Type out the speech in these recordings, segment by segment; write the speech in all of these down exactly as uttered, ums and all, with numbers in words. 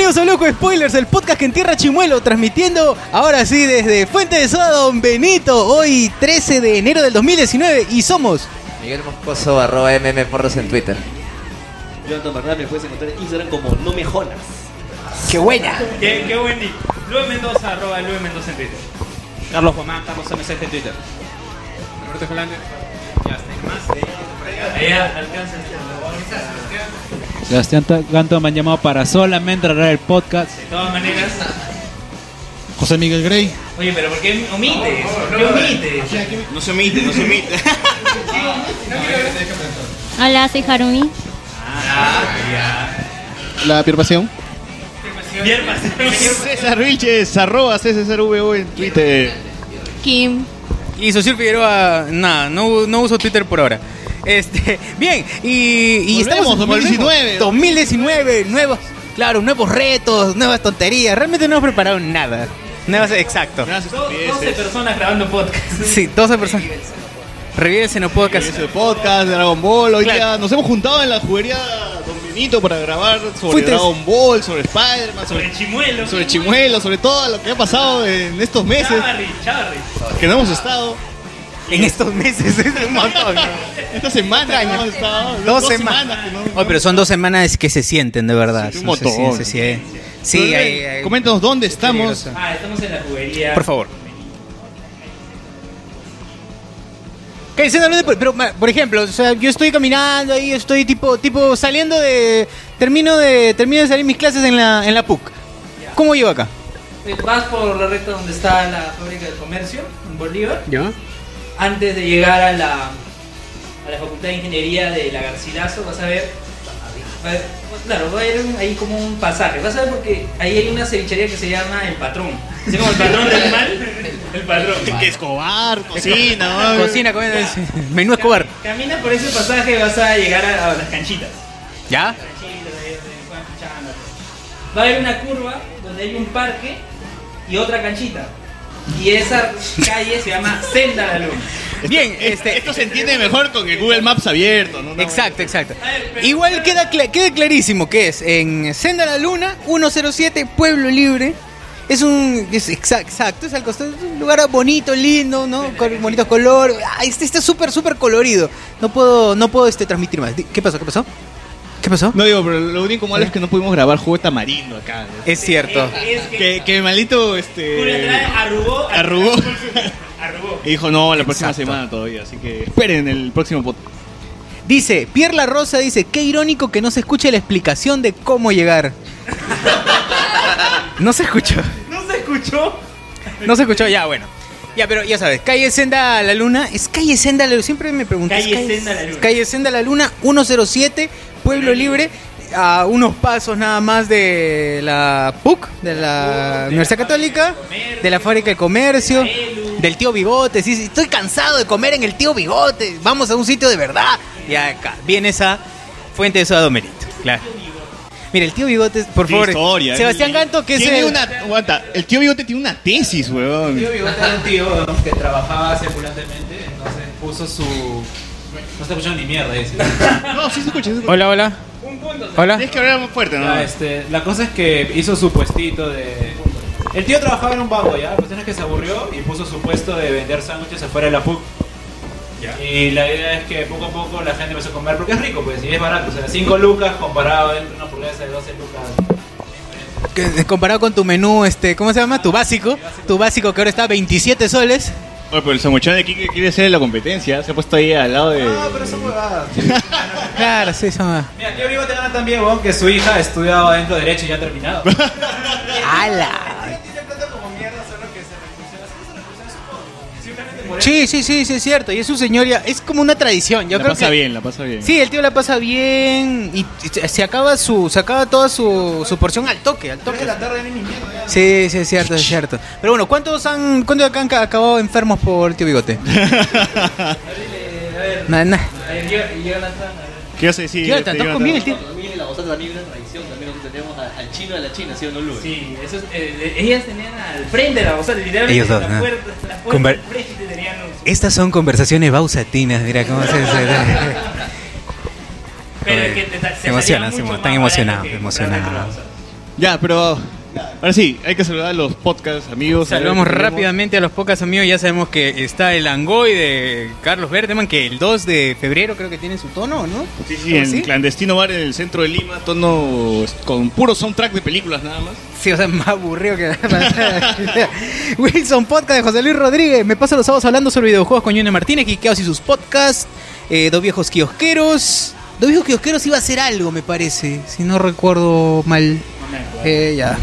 Bienvenidos a Loco Spoilers, el podcast que entierra Chimuelo, transmitiendo ahora sí desde Fuente de Soda Don Benito, hoy trece de enero del dos mil diecinueve, y somos Miguel Moscoso, arroba mmporros en Twitter. Jonathan Bernal, me puedes encontrar en Instagram como No Me Jonas. ¡Qué buena! Qué, qué buen nick. Luis Mendoza, arroba Luis Mendoza en Twitter. Carlos Juan, Carlos M C en Twitter. Roberto Jolander. Ya está, más. Allá alcanza Sebastián Ganto me han llamado para solamente grabar el podcast. de todas maneras. José Miguel Grey. Oye, pero ¿por qué omites? ¿Por qué omites? No se omite, no se omite. Hola, soy Harumi. Ah, ya. La Pierre Pasión. Bien, pasión. César Vilches, arroba César V O en Twitter. Kim. Y Socio Figueroa, nada, no, no uso Twitter por ahora. Este, bien, y, y Volvemos, estamos dos mil diecinueve. dos mil diecinueve, nuevos, claro, nuevos retos, nuevas tonterías. Realmente no hemos preparado nada. Nuevas, exacto. doce personas grabando podcast. Sí, doce personas. Revives en el podcast. Ese podcast de Dragon Ball. Hoy Claro. día nos hemos juntado en la juguería Don Benito para grabar sobre Fuiste- Dragon Ball, sobre Spider-Man, Sobre sobre, Chimuelo. sobre Chimuelo, sobre todo lo que ha pasado en estos meses Chavarri, Chavarri. que no hemos estado. En estos meses, es un montón. ¿no? Esta semana que no hemos estado. Dos semanas. que no- Oye, pero son dos semanas que se sienten, de verdad. Sí, un Se montón. sienten, se sienten. Sí, Pero, hay, hay- coméntanos dónde estamos. peligroso. Ah, estamos en la juguería. Por favor. ¿Qué dicen hablando de- pero ma- por ejemplo, o sea, yo estoy caminando ahí, estoy tipo tipo saliendo de termino de termino de salir mis clases en la en la P U C. ¿Cómo llego acá? Vas por la recta donde está la fábrica del comercio, en Bolívar. ¿Ya? Antes de llegar a la, a la Facultad de Ingeniería de la Garcilaso, vas a ver, va a ver- claro, va a haber un- ahí como un pasaje, vas a ver porque ahí hay una cevichería que se llama El Patrón, así como el patrón del mal, el patrón. Que Escobar, cocina, ¿no? Cocina, comida, menú Escobar. Camina por ese pasaje, vas a llegar a, a las canchitas. ¿Ya? Canchitas, ahí donde van escuchando. Va a haber una curva donde hay un parque y otra canchita. Y esa calle se llama Senda a la Luna. Bien, este Esto se entiende mejor con el Google Maps abierto, ¿no? No. exacto, exacto. Igual queda cla- queda clarísimo que es en Senda a la Luna, ciento siete, Pueblo Libre. Es un es exa- exacto, es al costado, es un lugar bonito, lindo, ¿no? Con bonitos colores. Ah, este está súper súper colorido. No puedo no puedo este transmitir más. Di- ¿Qué pasó? ¿Qué pasó? ¿Qué pasó? No digo, pero lo único malo es que no pudimos grabar jugo de tamarindo acá. Es cierto. Es que Que, que maldito Julio este Andrade arrugó. Arrugó. Arrugó. y dijo no la próxima Exacto. semana todavía, así que esperen el próximo podcast. Dice, Pierre La Rosa dice, qué irónico que no se escuche la explicación de cómo llegar. No se escuchó. ¿No se escuchó? No se escuchó, ya, bueno. Ya, pero ya sabes, calle Senda a la Luna. ¿Es calle Senda a la Luna? Siempre me preguntas. Calle ¿es Senda a la Luna. Calle Senda a la Luna, ciento siete, Pueblo Libre. A unos pasos nada más de la P U C, de la Universidad Católica, de la Fábrica de Comercio, del Tío Bigote. Sí, sí, estoy cansado de comer en el Tío Bigote. Vamos a un sitio de verdad. Y acá viene esa Fuente de Soda Don Benito. Claro. Mira, el Tío Bigote, por Qué favor. historia, Sebastián ¿eh? Ganto, que es Tiene el... una aguanta, el tío Bigote tiene una tesis, weón. Tío Bigote era un tío que trabajaba ambulantemente, entonces puso su... No está escuchando ni mierda, dice. No, sí se escucha, sí se escucha. Hola, hola. Hola. Tienes que hablar más fuerte, ¿no? Ya, este, la cosa es que hizo su puestito de... El tío trabajaba en un banco, ya. La cuestión es que se aburrió y puso su puesto de vender sándwiches afuera de la P U C. Y la idea es que poco a poco la gente empezó a comer porque es rico, pues, y es barato. O sea, cinco lucas comparado entre una hamburguesa de doce lucas. Que- Comparado con tu menú, este, ¿cómo se llama? Tu básico. Tu básico que ahora está a veintisiete soles. Oye, pero el samuchán de Kike quiere ser la competencia, se ha puesto ahí al lado de... No, pero son huevadas. Claro, sí, son... Mira, tío Bigote gana también, weón, que su hija ha estudiado adentro de Derecho y ya ha terminado. ¡Hala! Tiene plata como mierda, solo que se recursiona. ¿Sí se recursiona su poco? Simplemente por Sí, sí, sí, sí, es cierto. Y es un señor ya, es como una tradición. Yo la creo pasa que bien, la pasa bien. sí, el tío la pasa bien y se- se acaba su, se acaba toda su, su porción al toque, al toque. de la tarde ni mierda. ya. Sí, sí, es cierto, es cierto. Pero bueno, ¿cuántos han, cuántos acá han ca- acabado enfermos por el tío Bigote? A ver, Nada, nada. a ver, llega- llega Nathan, a ver. ¿Qué vas a decir? Tío, ¿estás Jonathan? conmigo el tío? También en la Bosata también una tradición, también nosotros tenemos a- al chino de la China, ¿sí o no, Luis? Sí, eso es, eh, ellas tenían al frente de la bozal, literalmente Ellos dos, la ¿no? puerta, la puerta Conver- al frente tenían un... Estas son conversaciones bausatinas, mira cómo se... Pero es que te, te Se emocionan, salía se mucho emo- están más emocionados, barato que emocionados. comprarte la bozal. Ya, pero ahora sí, hay que saludar a los podcast amigos. Saludamos a ver, rápidamente a los pocas amigos. Ya sabemos que está el Angoy de Carlos Berteman, que el dos de febrero creo que tiene su tono, ¿no? Sí, sí, en Clandestino Bar en el centro de Lima, tono con puro soundtrack de películas nada más. Sí, o sea, más aburrido que Wilson Podcast de José Luis Rodríguez. Me paso los sábados hablando sobre videojuegos con Junior Martínez, Quiqueos y sus podcasts. Eh, dos viejos kiosqueros. Dos viejos kiosqueros iba a hacer algo, me parece, si no recuerdo mal. Eh, ya.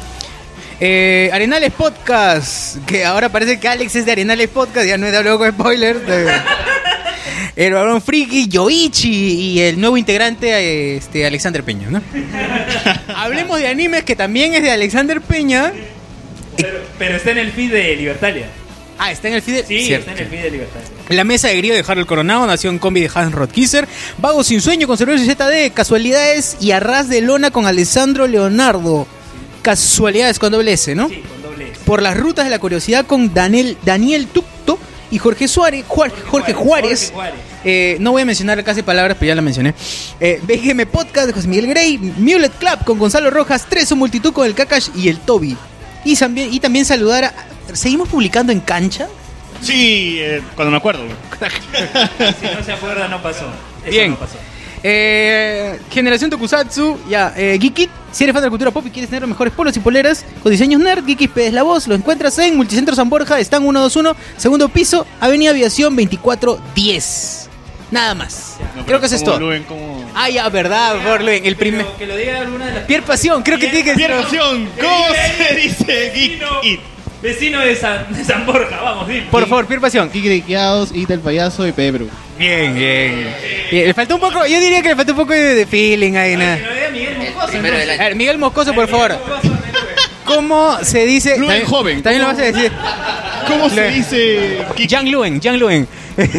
Eh, Arenales Podcast, que ahora parece que Alex es de Arenales Podcast, ya no es de hablar con spoilers. De... El Barón Friki, Yoichi y el nuevo integrante, este, Alexander Peña, ¿no? Hablemos de animes, que también es de Alexander Peña. Pero, pero está en el feed de Libertalia. Ah, está en el feed de... Sí, Cierto. está en el feed de Libertalia. La mesa de grillo de Harold Coronado, nació en combi de Hans Rodkisser. Vago sin sueño con Cerveza y Z D. Casualidades y Arras de Lona con Alessandro Leonardo. Casualidades con doble S, ¿no? Sí, con doble S. Por las rutas de la curiosidad con Daniel, Daniel Tucto y Jorge Suárez, Jorge, Jorge Juárez. Jorge Juárez. Eh, no voy a mencionar casi palabras, pero ya la mencioné. Eh, B G M Podcast de José Miguel Grey. Mulet Club con Gonzalo Rojas. Treso Multitud con el Kakash y el Toby. Y también, y también saludar a... ¿Seguimos publicando en Cancha? Sí, eh, cuando me acuerdo. Si no se acuerda, no pasó. Eso Bien. no pasó. Eh, Generación Tokusatsu, ya, eh, Geekit, si eres fan de la cultura pop y quieres tener los mejores polos y poleras con diseños nerd, Geekit P es la voz, lo encuentras en Multicentro San Borja, están ciento veintiuno, segundo piso, Avenida Aviación veinticuatro diez. Nada más. No, Creo que eso es ¿cómo, todo. Luen, ¿cómo? Ah, ya, verdad, por favor, Luen, el primer... Pero que lo diga alguna de las... Pierre Pasión, creo que tiene que Pierre ser... Pasión, ¿cómo se dice Geek It? Vecino de San, de San Borja, vamos, dime. Por favor, Pierre Pasión. Kikiriqueados, Ita el payaso y Pebru. Bien, bien. Bien, le faltó un poco, yo diría que le faltó un poco de, de feeling ahí, nada. Que lo diga Miguel Moscoso. primero del A año. ver, Miguel Moscoso, por favor. ¿Cómo se dice? Luen También- joven. También lo vas a decir. ¿Cómo se Luen. dice Geek? Yang Luen, Yang Luen.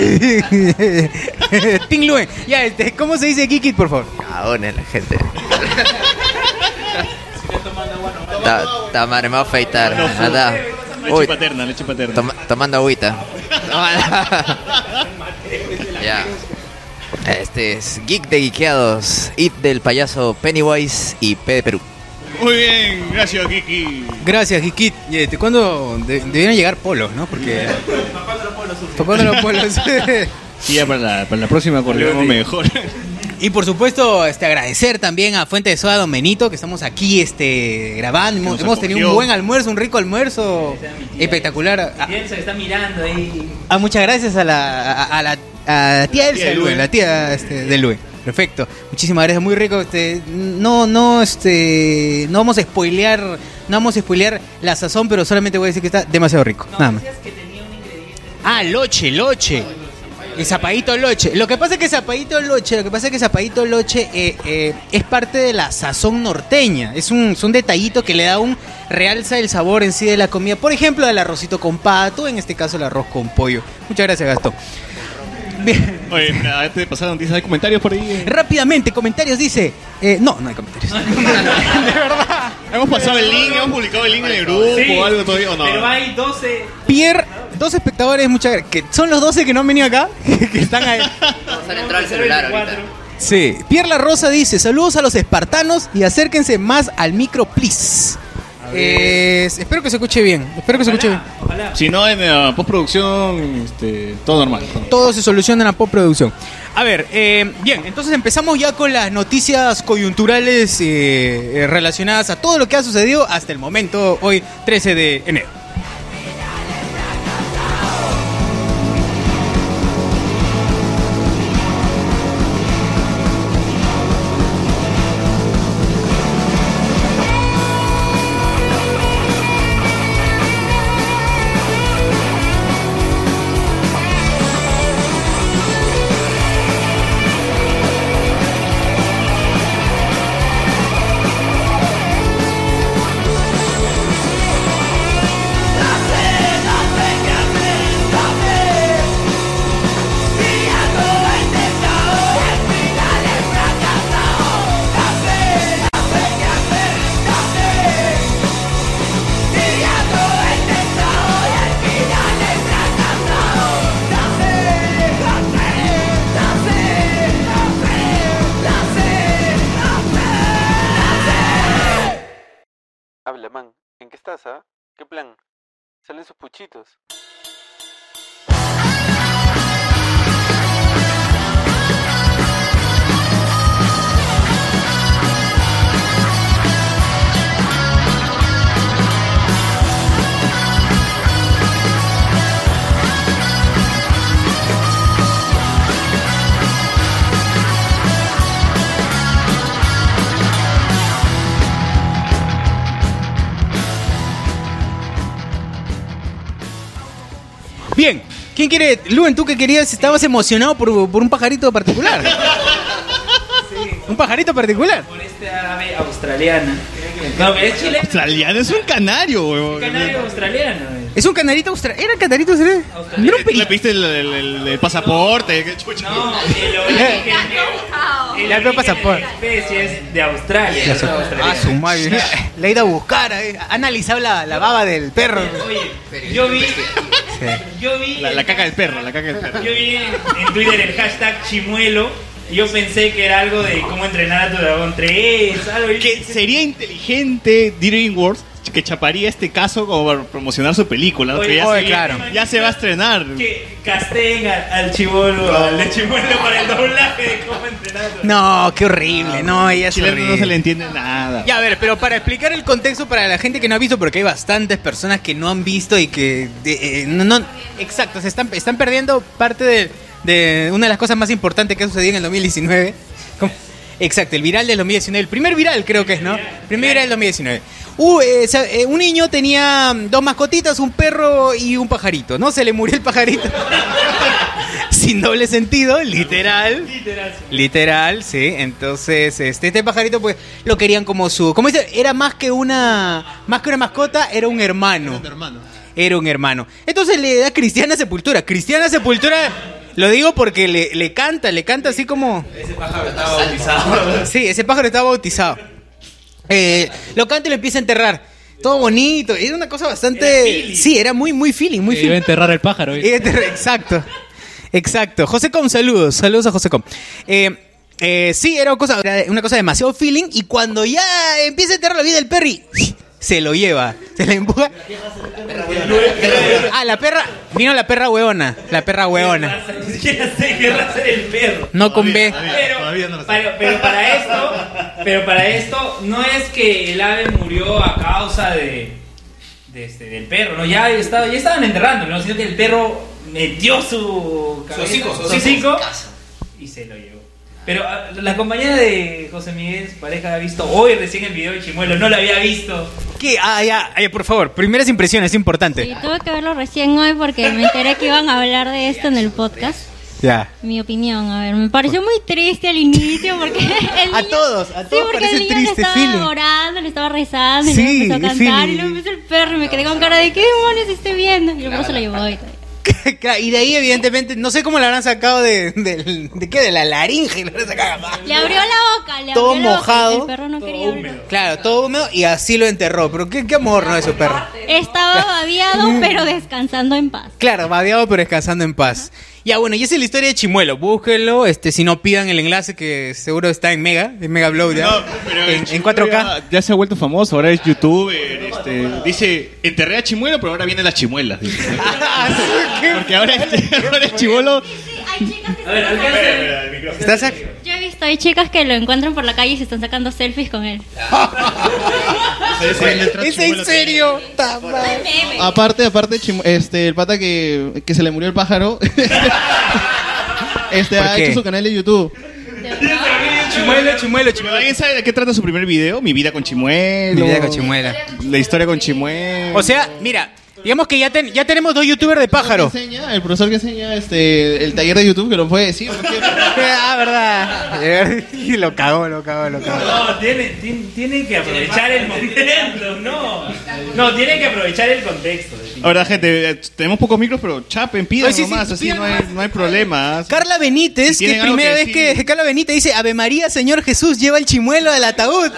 Ting Luen. Ya, este, ¿cómo se dice Geekit, por favor? Cagones la gente. Ta- Tamare, me va a afeitar. Anda. Leche Uy, paterna, leche paterna. toma- tomando agüita. Ya. Este es Geek de Geekeados, It del payaso Pennywise y P de Perú. Muy bien, gracias Kiki. Gracias, Geekit. Y, este, ¿cuándo de- debieron llegar polos, no? Porque... ¿Para cuándo los polos? Sí, ya para la, para la próxima coordinamos mejor. Y por supuesto, este, agradecer también a Fuente de Soda Don Benito, que estamos aquí este, grabando. Hemos, nos hemos tenido un acogió. buen almuerzo, un rico almuerzo. Espectacular. Ah, Piensa que está mirando ahí. ah, muchas gracias a la, a, a la, a la tía Elsa Tía de Lue, Lue. la tía este, de Lue. Perfecto. Muchísimas gracias, muy rico. Este, no, no, este, no vamos a spoilear, no vamos a spoilear la sazón, pero solamente voy a decir que está demasiado rico. Nada más. Decías que tenía un ingrediente. Ah, loche, loche. El zapadito loche. Lo que pasa es que zapadito loche, lo que pasa es que zapadito loche eh, eh, es parte de la sazón norteña. Es un, es un detallito que le da un realza el sabor en sí de la comida. Por ejemplo, el arrocito con pato, en este caso el arroz con pollo. Muchas gracias, Gastón. Bien. Oye, antes de pasar a noticias, ¿hay comentarios por ahí? Rápidamente, comentarios dice. Eh, no, no hay comentarios. De verdad. Hemos pasado el link, hemos publicado el link en el grupo Sí, o algo todavía, ¿o no? Pero hay doce. Pierre, dos espectadores, muchas gracias. Que son los doce que no han venido acá, que están ahí. Vamos a entrar al celular ahorita. Sí, Pierre La Rosa dice, saludos a los espartanos y acérquense más al micro, please. Eh, espero que se escuche bien, espero que se escuche bien. Ojalá. Si no, en la postproducción, este, todo normal. Todo se soluciona en la postproducción. A ver, eh, bien, entonces empezamos ya con las noticias coyunturales eh, eh, relacionadas a todo lo que ha sucedido hasta el momento, hoy trece de enero. habla, man. ¿En qué estás, ah? ¿Qué plan? ¿Salen sus puchitos? Bien, ¿quién quiere? Luen, tú que querías, estabas emocionado por, por un pajarito particular. Sí. Un pajarito particular. Por este ave australiana. No, es chileno. Australiano es un canario, weón. Un canario australiano. eh. Es un canarito australiano. ¿Era canarito australiano? Australiano. ¿No era un ¿Le pelín? pediste el, el, el- el pasaporte? ¿Qué chucha? No, el origen, el Ya veo origen pasaporte. de la especie es de Australia. no es australiano. Ah, su madre. Le he ido a buscar. eh. Ha analizado la, la baba del perro. Oye, yo vi, yo vi, La, la caca del perro, la caca del perro. yo vi en, en Twitter el hashtag chimuelo y yo pensé que era algo de cómo entrenar a tu dragón tres, algo Que sería inteligente DreamWorks que chaparía este caso como para promocionar su película, ¿no? Oye, Que ya, oye, se, claro. ya se va a estrenar. que casteen al, al chivolo, al de chimuelo para el doblaje de cómo entrenar a tu dragón. No, qué horrible. No, ella es Chileno horrible. no se le entiende nada. Ya, a ver, pero para explicar el contexto para la gente que no ha visto, porque hay bastantes personas que no han visto y que... de- eh, no, no- exacto, se están, están perdiendo parte de, de una de las cosas más importantes que ha sucedido en el dos mil diecinueve. ¿Cómo? Exacto, el viral del dos mil diecinueve. El primer viral creo que es, ¿no? Primer viral del dos mil diecinueve. Uh, eh, sa- eh, un niño tenía dos mascotitas, un perro y un pajarito, ¿no? Se le murió el pajarito. Sin doble sentido, literal. Literal. Literal, sí. Entonces, este, este pajarito, pues, lo querían como su... Como dice, era más que una... Más que una mascota, era un hermano. hermano. Era un hermano. Entonces le da Cristiana Sepultura. Cristiana Sepultura, lo digo porque le, le canta, le canta así como... Ese pájaro estaba bautizado. Sí, ese pájaro estaba bautizado. Eh, lo canta y lo empieza a enterrar. Todo bonito. Era una cosa bastante... Sí, era muy, muy feeling, muy Iba a feeling. enterrar el pájaro. ¿eh? Iba a enterrar- Exacto. Exacto. José Com, saludos. Saludos a José Com. Eh, eh, sí, era una cosa, era una cosa demasiado feeling. Y cuando ya empieza a enterrar la vida del perri, se lo lleva. Se la empuja. Ah, la perra. Vino la perra hueona. La perra hueona. Ni siquiera sé qué raza es el perro. No con B. Pero, Todavía no lo sé. pero, pero para esto, pero para esto no es que el ave murió a causa de, de este, del perro, no, ya estaba, ya estaban enterrándolo, ¿no? Sino que el perro metió su cabeza- hocico, su su hocico. hocico y se lo llevó. Pero ah, la compañera de José Miguel, su pareja, ha visto hoy recién el video de Chimuelo, no lo había visto. ¿Qué? Ah, ya, ya, por favor. Primeras impresiones, es importante. Sí, tuve que verlo recién hoy porque me enteré que iban a hablar de esto en el podcast. Ya. Mi opinión, a ver, me pareció muy triste al inicio porque el A niño- todos, a sí, todos porque parece el niño triste, le estaba feeling. orando, le estaba rezando, y Sí, luego empezó a es cantar, feeling. y luego empezó el perro y me quedé con cara de ¿qué demonios estoy viendo? Y luego se lo llevó y todo. Claro, y de ahí, evidentemente, no sé cómo la habrán sacado de, de, de qué, de la laringe. La habrán sacado. Le abrió la boca, le Todo abrió la boca, mojado. el perro no quería abrir. Claro, todo húmedo y así lo enterró. Pero qué, qué amor, ¿no? De su perro. Estaba babiado, pero descansando en paz. Claro, babeado pero descansando en paz. Ya, bueno, y esa es la historia de Chimuelo. Búsquenlo, este, si no pidan el enlace que seguro está en Mega, en Mega Upload ya. No, pero el en, en Chimuelo cuatro K. Ya, ya se ha vuelto famoso, ahora es youtuber. Este, dice, enterré a Chimuelo, pero ahora vienen las chimuelas. dice. Porque ahora es, ahora es chivolo. A ver, alcanza. ¿Estás aquí? Yo he visto, hay chicas que lo encuentran por la calle y se están sacando selfies con él. ¿Es en serio? Ta madre. Aparte, aparte, Chim- este, el pata que, que se le murió el pájaro, este, ¿Por ha qué? hecho su canal de YouTube. Chimuelo, chimuelo, ¿Pero chimuelo. alguien sabe de qué trata su primer video? Mi vida con Chimuelo. Mi vida con Chimuela. La historia con Chimuelo. O sea, mira, digamos que ya, ten- ya tenemos dos youtubers de pájaro. Que enseña, el profesor que enseña este, el taller de YouTube, que lo puede decir. porque- Ah, verdad. Y lo cagó, lo cagó, lo cagó. No, tiene, tiene, tiene que aprovechar el momento, no. No, tiene que aprovechar el contexto. Ahora, gente, eh, tenemos pocos micros, pero chapen, pidan Ay, sí, sí, nomás, así pidan no hay, nomás. no hay problema. Carla Benítez, Si que tienen algo primera que vez decir. que Carla Benítez dice Ave María, Señor Jesús, lleva el chimuelo del ataúd.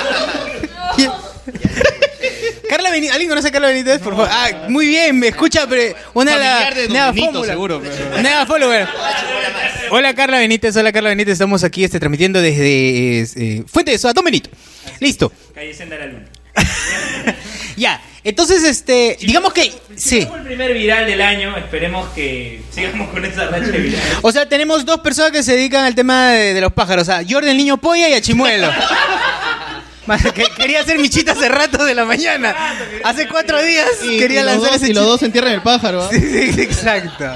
Carla Benítez, ¿alguien conoce a Carla Benítez? Por favor. Ah, muy bien, me escucha pero una de Familiar las de Don nueva Benito, fórmula. seguro. Nueva follower. Hola Carla Benítez, hola Carla Benítez, estamos aquí este, transmitiendo desde eh, Fuente de Soda, Don Benito. Listo. Calle Senda de la Luna. Ya, entonces, este, digamos que, Si sí. fue el primer viral del año, esperemos que sigamos con esa racha de viral. O sea, tenemos dos personas que se dedican al tema de, de los pájaros, a Jordan el niño polla y a Chimuelo. Más que quería hacer michita hace rato de la mañana. Hace cuatro días Y, quería y los lanzar dos, ese y los chiste. dos entierran el pájaro. ¿ah? Sí, sí, exacto.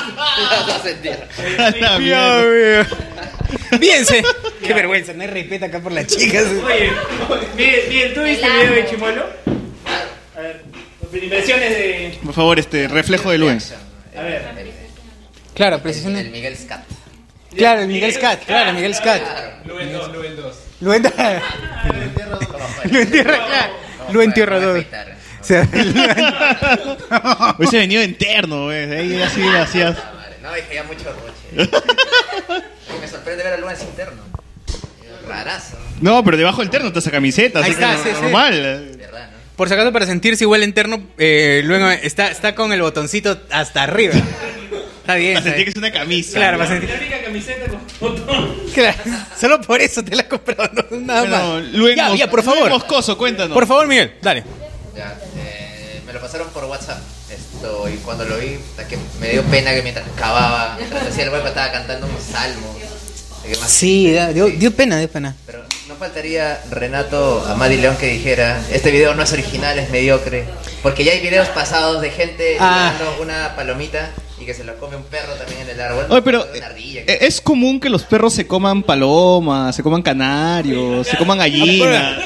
La Dios mierda. mío. Bien, se... Qué vergüenza, no hay respeto acá por las chicas. Oye, Miguel, Miguel, ¿tú viste el video de Chimuelo? A ver, impresiones de... Por favor, este reflejo de Luen. A ver. Claro, El precisiones. Miguel Scat. Claro, el Miguel Scat, claro, Miguel Scat. Luen dos, Luen dos. Lo entierra. Lo entierra, claro. Lo entierra todo. O sea, Hubiese venido interno, güey. Ahí así lo hacías. No, dije ya mucho roche. Me sorprende ver a Luen interno. Rarazo. No, pero debajo del terno está esa camiseta. Ahí así está, que sí, sí. normal. ¿Verdad, no? por si acaso, para sentirse igual interno, eh, luego está, está con el botoncito hasta arriba. Está bien. Para sentir ¿sabes? que es una camisa. Claro, para La sentir. única camiseta con botón. Claro, solo por eso te la he comprado, no, nada Bueno, más. Luen Ya, Mos- ya, por favor. Luen Moscoso, cuéntanos. Por favor, Miguel, dale. Ya, eh, me lo pasaron por WhatsApp. Esto, y cuando lo vi, hasta que me dio pena que mientras cavaba, mientras hacía el hueco, estaba cantando unos salmos. ¿De qué más? Sí, da- dio, dio pena, dio pena. Pero no faltaría Renato Amadi León que dijera: este video no es original, es mediocre. Porque ya hay videos pasados de gente Ah. dando una palomita y que se lo come un perro también en el árbol. Oye, pero Una ardilla. eh, es común que los perros se coman palomas, se coman canarios, se coman gallinas.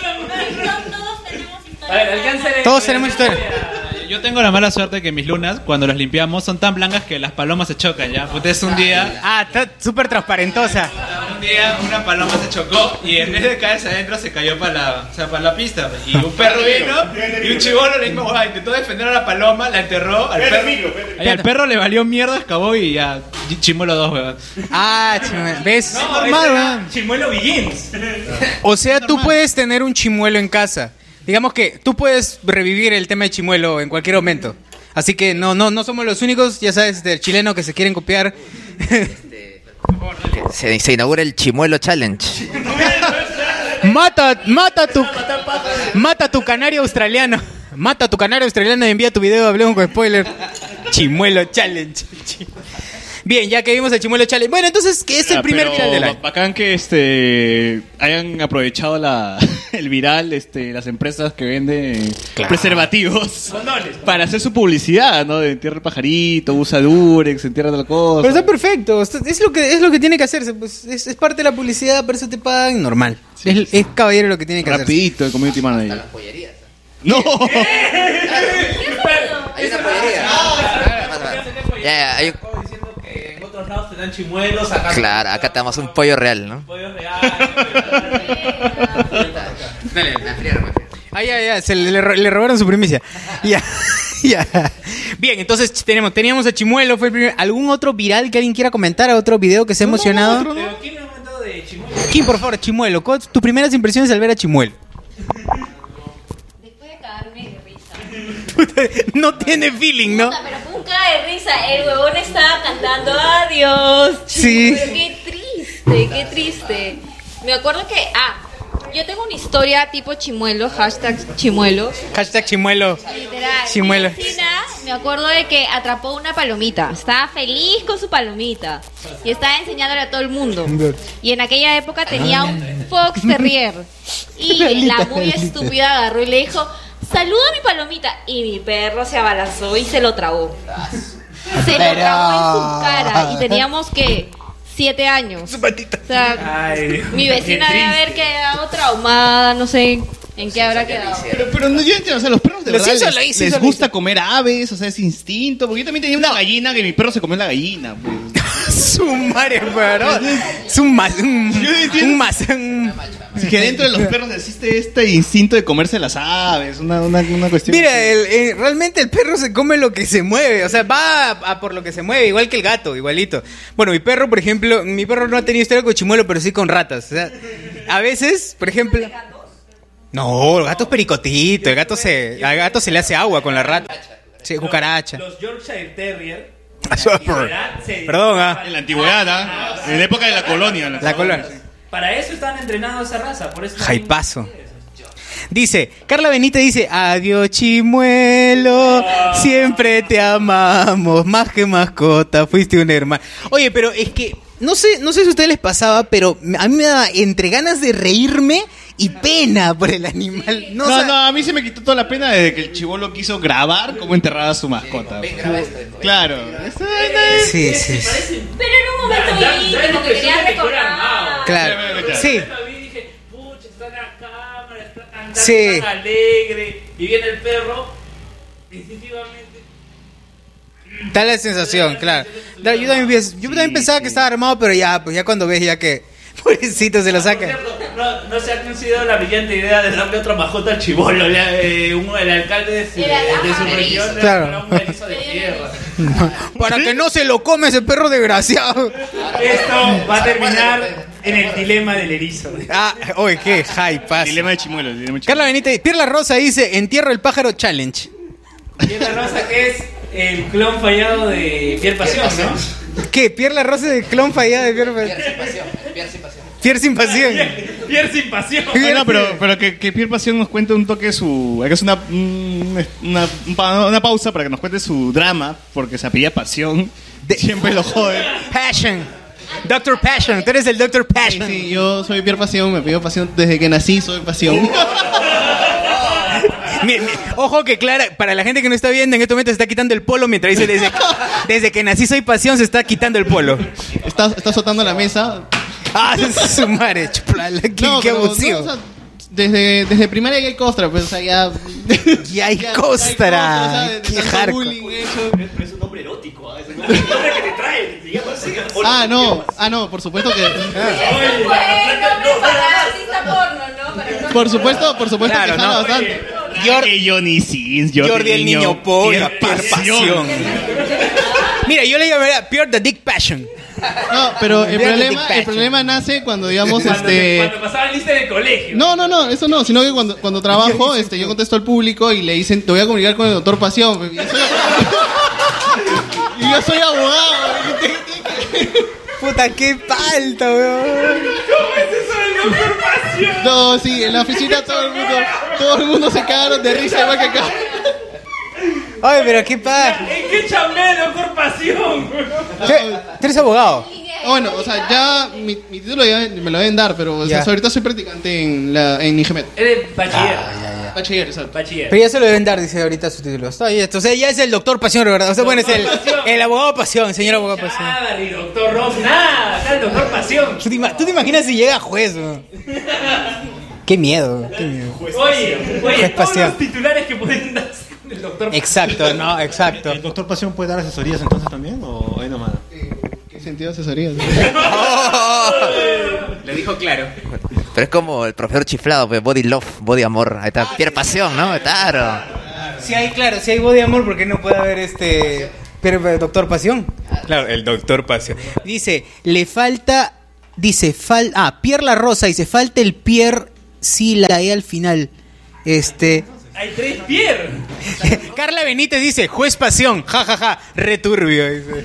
A ver, alcánzale. Todos tenemos historia. Yo tengo la mala suerte que mis lunas, cuando las limpiamos, son tan blancas que las palomas se chocan, ¿ya? Entonces un día, Ah, está súper transparentosa. un día una paloma se chocó y en vez de caerse adentro se cayó para la, o sea, para la pista. Y un perro vino y un chibolo le dijo, "Guau", intentó defender a la paloma, la enterró, al perro, y al perro le valió mierda, acabó y ya chimuelo dos, weón. Ah, chimuelo. ¿Ves? No, Normal, ese weón. era Chimuelo Begins. O sea, tú puedes tener un chimuelo en casa. Digamos que tú puedes revivir el tema de chimuelo en cualquier momento. Así que no, no, no somos los únicos, ya sabes, del chileno que se quieren copiar. Este, se, se inaugura el Chimuelo Challenge. Mata, mata tu, mata tu canario australiano. Mata tu canario australiano y envía tu video, hablemos con spoiler. Chimuelo Challenge. Bien, ya que vimos el Chimuelo Challenge. Bueno, entonces, ¿qué es el Ah, primer pero viral del año? bacán que este hayan aprovechado la, el viral, este, las empresas que venden Claro. preservativos Condones. para hacer su publicidad, ¿no? De entierra el pajarito, usa Durex, entierra tal cosa. Pero está perfecto, es lo que es lo que tiene que hacerse, pues es, es parte de la publicidad, por eso te pagan normal. Es, es caballero lo que tiene que hacerse. Rapidito, el community A manager. las pollerías. ¡No! Hay una pollería. Ya, ya, hay un- diciendo que en otros lados te dan chimuelos, acá Claro, acá tenemos un pollo real, ¿no? pollo real. Dale, me enfriaron, me enfriaron. Ah, ya, ya, se le, le- le robaron su primicia. Ya, ya. Bien, entonces tenemos, teníamos a Chimuelo, fue el primer. ¿Algún otro viral que alguien quiera comentar? ¿Otro video que se ha emocionado? Pero ¿quién me ha comentado de Chimuelo? Kim, por favor, Chimuelo, ¿cuáles tus primeras impresiones al ver a Chimuelo? Después de cagarme de risa. Puta, no tiene feeling, ¿no? Puta, pero fue un caga de risa. El huevón estaba cantando adiós. Sí. Chimuelo. Qué triste, qué triste. Me acuerdo que, ah, yo tengo una historia tipo chimuelo, hashtag chimuelo. Hashtag Chimuelo. Literal. Chimuelo. Mi vecina, me acuerdo de que atrapó una palomita. Estaba feliz con su palomita. Y estaba enseñándole a todo el mundo. Y en aquella época tenía un Fox Terrier. Y la muy estúpida agarró y le dijo, saluda a mi palomita. Y mi perro se abalanzó y se lo tragó. Se lo Pero- tragó en su cara. Y teníamos que siete años. O sea, Ay, mi vecina qué debe triste. haber quedado traumada, no sé en qué habrá quedado. Pero, pero no, yo entiendo, o sea, los perros de Los verdad Simpson les, lo hizo, les lo gusta hizo. comer aves, o sea, es instinto. Porque yo también tenía una gallina que mi perro se comió la gallina, pues. Su madre, pero es un más, un, Yo entiendo. un más, un- Es que dentro de los perros existe este instinto de comerse las aves, una, una, una cuestión. Mira, el- eh, realmente el perro se come lo que se mueve, o sea, va a, a por lo que se mueve, igual que el gato, igualito. Bueno, mi perro, por ejemplo, mi perro no ha tenido historia con Chimuelo, pero sí con ratas. O sea, a veces, por ejemplo... No, el gato es pericotito, el gato se, al gato se le hace agua con la rata. Sí, cucaracha. Los Yorkshire Terrier. se- Perdón, ah. En la antigüedad, ¿ah? En la época de la colonia. La colonia. Para eso están entrenados esa raza, por eso. Jaipazo. Dice, Carla Benítez dice, adiós Chimuelo, siempre te amamos, más que mascota, fuiste un hermano. Oye, pero es que, no sé, no sé si a ustedes les pasaba, pero a mí me daba entre ganas de reírme y pena por el animal. No, No, o sea, no, a mí se me quitó toda la pena desde que el chibolo quiso grabar cómo enterraba a su mascota. Claro. Sí, sí, sí. Pero en un momento íntimo que quería recordar. Claro, sí. Dije, pucha, está en la cámara, está cantando Sí. tan alegre. Y viene el perro, instintivamente. Da la sensación, claro. Da- Yo también, pienso- yo también pensaba que estaba armado, pero ya, pues ya cuando ves ya que pobrecito se lo Por saca. cierto, no, no se ha considerado la brillante idea de darle otra mascota al chibolo. Ya, eh, un, el alcalde de, su- de, de su región le Claro. regaló un erizo de tierra. Para que no se lo come ese perro desgraciado. Esto va a terminar en el dilema del erizo. Ah, oye, qué hype pasa. Dilema de chimuelo. Dilema de chimuelo. Carla Benítez, Pierla Rosa dice, entierro el pájaro challenge. Y esta rosa que es el clon fallado de Pierre Pasión, ¿no? ¿Qué? Pierla Rosa de clon fallado de Pierre Pierre sin pasión, Pierre sin pasión. Pierre sin pasión. Pierre sin pasión. Ah, no, pero, pero que, que Pierre Pasión nos cuente un toque de su... Hay que hacer una, un- una, un pa- una pausa para que nos cuente su drama, porque se apellida Pasión. Siempre lo jode. Passion. Doctor Passion, tú eres el Doctor Passion. Sí, yo soy Pierre Pasión, me pido pasión desde que nací, soy pasión. Mi- mi- ojo que Clara, para la gente que no está viendo, en este momento se está quitando el polo mientras dice desde, desde que nací soy pasión, se está quitando el polo. Está, está azotando la mesa. Ah, su madre, chuplala, qué, No, qué pero, abusivo. no, o sea, desde, desde primaria ya hay costra, pues, o sea, ya... Ya hay ya- costra, ya hay costra, o sea, de- de qué tanto hardcore. bullying hecho. Pero es un nombre erótico, ¿ah? Es un nombre que te trae, te llama, se llama- Ah, no, ah, no, por supuesto que... Bueno, para artista porno, ¿no? Para no- Por supuesto, por supuesto Claro, que jala ¿no? bastante. Jordi, Johnny Sins, Jordi, Jordi el niño pollo, Pierre Pasión. Mira, yo le llamaría Pierre the Dick Passion. No, pero el Vean el problema, Dick el Passion. problema nace cuando, digamos, Cuando, este... cuando pasaban lista en el colegio. No, no, no, eso no, sino que cuando, cuando trabajo, este, yo contesto al público y le dicen, te voy a comunicar con el doctor Pasión. Y yo soy, y yo soy abogado. Puta, qué palta, weón. ¿Cómo es eso del doctor Pasión? No, sí, en la oficina todo el mundo, todo el mundo se cagaron de risa igual que acá. Ay, pero qué pasa. ¿En qué chambea el doctor Pasión? ¿Qué? ¿Tú eres abogado? Ah, bueno, o sea, ya mi, mi título ya me lo deben dar, pero o sea, Ya. ahorita soy practicante en la en Nigemet. Eres bachiller. Bachiller, exacto. Bachiller. Pero ya se lo deben dar, dice ahorita su título. Está bien, entonces ya es el doctor Pasión, ¿verdad? O sea, bueno, es el, el abogado Pasión, señor abogado Pasión. Nada, ni doctor Ross, nada. Acá el doctor Pasión. ¿Tú te, ima- tú te imaginas si llega juez, weón? Qué miedo, qué miedo. Oye, oye, Juez todos Pasión. los titulares que pueden darse con el doctor Exacto, no, exacto. ¿El doctor Pasión puede dar asesorías entonces también? ¿O ahí nomás? ¿Qué sentido de asesoría? Lo dijo claro. Pero es como el profesor chiflado, pues, body love, body amor. Ahí está, Pierre Pasión, ¿no? Claro. Si hay, claro, si hay body amor, ¿por qué no puede haber este pero, eh, doctor Pasión? Claro, el doctor Pasión. Dice, le falta, dice, fal, ah, Pierre La Rosa, dice, falta el Pierre, sí, la E al final. Este, Hay tres Pierre. Carla Benítez dice, juez Pasión, jajaja, returbio. Dice.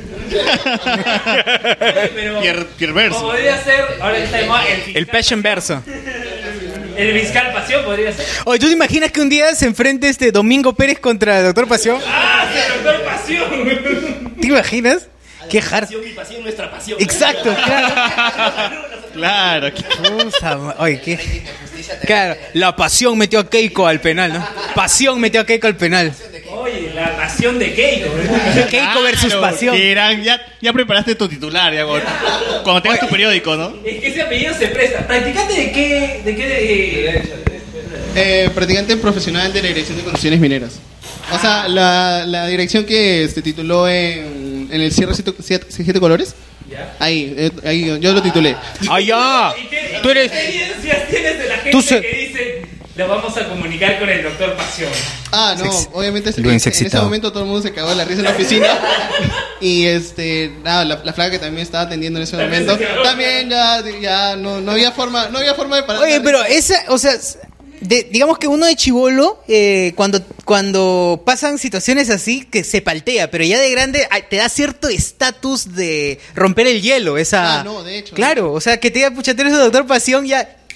Pero Pierre, Pierre Verso. podría ser, ahora que está de moda, el fiscal, El Passion verso. el fiscal Pasión podría ser. Oye, ¿tú te imaginas que un día se enfrente este Domingo Pérez contra el doctor Pasión? ¡Ah, sí, el doctor Pasión! ¿Te imaginas? Qué hard. Pasión y pasión, nuestra pasión. Exacto, claro. Claro, claro. Puta ma- Oye, qué. Claro, la pasión metió a Keiko al penal, ¿no? Pasión metió a Keiko al penal. Oye, la pasión de Keiko. Keiko versus Claro, pasión. que eran- ya, ya preparaste tu titular, ya, cuando, cuando tengas tu periódico, ¿no? Es que ese apellido se presta. ¿Practicante de qué? ¿De qué? De, Eh, practicante profesional de la Dirección de Construcciones Mineras. O sea, la, la dirección que se tituló en, en el cierre siete, siete, siete colores. ¿Ya? Ahí, eh, ahí yo lo titulé. ¡Ah, ya! ¿Y qué Tú eres- experiencias tienes de la gente Tú se- que dice lo vamos a comunicar con el doctor Pasión? Ah, no, Sex- obviamente en, Luis en ese excitado. momento todo el mundo se cagó de la risa en la oficina. Y este, nada, la, la flaca que también estaba atendiendo en ese También momento, se cagó. también ya, ya no, no había forma, no había forma de parar. Oye, la pero risa. esa, o sea, de- digamos que uno de chivolo, eh, cuando, cuando pasan situaciones así, que se paltea, pero ya de grande ah, te da cierto estatus de romper el hielo, esa... Ah, no, de hecho. Claro, o sea, que te diga, pucha, tú eres el doctor Pasión, ya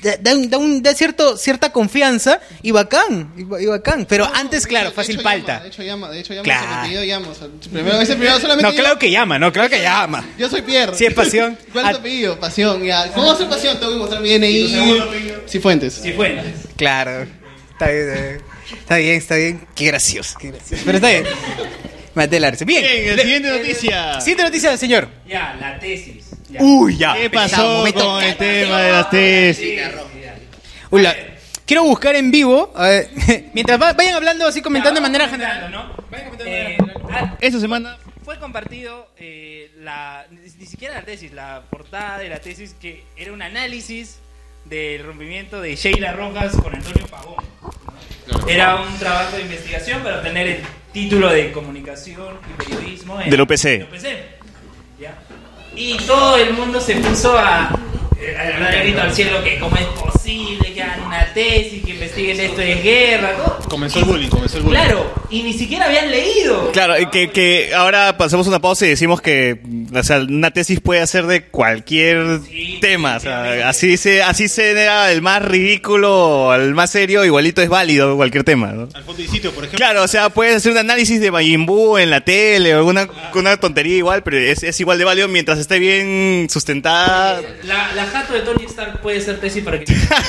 da, da, un- da, un- da cierto, cierta confianza y bacán, y, ba- y bacán. Pero antes, claro, De fácil hecho, palta. llama, de hecho llama, de hecho llama, Claro. se me pidió llama. O sea, primero, ese primero solamente No, llama. claro que llama, no, claro que llama. Yo soy Pierre. Si es pasión. ¿Cuál es tu apellido? Pasión, ya. ¿Cómo hacer pasión? Tengo que mostrar mi N I. Cifuentes. Cifuentes. Claro. Está bien, está bien. Está bien, está bien. Qué gracioso, qué gracioso. Pero está bien. Maté el arce. Bien. Bien, Le- siguiente noticia. Siguiente noticia, señor. Ya, la tesis. Ya. Uy, ya. ¿Qué Pesado, pasó momento. con el tema de las tesis? Uy, la- Quiero buscar en vivo, a ver, mientras va- vayan hablando así, comentando de manera general. ¿no? Eh, ah, Esta semana fue compartido eh, la, ni, ni siquiera la tesis, la portada de la tesis, que era un análisis del rompimiento de Sheila Rojas con Antonio Pavón. ¿no? Era un trabajo de investigación para obtener el título de comunicación y periodismo en Del U P C. en U P C, ¿ya? Y todo el mundo se puso a eh, a dar el grito al cielo que cómo es posible que hagan una tesis, que investiguen esto de guerra, todo. Comenzó el bullying, comenzó el bullying. Claro, y ni siquiera habían leído. Claro, y que, que ahora pasamos una pausa y decimos que, o sea, una tesis puede hacer de cualquier tema, o sea, así se, así sea el más ridículo al más serio, igualito es válido cualquier tema, ¿no? Al fondo y sitio, por ejemplo. Claro, o sea, puedes hacer un análisis de Majin Buu en la tele o alguna una tontería igual, pero es, es igual de válido mientras esté bien sustentada. La, la jato de Tony Stark puede ser tesis para que...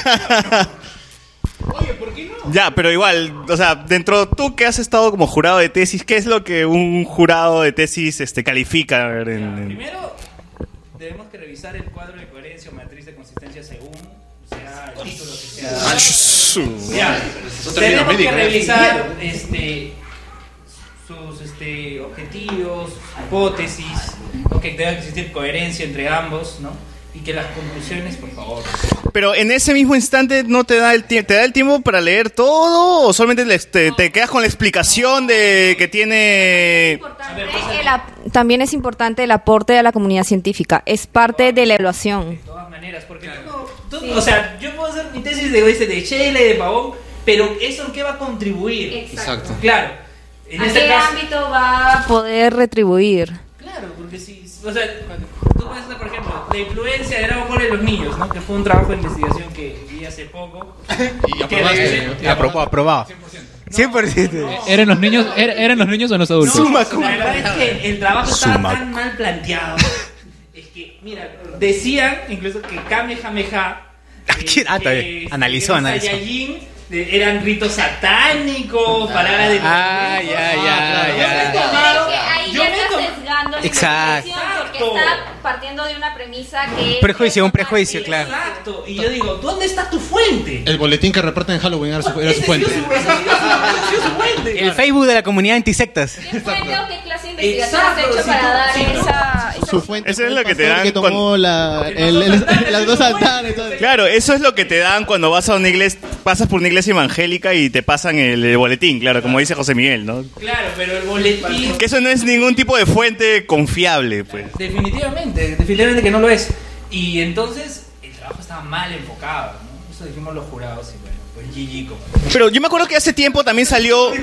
Oye, ¿por qué no? Ya, pero igual, o sea, dentro, tú que has estado como jurado de tesis, ¿qué es lo que un jurado de tesis este califica? A ver, en- en- Primero, tenemos que revisar el cuadro de coherencia o matriz de consistencia según sea el título que sea. Ah, su- Ya, Eso termina tenemos que médico, ¿eh? revisar este, sus este, objetivos, hipótesis, ¿no? Que debe existir coherencia entre ambos, ¿no? Y que las conclusiones, por favor. Pero en ese mismo instante no te da el tiempo, te da el tiempo para leer todo o solamente le- te, te quedas con la explicación de que tiene. El ap- También es importante el aporte de la comunidad científica. Es parte de la evaluación. De todas maneras, porque tú, tú- o sea, yo puedo hacer mi tesis de, este, de Sheila y de Pavón, pero ¿eso en qué va a contribuir? Exacto. Claro. En ¿A este qué caso, ámbito va a poder retribuir? claro, porque si, o sea, tú puedes hacer, por ejemplo, la influencia de Dragon Ball en los niños, ¿no? Que fue un trabajo de investigación que vi hace poco. Y aprobaste, ¿no? Aprobado, aprobado. cien por ciento. ¿Eran los niños, er- eran los niños o los adultos? No, la verdad es que el trabajo estaba Suma. tan mal planteado. Es que, mira, decían incluso que Kamehameha. eh, Ah, está que, bien. este, Analizó, los analizó. Saiyajin, de- eran ritos satánicos, palabras de. Ah, ya, ya, Yo me he ya. tomado- Es que ahí yo ya me he está tomado- sesgando la Exacto. investigación porque está partiendo de una premisa que... Prejuicio, un prejuicio, claro. Exacto. Y yo digo, ¿dónde está tu fuente? El boletín que reparten en Halloween era su, era su fuente. El Facebook de la comunidad antisectas. ¿Qué fuente o qué clase de investigación has Exacto, hecho sí, para sí, dar sí, esa... esa- Su fuente Eso es fue lo el que te pastor dan que tomó la, el- el- las dos altares. todo. Claro, eso es lo que te dan cuando vas a una iglesia, pasas por una iglesia evangélica y te pasan el, el boletín, claro, como dice José Miguel, ¿no? Claro, pero el boletín. Que eso no es ningún tipo de fuente confiable, pues. Definitivamente, definitivamente que no lo es. Y entonces el trabajo estaba mal enfocado, ¿no? Eso dijimos los jurados y bueno, pues G G como. Pero yo me acuerdo que hace tiempo también salió.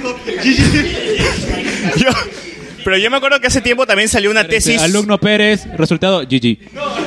Yo- pero yo me acuerdo que hace tiempo también salió una tesis. Alumno Pérez, resultado G G.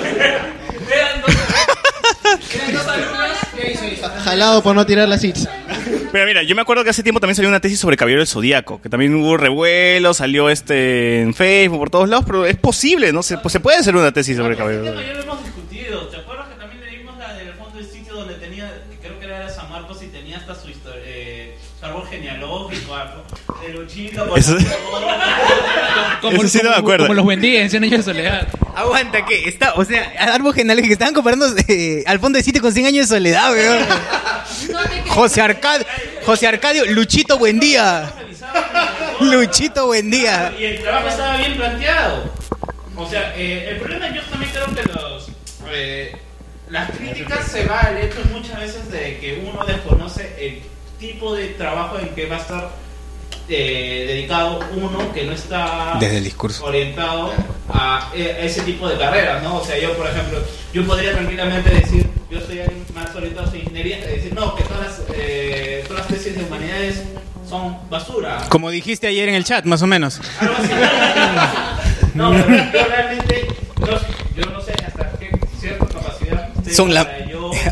Jalado por no tirar las hits. Pero mira, yo me acuerdo que hace tiempo también salió una tesis sobre Caballero del Zodíaco, que también hubo revuelo, salió este en Facebook, por todos lados, pero es posible, ¿no? Se, pues se puede hacer una tesis sobre Caballero del Ya lo hemos discutido. ¿Te acuerdas que también leímos la del fondo del sitio donde tenía, que creo que era de San Marcos y tenía hasta su historia, eh, su árbol genealógico, algo, de Luchita, por Eso- Como, Eso sí no me como- acuerdo. como los Buendías en Cien años de soledad. Aguanta, ¿qué? Está, o sea, árbol genealógico que estaban comparando eh, al fondo de sitio con cien años de soledad, weón. José Arcadio, José Arcadio, Luchito, buen día. Luchito, buen día. Y el trabajo estaba bien planteado. O sea, eh, el problema yo también creo que los eh, las críticas se va al hecho muchas veces de que uno desconoce el tipo de trabajo en que va a estar eh, dedicado uno que no está Desde el discurso. orientado a, eh, a ese tipo de carreras, ¿no? O sea, yo por ejemplo, yo podría tranquilamente decir, yo soy alguien más orientado a ingeniería, y decir, no, que todas las, eh, todas las tesis de humanidades son basura. Como dijiste ayer en el chat, más o menos. Algo así. No, pero yo realmente, yo, yo no sé hasta qué cierta capacidad tengo Son la- para yo eh,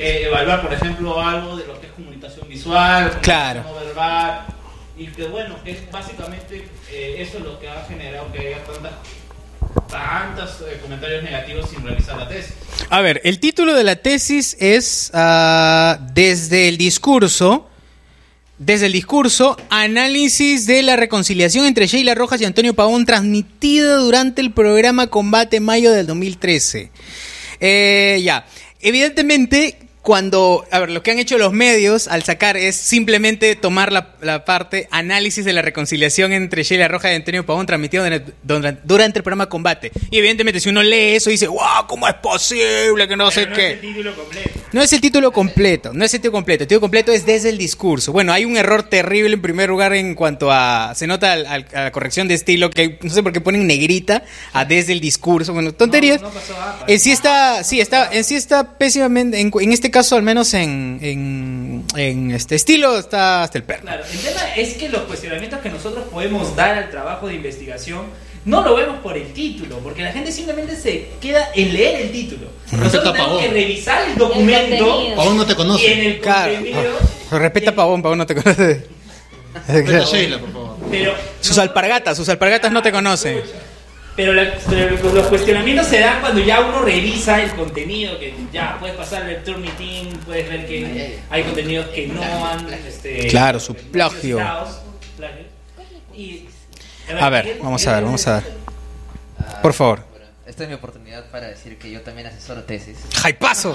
eh, evaluar, por ejemplo, algo de lo que es comunicación visual, comunicación Claro. no verbal, y que bueno, es básicamente eh, eso es lo que ha generado que haya tantas tantos eh, comentarios negativos sin realizar la tesis. A ver, el título de la tesis es ah, Desde el discurso, desde el discurso, análisis de la reconciliación entre Sheila Rojas y Antonio Pavón transmitida durante el programa Combate Mayo del dos mil trece. Eh, ya, evidentemente, cuando, a ver, lo que han hecho los medios al sacar es simplemente tomar la, la parte análisis de la reconciliación entre Sheila Rojas y Antonio Pavón transmitido durante, durante el programa Combate. Y evidentemente si uno lee eso dice, wow, ¿cómo es posible que no Pero sé no qué? es el título completo. No es el título completo, no es el título completo. El título completo es Desde el discurso. Bueno, hay un error terrible en primer lugar en cuanto a... Se nota al, al, a la corrección de estilo, que no sé por qué ponen negrita a Desde el discurso. Bueno, tonterías. No, no pasó nada. En sí está, sí, está, en sí está pésimamente, en, en este caso al menos en, en, en este estilo está hasta el perno. Claro, el tema es que los cuestionamientos que nosotros podemos dar al trabajo de investigación no lo vemos por el título, porque la gente simplemente se queda en leer el título. Nosotros tenemos que revisar el documento Pavón no te y conoce. en el Claro. contenido. Respeta a Pavón, Pavón no te conoce. Respeta a Sheila, por favor. Pero, Sus alpargatas, sus alpargatas no te conocen. pero, la- pero los cuestionamientos se dan cuando ya uno revisa el contenido, que ya puedes pasar el Turnitin, puedes ver que hay contenidos que no han este, Claro, su no han sido plagio. citados, plagio. Y, A ver, vamos a ver, vamos a ver. Por favor. Bueno, esta es mi oportunidad para decir que yo también asesoro tesis. ¡Jaipazo!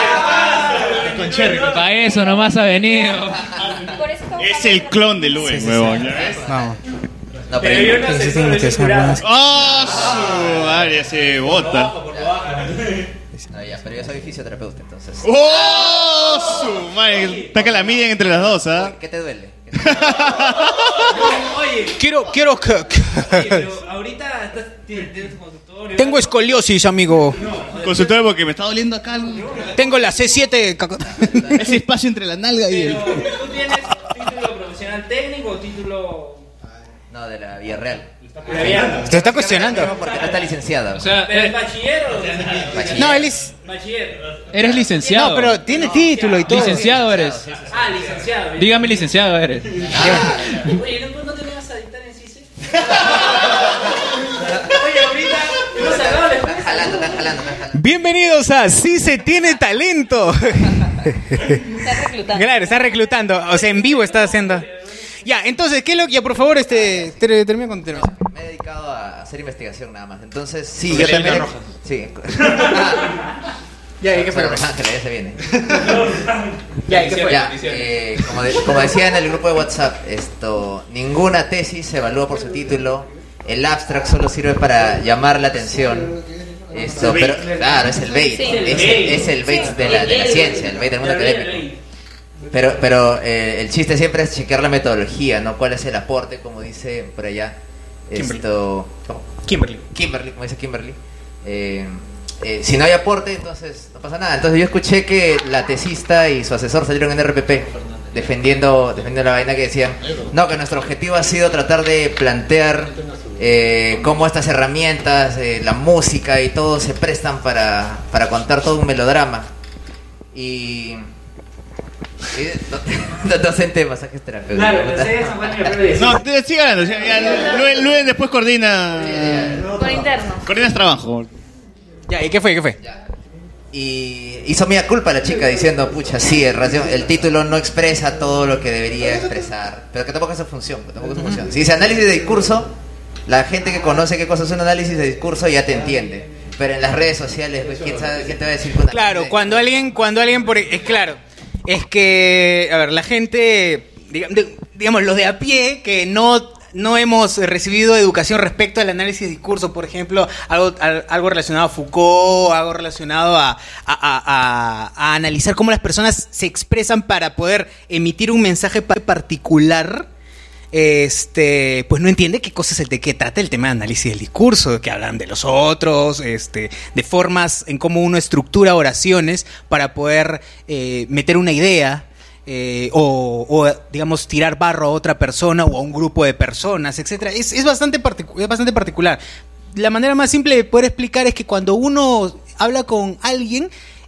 Con Cherry. Para eso nomás ha venido. Por eso Es el clon de Luen, huevón. ¿ya ves? Vamos. No, Pero pero yo yo, no Sí, sí, asesoro, sí, yo que soy sea jurado. buenas. ¡Oh, su madre! Se bota. no, ya, pero yo soy fisioterapeuta, entonces. ¡Oh, su madre! Está que la miden entre las dos, ¿ah? ¿Qué te duele? Oye, Quiero, quiero que... oye, pero ahorita estás, tienes, tienes tu consultorio. Tengo escoliosis, amigo. Consultorio porque me está doliendo acá el- Tengo la C siete. Ese espacio entre la nalga y el. Pero tú tienes título profesional técnico o título No, de la Villarreal. abierto. Te está cuestionando. No, porque no está licenciada. O sea, Pero es eh, bachiller o Bachiller. No, él es... bachiller. eres licenciado. No, pero tiene título y todo. Licenciado eres. Ah, licenciado. bien. Dígame licenciado eres. Oye, ¿no, no te vas a dictar en CICE? Oye, ahorita hemos sacado la Están jalando, están jalando, están jalando. Bienvenidos a Sí se tiene talento. Está reclutando. Claro, está reclutando. O sea, en vivo está haciendo. Ya, entonces, ¿qué es lo que... Ya, por favor, este... ter- termina con termina. Me he dedicado a hacer investigación nada más. Entonces, sí, Sobre yo Sheila también. Rojas. Sí. Ya, ¿y qué fue? Sobre Los Ángeles, ya se viene. Ya, ¿y qué fue? Ya, eh, como, de- como decía en el grupo de WhatsApp, esto, ninguna tesis se evalúa por su título. El abstract solo sirve para llamar la atención. Esto, pero claro, es el bait, Sí. es, el, es el bait de la, de la ciencia, el bait del mundo académico. Pero, pero eh, el chiste siempre es chequear la metodología, ¿no? ¿Cuál es el aporte, como dice por allá? Esto, ¿cómo? Kimberly. Kimberly, como dice Kimberly. Eh, eh, si no hay aporte, entonces no pasa nada. Entonces yo escuché que la tesista y su asesor salieron en R P P defendiendo, defendiendo la vaina que decían, no, que nuestro objetivo ha sido tratar de plantear eh, cómo estas herramientas, eh, la música y todo se prestan para, para contar todo un melodrama. Y... y do- docente de masajes terapéuticos. Claro, pero sé eso, bueno, yo creo que sí. No, te- siga hablando. siga- ya, Luen, Luen después coordina. Por interno. Coordinas trabajo. Ya, ¿y qué fue? ¿Qué fue? Y hizo mea culpa la chica diciendo, pucha, sí, el, radio- el título no expresa todo lo que debería expresar. Pero que tampoco es su función, que tampoco es su función. Si dice análisis de discurso, la gente que conoce qué cosa es un análisis de discurso ya te entiende. Pero en las redes sociales, pues, ¿quién sabe quién te va a decir? Puta, Claro, eh, cuando alguien, cuando alguien por, es claro, es que, a ver, la gente, diga- de- digamos, los de a pie que no, no hemos recibido educación respecto al análisis de discurso, por ejemplo, algo, al- algo relacionado a Foucault, algo relacionado a, a, a- a- a analizar cómo las personas se expresan para poder emitir un mensaje pa- particular. Este, pues no entiende qué cosa es el de qué trata el tema de análisis del discurso, que hablan de los otros, este, de formas en cómo uno estructura oraciones para poder eh, meter una idea eh, o, o, digamos, tirar barro a otra persona o a un grupo de personas, etcétera. Es, es bastante particu- es bastante particular. La manera más simple de poder explicar es que cuando uno habla con alguien,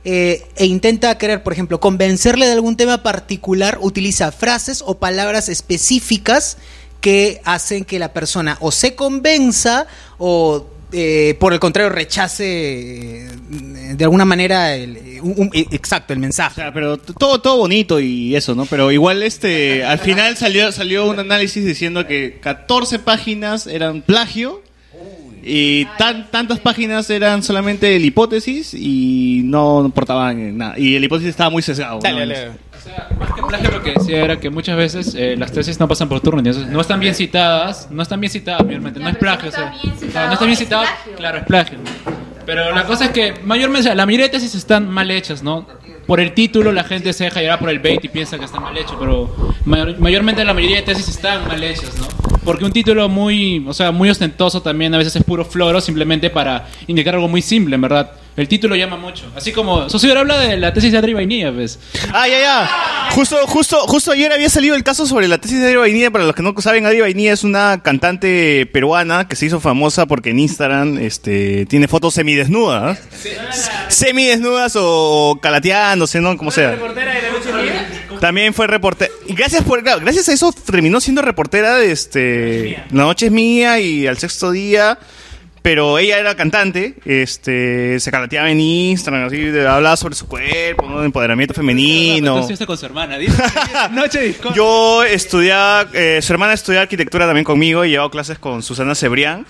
eh, e intenta querer, por ejemplo, convencerle de algún tema particular, utiliza frases o palabras específicas que hacen que la persona o se convenza o eh, por el contrario rechace eh, de alguna manera el, un, un, exacto el mensaje. O sea, pero todo todo bonito y eso, ¿no? Pero igual este al final salió salió un análisis diciendo que catorce páginas eran plagio y tan, tantas páginas eran solamente el hipótesis y no portaban nada. Y el hipótesis estaba muy sesgado. Dale, ¿no? dale. O sea, más que plagio, lo que decía era que muchas veces eh, las tesis no pasan por turno, entonces no están bien citadas, no están bien citadas, mayormente, no es plagio, o sea, no, no está bien citado, claro, es plagio. Pero la cosa es que mayormente, o sea, la mayoría de tesis están mal hechas, ¿no? Por el título la gente se deja llevar por el bait y piensa que está mal hecho, pero mayor, mayormente la mayoría de tesis están mal hechas, ¿no? Porque un título muy, o sea, muy ostentoso también a veces es puro floro simplemente para indicar algo muy simple, en verdad. El título llama mucho. Así como Socio habla de la tesis de Adri Vainilla, pues. Ah, ya, ya. Justo, justo, justo ayer había salido el caso sobre la tesis de Adri Vainilla. Para los que no saben, Adri Vainilla es una cantante peruana que se hizo famosa porque en Instagram este, tiene fotos semidesnudas. ¿eh? Semidesnudas o calateándose, ¿no? Como sea. ¿Reportera de la noche mía? También fue reportera. Y gracias por, claro, gracias a eso terminó siendo reportera de este La Noche es Mía y Al Sexto Día. Pero ella era cantante, este, se calateaba en Instagram, así, hablaba sobre su cuerpo, ¿no? Empoderamiento femenino. Entonces está con su hermana, dice. Noche disco. Yo estudiaba, eh, su hermana estudiaba arquitectura también conmigo y llevaba clases con Susana Cebrián.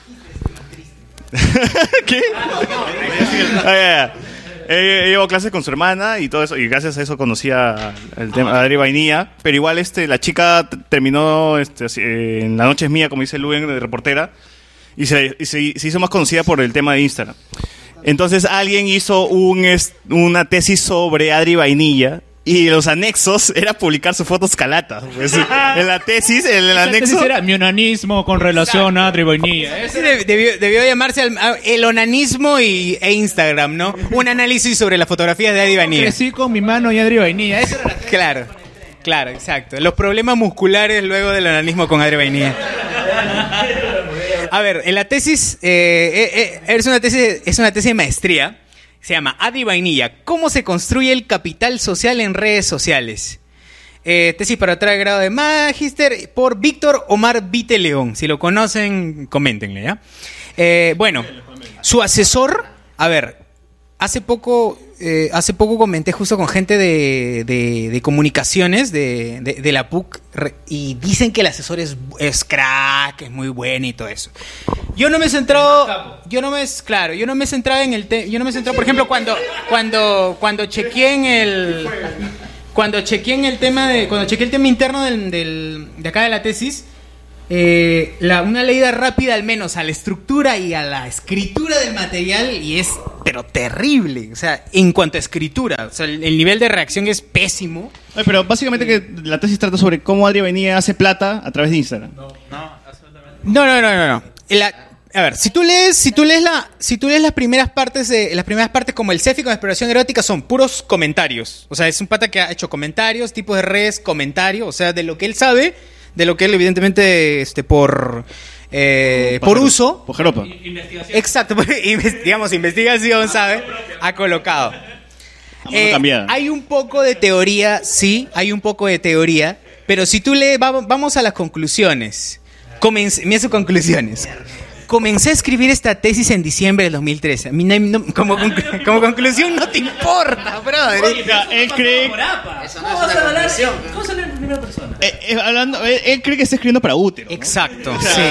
¿Qué? Ah, ya, ya. Eh, llevo clases con su hermana y todo eso, y gracias a eso conocía el tema, a Adri Vainilla, pero igual este, la chica t- terminó este, así, eh, en La Noche es Mía, como dice Luen, de reportera, y, se, y se, se hizo más conocida por el tema de Instagram. Entonces alguien hizo un, es, una tesis sobre Adri Vainilla, y los anexos era publicar sus fotos calatas. Pues, en la tesis, en el Esa anexo... tesis era mi onanismo con relación a Adri Vainilla. Ese de- debió, debió llamarse el, el onanismo y, e Instagram, ¿no? Un análisis sobre las fotografías de Adri Vainilla. Crecí con mi mano y Adri Vainilla. Esa era la tesis. Claro, claro, exacto. Los problemas musculares luego del onanismo con Adri Vainilla. A ver, en la tesis, eh, eh, eh, es una tesis, es una tesis de maestría. Se llama Adri Vainilla, ¿cómo se construye el capital social en redes sociales? Eh, tesis para traer grado de magíster por Víctor Omar Vite León. Si lo conocen, coméntenle, ¿ya? Eh, bueno, su asesor, a ver, hace poco, eh, hace poco comenté justo con gente de, de, de comunicaciones de, de, de la P U C re- y dicen que el asesor es, es crack, es muy bueno y todo eso. Yo no me he centrado, yo no me, claro, yo no me he centrado en el tema, yo no me he centrado, por ejemplo, cuando, cuando, cuando chequeé en el, cuando chequeé en el tema de, cuando chequeé el tema interno del, del de acá de la tesis, eh, la, una leída rápida al menos a la estructura y a la escritura del material y es, pero terrible, o sea, en cuanto a escritura, o sea, el, el nivel de reacción es pésimo. Oye, pero básicamente que la tesis trata sobre cómo Adri Vainilla hace plata a través de Instagram. No, absolutamente. No, no, no, no, no. La- a ver, si tú lees, si tú lees la, si tú lees las primeras partes de, las primeras partes como el Cefi con exploración erótica son puros comentarios. O sea, es un pata que ha hecho comentarios, tipos de redes, comentario, o sea, de lo que él sabe, de lo que él evidentemente, este, por, eh, por uso. Por jeropa. Investigación. Exacto, por- inves- digamos, investigación, ¿sabe? Ha colocado. Eh, cambiada. hay un poco de teoría, sí, hay un poco de teoría, pero si tú lees, vamos, vamos a las conclusiones. Comencé, mira sus conclusiones. Comencé a escribir esta tesis en diciembre del dos mil trece. A mí no, no- como, conclu- como conclusión no te importa, brother. O sea, él cree, Por APA. Eso no ¿Cómo es vas una a hablar? conclusión. ¿Cómo se habla en primera persona? eh, eh, hablando, él, él cree que está escribiendo para útero. ¿no? Exacto, sí.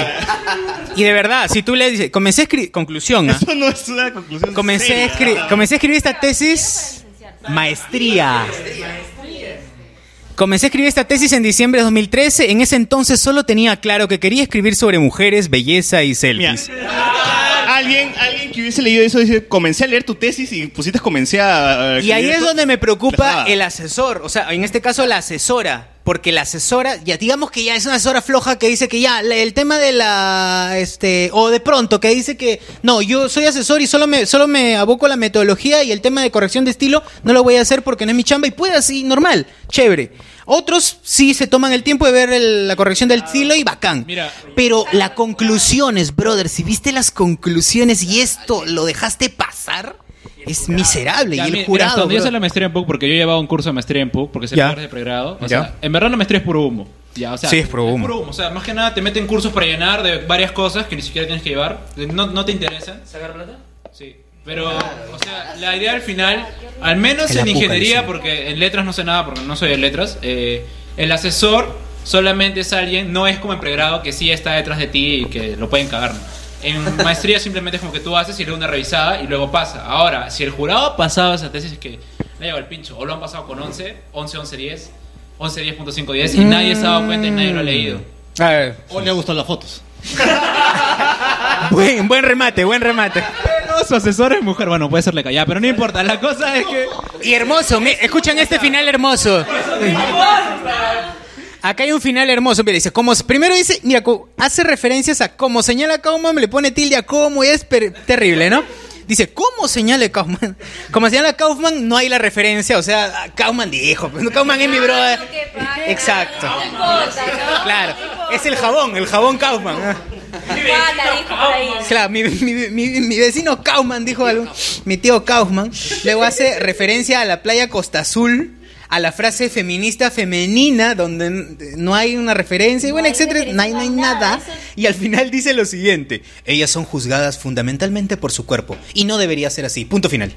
Y de verdad, si tú lees, dice, comencé a escribir, conclusión, ¿ah? Eso no es una conclusión. Comencé a, seria. escri- comencé a escribir esta tesis, maestría. Comencé a escribir esta tesis en diciembre de dos mil trece. En ese entonces solo tenía claro que quería escribir sobre mujeres, belleza y Mira, selfies. alguien, alguien que hubiese leído eso dice, comencé a leer tu tesis y pusiste comencé a... a Y ahí escribir es esto. donde me preocupa Dejaba. el asesor, o sea, en este caso la asesora, porque la asesora, ya digamos que ya es una asesora floja que dice que ya la- el tema de la, este, o de pronto que dice que no, yo soy asesor y solo me, solo me aboco a la metodología y el tema de corrección de estilo no lo voy a hacer porque no es mi chamba y puede así, normal, chévere. Otros sí se toman el tiempo de ver el- la corrección del estilo y bacán. Mira. Pero las conclusiones, brother, si viste las conclusiones y esto lo dejaste pasar, es miserable. Ya, y el mira, jurado. Cuando yo bro. hice la maestría en P U C, porque yo llevaba un curso de maestría en P U C, porque se Ya. pierde de pregrado. O Ya. sea, en verdad la maestría es puro humo. Ya, o sea, Sí, es puro humo. O sea, más que nada te meten cursos para llenar de varias cosas que ni siquiera tienes que llevar. No, no te interesan. ¿Sacar plata? Sí. Pero, o sea, la idea al final, al menos En la en P U C, ingeniería, sí. porque en letras no sé nada, porque no soy de letras, eh, el asesor solamente es alguien, no es como en pregrado que sí está detrás de ti y que lo pueden cagar, ¿no? En maestría simplemente es como que tú haces y luego una revisada y luego pasa. Ahora, si el jurado ha pasado esa tesis, es que le lleva el pincho, o lo han pasado con once, once, once, diez, once, diez punto cinco, diez y nadie se ha dado cuenta y nadie lo ha leído. A ver. O le gustan las fotos. Buen, buen remate, buen remate. No, su asesor es mujer, bueno, puede serle callada, pero no importa, la cosa es que... Y hermoso, mi- escuchan este final hermoso. Acá hay un final hermoso, mira, dice, como, primero dice, mira, co- hace referencias a cómo señala Kaufman, le pone tilde a cómo y es per- terrible, ¿no? Dice, ¿cómo señala Kaufman? Como señala Kaufman, no hay la referencia, o sea, Kaufman dijo, pues, Kaufman es mi brother. Exacto. No importa, ¿no? Claro, es el jabón, el jabón Kaufman. ¿no? Pata, dijo por ahí. Claro, mi, mi, mi, mi vecino Kaufman dijo algo, mi tío Kaufman, luego hace referencia a la playa Costa Azul, a la frase feminista femenina, donde no hay una referencia, y bueno, hay etcétera, no hay, no hay referencia a nada, nada, eso- y al final dice lo siguiente, ellas son juzgadas fundamentalmente por su cuerpo, y no debería ser así, punto final.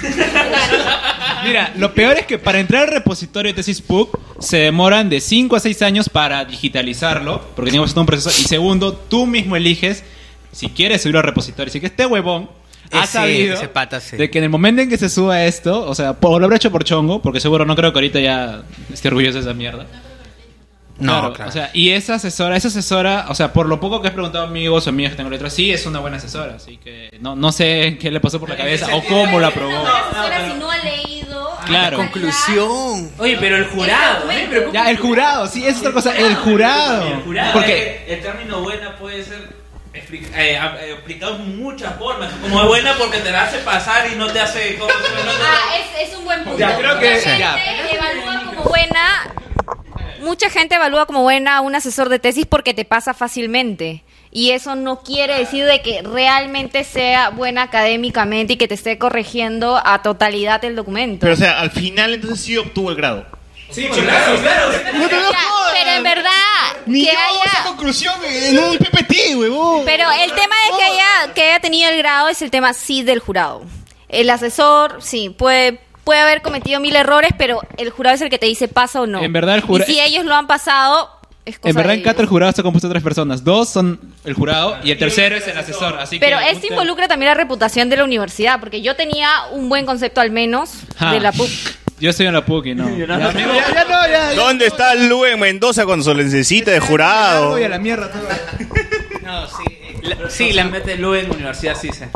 Mira, lo peor es que para entrar al repositorio de tesis P U C se demoran de cinco a seis años para digitalizarlo, porque tenemos todo un proceso, y segundo, tú mismo eliges si quieres subirlo al repositorio, así que este huevón ha Ese- sabido ese pata, sí. de que en el momento en que se suba esto, o sea, por, lo habrá hecho por chongo, porque seguro no creo que ahorita ya esté orgulloso de esa mierda. No, claro. O sea, y esa asesora, esa asesora, o sea, por lo poco que has preguntado a amigos o amigas que tengo letras, sí es una buena asesora, así que no, no sé qué le pasó por la cabeza o cómo la aprobó. Ahora, si no ha leído. Claro. Conclusión. Oye, pero el jurado, ¿eh? Pero Ya, el jurado, sí, es otra cosa, el jurado. El jurado, Porque eh, el término buena puede ser expli- eh, a- eh, explicado en muchas formas. Como es buena porque te la hace pasar y no te hace... ¿cómo se llama? No te- Ah, es, es un buen punto. Ya, creo que- Mucha gente ya. evalúa como buena. Mucha gente evalúa como buena a un asesor de tesis porque te pasa fácilmente. Y eso no quiere decir de que realmente sea buena académicamente y que te esté corrigiendo a totalidad el documento. Pero o sea, al final entonces sí obtuvo el grado. Sí, claro, claro. No te lo Ya, jodas. pero en verdad Ni que yo hago esa haya... conclusión en un P P T, huevón. Pero el tema de que haya, que haya tenido el grado es el tema sí del jurado. El asesor, sí, puede, puede haber cometido mil errores, pero el jurado es el que te dice pasa o no. En verdad el jura- Y si ellos lo han pasado, es cosa en verdad de en Cata el ellos. jurado está compuesto de tres personas. Dos son el jurado y el tercero es el asesor. Así Pero que esto involucra también la reputación de la universidad, porque yo tenía un buen concepto al menos Ja. de la P U C. Yo estoy en la P U C y no. Ya, amigo, Ya, ya no, ya. ya. ¿Dónde está Luen Mendoza con su lensecita de jurado? Voy a la mierda todo. No, sí. La, sí, la mete Lu en Universidad CISE.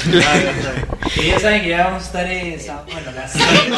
Que ya saben que ya vamos a estar en San... Bueno, las...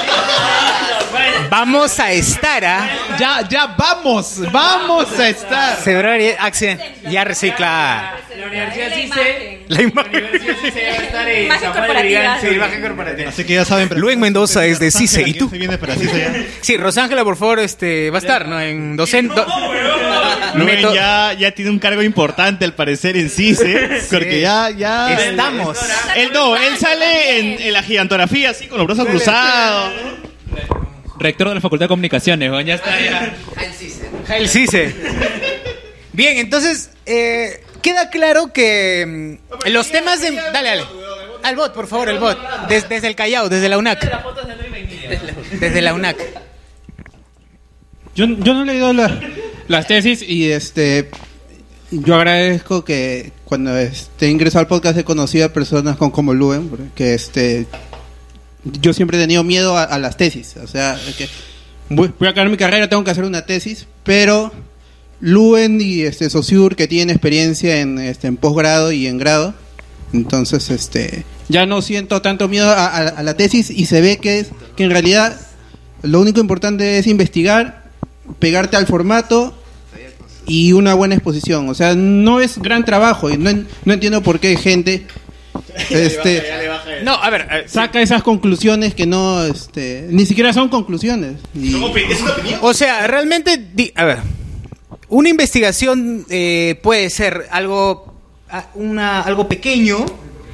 Vamos a estar, ¿ah? Ya, ya vamos, vamos a estar. Februario, acción. Ya recicla. La Universidad La CISE... imagen. La imagen. La Universidad CISE va a estar en Imagen San Juan de corporativa. Briganti. Sí, imagen corporativa. Así que ya saben. pero- Luen Mendoza es de CICE, ¿y tú? Se viene para CICE ya. Sí, Rosángela, por favor, este, va a estar, ¿no? En docente. do- Luen meto- ya, ya tiene un cargo importante al parecer en CICE. Porque ya, ya. Estamos. Él no, él sale en, en la gigantografía así con los brazos cruzados. rector de la Facultad de Comunicaciones, weón, ya está ya. Jail Cise. Bien, entonces, eh, queda claro que mm, los temas de... Dale, dale. Al bot, por favor, el bot. Des- desde el Callao, desde la UNAC. Desde la UNAC. Yo, yo no he leído la- las tesis y este yo agradezco que cuando este ingresé al podcast he conocido a personas con, como Luen, porque este yo siempre he tenido miedo a, a las tesis, o sea, que voy, voy a acabar mi carrera, tengo que hacer una tesis, pero Luen y este Saussure, que tienen experiencia en este en posgrado y en grado, entonces este ya no siento tanto miedo a, a- a la tesis y se ve que es que en realidad lo único importante es investigar, pegarte al formato y una buena exposición. O sea, no es gran trabajo y no, en- no entiendo por qué gente este No, a ver, eh, saca esas conclusiones que no este ni siquiera son conclusiones. Y- o sea, realmente, di- a ver, una investigación eh, puede ser algo, a- una, algo pequeño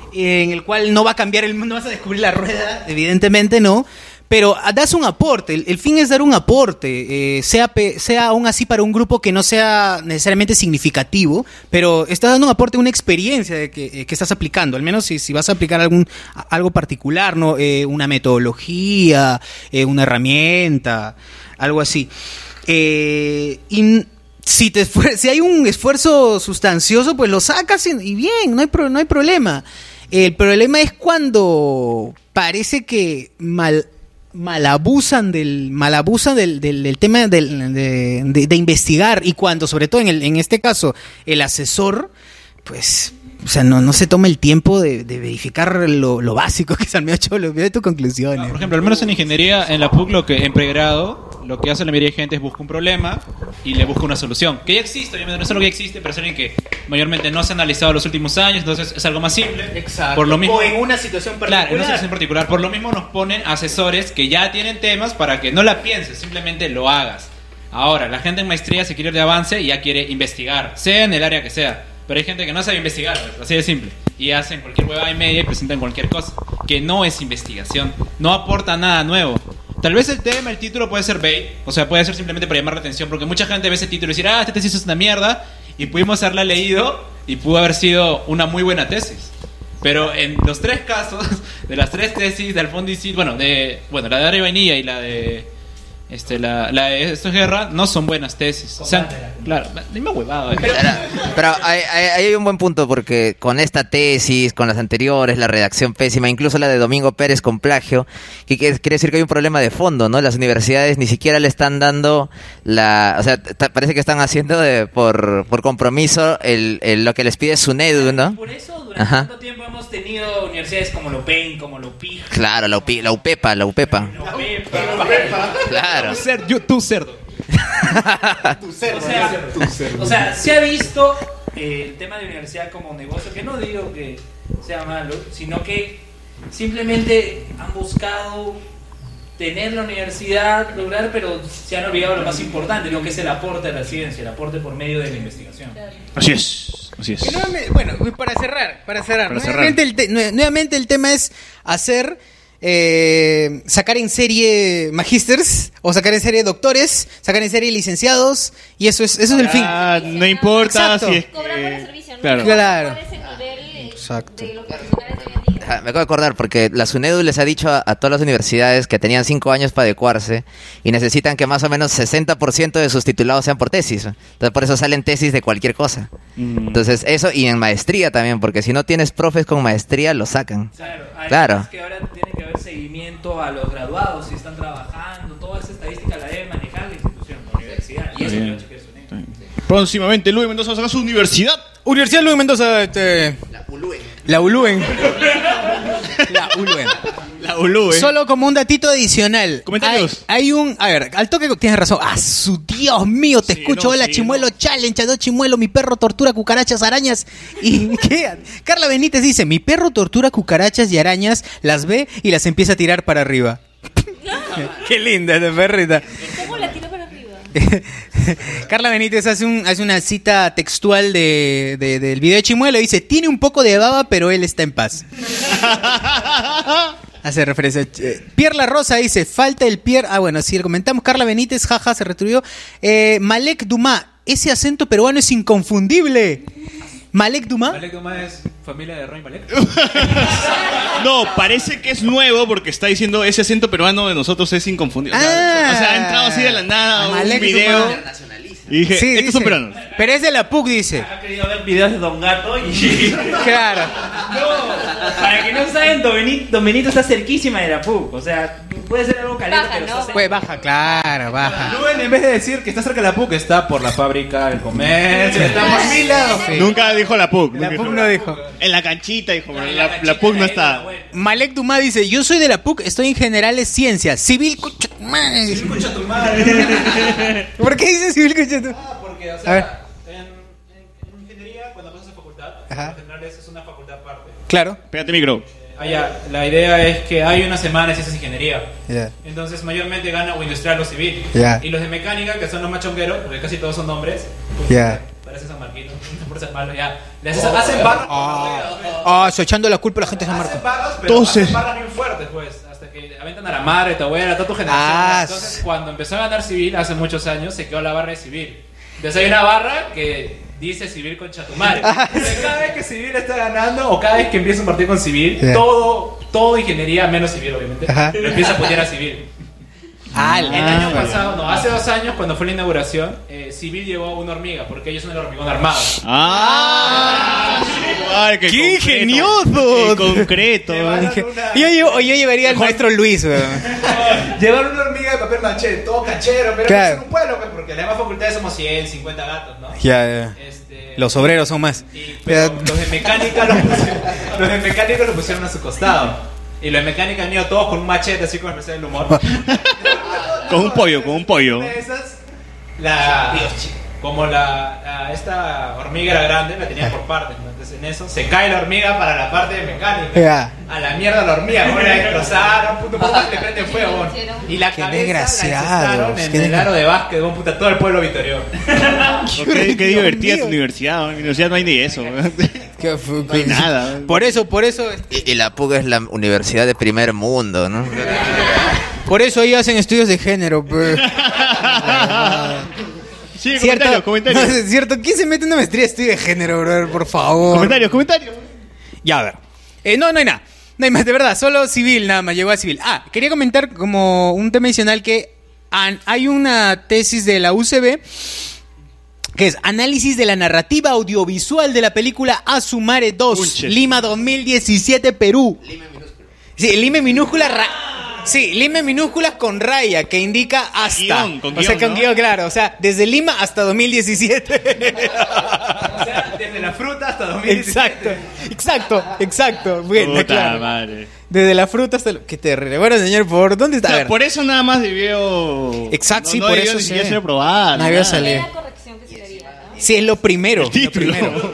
en el cual no va a cambiar el mundo, no vas a descubrir la rueda, evidentemente no. Pero das un aporte, el, el fin es dar un aporte, eh, sea, pe, sea aún así para un grupo que no sea necesariamente significativo, pero estás dando un aporte, una experiencia de que, eh, que estás aplicando, al menos si, si vas a aplicar algún algo particular, ¿no? Eh, una metodología, eh, una herramienta, algo así. Eh, y si, te, si hay un esfuerzo sustancioso, pues lo sacas y, y bien, no hay, pro, no hay problema. El problema es cuando parece que mal... malabusan del malabusan del, del, del tema del, de, de, de investigar, y cuando sobre todo en, el, en este caso el asesor pues o sea no, no se toma el tiempo de, de verificar lo, lo básico que es al medio cholo, ve tus conclusiones. No, por ejemplo, al menos en ingeniería, en la P U C, lo que en pregrado lo que hace la mayoría de gente es busca un problema y le busca una solución que ya existe, obviamente no es algo que existe, pero es alguien que mayormente no se ha analizado en los últimos años, entonces es algo más simple. Exacto. Por lo mismo, o en una situación particular. Claro, en una situación particular. Por lo mismo nos ponen asesores que ya tienen temas para que no la pienses, simplemente lo hagas. Ahora, la gente en maestría se quiere ir de avance y ya quiere investigar, sea en el área que sea. Pero hay gente que no sabe investigar, así de simple. Y hacen cualquier huevada y media y presentan cualquier cosa, que no es investigación, no aporta nada nuevo. Tal vez el tema, el título puede ser bait, o sea, puede ser simplemente para llamar la atención, porque mucha gente ve ese título y dice, ah, esta tesis es una mierda, y pudimos haberla leído y pudo haber sido una muy buena tesis. Pero en los tres casos, de las tres tesis de Alfonso Isidro, bueno, de, bueno, la de Ari Vainilla y la de este, la, la de Esto es Guerra, no son buenas tesis. O sea, claro, dime huevado. Pero, pero hay, hay, hay un buen punto, porque con esta tesis, con las anteriores, la redacción pésima, incluso la de Domingo Pérez con plagio, que quiere decir que hay un problema de fondo, ¿no? Las universidades ni siquiera le están dando la... O sea, t- parece que están haciendo de, por, por compromiso el, el, lo que les pide SUNEDU, ¿no? Por eso durante Ajá. tanto tiempo hemos tenido universidades como la UPEN, como la UPIG. Claro, la, UPI, la UPEPA, la UPEPA. La UPEPA. La UPEPA. Claro. Tu cer- yo- tu cerdo. O sea, o sea, se ha visto eh, el tema de universidad como negocio, que no digo que sea malo, sino que simplemente han buscado tener la universidad, lograr, pero se han olvidado lo más importante, lo que es el aporte a la ciencia, el aporte por medio de la investigación. Así es, así es. Y nuevamente, bueno, para cerrar, para cerrar, Para nuevamente, El te- nue- nuevamente el tema es hacer, eh, sacar en serie magísters, o sacar en serie doctores, sacar en serie licenciados, y eso es, eso es el fin. Ah, no importa Exacto. si es Cobrar por el que... servicio, ¿no? Claro. Claro. ¿Cuál es el nivel eh, Exacto. de los profesionales de hoy en día? Ah, me acabo de acordar, porque la SUNEDU les ha dicho a, a todas las universidades que tenían cinco años para adecuarse y necesitan que más o menos sesenta por ciento de sus titulados sean por tesis. Entonces, por eso salen tesis de cualquier cosa. Mm. Entonces, eso, y en maestría también, porque si no tienes profes con maestría, lo sacan. Claro, además Claro. que ahora tiene que haber seguimiento a los graduados, si están trabajando, toda esa estadística la debe manejar la institución, la universidad, y eso Bien. lo ha hecho que es un hecho. Próximamente Luis Mendoza va a sacar su universidad. Universidad Luis Mendoza, este... La Uluen. La Uluen. La Uluen. La Ulu, eh. Solo como un datito adicional. Comentarios. Hay, hay un... A ver, al toque tienes razón. ¡Ah, su Dios mío! Te Sí, escucho. no, Hola, sí, Chimuelo Challenge. Dos Chimuelo. Mi perro tortura cucarachas, arañas. ¿Y qué? Carla Benítez dice, mi perro tortura cucarachas y arañas, las ve y las empieza a tirar para arriba. Qué linda esta perrita. ¿Cómo la tiro para arriba? Carla Benítez hace, un, hace una cita textual de, de- del video de Chimuelo y dice, tiene un poco de baba, pero él está en paz. Hace referencia. eh, Pierre La Rosa dice, falta el Pierre... Ah, bueno, si le comentamos, Carla Benítez, jaja, se retribuyó. Eh, Malek Dumas, ese acento peruano es inconfundible. Malek Dumas. Malek Dumas es familia de Roy Malek. No, parece que es nuevo porque está diciendo ese acento peruano de nosotros es inconfundible. O sea, Ah. o sea, ha entrado así de la nada a un Malek video Dumas. y dije, Sí, estos dice. son peruanos. Pero es de la P U C, dice. Ha querido ver videos de Don Gato y... Claro. No, para que no saben, Don Benito, Don Benito está cerquísima de la P U C, o sea, puede ser algo caliente, Baja, pero ¿no? está cerca. Pues baja, claro, baja. Luen, en vez de decir que está cerca de la P U C, está por la fábrica, el comercio, está por mil lados. Sí. Nunca dijo la P U C. La nunca P U C dijo. no dijo. En la canchita, dijo. En La, canchita la P U C no de está. la web. Malek Dumas dice, yo soy de la P U C, estoy en generales ciencias. Civil, concha tu madre. Escucha tu madre. ¿Por qué dice civil, concha tu Ah, porque, o A ver. sea, en, en, en ingeniería, cuando pasas a facultad, Ajá. en general esa es una facultad aparte. Claro. Pégate micro. Ah, ya, la idea es que hay una semana de ciencias de ingeniería. Ya. Entonces, mayormente gana o industrial o civil. Ya. Y los de mecánica, que son los machongueros, porque casi todos son hombres, Ya. para gracias a Marquino, por ser malo, ya. Le hacen, hacen barras. Ah, so echando la culpa a la gente de San Marcos. Hacen barras, pero Entonces- hacen barras bien fuertes, pues. Hasta que aventan a la madre, tu abuela, toda tu generación. Ah, Entonces, cuando empezó a ganar civil, hace muchos años, se quedó la barra de civil. Entonces hay una barra que dice civil con chatumare. Entonces, cada vez que civil está ganando, o cada vez que empieza un partido con civil, Yeah. todo, todo ingeniería, menos civil, obviamente, Ajá. lo empieza a putear a civil. Ah, El año vale. pasado, no, hace dos años, cuando fue la inauguración, eh, Civil llevó una hormiga, porque ellos son el hormigón armado. ¡Ah! Ay, ¡Qué concreto. ingenioso! Qué concreto. Yo, yo, yo llevaría al maestro Luis, weón. Llevaron una hormiga de papel maché, todo cachero, pero Claro. es un pueblo, pues, porque en la demás facultades somos cien, cincuenta gatos, ¿no? Ya, ya. Los obreros son más. Pero los de mecánica los pusieron, los de mecánica los pusieron a su costado. Y los de mecánica han ido todos con un machete, así como especial del humor. Con un pollo, con un pollo. Una de esas, la, como la, la- esta hormiga era grande, la tenía por partes, ¿no? Entonces en eso se cae la hormiga para la parte de mecánica. Ya. A la mierda la hormiga, ¿no? La destrozaron, puto, puto, le prende fuego, ¿no? Y la Qué cabeza desgraciados, la incrustaron en qué el desgra- aro de básquet, ¿no? Puta, todo el pueblo victorioso. Qué, qué divertida tu universidad. En mi universidad no hay ni eso. No hay nada. Por eso, por eso, Y, y la P U C es la universidad de primer mundo, ¿no? por eso ahí hacen estudios de género, pe. Sí, comentarios, comentarios. No, es cierto. ¿Quién se mete en una maestría de estudio de género, brother? Por favor. Comentarios, comentarios. Ya, a ver. Eh, no, no hay nada. No hay más, de verdad. Solo civil, nada más. Llegó a civil. Ah, quería comentar como un tema adicional que an- hay una tesis de la U C B que es análisis de la narrativa audiovisual de la película Asumare dos, Punches. Lima dos mil diecisiete, Perú. Sí, Lima en minúscula. ra- Sí, Lima en minúsculas con raya, que indica hasta. Guión, con o sea, guión, con ¿no? guión, claro. O sea, desde Lima hasta dos mil diecisiete. O sea, desde la fruta hasta dos mil diecisiete. Exacto, exacto, exacto. Bueno, Puta claro. madre. Desde la fruta hasta... Lo... Qué terrible. Bueno, señor, ¿por dónde está? O A sea, ver. por eso nada más debió. Exacto, no, sí, no por debió eso ni siquiera sí. ser aprobada. No debió nada. salir. La corrección que se daría, ¿no? Sí, es lo primero. El título. Lo primero.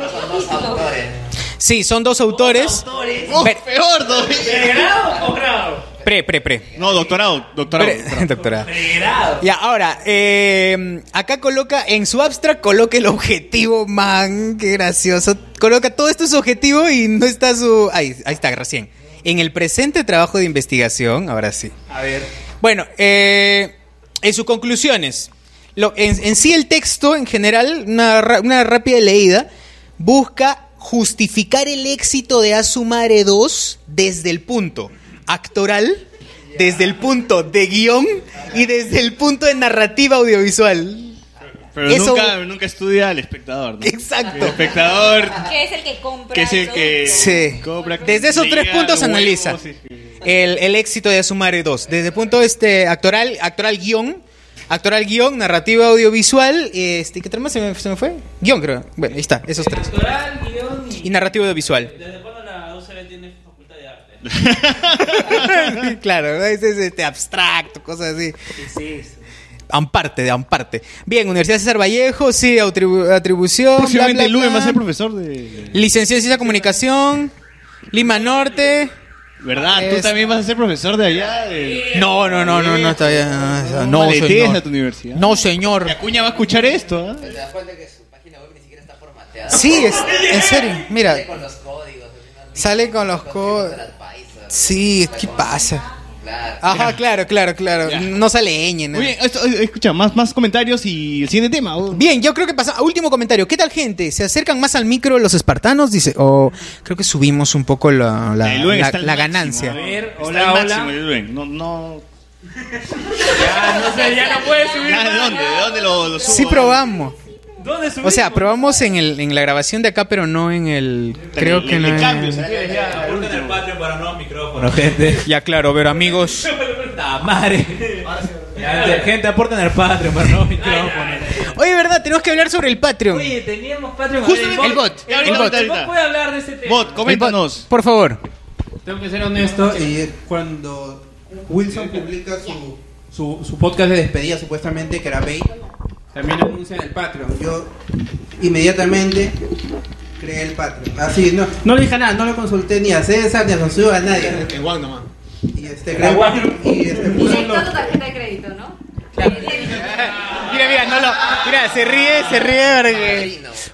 Sí, son dos autores. Oh, Ver- peor todavía. ¿Pregrado o grado? Pre, pre, pre. No, doctorado, doctorado. Pre- doctorado. Pregrado. Ya, ahora, eh, acá coloca, en su abstract coloca el objetivo, man, qué gracioso. Coloca todo esto su objetivo y no está su... Ahí, ahí está, recién. En el presente trabajo de investigación, ahora sí. A ver. Bueno, eh, en sus conclusiones, lo, en, en sí el texto en general, una, ra- una rápida leída, busca justificar el éxito de Asumare dos desde el punto actoral, desde el punto de guión y desde el punto de narrativa audiovisual. Pero Eso- nunca, nunca estudia al espectador, ¿no? Exacto. El espectador, Que es el que compra. que es el todo. que Sí. cobra. Desde esos tres liga, puntos huevos, analiza sí, sí. el, el éxito de Asumare dos. Desde el punto este, actoral, actoral guión, actoral guión, narrativa audiovisual, este, ¿qué tal más se me, se me fue? Guión, creo. Bueno, ahí está, esos tres. Actoral, guión y... Y narrativa audiovisual. ¿Desde cuándo la U C B tiene facultad de arte? Claro, es, es, este, abstracto, cosas así. Sí, sí. Amparte, de Amparte. Bien, Universidad César Vallejo, sí, atribu- atribución. Próximamente bla, bla, Luen va a bla. ser profesor de. Licenciado en Ciencia de Comunicación, Lima Norte. ¿Verdad? Tú Es- también vas a ser profesor de allá. De... No, no, no, no, no, está bien. No, no, maletees señor. a tu universidad. No, señor. Y Acuña va a escuchar esto, ¿ah? ¿Te das cuenta que su página web ni siquiera está formateada? Sí, es, en serio, mira. Sale con los códigos. Sale con los códigos. Sí, ¿qué pasa? Claro. Ajá, claro, claro, claro. Ya. No sale ñ, ¿no? Muy bien, esto- escucha, más, más comentarios y el siguiente tema. oh. Bien, yo creo que pasa. Último comentario. ¿Qué tal, gente? ¿Se acercan más al micro los espartanos? Dice. O creo que subimos un poco la, la, El Luen la- está al la máximo, ganancia. a ver, Está hola, al hola. máximo El Luen. No, no. Ya, no sé, ya no puedes subir Ya, ¿de más, dónde? ya. ¿De dónde lo, lo subo? Sí probamos. ¿Dónde subimos? O sea, probamos en, el, en la grabación de acá, pero no en el... Creo Le- que le no. cambio, en- o sea, Ya, ya, busquen el Patreon para nuevos micrófonos, gente. Ya, claro, pero amigos... ¡Ta madre! Ya, gente, aporten el Patreon para nuevos micrófonos. Oye, verdad, tenemos que hablar sobre el Patreon. Oye, teníamos Patreon. Justamente- El bot, Ya, el ahorita, bot. ahorita, El bot ahorita. puede hablar de ese tema. Bot, El bot, coméntanos. por favor. Tengo que ser honesto, y cuando Wilson publica su, su, su podcast de despedida, supuestamente, que era Bait, también anuncia en el Patreon. Yo inmediatamente creé el Patreon. Así, no, no le dije nada, no le consulté ni a César, ni a Josué, a nadie. En Juan nomás. Y este, creé, y este puse Directo los- a tu tarjeta de crédito, ¿no? Mira, mira, no lo... Mira, se ríe, se ríe porque...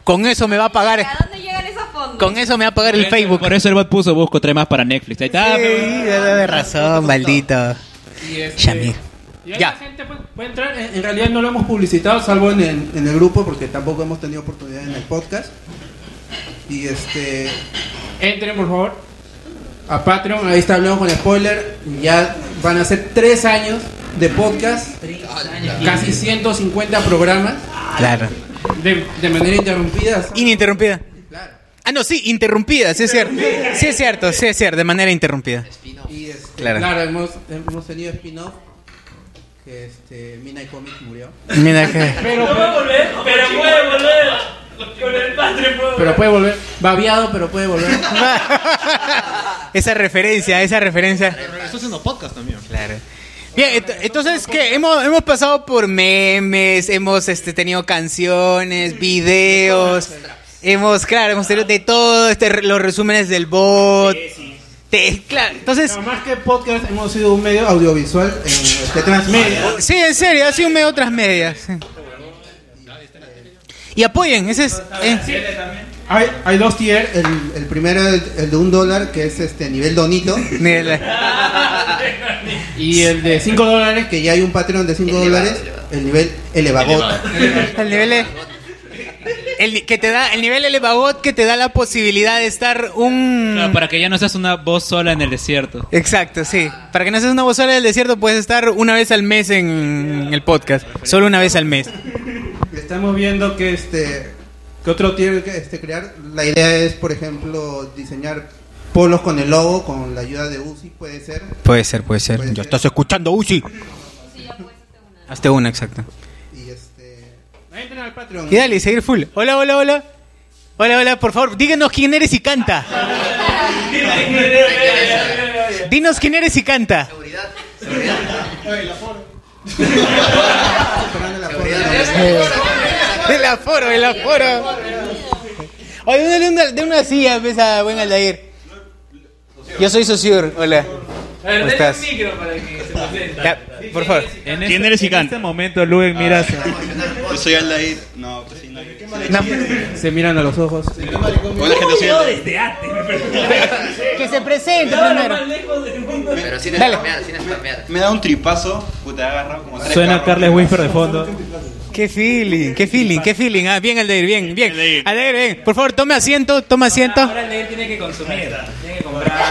Con eso me va a pagar. ¿A dónde llegan esos fondos? Con eso me va a pagar el Por eso- Facebook. Por eso el bot puso busco tres más para Netflix. Ahí está. Sí, de razón, maldito. Y este, Shamir. y ahí Ya. la gente puede, puede entrar. En, en realidad no lo hemos publicitado, salvo en el, en el grupo, porque tampoco hemos tenido oportunidad en el podcast. Y este. Entren, por favor, a Patreon. Ahí está, hablando con spoiler. Ya van a ser tres años de podcast. Casi ciento cincuenta programas. Claro. De, de manera interrumpida. Ininterrumpida. Ah, no, sí, interrumpida, sí es cierto. Sí es cierto, sí es cierto, de manera interrumpida. Y este, Claro. claro, hemos, hemos tenido spin-off. Que este, Midnight Comics murió. Mira que... Pero, No puede volver, pero puede volver. Con el Patreon puede pero volver. puede volver. Babeado, pero puede volver. esa referencia, esa referencia. Esto es un podcast también. Claro. Bien, ent- entonces, ¿qué? Hemos, hemos pasado por memes, hemos este, tenido canciones, videos, hemos, claro, hemos tenido de todo, este, los resúmenes del bot. Te- claro, entonces... No, más que podcast, hemos sido un medio audiovisual en este, transmedia. Sí, en serio, ha sido un medio transmedia. Sí. Y apoyen, ese es... eh. Hay, hay dos tier. El, el primero, el, el de un dólar, que es este nivel donito. Y el de cinco dólares, que ya hay un Patreon de cinco dólares. El nivel elevagot. El nivel e- el ni- que te da el nivel elevagot que te da la posibilidad de estar un Claro, para que ya no seas una voz sola en el desierto. Exacto, sí. Para que no seas una voz sola del desierto, puedes estar una vez al mes en el podcast. Solo una vez al mes. Estamos viendo que este que otro tier que este crear. La idea es, por ejemplo, diseñar polos con el logo, con la ayuda de Uzi, puede ser. Puede ser, puede ser. Ya estás escuchando, Uzi. Hazte una, exacto. Y este. Entren al Patreon. Y dale, seguir full. Hola, hola, hola. Hola, hola, por favor, díganos quién eres y canta. Dinos quién eres y canta. El aforo, el aforo. Oye, de una, de una silla, pesa buen Aldair. Yo soy Sociur, hola. A ver, ¿Cómo denle estás? un micro para que se presente. Ya, por favor. En ¿Quién este- eres y En canta? este momento, Luen, mira. Se, Yo soy Aldair. No, pues sí, no. Se miran a los ojos. Buena gente Yo siempre. desde antes me Que se presente Estaba lo primero. más lejos del mundo. Pero sin Dale. spamear, sin spamear. Me da un tripazo. Puta, he agarrado como tres Suena carros. Carles Whisper de fondo. Qué feeling, qué feeling, qué feeling. Ah, bien, Aldair, bien, bien. Aldair. Aldair, bien. Por favor, tome asiento, toma asiento. Ahora el de él tiene que consumir. Tiene que comprar.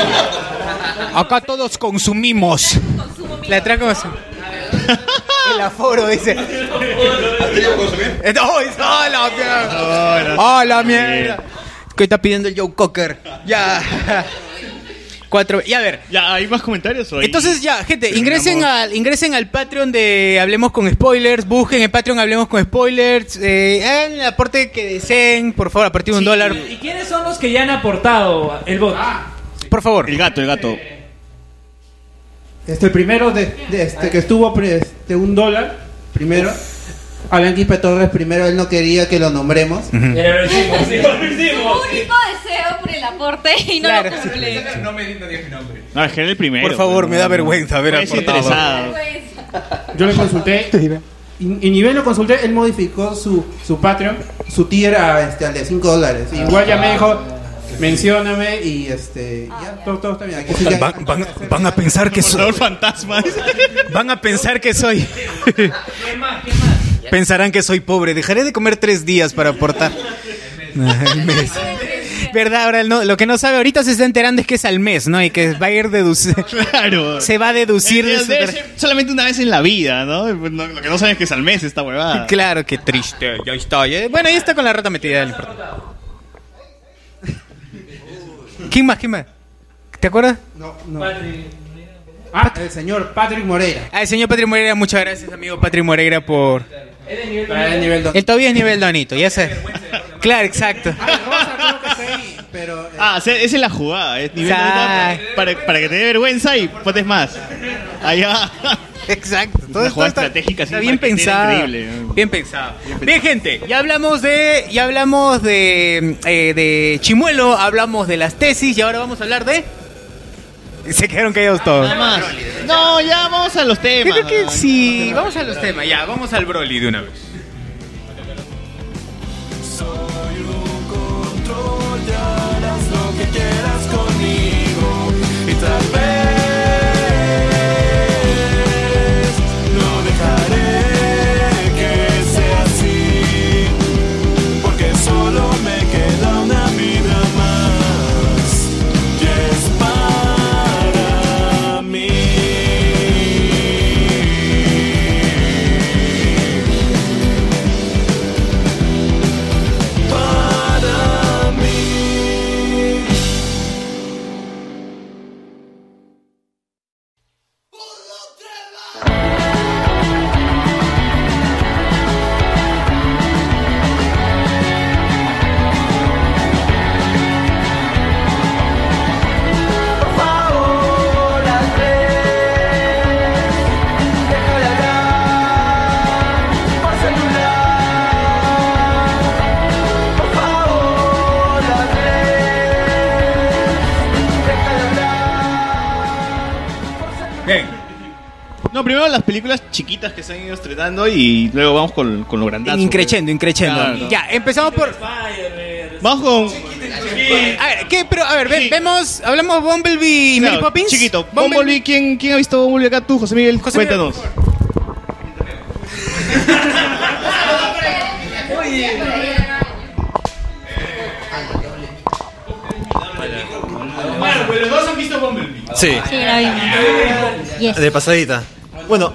Acá todos consumimos. La trago así. El aforo, dice. ¿Has tenido que consumir? Eh, ¡Oh, es- oh, la mierda! ¡Oh, la mierda! ¿Qué está pidiendo el Joe Cocker? Ya. Cuatro. Y a ver. Ya, ¿hay más comentarios o hay- Entonces ya, gente, terminamos? ingresen al, ingresen al Patreon de Hablemos con Spoilers, busquen el Patreon Hablemos con Spoilers, eh, hagan el aporte que deseen, por favor, a partir de un dólar, ¿Y quiénes son los que ya han aportado el bot? por favor. El gato, el gato. Este el primero de, de este que estuvo pre- este un dólar primero. Alan Quispe Torres primero, él no quería que lo nombremos. Ya lo hicimos, sí, lo hicimos. Único deseo por el aporte y no Claro. lo cumple. No me no dije mi nombre. No, es que era el primero. Por favor, pues, me no, da no. vergüenza haber Parece aportado. interesado. Yo le consulté y, y nivel lo consulté, él modificó su, su Patreon, su tier a este al de cinco dólares. Igual ya me dijo, mencióname y este ya todo, todo está bien. Aquí sí ya- Van, van- van a pensar que soy, Portador fantasma. van a pensar que soy, ¿Qué más? ¿Qué más? pensarán que soy pobre, dejaré de comer tres días para aportar. Al mes. Verdad, ahora no, lo que no sabe ahorita se está enterando es que es al mes, ¿no? Y que va a ir deducir, Claro. se va a deducir de Debe su... debe ser solamente una vez en la vida, ¿no? No, Lo que no saben es que es al mes esta huevada. Claro, qué triste. Ya está. ya- Bueno, ahí está con la rata metida. no importa. ¿Quién más? ¿Quién más? ¿Te acuerdas? No, no. Patrick. Ah, el señor Patrick Moreira. Ah, el señor Patrick Moreira, muchas gracias, amigo Patrick Moreira, por... Es de nivel Ah, el nivel dos. Él todavía es nivel donito, ya sé. Claro, exacto. Pero eh, Ah, o sea, esa es la jugada. Es nivel Exacto. de- para, para que te dé vergüenza y potes más. Allá. Exacto. Todo Una esto jugada está, estratégica, está así, bien marketing pensado. increíble. Bien pensado. Bien, gente, ya hablamos de ya hablamos de eh, de Chimuelo, hablamos de las tesis y ahora vamos a hablar de... Se quedaron callados todos. Nada más. No, ya vamos a los temas. Yo creo que sí, vamos a los temas, ya, vamos al Broly de una vez. Soy tal vez no dejaré que sea así, porque solo me queda una vida más y es para mí. Para mí. Por favor, Andrés, deja de hablar por celular. Por favor, Andrés, deja de hablar. Bien. No, primero las películas chiquitas que se han ido estrenando y luego vamos con, con lo grandazo. Increchendo, increchendo. Claro. Ya, empezamos por... Vamos con... A ver, ¿qué? Pero, a ver, ve- vemos, hablamos Bumblebee y Mary Claro, Poppins. chiquito. Bumblebee, ¿quién, ¿quién ha visto Bumblebee acá? Tú, José Miguel, José Miguel, cuéntanos. Bueno, pues los dos han visto Bumblebee. Sí. Sí, la vimos. Yes. De pasadita. Bueno.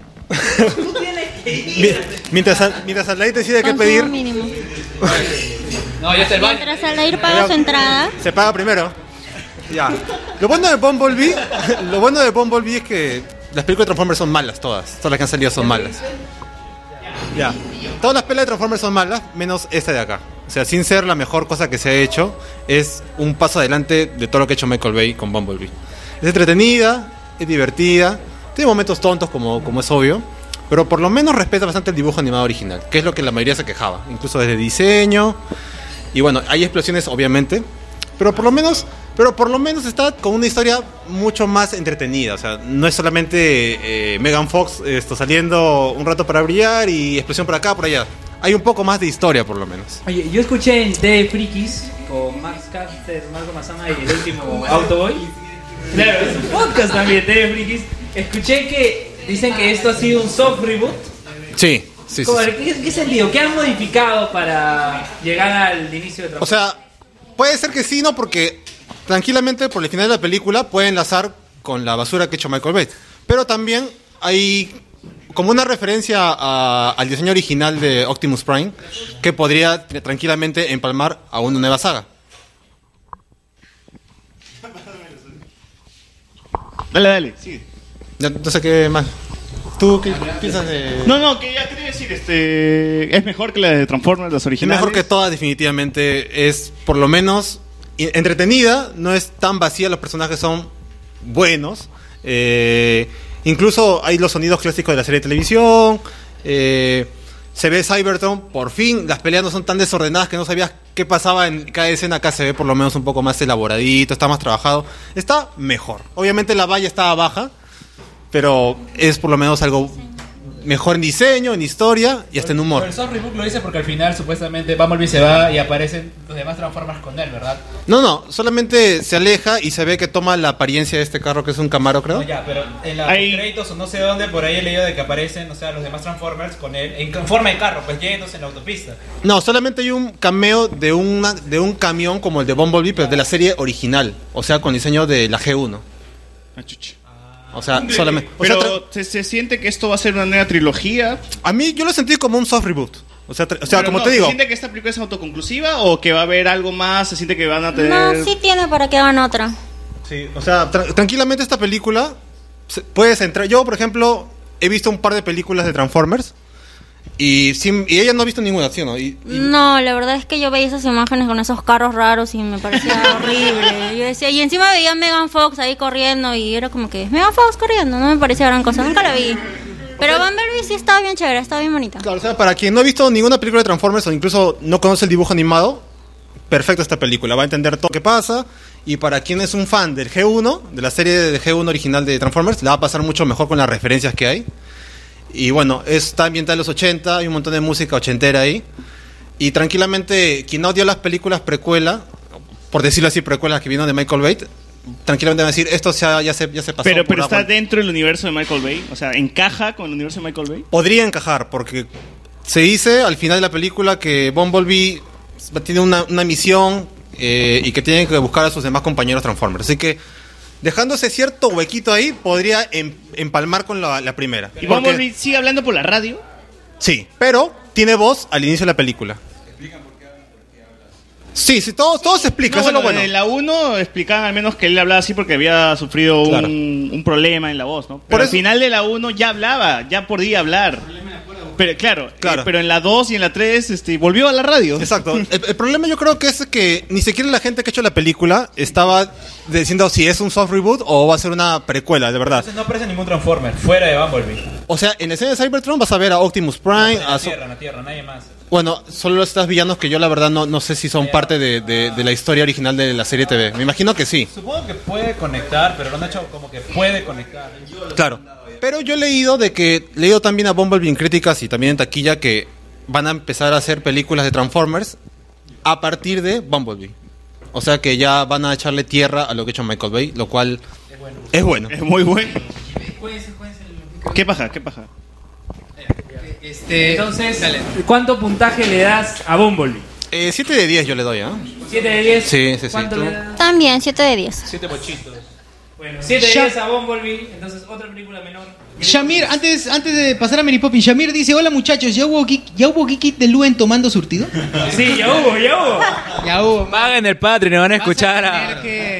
Mi- mientras, mientras Alain decide qué Consumo pedir, mínimo. No, ya está el baño. Mientras Aldair paga su entrada. se paga primero. Ya. Lo bueno de Bumblebee, lo bueno de Bumblebee es que las películas de Transformers son malas, todas. Todas las que han salido son malas. Ya. Todas las pelas de Transformers son malas, menos esta de acá. O sea, sin ser la mejor cosa que se ha hecho, es un paso adelante de todo lo que ha hecho Michael Bay con Bumblebee. Es entretenida, es divertida, tiene momentos tontos como, como es obvio, pero por lo menos respeta bastante el dibujo animado original, que es lo que la mayoría se quejaba, incluso desde diseño. Y bueno, hay explosiones obviamente, pero por lo menos, pero por lo menos está con una historia mucho más entretenida. O sea, no es solamente eh, Megan Fox esto, saliendo un rato para brillar y explosión por acá, por allá. Hay un poco más de historia por lo menos. Oye, yo escuché en The Frikis con Max Caster, Marco Mazama y el último Autoboy. Claro, es un podcast también, The Frikis. Escuché que dicen que esto ha sido un soft reboot. Sí, sí, sí. ¿Cómo, sí. ¿qué, ¿Qué sentido? ¿Qué han modificado para llegar al inicio de O sea, puede ser que sí, no, porque tranquilamente por el final de la película puede enlazar con la basura que ha hecho Michael Bay. Pero también hay como una referencia a- al diseño original de Optimus Prime que podría tranquilamente empalmar a una nueva saga. Dale, dale, sigue. Ya, no sé qué más. ¿Tú qué piensas de...? No, no, que ya quería decir, este... Es mejor que la de Transformers, las Es originales. mejor que todas, definitivamente. Es por lo menos i- entretenida, no es tan vacía, los personajes son buenos. Eh, incluso hay los sonidos clásicos de la serie de televisión. Eh, se ve Cybertron, por fin. Las peleas no son tan desordenadas que no sabías qué pasaba en cada escena. Acá se ve por lo menos un poco más elaboradito, está más trabajado. Está mejor. Obviamente la valla estaba baja, pero es por lo menos algo mejor en diseño, en historia y hasta en humor. Pero el soft reboot lo dice porque al final supuestamente Bumblebee se va y aparecen los demás Transformers con él, ¿verdad? No, no, solamente se aleja y se ve que toma la apariencia de este carro que es un Camaro, creo. No, ya, pero en los Hay- créditos o no sé dónde, por ahí he leído de que aparecen, o sea, los demás Transformers con él en en forma de carro, pues yéndose en la autopista. No, solamente hay un cameo de, una, de un camión como el de Bumblebee, pero de la serie original, o sea, con diseño de la G uno. O sea, solamente... o sea, Pero ¿se, se siente que esto va a ser una nueva trilogía? A mí yo lo sentí como un soft reboot. O sea, tra- o sea Pero como no, te digo... ¿se siente que esta película es autoconclusiva o que va a haber algo más? ¿Se siente que van a tener...? No, sí tiene para que hagan otra. Sí, o sea, tra- tranquilamente esta película se- puedes entrar. Yo, por ejemplo, he visto un par de películas de Transformers y, sin- y ella no ha visto ninguna, ¿sí o no? Y- No, la verdad es que yo veía esas imágenes con esos carros raros y me parecía horrible. Yo decía, y encima veía a Megan Fox ahí corriendo y era como que, Megan Fox corriendo, no me parecía gran cosa, nunca la vi. Pero Bumblebee sí estaba bien chévere, estaba bien bonita. Claro, o sea, para quien no ha visto ninguna película de Transformers o incluso no conoce el dibujo animado, perfecto esta película, va a entender todo lo que pasa. Y para quien es un fan del G uno, de la serie de G uno original de Transformers, la va a pasar mucho mejor con las referencias que hay. Y bueno, está ambientada en los ochenta, hay un montón de música ochentera ahí. Y tranquilamente, quien no odió las películas precuela, por decirlo así, precuelas que vino de Michael Bay, tranquilamente van a decir, esto ya, ya, se, ya se pasó. Pero, por pero agua. está dentro del universo de Michael Bay. O sea, ¿encaja con el universo de Michael Bay? Podría encajar, porque se dice al final de la película que Bumblebee tiene una, una misión eh, y que tiene que buscar a sus demás compañeros Transformers. Así que, dejándose cierto huequito ahí, podría em, empalmar con la, la primera. ¿Y Porque- Bumblebee sigue hablando por la radio? Sí, pero tiene voz al inicio de la película. Sí, sí, todo, todo se explica, No, eso es lo bueno, bueno. En la uno explicaban al menos que él hablaba así porque había sufrido Claro. un, un problema en la voz, ¿no? Pero Por al eso- final de la uno ya hablaba, ya podía hablar. Pero claro, Claro. eh, pero en la dos y en la tres este, volvió a la radio. Exacto. El, el problema yo creo que es que ni siquiera la gente que ha hecho la película estaba diciendo si es un soft reboot o va a ser una precuela, de verdad. Entonces no aparece ningún Transformer fuera de Bumblebee. O sea, en la escena de Cybertron vas a ver a Optimus Prime, En la a so- Tierra, en la Tierra, nadie más. bueno, solo estos villanos que yo la verdad no, no sé si son parte de, de- de la historia original de la serie T V. Me imagino que sí. Supongo que puede conectar, pero lo han hecho como que puede conectar. Claro. Pero yo he leído de que, he leído también a Bumblebee en críticas y también en taquilla que van a empezar a hacer películas de Transformers a partir de Bumblebee. O sea que ya van a echarle tierra a lo que ha hecho Michael Bay, lo cual es bueno. Es muy bueno. ¿Qué paja? ¿Qué paja? Este, Entonces, ¿cuánto puntaje le das a Bumblebee? Eh, siete de diez yo le doy, ¿ah? ¿siete de diez? Sí, sí, sí. ¿Cuánto ¿Tú? le das? También, siete de diez. Siete pochitos. Bueno, siete de Ya- diez a Bumblebee, entonces otra película menor. Shamir, antes, antes de pasar a Mary Poppins, Shamir dice, hola muchachos, ¿ya hubo, geek, ¿ya hubo Geekit de Luen tomando surtido? Sí, ya hubo, ya hubo. Ya hubo. Paguen el Patreon y van a escuchar a...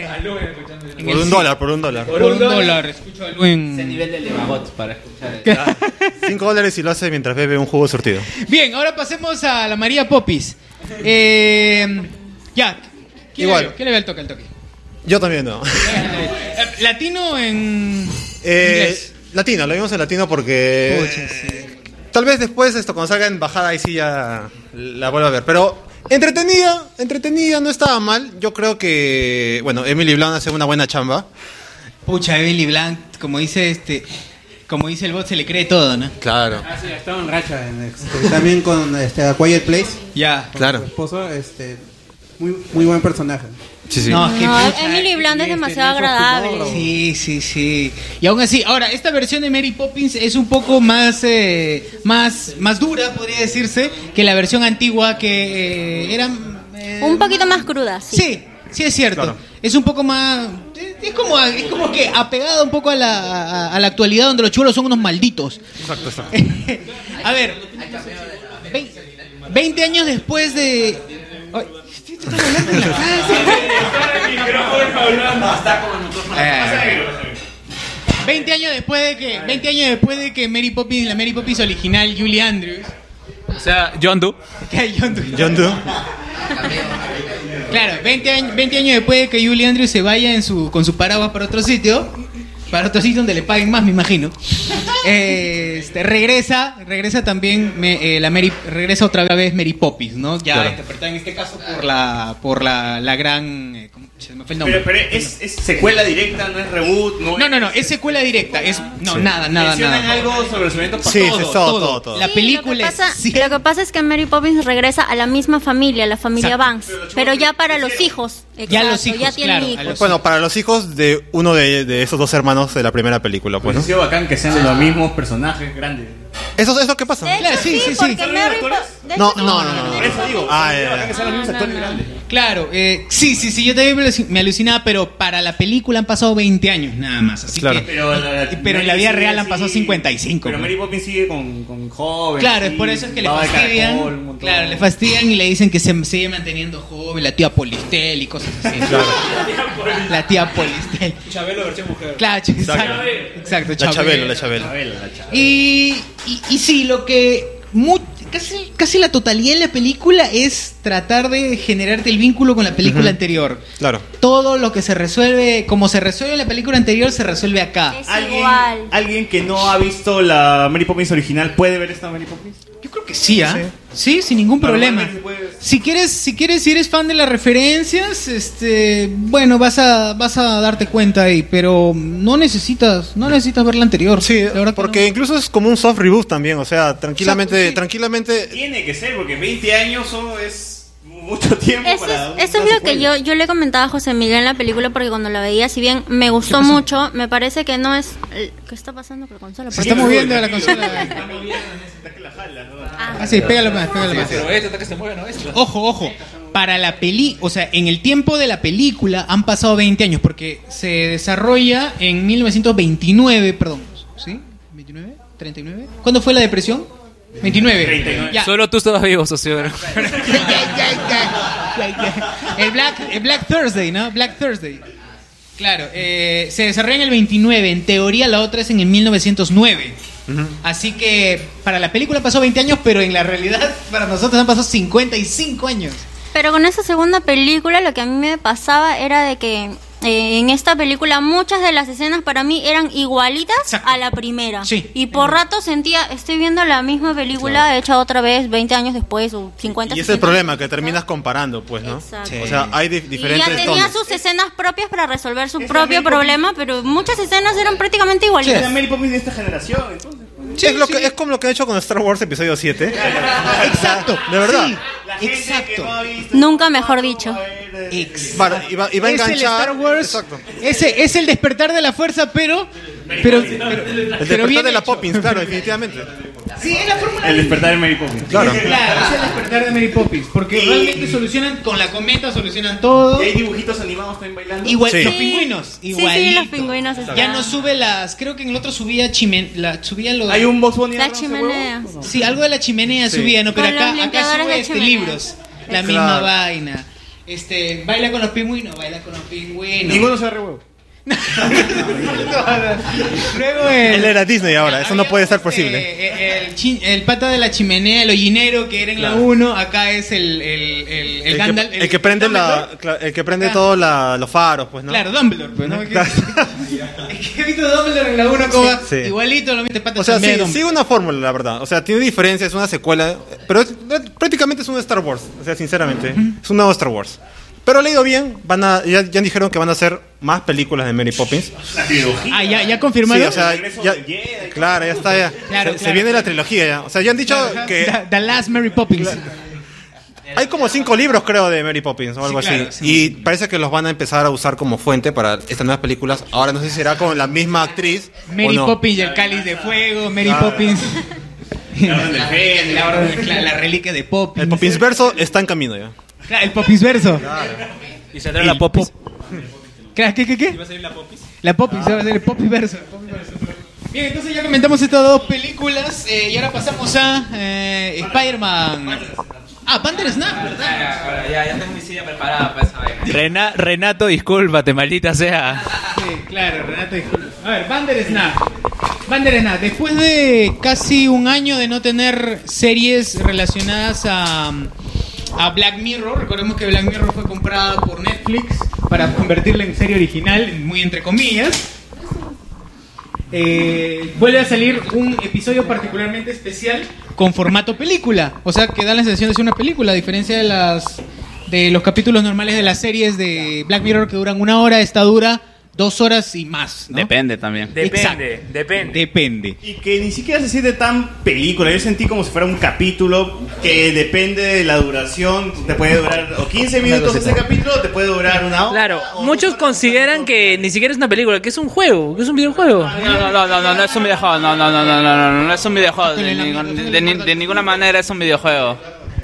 Por un dólar, por un dólar. Por un dólar, escucho a Luen. Ese nivel de Levagot para escuchar. Cinco dólares y lo hace mientras bebe un jugo surtido. Bien, ahora pasemos a la María Popis. Eh, ya, ¿quién Igual. le vio? ¿Qué le ve al toque, al toque? Yo también no. Eh, Latino en Eh, inglés. latino, lo vimos en latino porque... Pucha, sí. Tal vez después esto, cuando salga en bajada, ahí sí ya la vuelvo a ver. Pero entretenida, entretenida, no estaba mal. Yo creo que, bueno, Emily Blunt hace una buena chamba. Pucha, Emily Blunt, como dice este, como dice el bot, se le cree todo, ¿no? Claro. Ah, sí, estaba en racha. En, este, también con este, A Quiet Place. Ya. Con Claro. Su esposo, este, muy, muy buen personaje. Sí, sí. No, es que No, pucha, Emily Blunt es este, demasiado Nelson agradable. Fumoro. Sí, sí, sí. Y aún así, ahora, esta versión de Mary Poppins es un poco más, eh, más, más dura, podría decirse, que la versión antigua que eh, era... eh, Un poquito más cruda, sí. Sí, sí es cierto. Claro. Es un poco más... Es como, es como que apegado un poco a la, a, a la actualidad donde los chulos son unos malditos. Exacto, exacto. A ver, ve- veinte años después de... Ay, estoy hablando en la Eh, veinte años después de que veinte años después de que Mary Poppins, la Mary Poppins original, Julie Andrews, O sea, John Doe. que hay John Doe. John Doe. Claro, veinte años, veinte años después de que Julie Andrews se vaya en su, con su paraguas para otro sitio, para otro sitio donde le paguen más, me imagino. Eh, este, regresa, regresa también me- eh, la Mary, regresa otra vez Mary Poppins, ¿no? Ya Claro. interpretada en este caso por la, por la, la gran, eh, ¿cómo se me fue el nombre? Pero, pero es, es secuela directa, no es reboot, no, No, no, no, es secuela directa, es no Sí. nada, nada, Mencionan nada. algo sobre los eventos Sí, pasados. sí, todo, todo, todo. La Sí, película lo que, pasa, es sí, lo que pasa es que Mary Poppins regresa a la misma familia, la familia Banks, pero ya para los hijos. Ya los exacto, hijos, tienen claro, a hijos. los- Bueno, para los hijos de uno de, de esos dos hermanos de la primera película, pues, Pues ha ¿no? sido bacán que sean de los mismos personajes grandes. ¿Eso es lo que pasa? De hecho, Claro, sí, sí, sí, sí. porque ¿Son los Mary actores? Po- de No, hecho, no, no, no, no. Por eso digo, Ah, ha sido ya, bacán ya. que sean los mismos No, no, actores no. grandes. Claro, eh, sí, sí, sí, yo también me aluci- me alucinaba, pero para la película han pasado veinte años nada más, así Claro. que Pero, la- pero en la Mary vida sigue real han así, pasado cincuenta y cinco. Pero ¿no? Mary Poppins sigue con, con joven. Claro, es sí, por eso es que le baba de fastidian. caracol, un montón. Claro, le fastidian y le dicen que se sigue manteniendo joven, la tía Polistel y cosas así. La tía Polistel. Chabelo versión mujer. Claro, ch- exacto. Exacto, La Chabelo, la Chabelo. Chabela, la Chabela. Y, y, y sí, lo que mu- casi, casi la totalidad de la película es tratar de generarte el vínculo con la película Ujú. anterior. Claro. Todo lo que se resuelve, como se resuelve en la película anterior, se resuelve acá. Es ¿Alguien, igual. ¿Alguien que no ha visto la Mary Poppins original puede ver esta Mary Poppins? Yo creo que sí, ¿ah? Sí, sin ningún problema. Normalmente se puede- Si quieres, si quieres, si eres fan de las referencias, este, bueno, vas a, vas a darte cuenta ahí, pero no necesitas, no necesitas ver la anterior. Sí, La verdad que porque no. incluso es como un soft reboot también, o sea, tranquilamente, Exacto, sí. tranquilamente... Tiene que ser, porque veinte años solo es mucho tiempo Eso para es, una eso es lo que secuela. yo, yo le comentaba a José Miguel en la película porque cuando la veía, si bien me gustó mucho, me parece que no es... ¿Qué está pasando con la consola? Se está moviendo la consola. Ah, sí, pégalo más, pégalo más. Pero esto está que se mueve, ¿no? Esto. Ojo, ojo. Para la peli, o sea, en el tiempo de la película han pasado veinte años porque se desarrolla en mil novecientos veintinueve, perdón, ¿sí? ¿veintinueve? ¿treinta y nueve? ¿Cuándo fue la depresión? veintinueve. treinta y nueve. Ya. Solo tú estabas vivo, socio. El Black, el Black Thursday, ¿no? Black Thursday. Claro, eh, se desarrolla en el veintinueve. En teoría la otra es en el mil novecientos nueve. Uh-huh. Así que para la película pasó veinte años, pero en la realidad para nosotros han pasado cincuenta y cinco años. Pero con esa segunda película lo que a mí me pasaba era de que eh, en esta película muchas de las escenas para mí eran igualitas Exacto. a la primera. Sí. Y por rato sentía, estoy viendo la misma película claro. hecha otra vez veinte años después o cincuenta. Y ese es el problema, que terminas comparando, pues, ¿no? Exacto. O sea, hay di- diferentes Y ya tenía tonos. sus escenas propias para resolver su propio problema, pero muchas escenas eran prácticamente igualitas. Sí, la Mary Poppins de esta generación, entonces. Sí, es, lo que, es como lo que he hecho con Star Wars Episodio siete. Exacto. De verdad. Sí, exacto. No visto, Nunca mejor dicho. Vale, y va, y va a Es el enganchar. Star Wars. Exacto. Ese es el despertar de la fuerza, pero pero, pero, El pero despertar bien de la hecho. Poppins, claro, definitivamente. Sí, es la fórmula. El despertar de Mary Poppins. Claro. Claro, es el despertar de Mary Poppins, porque realmente solucionan con la cometa, solucionan todo. Y hay dibujitos animados también bailando. Igual Sí. los pingüinos, Sí, igualito. sí, los pingüinos Ya estaban. no sube las, creo que en el otro subía chimen, la subía los Hay un Box Bunny La dándose chimenea. huevo. Sí, algo de la chimenea Sí. subía, no, pero Con acá los acá limpiadores sube de este chimenea. libros, la Claro. misma vaina. Este, baila con los pingüinos, baila con los pingüinos. Ninguno se agarre huevo. Luego el, Él era Disney ahora, eso no puede ser eh, posible. eh, el, chi- el pata de la chimenea, el hollinero que era en Claro. la uno, acá es el el el, el, El Gandalf, que, el que prende la, Dumbledore. cla- el que prende Ah. todos la- los faros, pues, ¿no? Claro, Dumbledore, pues, ¿no? Claro. Es que he visto Dumbledore en la uno como va, Sí. igualito, lo mismo pata O sea, también sí, de Dumbledore. sigue una fórmula, la verdad. O sea, tiene diferencias, es una secuela, pero es- prácticamente es un Star Wars. O sea, sinceramente, es un nuevo Star Wars. Pero le ha ido bien, van a, ya, ya dijeron que van a hacer más películas de Mary Poppins. La trilogía. Ah, ya ya confirmaron. Sí, o sea, Regreso ya, del Jedi. claro, ya está, ya. Claro, se, se claro. viene la trilogía ya. O sea, ya han dicho que The, The Last Mary Poppins. hay como cinco libros, creo, de Mary Poppins o algo Sí, claro, así. sí, y parece que los van a empezar a usar como fuente para estas nuevas películas. Ahora no sé si será con la misma actriz Mary o no. Poppins y el cáliz de fuego, Mary Claro. Poppins. La orden del Fénix. La, orden- la, la reliquia de Poppins. El Poppins verso está en camino ya. Claro, el Poppins verso. Y saldrá la Popis. ¿Qué, qué, qué? qué? ¿Va a salir la Popis? La Poppins, va a ser el Poppins verso. el Poppins verso. Bien, entonces ya comentamos estas dos películas eh, y ahora pasamos a eh, Spider-Man. Ah, Bandersnatch, ¿verdad? Ahora ya, ya tengo mi silla preparada para esa vaina. Rena- Renato, discúlpate, maldita sea. Sí, claro, Renato, disculpa. A ver, Bandersnatch. Bandersnatch, después de casi un año de no tener series relacionadas a, a Black Mirror, recordemos que Black Mirror fue comprada por Netflix para convertirla en serie original, muy entre comillas. Eh, vuelve a salir un episodio particularmente especial con formato película, o sea que da la sensación de ser una película, a diferencia de las de los capítulos normales de las series de Black Mirror que duran una hora. Esta dura dos horas y más, ¿no? Depende también. Exacto. depende. Depende. Y que ni siquiera se siente tan película. Yo sentí como si fuera un capítulo que depende de la duración. Te puede durar o quince minutos ese capítulo, te puede durar una hora. Claro, muchos consideran que ni siquiera es una película, que es un juego, que es un videojuego. No, no, no, no, no, no es un videojuego. No, no, no, no, no, no, no es un videojuego. De, ningún- de ni- de ninguna manera es un videojuego.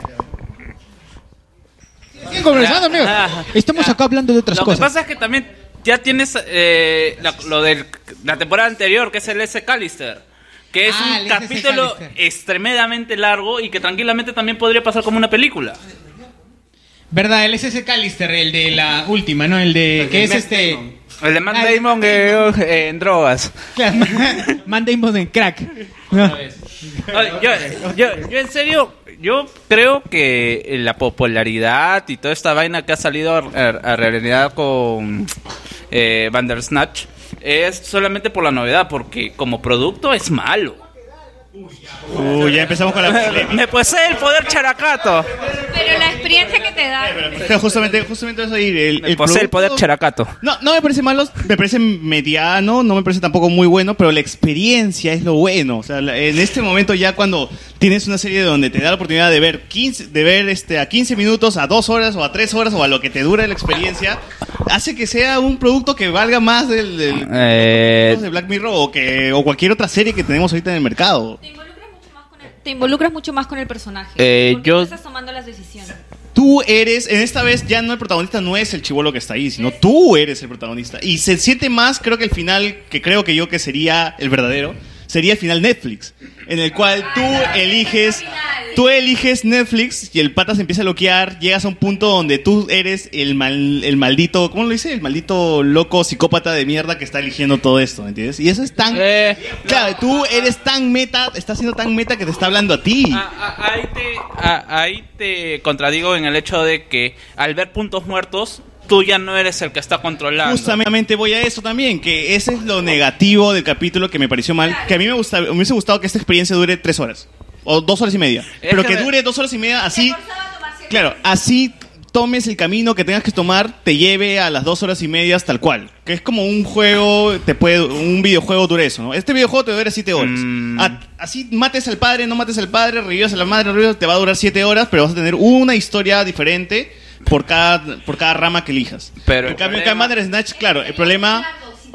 Siguen conversando, amigos. Ah, Estamos acá hablando de otras Lo cosas. que pasa es que también ya tienes eh, la, lo de la temporada anterior, que es el S. Callister, que es Ah, un el S S capítulo Callister. extremadamente largo y que tranquilamente también podría pasar como una película. ¿Verdad? El S S Callister, el de la última, ¿no? El de... que es este... El de Matt Ah, el- Damon que, eh, en drogas. Claro, Man Damon en crack. No. Ay, Yo, yo, yo en serio, yo creo que la popularidad y toda esta vaina que ha salido a, a- a realidad con eh, Bandersnatch es solamente por la novedad, porque como producto es malo. Uy, ya empezamos con la Me posee el poder characato. Pero la experiencia que te da. O sea, justamente, justamente eso ahí. El, el Posee el poder producto- Characato. No, no me parece malo, me parece mediano, no me parece tampoco muy bueno, pero la experiencia es lo bueno. O sea, la- en este momento ya cuando tienes una serie donde te da la oportunidad de ver quince, de ver este a quince minutos, a dos horas o a tres horas o a lo que te dure la experiencia, hace que sea un producto que valga más del, del- Eh, de Black Mirror o que o cualquier otra serie que tenemos ahorita en el mercado. Te involucras mucho más con el personaje. Eh, porque yo- tú estás tomando las decisiones. Tú eres, en esta vez ya no el protagonista no es el chibolo que está ahí, sino tú eres el protagonista. Y se siente más, creo que el final, que creo que yo que sería el verdadero, sería el final Netflix, en el cual tú eliges, tú eliges Netflix y el pata se empieza a bloquear, llegas a un punto donde tú eres el mal, el maldito, ¿cómo lo dice? El maldito loco psicópata de mierda que está eligiendo todo esto, ¿me entiendes? Y eso es tan, claro, tú eres tan meta, estás siendo tan meta que te está hablando a ti. Ahí te, a- ahí te contradigo en el hecho de que al ver puntos muertos, tú ya no eres el que está controlando. Justamente voy a eso también, que ese es lo negativo del capítulo que me pareció mal, que a mí me, gusta, me hubiese gustado que esta experiencia dure tres horas, o dos horas y media, pero que que me- dure dos horas y media así, claro, así tomes el camino que tengas que tomar, te lleve a las dos horas y media tal cual, que es como un juego, te puede, un videojuego dure eso, ¿no? Este videojuego te dura siete horas, A- así mates al padre, no mates al padre, revivas a la madre, revivas, te va a durar siete horas, pero vas a tener una historia diferente por cada, por cada rama que elijas. Pero en cambio, en Bandersnatch, claro, el problema...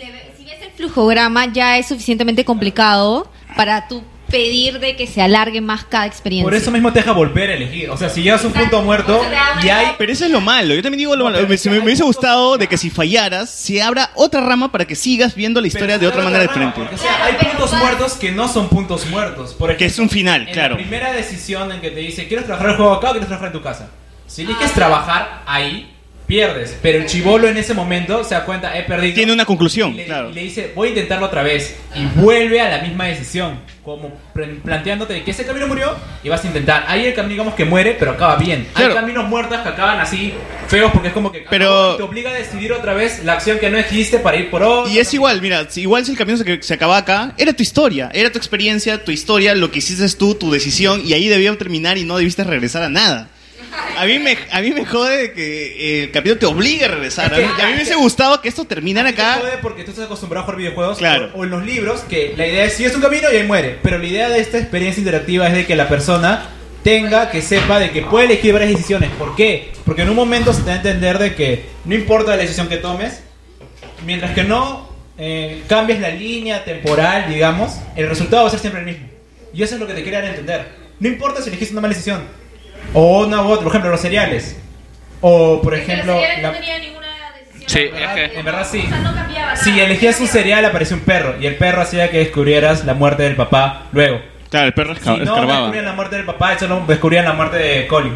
El flujograma ya es suficientemente complicado para tú pedir de que se alargue más cada experiencia. Por eso mismo te deja volver a elegir. O sea, si llegas a un punto muerto y hay... Pero eso es lo malo. Yo también digo lo malo. Me, me- me hubiese gustado de que si fallaras, se abra otra rama para que sigas viendo la historia de otra manera diferente. O sea, hay puntos muertos que no son puntos muertos. Por ejemplo, Que es un final, en claro. la primera decisión en que te dice, ¿quieres trabajar el juego acá o quieres trabajar en tu casa? Si eliges trabajar ahí, pierdes. Pero el chibolo en ese momento se da cuenta, he perdido. Tiene una conclusión, Y le, claro. y le dice, voy a intentarlo otra vez. Y vuelve a la misma decisión. Como pre- planteándote que ese camino murió y vas a intentar. Ahí el camino, digamos que muere, pero acaba bien. Claro. Hay caminos muertos que acaban así, feos, porque es como que Pero- te obliga a decidir otra vez la acción que no existe para ir por otro. Y es igual, mira, si- igual si el camino se, se acaba acá, era tu historia, era tu experiencia, tu historia, lo que hiciste tú, tu decisión, y ahí debía terminar y no debiste regresar a nada. A mí me, a mí me jode que el capítulo te obligue a regresar. A mí, a mí me hubiese gustado que esto terminara acá. Te jode porque tú estás acostumbrado a jugar videojuegos Claro. o, o en los libros que la idea es sigues un camino y ahí muere, pero la idea de esta experiencia interactiva es de que la persona tenga que sepa de que puede elegir varias decisiones. ¿Por qué? Porque en un momento se te da a entender de que no importa la decisión que tomes, mientras que no eh, cambies la línea temporal, digamos, el resultado va a ser siempre el mismo. Y eso es lo que te quiere dar a entender. No importa si elegiste una mala decisión o una u otra, por ejemplo, los cereales. O, por ejemplo, la- Sí, es que... en verdad sí. Si elegías un cereal aparecía un perro y el perro hacía que descubrieras la muerte del papá luego. Claro, el perro Si no descubrían la muerte del papá, solo descubrían la muerte de Colin.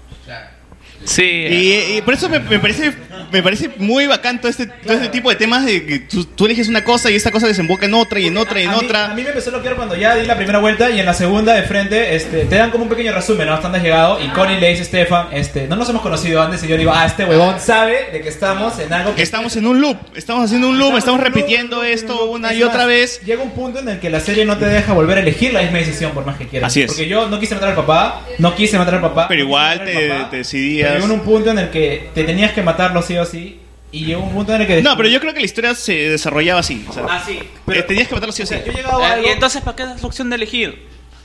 Sí. Y, y por eso me, me parece me parece muy bacán todo este, todo este tipo de temas de que tú, tú eliges una cosa y esta cosa desemboca en otra y en otra y en a, otra. Mí, a mí me empezó a bloquear cuando ya di la primera vuelta y en la segunda de frente este, te dan como un pequeño resumen, ¿no? Hasta dónde has llegado y Colin le dice a Stefan, este, no nos hemos conocido antes y yo digo, ah, este huevón sabe de que estamos en algo que... Estamos en un loop, estamos haciendo un loop, estamos, repitiendo esto una y Es otra más, vez. Llega un punto en el que la serie no te deja volver a elegir la misma decisión por más que quieras. Así es. Porque yo no quise matar al papá, no quise matar al papá. Pero no igual quise matar al te, papá, te decidías. Pero llegó en un punto en el que te tenías que matarlo sí o sí. Y llegó un punto en el que... No, pero yo creo que la historia se desarrollaba así. O sea, Ah, sí. Pero tenías que matarlo sí o sí. yo he llegado a Eh, algo... Y entonces, ¿para qué das la opción de elegir?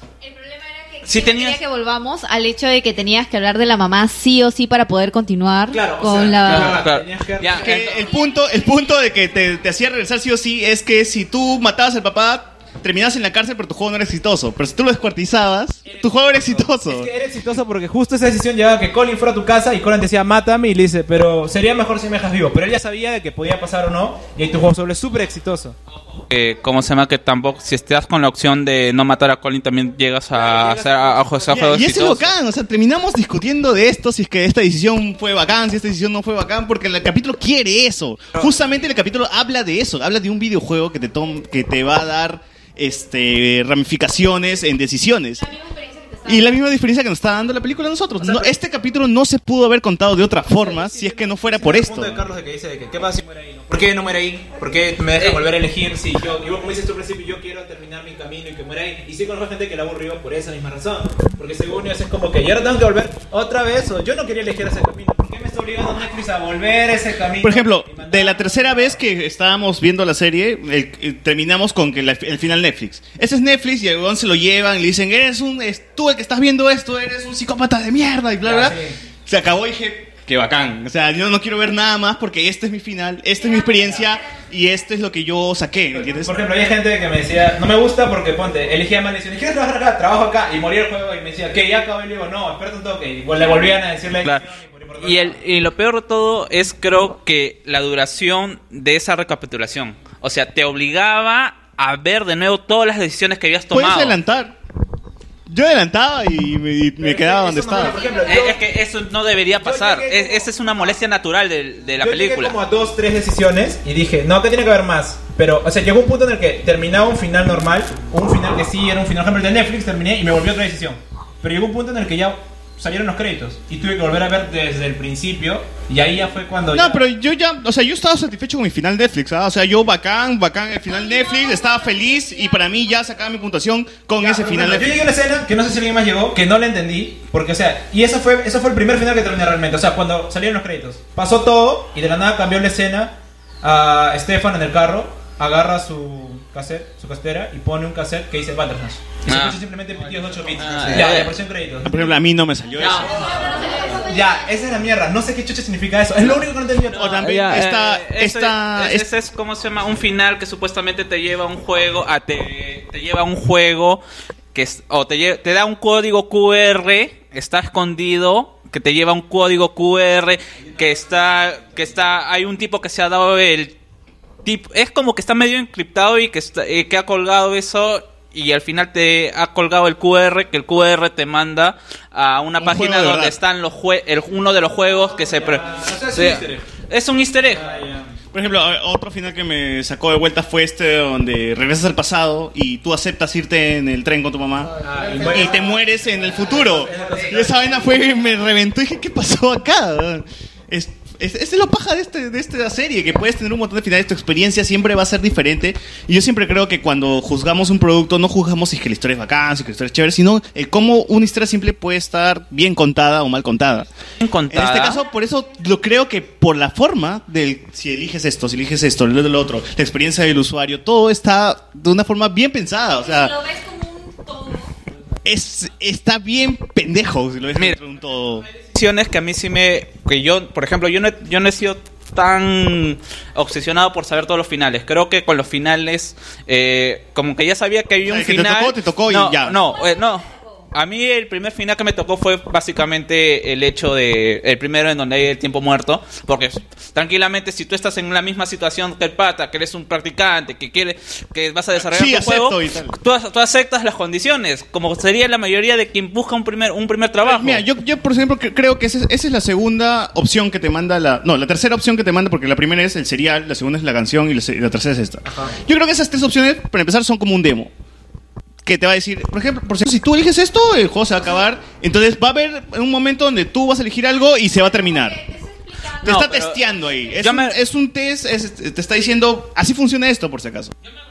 Si Quería que volvamos al hecho de que tenías que hablar de la mamá sí o sí para poder continuar con la... Que el punto, el punto de que te, te hacía regresar sí o sí es que si tú matabas al papá, terminabas en la cárcel, pero tu juego no era exitoso. Pero si tú lo descuartizabas, tu juego era exitoso. Es que era exitoso porque justo esa decisión llevaba a que Colin fuera a tu casa y Colin te decía, mátame, y le dice, pero sería mejor si me dejas vivo. Pero él ya sabía de que podía pasar o no, y ahí tu juego se vuelve súper exitoso. Eh, ¿Cómo se llama? Que tampoco, si estás con la opción de no matar a Colin, también llegas a hacer a, a, a juegos Ya, y eso es exitosos. bacán, o sea, terminamos discutiendo de esto, si es que esta decisión fue bacán, si esta decisión no fue bacán, porque el capítulo quiere eso. Justamente el capítulo habla de eso, habla de un videojuego que te, tom que te va a dar este ramificaciones en decisiones. Y la misma diferencia que nos está dando la película a nosotros. No, este capítulo no se pudo haber contado de otra forma si es que no fuera por El esto. punto de Carlos de que dice de que, ¿qué pasa si muere ahí? ¿no? ¿Por qué no muere ahí? ¿Por qué me deja volver a elegir? Si yo, yo, como dices tú al principio, yo quiero terminar mi camino y que muera ahí. Y sí conozco gente que la aburrió por esa misma razón. Porque según ellos es como que yo ahora tengo que volver otra vez o yo no quería elegir ese camino. ¿Por qué me está obligando Netflix a volver a ese camino? Por ejemplo, de la tercera vez que estábamos viendo la serie, el- el- terminamos con que la- el final Netflix. Ese es Netflix y el weón se lo llevan y le dicen, eres un, es, tú el que estás viendo esto, eres un psicópata de mierda y bla, bla. Ya, sí. Se acabó y dije, qué bacán. O sea, yo no quiero ver nada más porque este es mi final, esta es mi experiencia y este es lo que yo saqué, ¿me entiendes? Por ejemplo, había gente que me decía, no me gusta porque ponte, elegía mal, decía, ¿quieres trabajar acá? Trabajo acá. Y moría el juego y me decía, ¿qué? Ya acabó. Y le digo, no, espérate un toque. Y le volvían a decirle, Claro. Y, el, y lo peor de todo es, creo que la duración de esa recapitulación. O sea, te obligaba a ver de nuevo todas las decisiones que habías tomado. Puedes adelantar. Yo adelantaba y me, y me quedaba donde estaba. Es, es que eso no debería pasar. Es- esa es una molestia natural de, de la yo película. Llegué como a dos, tres decisiones y dije, no, que tiene que haber más. Pero, o sea, llegó un punto en el que terminaba un final normal, un final que sí era un final, por ejemplo, el de Netflix, terminé y me volvió otra decisión. Pero llegó un punto en el que ya salieron los créditos y tuve que volver a ver desde el principio y ahí ya fue cuando... No, ya- pero yo ya, o sea, yo estaba satisfecho con mi final Netflix, ¿ah? O sea, yo bacán, bacán el final Netflix, estaba feliz y para mí ya sacaba mi puntuación con ese final Bueno, yo Netflix. llegué a una escena que no sé si alguien más llegó, que no la entendí, porque, o sea, y eso fue, eso fue el primer final que terminé realmente, o sea, cuando salieron los créditos. Pasó todo y de la nada cambió la escena a Stefan en el carro, agarra su cassette, su casetera y pone un cassette que dice Bandersnatch. Y se Ah. escucha simplemente pitidos de ocho bits. Ah, ya, ya. ya apareció en créditos. Por ejemplo, a mí no me salió eso. Ya, esa es la mierda, no sé qué chucha significa eso, es lo único que no entendí. O también Ya, esta, eh, ese- esta, ese, ese es como se llama un final que supuestamente te lleva a un juego, a te, te lleva a un juego que es- o te, lle- te da un código Q R, está escondido, que te lleva a un código Q R, que está, que está, hay un tipo que se ha dado el tipo, es como que está medio encriptado y que está, eh, que ha colgado eso. Y al final te ha colgado el Q R, que el Q R te manda a una Un página juego de donde verdad. están los jue el, uno de los juegos que se... pre- sea, es se- un easter egg. es un easter egg. Por ejemplo, otro final que me sacó de vuelta fue este donde regresas al pasado y tú aceptas irte en el tren con tu mamá y te mueres en el futuro. Y esa vaina fue, me reventó y dije, ¿qué pasó acá? Es, es, esa es la paja de, este, de esta serie, que puedes tener un montón de finales, tu experiencia siempre va a ser diferente. Y yo siempre creo que cuando juzgamos un producto, no juzgamos si es que la historia es bacán, si es que la historia es chévere, sino el cómo una historia simple puede estar bien contada o mal contada. Bien contada. En este caso, por eso lo creo que por la forma del si eliges esto, si eliges esto, lo del otro, la experiencia del usuario, todo está de una forma bien pensada. O sea, Lo ves como un todo. es, está bien pendejo si lo ves dentro de un todo. Decisiones que a mí sí me... que yo, por ejemplo, yo no, he- yo no he sido tan obsesionado por saber todos los finales. Creo que con los finales, eh, como que ya sabía que había O sea, un que te final... tocó, te tocó y no, ya. No, eh, no. A mí el primer final que me tocó fue básicamente el hecho de... el primero en donde hay el tiempo muerto. Porque tranquilamente si tú estás en la misma situación que el pata, que eres un practicante, que quiere que vas a desarrollar Sí, tu acepto juego, y tal. tú, tú aceptas las condiciones. Como sería la mayoría de quien busca un primer, un primer trabajo. Mira, yo, yo por ejemplo cre- creo que esa es, esa es la segunda opción que te manda la... No, la tercera opción que te manda, porque la primera es el serial, la segunda es la canción y la, se- la tercera es esta. Yo creo que esas tres opciones, para empezar, son como un demo. Que te va a decir, por ejemplo, por ejemplo, si tú eliges esto, el juego se va a acabar. Entonces va a haber un momento donde tú vas a elegir algo y se va a terminar. Te No, está pero testeando ahí. Es, yo un, me- es un test, es- te está diciendo, así funciona esto, por si acaso.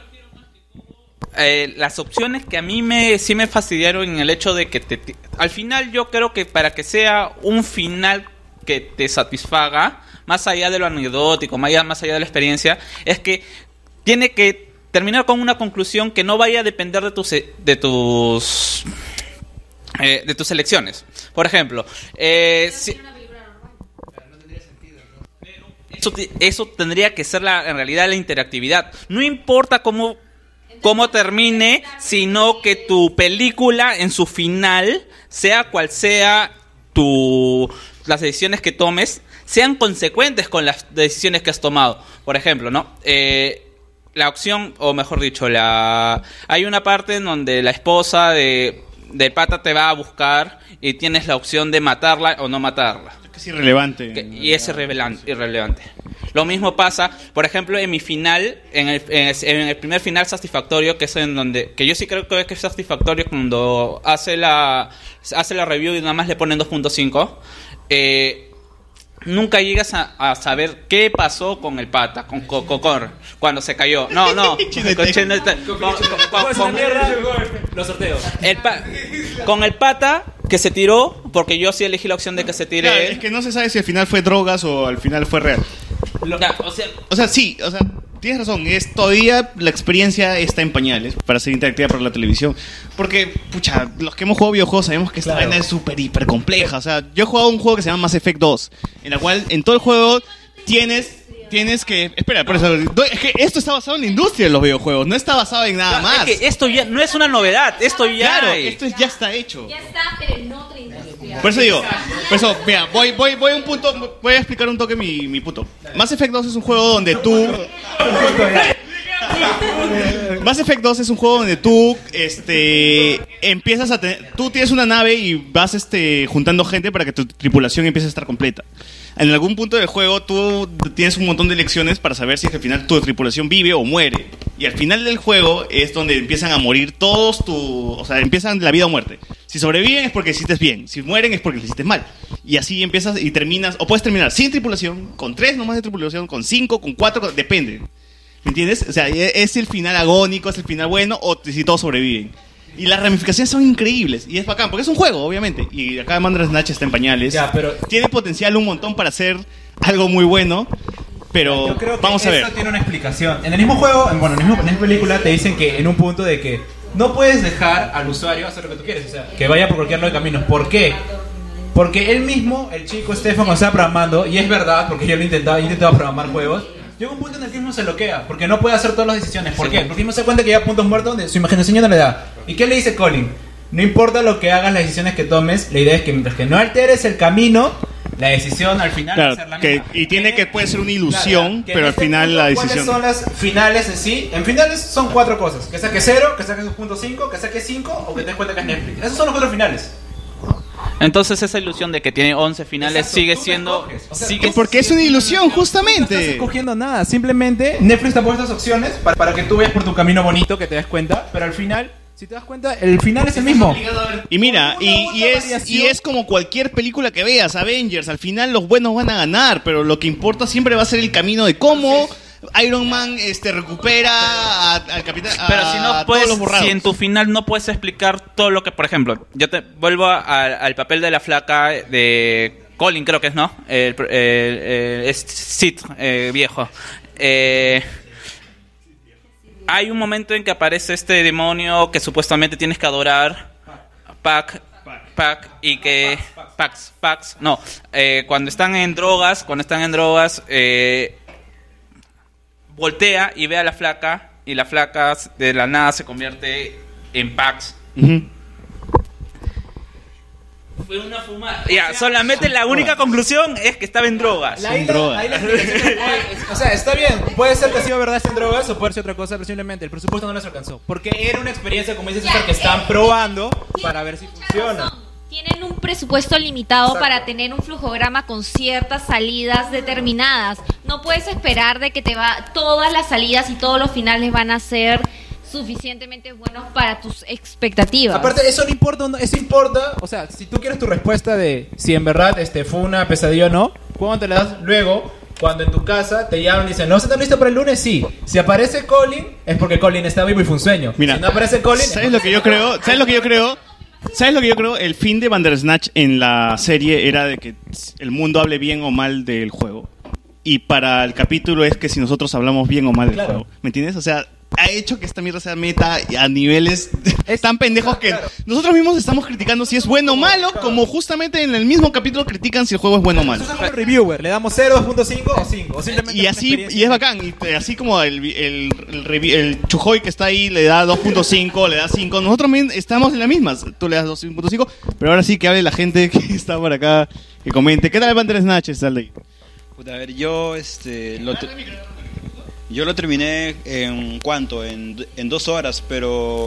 Eh, las opciones que a mí me sí me fastidiaron en el hecho de que te, te- al final yo creo que para que sea un final que te satisfaga, más allá de lo anecdótico, más allá, más allá de la experiencia, es que tiene que terminar con una conclusión que no vaya a depender de tus de tus eh, de tus elecciones. Por ejemplo, eh, si- eso, ti- eso tendría que ser la, en realidad la interactividad. No importa cómo, cómo termine, sino que tu película en su final, sea cual sea tu las decisiones que tomes, sean consecuentes con las decisiones que has tomado. Por ejemplo, ¿no? Eh, la opción, o mejor dicho, la hay una parte en donde la esposa de del pata te va a buscar y tienes la opción de matarla o no matarla. Es irrelevante. Que- y es irrevelan- irrelevante. Lo mismo pasa, por ejemplo, en mi final, en el, en el, en el primer final satisfactorio, que es en donde, que yo sí creo que es satisfactorio cuando hace la, hace la review y nada más le ponen dos punto cinco. Eh, nunca llegas a, a saber qué pasó con el pata, con Cocor, cuando se cayó. No, no. con, con, con, con, los sorteos. El pa- con el pata que se tiró, porque yo sí elegí la opción de que se tire. Claro, él. es que no se sabe si al final fue drogas o al final fue real. Lo, o sea, o sea, sí, o sea, tienes razón, es todavía la experiencia está en pañales para ser interactiva por la televisión. Porque, pucha, los que hemos jugado videojuegos sabemos que esta Claro. vaina es súper, hiper compleja. O sea, yo he jugado un juego que se llama Mass Effect dos, en la cual en todo el juego tienes... Tienes que... Espera, por eso... Es que esto está basado en la industria de los videojuegos, no está basado en nada claro, más. es que esto ya no es una novedad, esto ya Claro, hay. esto es- ya está hecho. Ya está, pero en otra industria. Por eso digo, por eso, mira, voy, voy, voy a un punto, voy a explicar un toque mi, mi punto. Mass Effect dos es un juego donde tú... Mass Effect dos es un juego donde tú, este, empiezas a tener, tú tienes una nave y vas, este, juntando gente para que tu tripulación empiece a estar completa. En algún punto del juego tú tienes un montón de lecciones para saber si es que al final tu tripulación vive o muere. Y al final del juego es donde empiezan a morir todos tu... O sea, empiezan la vida o muerte. Si sobreviven es porque hiciste bien. Si mueren es porque lo hiciste mal. Y así empiezas y terminas... O puedes terminar sin tripulación, con tres nomás de tripulación, con cinco, con cuatro, con- depende. ¿Me entiendes? O sea, es el final agónico, es el final bueno, o si todos sobreviven. Y las ramificaciones son increíbles. Y es bacán, porque es un juego, obviamente. Y acá Bandersnatch está en pañales. Ya, pero- Tiene potencial un montón para hacer algo muy bueno. Pero Yo creo que vamos a ver. esto tiene una explicación. En el mismo juego, en- bueno, en, el mismo, en la misma película te dicen que en un punto de que no puedes dejar al usuario hacer lo que tú quieres, o sea, que vaya por cualquier lado de caminos. ¿Por qué? Porque él mismo, el chico Stefan, cuando estaba programando, y es verdad, porque yo lo intentaba, yo intentaba programar juegos, llega un punto en el que él mismo se bloquea, porque no puede hacer todas las decisiones. ¿Por qué? Porque mismo se da cuenta que llega a puntos muertos donde su imaginación ya no le da. ¿Y qué le dice Colin? No importa lo que hagas, las decisiones que tomes, la idea es que mientras que no alteres el camino, la decisión al final va a Claro, ser la que, misma. y tiene que puede ser una ilusión, Que pero en al este final la punto, decisión. ¿cuáles son las finales en sí? En finales son cuatro cosas. Que saques cero, que saques dos punto cinco, que saques cinco o que te des cuenta que es Netflix. Esos son los cuatro finales. Entonces esa ilusión de que tiene once finales Exacto, sigue tú te siendo... escoges. O sea, sigue- tú- Porque es una ilusión, No estás justamente. escogiendo nada. Simplemente Netflix te ha puesto estas opciones para, para que tú vayas por tu camino bonito, que te des cuenta. Pero al final, si te das cuenta, el final es el mismo. Y mira, Por y, una y u otra es, variación. y es como cualquier película que veas, Avengers, al final los buenos van a ganar, pero lo que importa siempre va a ser el camino de cómo Iron Man este, recupera a- al capitán. a Pero si no todos puedes, los borrados. si en tu final no puedes explicar todo lo que, por ejemplo, yo te vuelvo a- al papel de la flaca de Colin, creo que es, ¿no? El, el- el- es Sid, eh, viejo. Eh, hay un momento en que aparece este demonio que supuestamente tienes que adorar, Pac, Pac, y que Pax, Pax, no, eh, cuando están en drogas, cuando están en drogas, eh, voltea y ve a la flaca y la flaca de la nada se convierte en Pax. Ujú. Fue una fumada. Ya, solamente la única conclusión es que estaba en drogas. Ahí la- ahí la explicación es- O sea, está bien. Puede ser que ha sido verdad esté en drogas o puede ser otra cosa, pero simplemente el presupuesto no les alcanzó. Porque era una experiencia, como dice César, que están probando para ver si funciona. Tienen un presupuesto limitado para tener un flujograma con ciertas salidas determinadas. No puedes esperar de que te va todas las salidas y todos los finales van a ser suficientemente buenos para tus expectativas. Aparte, eso no importa, no- eso importa. O sea, si tú quieres tu respuesta de si en verdad este fue una pesadilla o no, ¿cuándo te la das? Luego, cuando en tu casa te llaman y dicen, ¿no estás listo para el lunes? Sí. Si aparece Colin, es porque Colin está vivo y fue un sueño. Mira, si no aparece Colin, ¿sabes lo que yo creo? ¿Sabes lo que yo creo? ¿Sabes lo que yo creo? El fin de Bandersnatch en la serie era de que el mundo hable bien o mal del juego. Y para el capítulo es que si nosotros hablamos bien o mal del Claro. juego. ¿Me entiendes? O sea, ha hecho que esta mierda sea meta a niveles tan pendejos que nosotros mismos estamos criticando si es bueno o malo, como justamente en el mismo capítulo critican si el juego es bueno o malo. nosotros como reviewer le damos cero, dos punto cinco o cinco. O simplemente Y una así, experiencia. y es bacán, y eh, así como el, el, el, revi- el Chujoy que está ahí le da dos punto cinco, le da cinco, nosotros también estamos en las mismas, tú le das dos punto cinco, pero ahora sí que hable la gente que está por acá, que comente. ¿Qué tal el Bandersnatch, Stanley? Puta, a ver, yo este lo te- yo lo terminé en cuánto, en, en dos horas, pero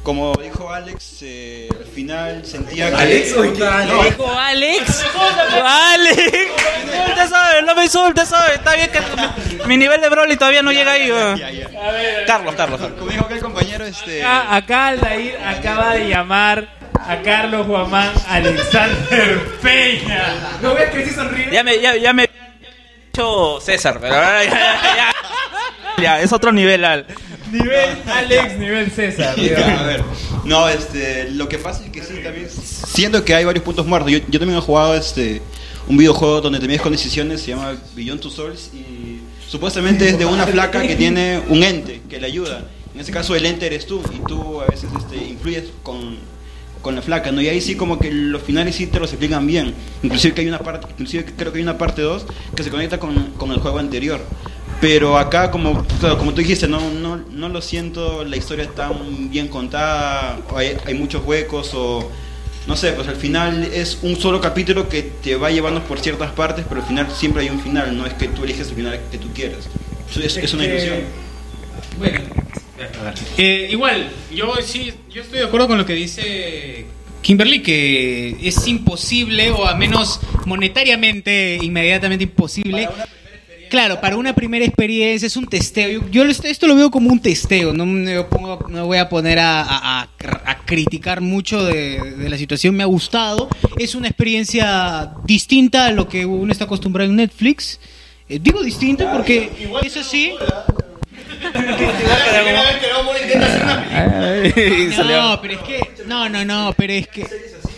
como dijo Alex, eh, al final sentía que... ¿Alex? Uy, ¿qué? No. ¿Dijo Alex? ¡Alex! Usted sabe, no me insulte, sabe. Está bien que mi, mi nivel de Broly todavía no llega ahí. weón. Carlos, Carlos. Como dijo aquel compañero, este... Acá, acá Aldair acaba de llamar a Carlos Guamán Alexander Peña. ¿No ves que sí sonríe? Ya me, ya, ya me he dicho César, pero ahora ya, ya, ya, ya, es otro nivel, Al. Nivel Alex, nivel César. Ya, a ver. No, este, lo que pasa es que sí, también siento que hay varios puntos muertos. Yo, yo también he jugado este un videojuego donde te mides con decisiones, se llama Beyond Two Souls, y supuestamente es de una flaca que tiene un ente que le ayuda. En ese caso el ente eres tú, y tú a veces este, influyes con, con la flaca, ¿no? Y ahí sí como que los finales sí te los explican bien. Inclusive que hay una parte, inclusive creo que hay una parte dos que se conecta con, con el juego anterior. Pero acá, como, claro, como tú dijiste, no, no, no lo siento, la historia está bien contada, hay, hay muchos huecos o... No sé, pues al final es un solo capítulo que te va llevando por ciertas partes, pero al final siempre hay un final, no es que tú eliges el final que tú quieras. Es, es una ilusión. Bueno, eh, igual, yo sí, yo estoy de acuerdo con lo que dice Kimberly, que es imposible, o al menos monetariamente, inmediatamente imposible. Claro, para una primera experiencia es un testeo. Yo, yo esto lo veo como un testeo. No me pongo, no voy a poner a, a, a criticar mucho de, de la situación. Me ha gustado. Es una experiencia distinta a lo que uno está acostumbrado en Netflix. Eh, digo distinta porque eso sí. No, pero es que no, no, no, pero es que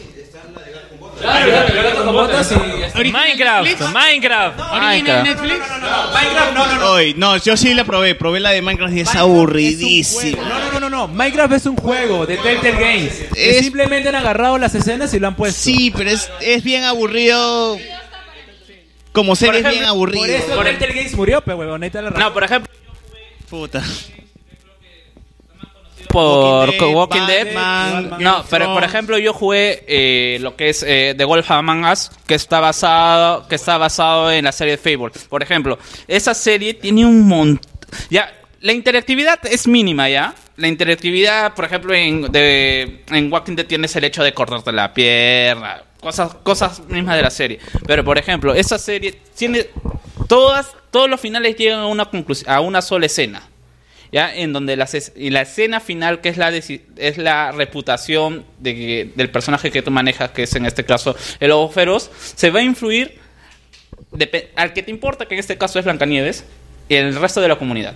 Minecraft, Minecraft, ¿Original Netflix? Minecraft, no, no, no. Hoy, no, yo sí la probé, probé la de Minecraft y es aburridísima. No, no, no, no, no. Minecraft es un juego de Telltale Games. Es... Simplemente han agarrado las escenas y lo han puesto. Sí, pero es, es bien aburrido. Como serie es bien aburrido. Por eso por Telltale Games murió, pero huevón, ahí está la razón. No, por ejemplo. Puta. Por Walking Dead, Walking Dead, Batman, no, Game of pero por Thrones. ejemplo yo jugué eh, lo que es eh, The Wolf Among Us, que está basado, que está basado en la serie de Fable. Por ejemplo, esa serie tiene un montón, ya la interactividad es mínima, ya. La interactividad, por ejemplo, en de, en Walking Dead tienes el hecho de cortarte la pierna, cosas, cosas mismas de la serie. Pero por ejemplo, esa serie tiene todas, todos los finales llegan a una conclusión, a una sola escena. ¿Ya? En donde la, y la escena final, que es la, es la reputación de que, del personaje que tú manejas, que es en este caso el Lobo Feroz, se va a influir de, al que te importa, que en este caso es Blancanieves, y el resto de la comunidad.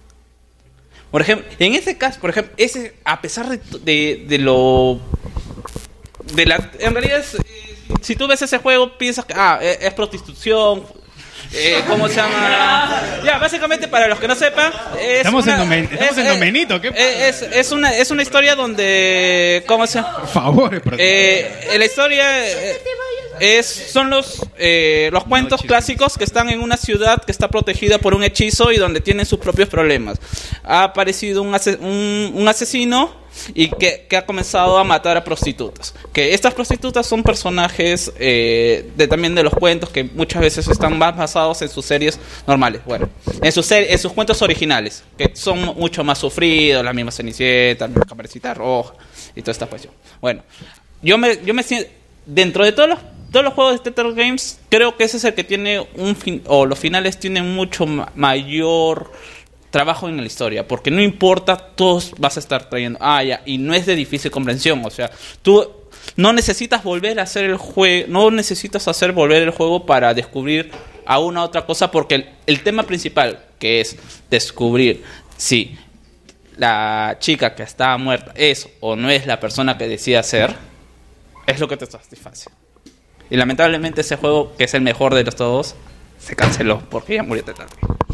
Por ejemplo, en ese caso, por ejemplo, ese, a pesar de, de, de lo... de la en realidad, es, si tú ves ese juego, piensas que ah, es, es prostitución... Eh, ¿Cómo se llama? Ya, básicamente para los que no sepan, es estamos una, en Domen, estamos es, en Domenito, ¿qué pasa? es, es una es una historia donde ¿cómo se llama? Por favor, eh, la historia eh, es son los eh, los cuentos clásicos que están en una ciudad que está protegida por un hechizo y donde tienen sus propios problemas. Ha aparecido un, ase, un, un asesino y que, que ha comenzado a matar a prostitutas. Que estas prostitutas son personajes eh, de, también de los cuentos que muchas veces están más basados en sus series normales. Bueno, en sus, ser, en sus cuentos originales, que son mucho más sufridos, la misma Cenicienta, la misma Caperucita Roja y toda esta cuestión. Bueno, yo me, yo me siento, dentro de todos los, todos los juegos de Telltale Games, creo que ese es el que tiene un fin, o los finales tienen mucho ma- mayor... trabajo en la historia, porque no importa, todos vas a estar trayendo, ah, ya, y no es de difícil comprensión, o sea, tú no necesitas volver a hacer el juego, no necesitas hacer volver el juego para descubrir a una otra cosa, porque el, el tema principal, que es descubrir si la chica que estaba muerta es o no es la persona que decía ser, es lo que te satisface. Y lamentablemente ese juego, que es el mejor de los todos, se canceló, porque ya murió tarde.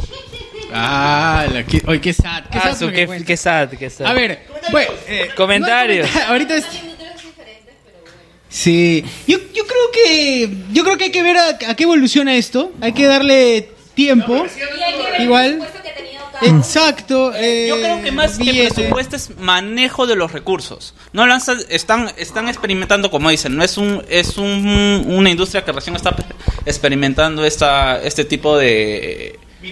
Ah, la, qué, oye, qué sad, qué sad. Ah, su, qué, qué sad, qué sad. A ver, bueno, eh, comentarios. No, ahorita es... Sí, yo, yo creo que yo creo que hay que ver a, a qué evoluciona esto, hay que darle tiempo. Igual. Exacto. Eh, Yo creo que más que billete. presupuesto es manejo de los recursos. No lanzan, están están experimentando, como dicen, no es un es un, una industria que recién está experimentando esta este tipo de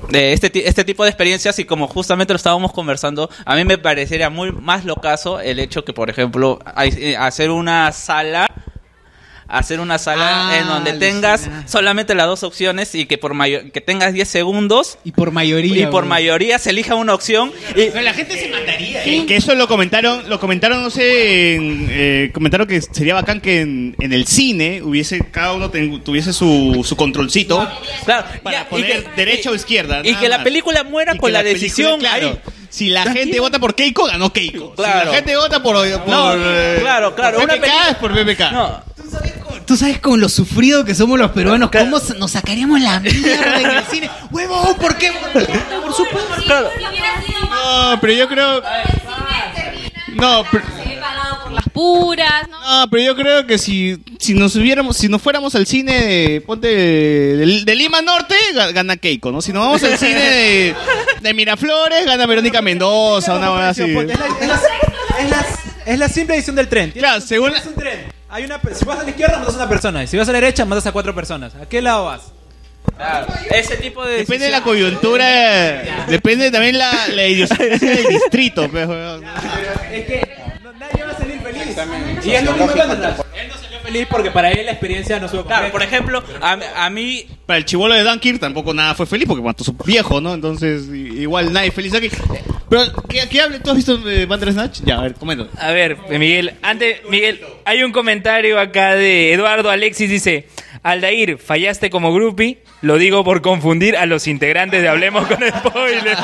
de este, ti- este tipo de experiencias, y como justamente lo estábamos conversando, a mí me parecería muy más locazo el hecho que, por ejemplo, hay- eh, hacer una sala hacer una sala Ah, en donde tengas solamente las dos opciones y que por mayo- que tengas diez segundos y por mayoría y por güey. mayoría se elija una opción y Pero la gente se mataría. Que, que eso lo comentaron, lo comentaron, no sé, en, eh, comentaron que sería bacán que en, en el cine hubiese, cada uno ten- tuviese su, su controlcito claro, para ya, poner y que- derecha o izquierda. y nada que la más. película muera Y con que la, película, decisión claro, ahí. si la gente vota por Keiko, ganó Keiko. Claro. Si la gente vota por, por No, eh, claro, claro, por una P P K, peli- es por P P K. No. Tú sabes con lo sufrido que somos los peruanos, cómo s- nos sacaríamos la mierda en el cine. ¡Huevo! ¿Por qué? ¿Por qué? Por supuesto. Claro. No, pero yo creo. No, pero, Las puras, ¿no? no, pero yo creo que si, si nos hubiéramos, si nos fuéramos al cine de, ponte de, de- de Lima Norte, ga- gana Keiko, ¿no? Si nos vamos al cine de, de Miraflores, gana Verónica Mendoza, una buena así. Es la, es, la, es, la, es la simple edición del tren. Claro, según Es un tren. Hay una, pe- si vas a la izquierda, matas a una persona. Y si vas a la derecha, matas a cuatro personas. ¿A qué lado vas? Claro, ese tipo de Depende de la coyuntura, depende también la, la idiosincrasia del distrito, pues, weón. Es que no, nadie va a salir feliz. Y es lo mismo que Bandersnatch. Él no salió feliz porque para él la experiencia no estuvo Claro, completa. por ejemplo, a, a mí Para el chibolo de Dunkirk tampoco nada fue feliz porque mató a su viejo, ¿no? Entonces, i- igual nadie es feliz aquí. Pero, ¿qué, qué hable? ¿Tú has visto eh, Bandersnatch? Ya, a ver, comento. A ver, Miguel, antes, Miguel, hay un comentario acá de Eduardo Alexis, dice, Aldair, fallaste como groupie, lo digo por confundir a los integrantes de Hablemos con Spoilers.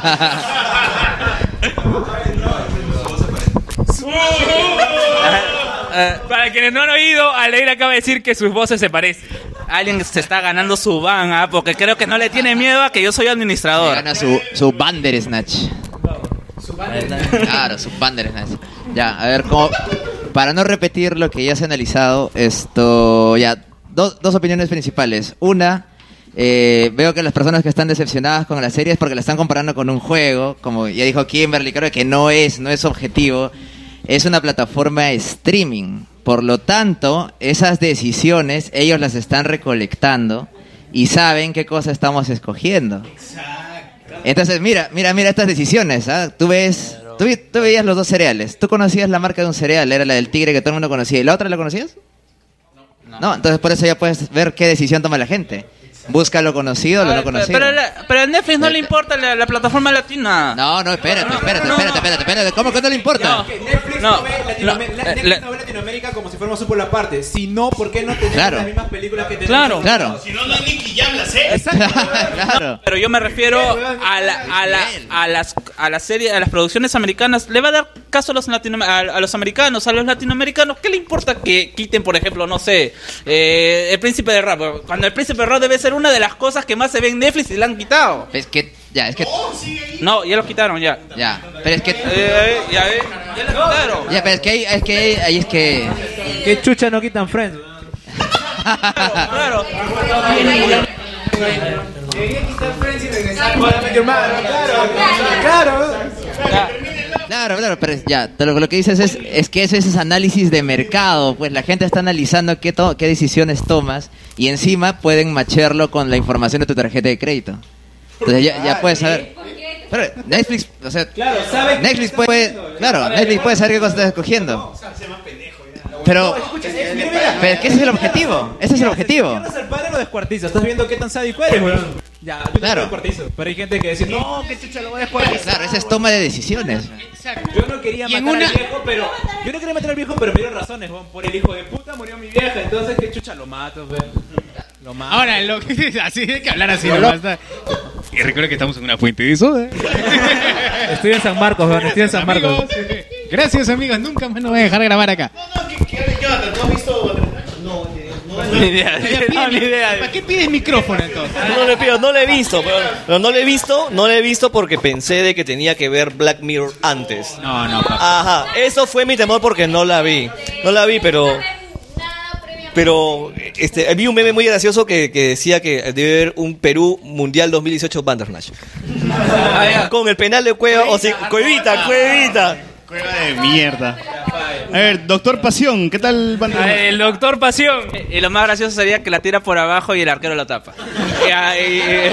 Para quienes no han oído, Aldair acaba de decir que sus voces se parecen. alguien se está ganando su van, ¿ah? Porque creo que no le tiene miedo a que yo soy administrador. Gana su, su Bandersnatch. Claro, su Bandersnatch. Ya, a ver, como, para no repetir lo que ya se ha analizado, esto, ya, dos, dos opiniones principales. Una, eh, veo que las personas que están decepcionadas con la serie es porque la están comparando con un juego, como ya dijo Kimberly, creo que no es, no es objetivo. Es una plataforma streaming. Por lo tanto, esas decisiones ellos las están recolectando y saben qué cosa estamos escogiendo. Entonces, mira, mira, mira estas decisiones, ¿ah? Tú ves, tú, vi- tú veías los dos cereales. Tú conocías la marca de un cereal, era la del tigre que todo el mundo conocía. ¿Y la otra la conocías? No. No, entonces por eso ya puedes ver qué decisión toma la gente. Busca lo conocido o lo no conocido. Pero, la- pero a Netflix no le importa la, la plataforma latina. No, no, espérate, espérate, espérate, espérate, espérate. ¿Cómo que no le importa? Netflix No, no, ve Latinoam- no, la- eh, Netflix la- no ve Latinoamérica como si fuéramos un pueblo aparte. Si no, ¿por qué no tenemos Claro. las mismas películas que tenemos? Claro. Claro. Si no, no hay Nicky Jam, la sé. Claro. Pero yo me refiero a, la, a, la, a las a las series, a las producciones americanas. Le va a dar caso a los latino, a, a los americanos, a los latinoamericanos. ¿Qué le importa que quiten, por ejemplo, no sé, eh, El Príncipe de Rap? Cuando El Príncipe de Rap debe ser una de las cosas que más se ve en Netflix y la han quitado. Es que, ya, es que, No, ya lo quitaron ya. ya, pero es que, Eh, eh, ya, eh, ya lo quitaron. ya, pero es que ahí, es que ahí, ahí es que, ¿Qué chucha no quitan Friends? Claro. Debería quitar Friends y regresar con Met Your Mother. Claro, claro. claro, claro, pero es- ya, te lo, lo que dices es, es que eso es análisis de mercado, pues la gente está analizando qué, to- qué decisiones tomas y encima pueden macharlo con la información de tu tarjeta de crédito. Entonces ya, ya puedes saber. Pero Netflix, o sea, Claro, ¿sabes qué Netflix está puede, haciendo? claro, Netflix puede saber qué cosa estás escogiendo. Pero, Escucha, es- mira, mira. pero es que ese es el objetivo, ese es el objetivo. ¿Cierras al padre o lo descuartizas? ¿Estás viendo qué tan sádico eres, weón? Ya, yo Claro. lo descuartizo. Pero hay gente que dice, no, qué chucha lo voy a descuartizar. Claro, esa es toma de decisiones. Yo no quería Y en matar una- al viejo, pero... Yo no quería matar al viejo, pero me dieron razones, weón. Por el hijo de puta murió mi vieja, entonces qué chucha lo mato, weón. Lo mato. Ahora, lo que, así hay que hablar así nomás. está. Y recuerda que estamos en una fuente de soda. Estoy en San Marcos, weón. Estoy en San Marcos. Amigos, gracias amigos, nunca más nos voy a dejar grabar acá. ¿Qué onda? ¿No has visto? No, no, Ni idea, no, ni idea. ¿Para qué pides micrófono entonces? No le pido, no lo he visto, pero, pero no lo he visto, no lo he visto porque pensé de que tenía que ver Black Mirror antes. No, no, papá. Ajá, eso fue mi temor porque no la vi. No la vi, pero pero este vi un meme muy gracioso que, que decía que debe haber un Perú Mundial dos mil dieciocho Bandersnatch. Con el penal de Cueva, o sea, Cuevita, Cuevita. Cueva de mierda. A ver, doctor Pasión, ¿qué tal, Bandersnatch? El doctor Pasión. Y lo más gracioso sería que la tira por abajo y el arquero lo tapa. Y, ah, y- y-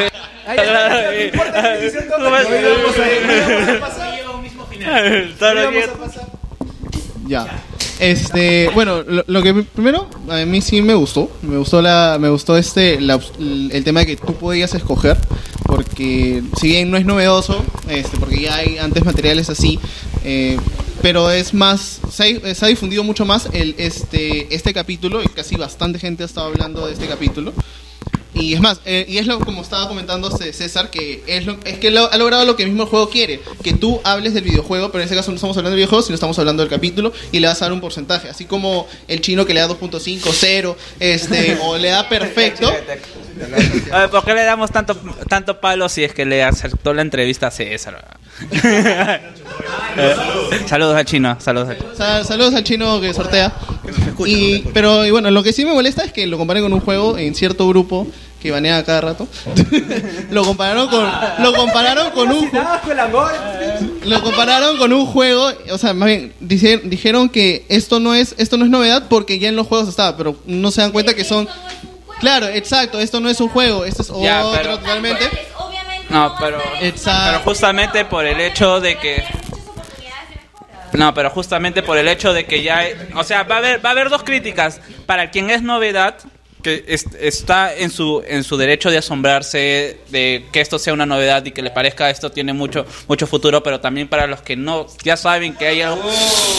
Ya. Este, bueno, lo, lo que primero a mí sí me gustó, me gustó la, me gustó este, la, el tema de que tú podías escoger, porque si bien no es novedoso, este, porque ya hay antes materiales así, eh, pero es más, se ha, se ha difundido mucho más el, este, este capítulo y casi bastante gente ha estado hablando de este capítulo. Y es más, eh, y es lo como estaba comentando César, que es, lo, es que lo, ha logrado lo que mismo el juego quiere, que tú hables del videojuego, pero en este caso no estamos hablando del videojuego, sino estamos hablando del capítulo y le vas a dar un porcentaje, así como el chino que le da dos punto cinco, cero, este, o le da perfecto. A ver, ¿por qué le damos tanto tanto palo si es que le aceptó la entrevista a César? Eh, saludos al chino, saludos al chino. Sal, saludos al chino que sortea. Y, pero y bueno, lo que sí me molesta es que lo comparen con un juego en cierto grupo que banea a cada rato. lo compararon con lo compararon con un lo compararon con un juego, o sea, más bien dijeron, dijeron que esto no es esto no es novedad porque ya en los juegos estaba, pero no se dan cuenta que son claro, exacto, esto no es un juego, esto es Ya, otro pero- totalmente. No, pero, pero justamente por el hecho de que No, pero justamente por el hecho de que ya hay- o sea, va a haber va a haber dos críticas para quien es novedad, que es- está en su en su derecho de asombrarse de que esto sea una novedad y que le parezca esto tiene mucho mucho futuro, pero también para los que no ya saben que hay algo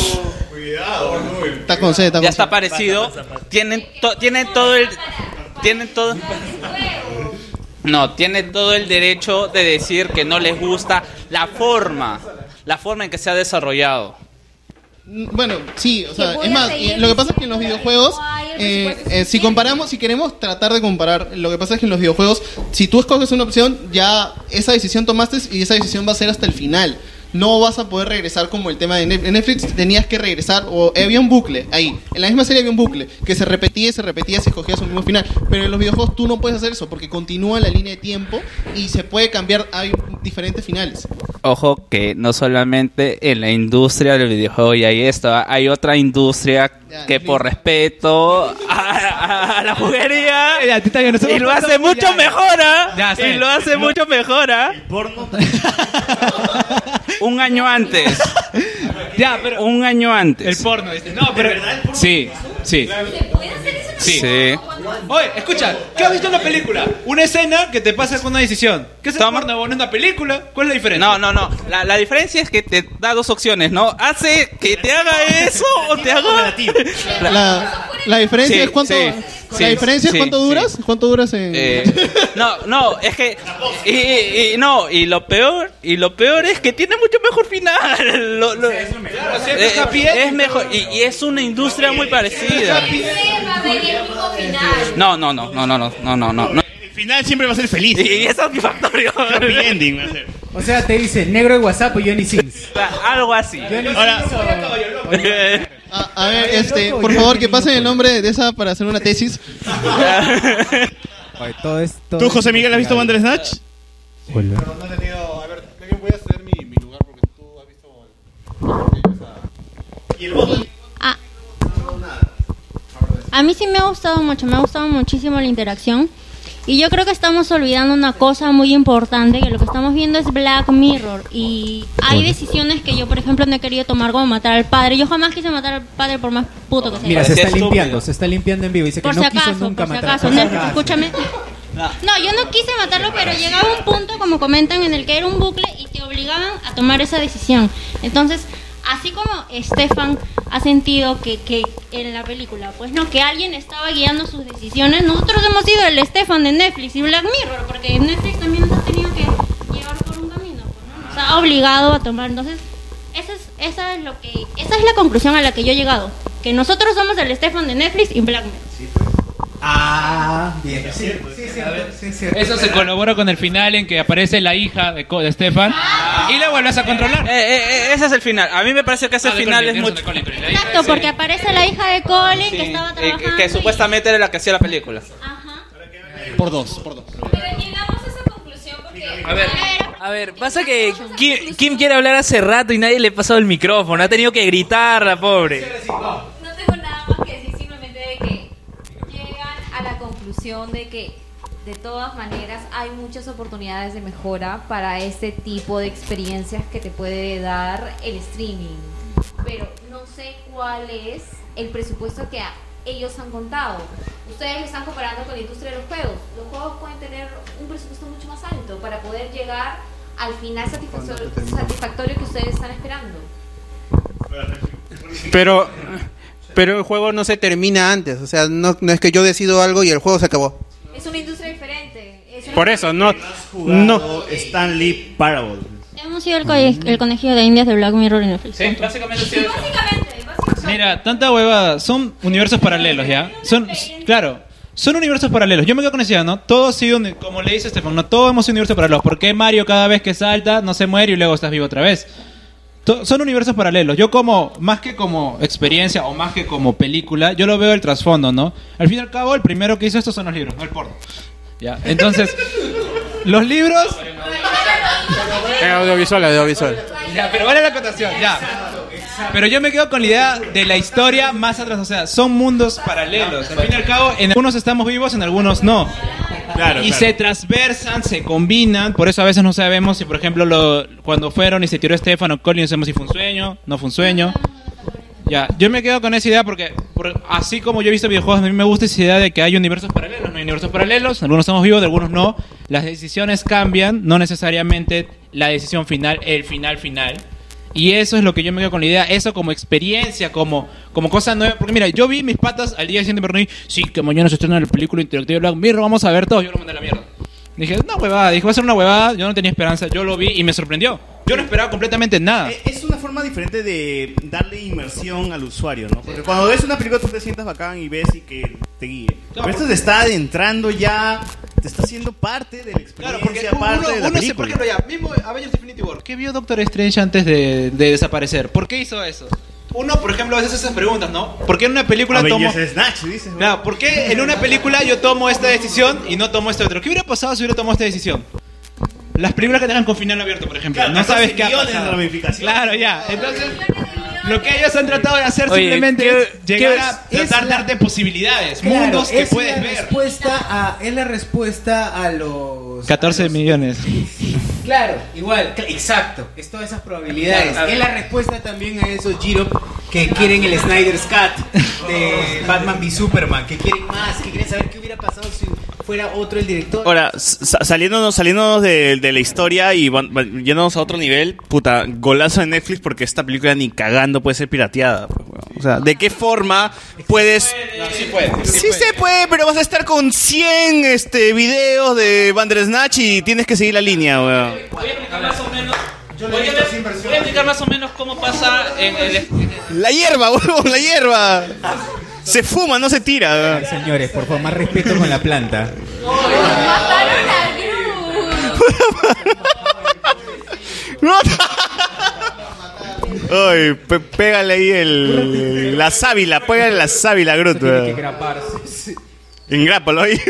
Está con C, está con ya C. está parecido, tienen to- tienen todo el tienen todo No, tienen todo el derecho de decir que no les gusta la forma, la forma en que se ha desarrollado. Bueno, sí, o sea, es más, y lo que pasa es que en los videojuegos, eh, eh, si comparamos, si queremos tratar de comparar, lo que pasa es que en los videojuegos, si tú escoges una opción, ya esa decisión tomaste y esa decisión va a ser hasta el final. No vas a poder regresar como el tema de Netflix. En Netflix tenías que regresar, o había un bucle ahí. En la misma serie había un bucle que se repetía y se repetía si escogías un mismo final. Pero en los videojuegos tú no puedes hacer eso porque continúa la línea de tiempo y se puede cambiar, hay diferentes finales. Ojo que no solamente en la industria del videojuego y hay esto, hay otra industria que por respeto a, a la juguería y lo hace mucho mejor, ¿ah? y lo hace mucho mejor, ¿ah? Un año antes. Ya, pero un año antes. El porno, ¿viste? No, pero sí, sí. Sí. Sí. Oye, escucha, ¿qué has visto en la película? Una escena que te pasa con una decisión. ¿Qué es el porno? ¿No es una película? ¿Cuál es la diferencia? No, no, no. La, la diferencia es que te da dos opciones, ¿no? Hace que te haga eso o te haga... La, la diferencia Sí, es cuánto, sí, la sí, diferencia sí, es cuánto sí. duras, cuánto duras en... Eh, no, no, es que y, y- y no, y lo peor, y lo peor es que tiene mucho mejor final. Lo- lo- eh, es mejor y, y es una industria muy parecida. No, no, no, no, no, no, no, no, no. El final siempre va a ser feliz. Y es satisfactorio. Happy ending va a ser. O sea, te dice negro de WhatsApp y Johnny Sins. Algo así. Ahora, A, a ver, este, por favor, que pasen el nombre de esa para hacer una tesis. Todo esto ¿tú, José Miguel, has visto Bandersnatch? Pero no he tenido... A ver, ¿qué voy a hacer mi, mi lugar? Porque tú has visto... ¿Y el voto? Ah. A mí sí me ha gustado mucho, me ha gustado muchísimo la interacción. Y yo creo que estamos olvidando una cosa muy importante, que lo que estamos viendo es Black Mirror. Y hay decisiones que yo, por ejemplo, no he querido tomar como matar al padre. Yo jamás quise matar al padre por más puto que sea. Mira, se está limpiando, se está limpiando en vivo. Dice que Por no si quiso acaso, nunca por si matar a acaso. por si Netflix, acaso. escúchame. No, yo no quise matarlo, pero llegaba un punto, como comentan, en el que era un bucle y te obligaban a tomar esa decisión. Entonces, así como Stefan ha sentido que, que en la película, pues no, que alguien estaba guiando sus decisiones, nosotros hemos sido el Stefan de Netflix y Black Mirror, porque Netflix también nos ha tenido que llevar por un camino, pues, ¿no? Nos ha obligado a tomar. Entonces, esa es, esa es lo que, esa es la conclusión a la que yo he llegado, que nosotros somos el Stefan de Netflix y Black Mirror. Ah, bien. Sí, sí, sí, sí, sí. Eso se colabora con el final en que aparece la hija de, Co- de Stefan y la vuelves a controlar. Eh, eh, eh, ese es el final. A mí me parece que ese Ah, de final Colin, es tienes mucho. razón, de Colin, Colin. Exacto, porque aparece la hija de Colin que estaba Eh, trabajando. que, que supuestamente era la que hacía la película. Por dos, por dos. A ver, a ver, pasa que Kim, Kim quiere hablar hace rato y nadie le ha pasado el micrófono. Ha tenido que gritar, la pobre. No tengo nada más que decir, simplemente de que llegan a la conclusión de que de todas maneras hay muchas oportunidades de mejora para este tipo de experiencias que te puede dar el streaming. Pero no sé cuál es el presupuesto que a- ellos han contado. Ustedes lo están comparando con la industria de los juegos. Los juegos pueden tener un presupuesto mucho más alto para poder llegar al final satisfactorio, satisfactorio que ustedes están esperando. Pero, pero el juego no se termina antes. O sea, no, no es que yo decido algo y el juego se acabó. Es una industria diferente. Es una Por eso, no. No. Stanley Parable. Hemos sido el, co- el conejillo de indias de Black Mirror en Netflix. Sí, básicamente sí. Mira, tanta huevada, son universos paralelos, ¿ya? Son, claro, son universos paralelos. Yo me quedo con esa idea, ¿no? Todos sido, un- como le dice Estefan, no todos hemos sido universos paralelos. ¿Por qué Mario cada vez que salta no se muere y luego estás vivo otra vez? To- son universos paralelos. Yo como, más que como experiencia o más que como película, yo lo veo el trasfondo, ¿no? Al fin y al cabo, el primero que hizo esto son los libros, no el porno. ¿Ya? Entonces, los libros... Es audiovisual, audiovisual. Ya, pero vale la acotación, ya. Pero yo me quedo con la idea de la historia más atrás, o sea, son mundos paralelos. Al fin y al cabo, en algunos estamos vivos, en algunos no. Claro, y claro. se transversan, se combinan, por eso a veces no sabemos si, por ejemplo, lo, cuando fueron y se tiró Stefano Colin, no sabemos si fue un sueño, no fue un sueño. Ya, yo me quedo con esa idea porque, por- así como yo he visto videojuegos, a mí me gusta esa idea de que hay universos paralelos, no hay universos paralelos, algunos estamos vivos, de algunos no. Las decisiones cambian, no necesariamente la decisión final, el final final. Y eso es lo que yo me quedo con la idea, eso como experiencia, como, como cosa nueva. Porque mira, yo vi mis patas al día siguiente me reuní, sí, que mañana se estrena la película interactiva de Black Mirror, vamos a ver todo, yo lo mandé a la mierda. Dije, una huevada, dije, va a ser una huevada, yo no tenía esperanza, yo lo vi y me sorprendió. Yo no esperaba completamente nada. Eh, Es una forma diferente de darle inmersión al usuario, ¿no? Porque cuando ves una película tú te sientas bacán y ves y que te guíe. Pero esto te está adentrando ya, te está haciendo parte de la experiencia, parte de la uno se, película. por ejemplo, ya, mismo Avengers Infinity War. ¿Qué vio Doctor Strange antes de, de desaparecer? ¿Por qué hizo eso? Uno, por ejemplo, a veces esas preguntas, ¿no? ¿Por qué en una película tomo... Avengers Snatch, dices. Claro, ¿por qué en una película yo tomo esta decisión y no tomo esta otra? ¿Qué hubiera pasado si hubiera tomado esta decisión? Las películas que tengan con final abierto, por ejemplo. Claro, no sabes catorce qué ha millones de pasado. ramificaciones. Claro, ya. Entonces, lo que ellos han tratado de hacer Oye, simplemente ¿qué- es llegar qué a es? tratar Es de la- darte posibilidades, Claro, mundos que es puedes la ver. Respuesta a, es la respuesta a los... catorce millones. Claro, igual, cl- exacto. Es todas esas probabilidades. Claro. Es la respuesta también a esos Giro que quieren el Snyder's Cut de Batman v Superman, que quieren más, que quieren saber qué hubiera pasado si fuera otro el director. Ahora, sa- saliéndonos, saliéndonos de, de la historia y van- van- yéndonos a otro nivel, puta, golazo de Netflix porque esta película ni cagando puede ser pirateada. Pues, weón. O sea, ¿de qué forma puedes...? Sí puede. Sí se puede, pero vas a estar con cien este, videos de Bandersnatch y tienes que seguir la línea, weón. Voy a explicar más o menos. Voy a, ver- voy a explicar más o menos cómo pasa en el. La hierba, weón, la hierba. Se fuma, no se tira, weón. Señores, por favor, más respeto con la planta. Mataron a Ay, pe- pégale ahí el, la sábila, pégale la sábila, Groot. Tiene que weón. graparse. Engrápalo ahí.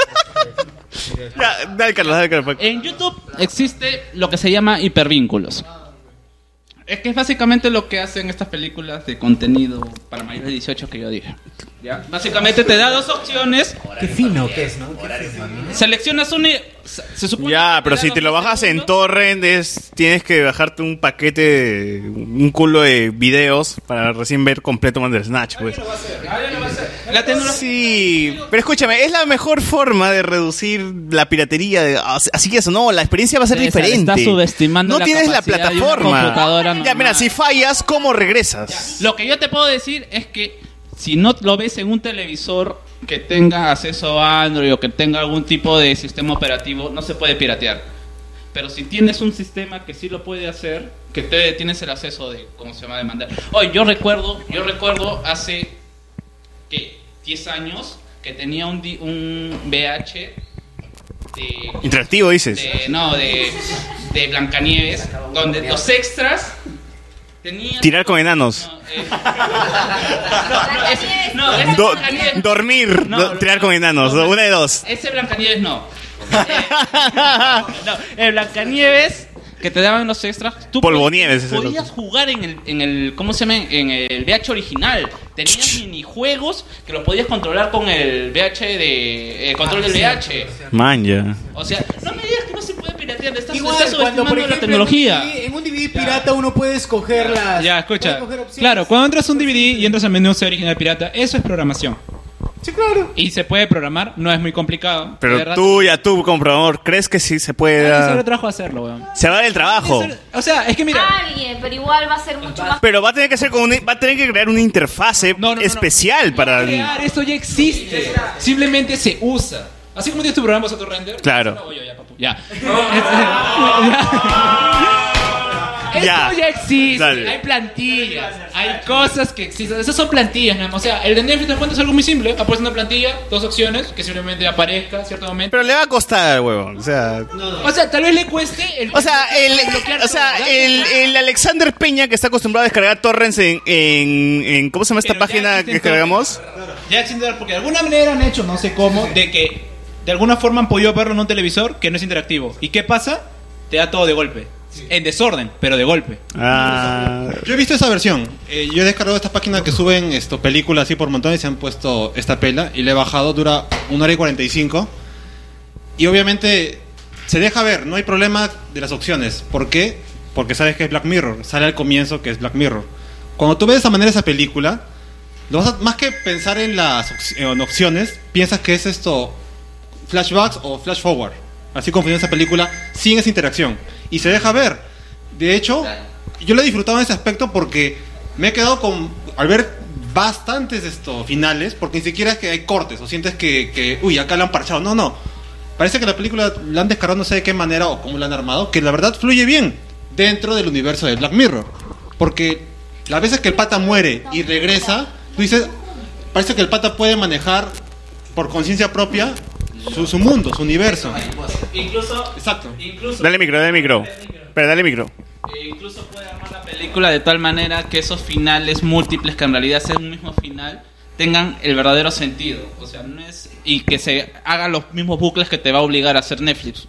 Ya, dale, Carlos, dale, Carlos. En YouTube existe lo que se llama hipervínculos. Es que es básicamente lo que hacen estas películas de contenido para mayores de dieciocho que yo dije. ¿Ya? Básicamente te da dos opciones. Qué fino que es, ¿no? Seleccionas una y se se supone Ya, que pero da si dos te lo bajas en torrent, es- tienes que bajarte un paquete, de- un culo de videos para recién ver completo Bandersnatch, pues. La tecnología. Sí, pero escúchame, es la mejor forma de reducir la piratería. de- así que eso, no, la experiencia va a ser César, diferente. estás subestimando no la tienes la capacidad de una plataforma. computadora Ya, normal. mira, si fallas, ¿cómo regresas? Lo que yo te puedo decir es que si no lo ves en un televisor que tenga acceso a Android o que tenga algún tipo de sistema operativo, no se puede piratear. Pero si tienes un sistema que sí lo puede hacer, que te, tienes el acceso de, ¿cómo se llama? De mandar. Hoy yo recuerdo, yo recuerdo hace, ¿qué? diez años que tenía un, di- un V H de... Interactivo, dices. de- no, de, de Blancanieves, donde los extras tenían... Tirar con enanos. No, ese, no, ese Do- Blancanieves- dormir, No, do- tirar con enanos. Una de dos. Ese Blancanieves no. Eh, no, el Blancanieves que te daban los extras, tú Polvonieves, ese podías loco. jugar en el, en el, ¿cómo se llama? En el V H original. Tenías minijuegos que los podías controlar con el V H de, eh, control del V H. Man, ya. O sea, no me digas que no se puede piratear, le estás, Igual, estás cuando, por subestimando ejemplo, la tecnología. En un D V D, en un D V D pirata uno puede escoger las... Ya, escucha. puede coger opciones. Claro, cuando entras a un D V D y entras al menú C original pirata, eso es programación. Sí, claro. Y se puede programar, no es muy complicado. De Pero verdad, tú, ya tú, como programador, ¿crees que sí se puede? alguien se dar- habrá trabajo a hacerlo, weón. Se va del trabajo. O sea, es que mira, Alguien, pero igual va a ser mucho más... Pero va a tener que hacer con una- va a tener que crear una interfase especial para. crear esto ya existe. Simplemente se usa. Así como tienes tu programa para tu render. Claro. Ya. Ya. Esto ya existe, Dale. hay plantillas, hay cosas que existen, esas son plantillas nada más. O sea, el de Netflix te cuenta es algo muy simple, apuesta una plantilla, dos opciones, que simplemente aparezca en cierto momento. Pero le va a costar, huevón. O sea. O sea, tal vez le cueste el... O sea, el, o sea, el, el Alexander Peña que está acostumbrado a descargar torrents en, en, en ¿cómo se llama esta Pero ya página que existen descargamos? Ya existe, porque de alguna manera han hecho, no sé cómo, de que de alguna forma han podido verlo en un televisor que no es interactivo. ¿Y qué pasa? Te da todo de golpe. En desorden, pero de golpe. Ah. Yo he visto esa versión. Eh, yo he descargado estas páginas que suben esto, películas así por montones y se han puesto esta pela y le he bajado, dura una hora y cuarenta y cinco. Y obviamente se deja ver, no hay problema de las opciones. ¿Por qué? Porque sabes que es Black Mirror, sale al comienzo que es Black Mirror. Cuando tú ves de esa manera esa película, lo vas a- más que pensar en las op- en opciones, piensas que es esto flashbacks o flash forward. Así como funciona esa película, sin esa interacción. Y se deja ver. De hecho, yo lo he disfrutado en ese aspecto porque me he quedado con... Al ver bastantes estos finales, porque ni siquiera es que hay cortes o sientes que, que uy, acá la han parchado. No, no. Parece que la película la han descargado no sé de qué manera o cómo la han armado, que la verdad fluye bien dentro del universo de Black Mirror. Porque las veces que el pata muere y regresa, tú dices, parece que el pata puede manejar por conciencia propia su, su mundo, su universo. Incluso, Exacto. incluso, Dale micro, dale micro. Pero dale micro. eh, incluso puede armar la película de tal manera que esos finales múltiples que en realidad sean un mismo final tengan el verdadero sentido. O sea, no es y que se hagan los mismos bucles que te va a obligar a hacer Netflix.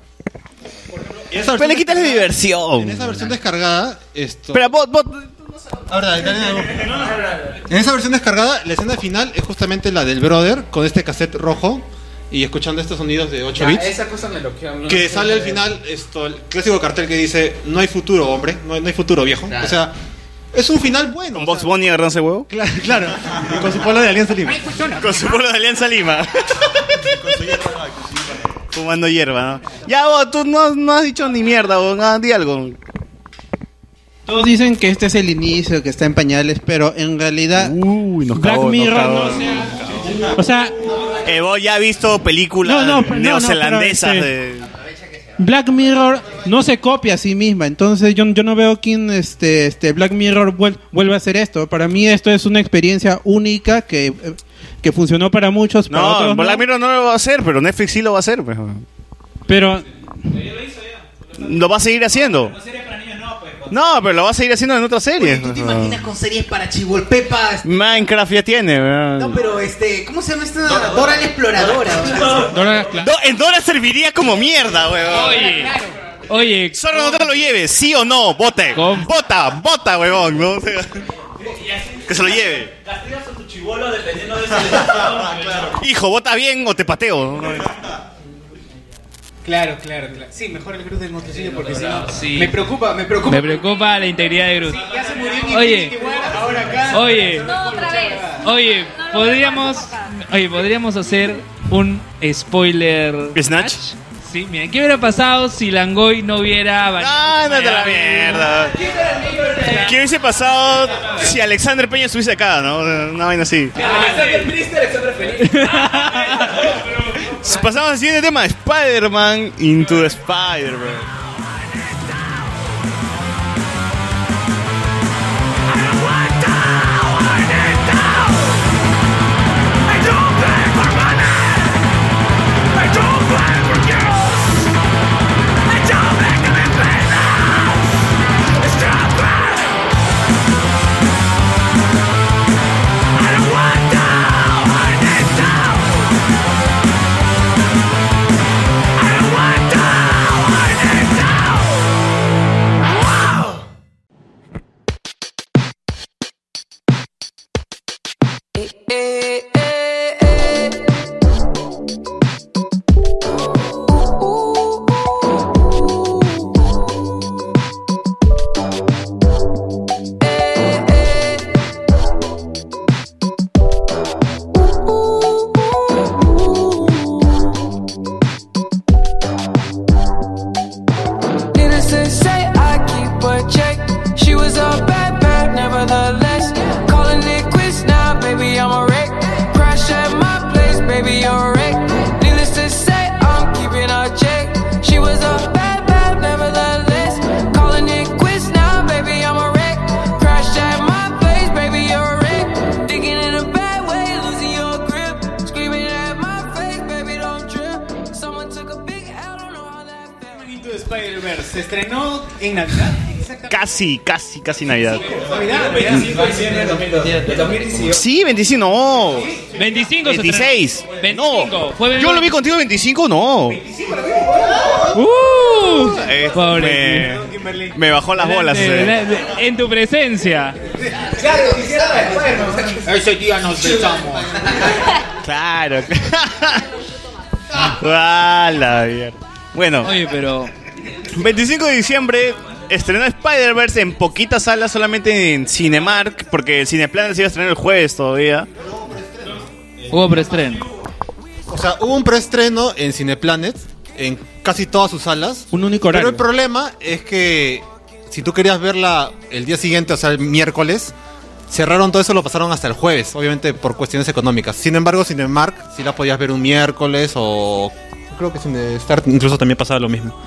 Pero le quitas la diversión. En esa versión descargada, esto. Pero vos, vos- Ahora, dale, dale, en esa versión descargada, la escena final es justamente la del brother con este cassette rojo y escuchando estos sonidos de ocho Ya, bits. esa cosa me loquea. no Que sé sale al qué- final esto, el clásico cartel que dice no hay futuro, hombre, no hay, no hay futuro, viejo. Claro. O sea, es un final bueno. ¿Con Box Bunny agarrándose huevo? Claro, claro. Y con su polo de Alianza Lima. Con su pueblo de Alianza Lima. Fumando hierba, ¿no? Ya vos, tú no, no has dicho ni mierda, vos, ah, di algo. Todos dicen que este es el inicio, que está en pañales, pero en realidad nos Black cagó, nos Mirror cagó. no sea... O sea, Eh, vos ya has visto películas No, no, pero- no, no, neozelandesas pero, de... Black Mirror no se copia a sí misma, entonces yo, yo no veo quién este, este Black Mirror vuel- vuelve a hacer esto. Para mí esto es una experiencia única que, eh, que funcionó para muchos, para No, otros Black no. Mirror no lo va a hacer, pero Netflix sí lo va a hacer. Pues. Pero Lo va a seguir haciendo. No, pero lo va a seguir haciendo en otras series. ¿Tú te imaginas con series para chivolpepas? Minecraft ya tiene. ¿verdad? No, pero este, ¿cómo se llama esta? Dora la exploradora. Do- en Dora serviría como mierda, weón. Oye, oye. Solo no te lo lleves, sí o no, vote. Vota, vota, weón. ¿no? O sea, que se lo lleve. Castigas a tu chibolo dependiendo de ese Hijo, vota bien o te pateo. Claro, claro, claro. Sí, mejor el Cruz del Motociclo porque si no... Sí. Me preocupa, me preocupa. Me preocupa la integridad de Groot. Ya se murió en Oye. Infinity War, ahora acá... Oye. No, otra vez. Oye, podríamos, oye, podríamos hacer un spoiler. ¿Snatch? Sí, miren, ¿qué hubiera pasado si Langoy no hubiera Ah, no te la mierda. ¿Qué hubiese pasado si Alexander Peña estuviese acá, no? Una vaina así. Alexander Priester, Alexander Feliz. Pasamos al siguiente tema, Spider-Man Into the Spider-Man. I don't want to, I need to eh, eh, eh. Needless to say, I keep a check. She was a bad, bad, nevertheless. Calling it quits now, baby, I'm a wreck. Crash at my place, baby, you're a wreck. Needless to say, I'm keeping a check. She was a bad, bad, nevertheless. Calling it quits now, baby, I'm a wreck. Crash at my place, baby, you're a wreck. Thinking in a bad way, losing your grip. Screaming at my face, baby, don't trip. Someone took a big L, don't know how that felt. Into the Spider-Verse se estrenó en Navidad. Casi, casi, casi Navidad. Navidad, veinticinco de diciembre de dos mil dieciocho. Sí, veinticinco, no. veinticinco, veintiséis. veinticinco. No. Fue Yo lo vi contigo veinticinco, no. Uh, Eh, pobre. me, me bajó las bolas. Delante, eh. delante, En tu presencia. Claro, ese día nos besamos. Claro. Ah, la mierda. Bueno. Oye, pero veinticinco de diciembre estrenó Spider-Verse en poquitas salas, solamente en Cinemark, porque el Cineplanet se iba a estrenar el jueves todavía. Hubo preestreno. O sea, hubo un preestreno en Cineplanet, en casi todas sus salas. Un único horario. Pero el problema es que si tú querías verla el día siguiente, o sea, el miércoles, cerraron todo eso, lo pasaron hasta el jueves, obviamente por cuestiones económicas. Sin embargo, Cinemark sí la podías ver un miércoles o... Creo que Cinestar incluso también pasaba lo mismo.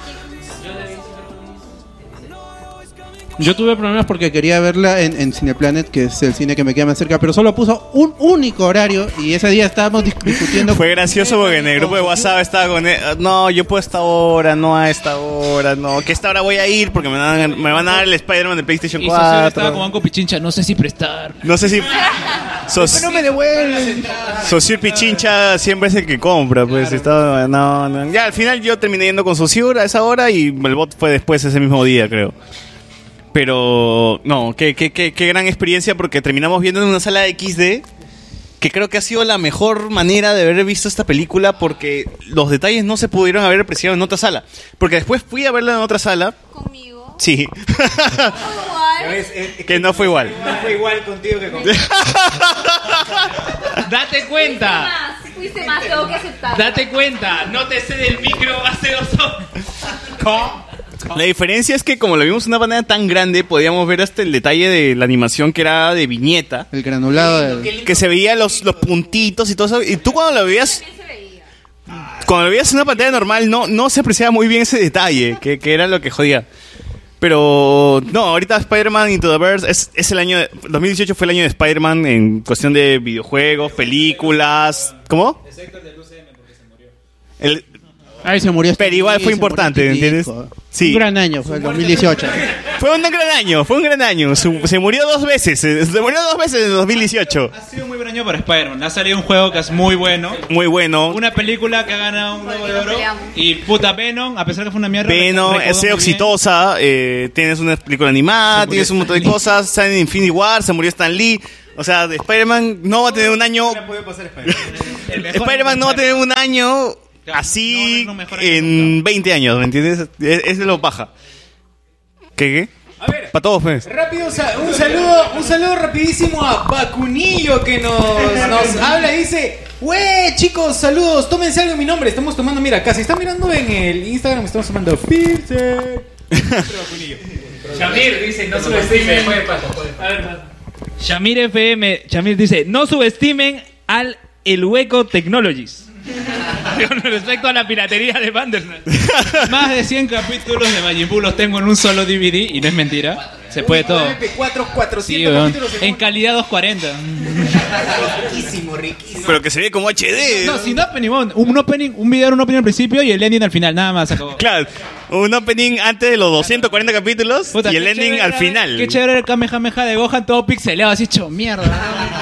Yo tuve problemas porque quería verla en, en Cineplanet, que es el cine que me queda más cerca, pero solo puso un único horario y ese día estábamos dis- discutiendo. Fue gracioso porque en el grupo de WhatsApp estaba con él, no, yo puedo a esta hora, no a esta hora, no, que esta hora voy a ir porque me van a, me van a dar el Spider-Man de PlayStation Y Socio estaba cuatro. con Banco Pichincha, no sé si prestar. No sé si... Sos, No me devuelven. Sociur Pichincha siempre es el que compra, pues. Está, no, no. Ya al final yo terminé yendo con Sociur a esa hora y el bot fue después ese mismo día, creo. Pero, no, qué, qué, qué, qué gran experiencia porque terminamos viendo en una sala de equis de que creo que ha sido la mejor manera de haber visto esta película porque los detalles no se pudieron haber apreciado en otra sala. Porque después fui a verla en otra sala. ¿Conmigo? Sí. Ya ves, eh, Que no fue igual. No fue igual contigo que conmigo. Date cuenta. Más, fuiste más, tengo que aceptar. Date cuenta. No te sé del micro hace dos horas. ¿Cómo? La diferencia es que como lo vimos de una pantalla tan grande, podíamos ver hasta el detalle de la animación que era de viñeta. El granulado del... Que se veía los, los puntitos y todo eso. Y tú cuando lo veías... Cuando lo veías en una pantalla normal no, no se apreciaba muy bien ese detalle, que, que era lo que jodía. Pero no, ahorita Spider-Man Into the Verse es, es el año de... dos mil dieciocho fue el año de Spider-Man en cuestión de videojuegos, películas... ¿Cómo? El, Ay, se murió. Pero igual fue se importante, murió ¿entiendes? Chiquitico. Sí. Un gran año, fue el dos mil dieciocho. Fue un gran año, fue un gran año. Su- se murió dos veces, se se murió dos veces en dos mil dieciocho. Ha sido un muy buen año para Spider-Man. Ha salido un juego que es muy bueno. Muy bueno. Una película que ha ganado un Globo de Oro. Y puta Venom, a pesar que fue una mierda. Venom, recaudó es muy bien. exitosa, eh, tienes una película animada, tienes un montón de cosas, sale en Infinity War, se murió Stan Lee. O sea, de Spider-Man no va a tener un año... Spider-Man no va a tener un año así en veinte años, ¿me entiendes? Es, es lo paja. ¿Qué, qué? A ver, para todos, pues. Rápido, sa- un saludo, un saludo rapidísimo a Bacunillo que nos, nos habla y dice, ¡Wey, chicos, saludos! Tómense algo en mi nombre. Estamos tomando, mira, acá, si están mirando en el Instagram, estamos tomando Pilsen. Shamir dice, no subestimen. A ver, pasa. Shamir F M, Shamir dice, no subestimen al El Hueco Technologies. Con respecto a la piratería de Bandersnatch. Más de cien capítulos de Majin Buu los tengo en un solo D V D y no es mentira. Se puede todo. M P cuatro, Sí, cuatrocientos weón. capítulos En calidad doscientos cuarenta. riquísimo, riquísimo. Pero que se ve como H D. No, sin opening, weón. un opening, un video, un opening al principio y el ending al final, nada más. se acabó. Claro, un opening antes de los doscientos cuarenta capítulos Puta, y el qué ending chévere al era- final. Qué chévere el Kamehameha de Gohan, todo pixeleado, así hecho mierda.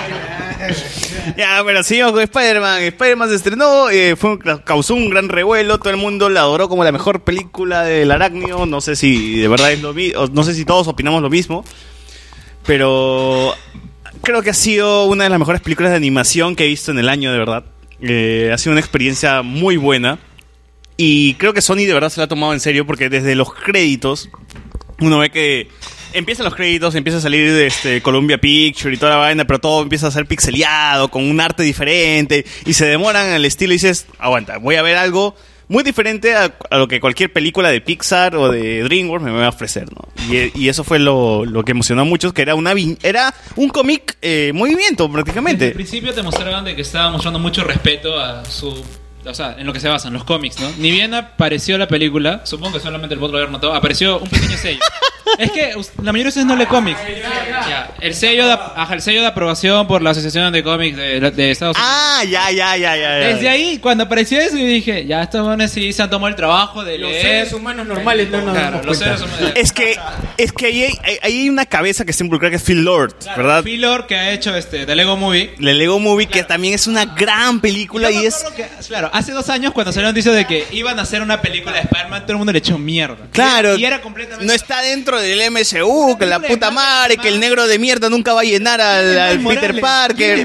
Ya, pero seguimos con Spider-Man. Spider-Man se estrenó, eh, fue, causó un gran revuelo, todo el mundo la adoró como la mejor película del arácnido. No sé si de verdad es lo mismo, no sé si todos opinamos lo mismo, pero creo que ha sido una de las mejores películas de animación que he visto en el año, de verdad. Eh, ha sido una experiencia muy buena. Y creo que Sony de verdad se la ha tomado en serio, porque desde los créditos uno ve que empiezan los créditos, empieza a salir de este Columbia Picture y toda la vaina, pero todo empieza a ser pixeleado, con un arte diferente, y se demoran en el estilo y dices, aguanta, voy a ver algo muy diferente a, a lo que cualquier película de Pixar o de DreamWorks me va a ofrecer, ¿no? Y, y eso fue lo, lo que emocionó a muchos, que era una vi- era un cómic eh, movimiento prácticamente. Desde el principio te mostraban de que estaba mostrando mucho respeto a su... O sea, en lo que se basan los cómics, ¿no? Ni bien apareció la película, supongo que solamente el bot lo había notado, apareció un pequeño sello. Es que la mayoría de ustedes no lee cómics. Ya, el sello de, ajá, el sello de aprobación por la Asociación de Cómics de, de Estados Unidos. Ah, ya, ya, ya, ya. ya. Desde ahí, cuando apareció eso, yo dije, ya estos manes sí se han tomado el trabajo de Los leer. seres humanos normales no nos Claro, damos los cuenta. seres humanos. Es que, es que ahí hay, ahí hay una cabeza que está involucrada, que es Phil Lord, Claro, ¿verdad? Phil Lord, que ha hecho este, The Lego Movie. The Lego Movie, que también es una gran película y es... Que, claro, hace dos años cuando salió la noticia de que iban a hacer una película de Spider-Man, todo el mundo le echó mierda. Claro, Y era completamente... no está dentro del M C U, que la puta madre, que el negro de mierda nunca va a llenar al, al Peter Parker.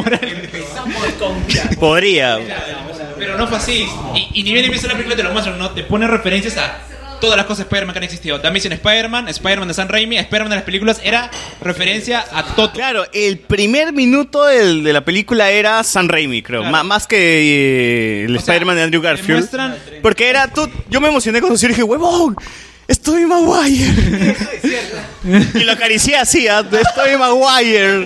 Podría. Pero no fue así. Y, y ni bien empieza la película te lo muestran, ¿no? Te pone referencias a todas las cosas de Spider-Man que han existido. The Amazing Spider-Man, Spider-Man de Sam Raimi, Spider-Man de las películas, era referencia a todo. Claro, el primer minuto del, de la película era Sam Raimi, creo. Claro. M- más que eh, el Spider-Man de Andrew Garfield. muestran- Porque era... Tú, yo me emocioné cuando se y dije, huevón, estoy Maguire. Y lo acaricié así, ¿ah? Estoy Maguire.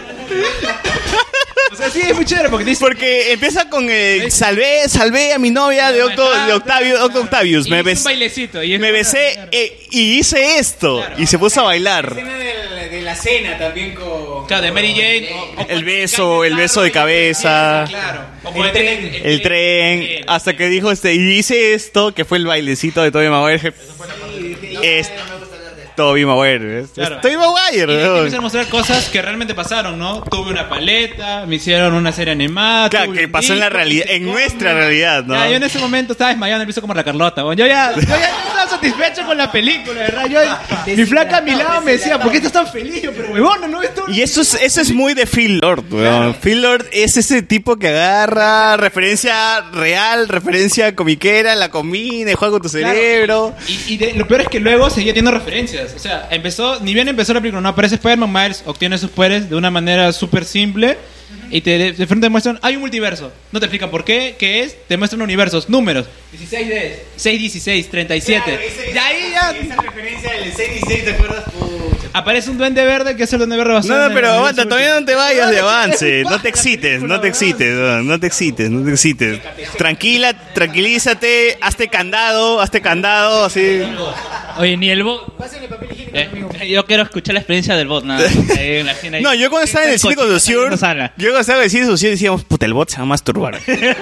O sea, sí, es muy chévere porque dice... Porque empieza con eh, salvé, salvé a mi novia de, Octo, de Octavio, Octo Octavius. Y Me, hizo bes- un bailecito. Y es me besé eh, y hice esto. Y se puso a bailar. La escena de, de la cena también con... Claro, de Mary Jane. O, o El beso, el beso de cabeza. Claro. O con el tren. El tren, hasta que dijo este, y hice esto, que fue el bailecito de Tobey Maguire. Es Tobey Maguire, es, Claro. es Tobey Y Maguire. de ahí weón. empiezan a mostrar cosas que realmente pasaron, ¿no? Tuve una paleta, me hicieron una serie animada. Claro, tuve que un pasó en la disco, realidad, hice en cómics. nuestra realidad, ¿no? Ya, yo en ese momento estaba desmayando en el piso como la Carlota, weón. Yo ya, yo ya estaba satisfecho con la película, ¿verdad? Yo, mi flaca a mi lado me decía, ¿por qué estás tan feliz? Yo, pero huevón, no esto. Y eso es, eso es muy de Phil Lord, weón. Phil Lord es ese tipo que agarra referencia real, referencia comiquera, la combina y juega con tu cerebro. Y, y de- lo peor es que luego seguía teniendo referencias. O sea, empezó, ni bien empezó la película, no aparece Spider-Man, Miles obtiene sus poderes de una manera súper simple. Y te, de frente te muestran, hay un multiverso. No te explican por qué, qué es, te muestran universos, números. dieciséis de seis, dieciséis, treinta y siete. Y ahí ya. Esa referencia del seis dieciséis, ¿te acuerdas? Pucha. Aparece un duende verde, que es el duende verde basado No, en pero el aguanta, universo todavía no te vayas de No, avance. No te excites, no te excites, weón, no te excites, no te excites. Tranquila, tranquilízate, hazte candado, hazte candado, así. Oye, ni el bot. Eh, yo quiero escuchar la experiencia del bot, nada. Ahí en la escena ahí. No, yo cuando estaba en el cine con Susur, yo cuando estaba en el cine con Susur decíamos, puta, el bot se va a masturbar.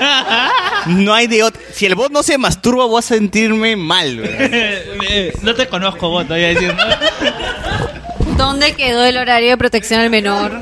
No hay de otro. Si el bot no se masturba, voy a sentirme mal, weón. Eh, no te conozco, bot, voy a decir, ¿no? ¿Dónde quedó el horario de protección al menor?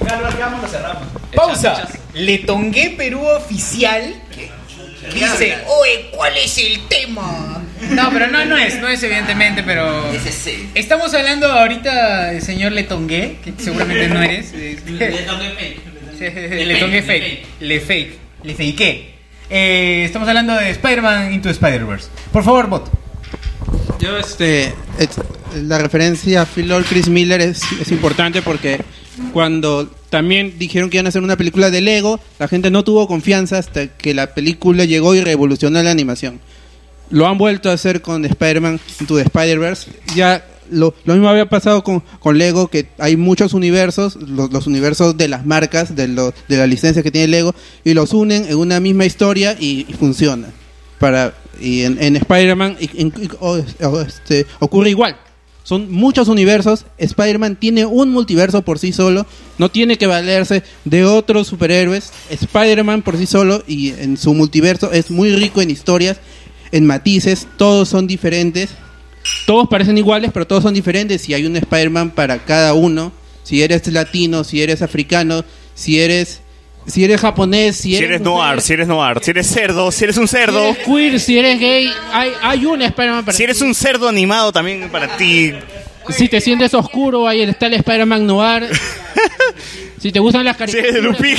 Pausa. Le tongué Perú oficial. Dice, oye, ¿cuál es el tema? No, pero no, no es, no es evidentemente, pero... Estamos hablando ahorita del señor Letongué, que seguramente no eres. Letongué fake. Letongué fake. Le fake. Le fakeé. Eh, estamos hablando de Spider-Man Into Spider-Verse. Por favor, bot. Yo, este, es- la referencia a Phil Lord, Chris Miller es, es importante porque cuando también dijeron que iban a hacer una película de Lego, la gente no tuvo confianza hasta que la película llegó y revolucionó la animación. Lo han vuelto a hacer con Spider-Man Into the Spider-Verse. Ya lo, lo mismo había pasado con, con Lego, que hay muchos universos, los, los universos de las marcas, de, lo, de la licencia que tiene Lego, y los unen en una misma historia y, y funciona. Para, y en, en Spider-Man y- en- y- o- o- este, ocurre igual. Son muchos universos. Spider-Man tiene un multiverso por sí solo. No tiene que valerse de otros superhéroes. Spider-Man por sí solo y en su multiverso es muy rico en historias, en matices. Todos son diferentes. Todos parecen iguales, pero todos son diferentes. Y hay un Spider-Man para cada uno. Si eres latino, si eres africano, si eres... Si eres japonés, si Si eres, eres mujer, noir, si eres noir, si eres cerdo, si eres un cerdo. si eres queer, si eres gay, hay, hay un Spider-Man para Si eres un cerdo animado también para ti. Si te sientes oscuro, ahí está el Spider-Man Noir. Si te gustan las caricaturas... Sí, de Lupin.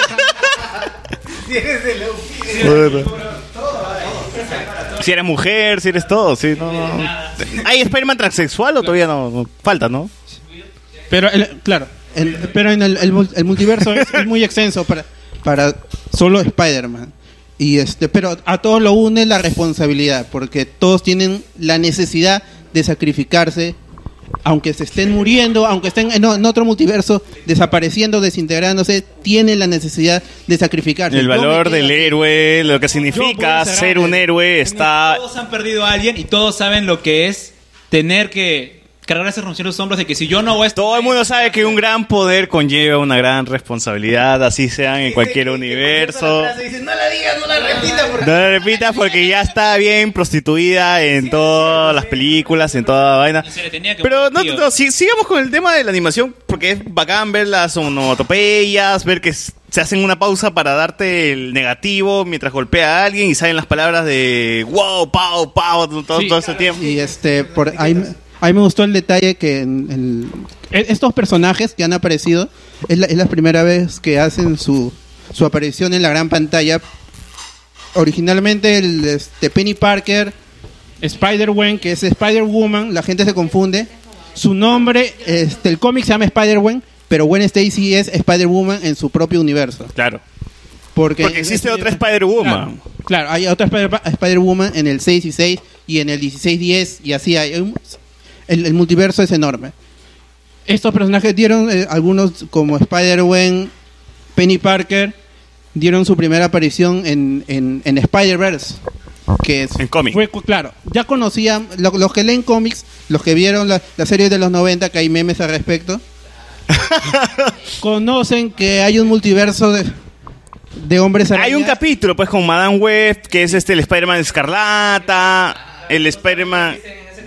Si eres de Lupin. Si eres mujer, si eres todo, sí, no, no. ¿Hay Spider-Man transexual o todavía no? no? Falta, ¿no? Pero, el- claro, el- pero en el, el mul- el multiverso es, es muy extenso para, para solo Spider-Man. Y este, pero a todos lo une la responsabilidad, porque todos tienen la necesidad de sacrificarse, aunque se estén muriendo, aunque estén en, en otro multiverso, desapareciendo, desintegrándose, tienen la necesidad de sacrificarse. El Yo me valor quedo del aquí. héroe, lo que significa cerrar ser un el- héroe está... Todos han perdido a alguien y todos saben lo que es tener que cargar esa responsabilidad en los hombros de que si yo no hago esto... Todo el mundo sabe que un gran poder conlleva una gran responsabilidad, así sean en cualquier universo. Dice, no la digas, no la repitas. Porque... No lo repitas porque ya está bien prostituida en todas las películas, en toda vaina. Pero no, no, si- sigamos con el tema de la animación, porque es bacán ver las onomatopeyas, ver que s- se hacen una pausa para darte el negativo mientras golpea a alguien y salen las palabras de wow, pau, pau, todo, Sí, todo ese tiempo. Y este, por ahí, ahí me gustó el detalle que en el- e- estos personajes que han aparecido es la, es la primera vez que hacen su, su aparición en la gran pantalla. Originalmente el este, Penny Parker, Spider-Gwen, que es Spider-Woman, la gente se confunde. Su nombre, este, el cómic se llama Spider-Gwen, pero Gwen Stacy es Spider-Woman en su propio universo. Claro. Porque, Porque existe otra Spider-Woman. Claro, claro, hay otra Spider- Spider-Woman en el seis y seis y en el dieciséis diez y así hay. un- El, el multiverso es enorme. Estos personajes dieron, eh, algunos como Spider-Gwen, Penny Parker, dieron su primera aparición en, en, en Spider-Verse. Que es, en cómic. Fue, claro, ya conocían, lo- los que leen cómics, los que vieron la, la serie de los noventa, que hay memes al respecto, conocen que hay un multiverso de, de hombres arañas. Hay un capítulo pues con Madame Web, que es este el Spider-Man Escarlata, el Spider-Man...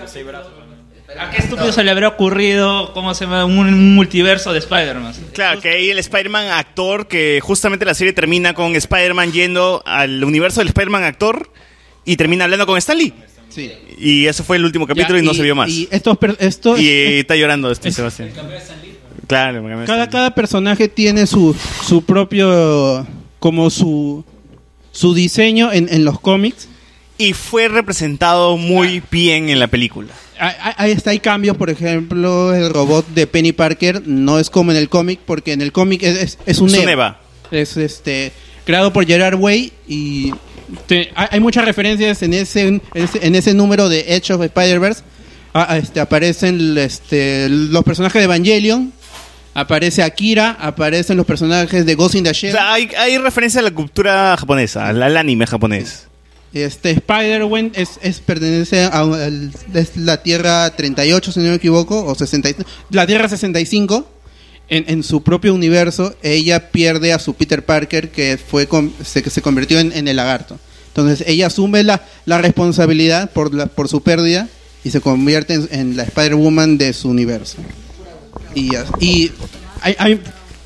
¿A qué estúpido se le habrá ocurrido, cómo se llama, un, un multiverso de Spider-Man? Claro, que ahí el Spider-Man actor, que justamente la serie termina con Spider-Man yendo al universo del Spider-Man actor y termina hablando con Stan Lee. Sí. Y eso fue el último capítulo Ya, y no se vio más. Y estos, per- estos Y eh, está llorando este Sebastián. Claro, me cambió cada, Stan Lee. cada personaje tiene su, su propio, como su, su diseño en, en los cómics. Y fue representado muy bien en la película. Ahí, ahí está, hay cambios, por ejemplo, el robot de Penny Parker no es como en el cómic, porque en el cómic es, es, es un Es un Eva. Eva. Es este, creado por Gerard Way y te- hay, hay muchas referencias en ese, en ese, en ese número de Edge of Spider-Verse. Ah, ah, este, aparecen este, los personajes de Evangelion, aparece Akira, aparecen los personajes de Ghost in the O Shell. sea, hay, hay referencia a la cultura japonesa, al, al anime japonés. Este Spider-Gwen es, es pertenece a al- es la Tierra treinta y ocho, si no me equivoco, o sesenta y cinco, la Tierra sesenta y cinco. En, en su propio universo, ella pierde a su Peter Parker, que fue con- se, que se convirtió en, en el lagarto. Entonces ella asume la, la responsabilidad por, la, por su pérdida y se convierte en, en la Spider-Woman de su universo. Y, as- y hay- hay-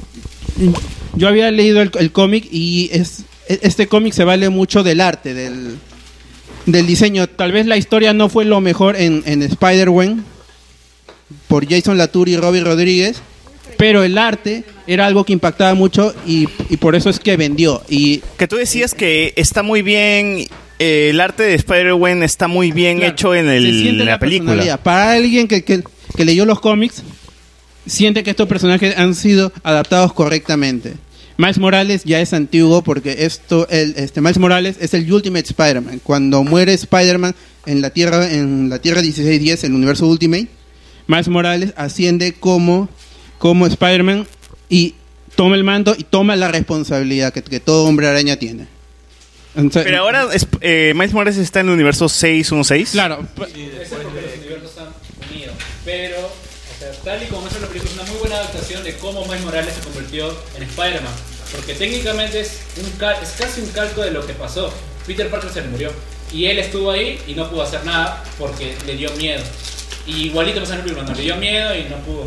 yo había leído el, el cómic y es este cómic se vale mucho del arte, del, del diseño. Tal vez la historia no fue lo mejor en, en Spider-Gwen por Jason Latour y Robbie Rodríguez, pero el arte era algo que impactaba mucho y, y por eso es que vendió. Y que tú decías que está muy bien, eh, el arte de Spider-Gwen está muy bien Claro, hecho en, se el, siente en la, película. personalidad. Para alguien que, que, que leyó los cómics, siente que estos personajes han sido adaptados correctamente. Miles Morales ya es antiguo porque esto, el, este Miles Morales es el Ultimate Spider-Man. Cuando muere Spider-Man en la Tierra, en la Tierra dieciséis diez, el universo Ultimate, Miles Morales asciende como, como Spider-Man y toma el mando y toma la responsabilidad que, que todo hombre araña tiene. Entonces, Pero ahora es- eh, Miles Morales está en el universo seiscientos dieciséis. Claro. Ese es porque los universos están unidos. Pero, o sea, tal y como es la película, es una muy buena adaptación de cómo Miles Morales se convirtió en Spider-Man. Porque técnicamente es, un cal- es casi un calco de lo que pasó. Peter Parker se murió. Y él estuvo ahí y no pudo hacer nada porque le dio miedo. Y igualito pasó en el película, no, le dio miedo y no pudo.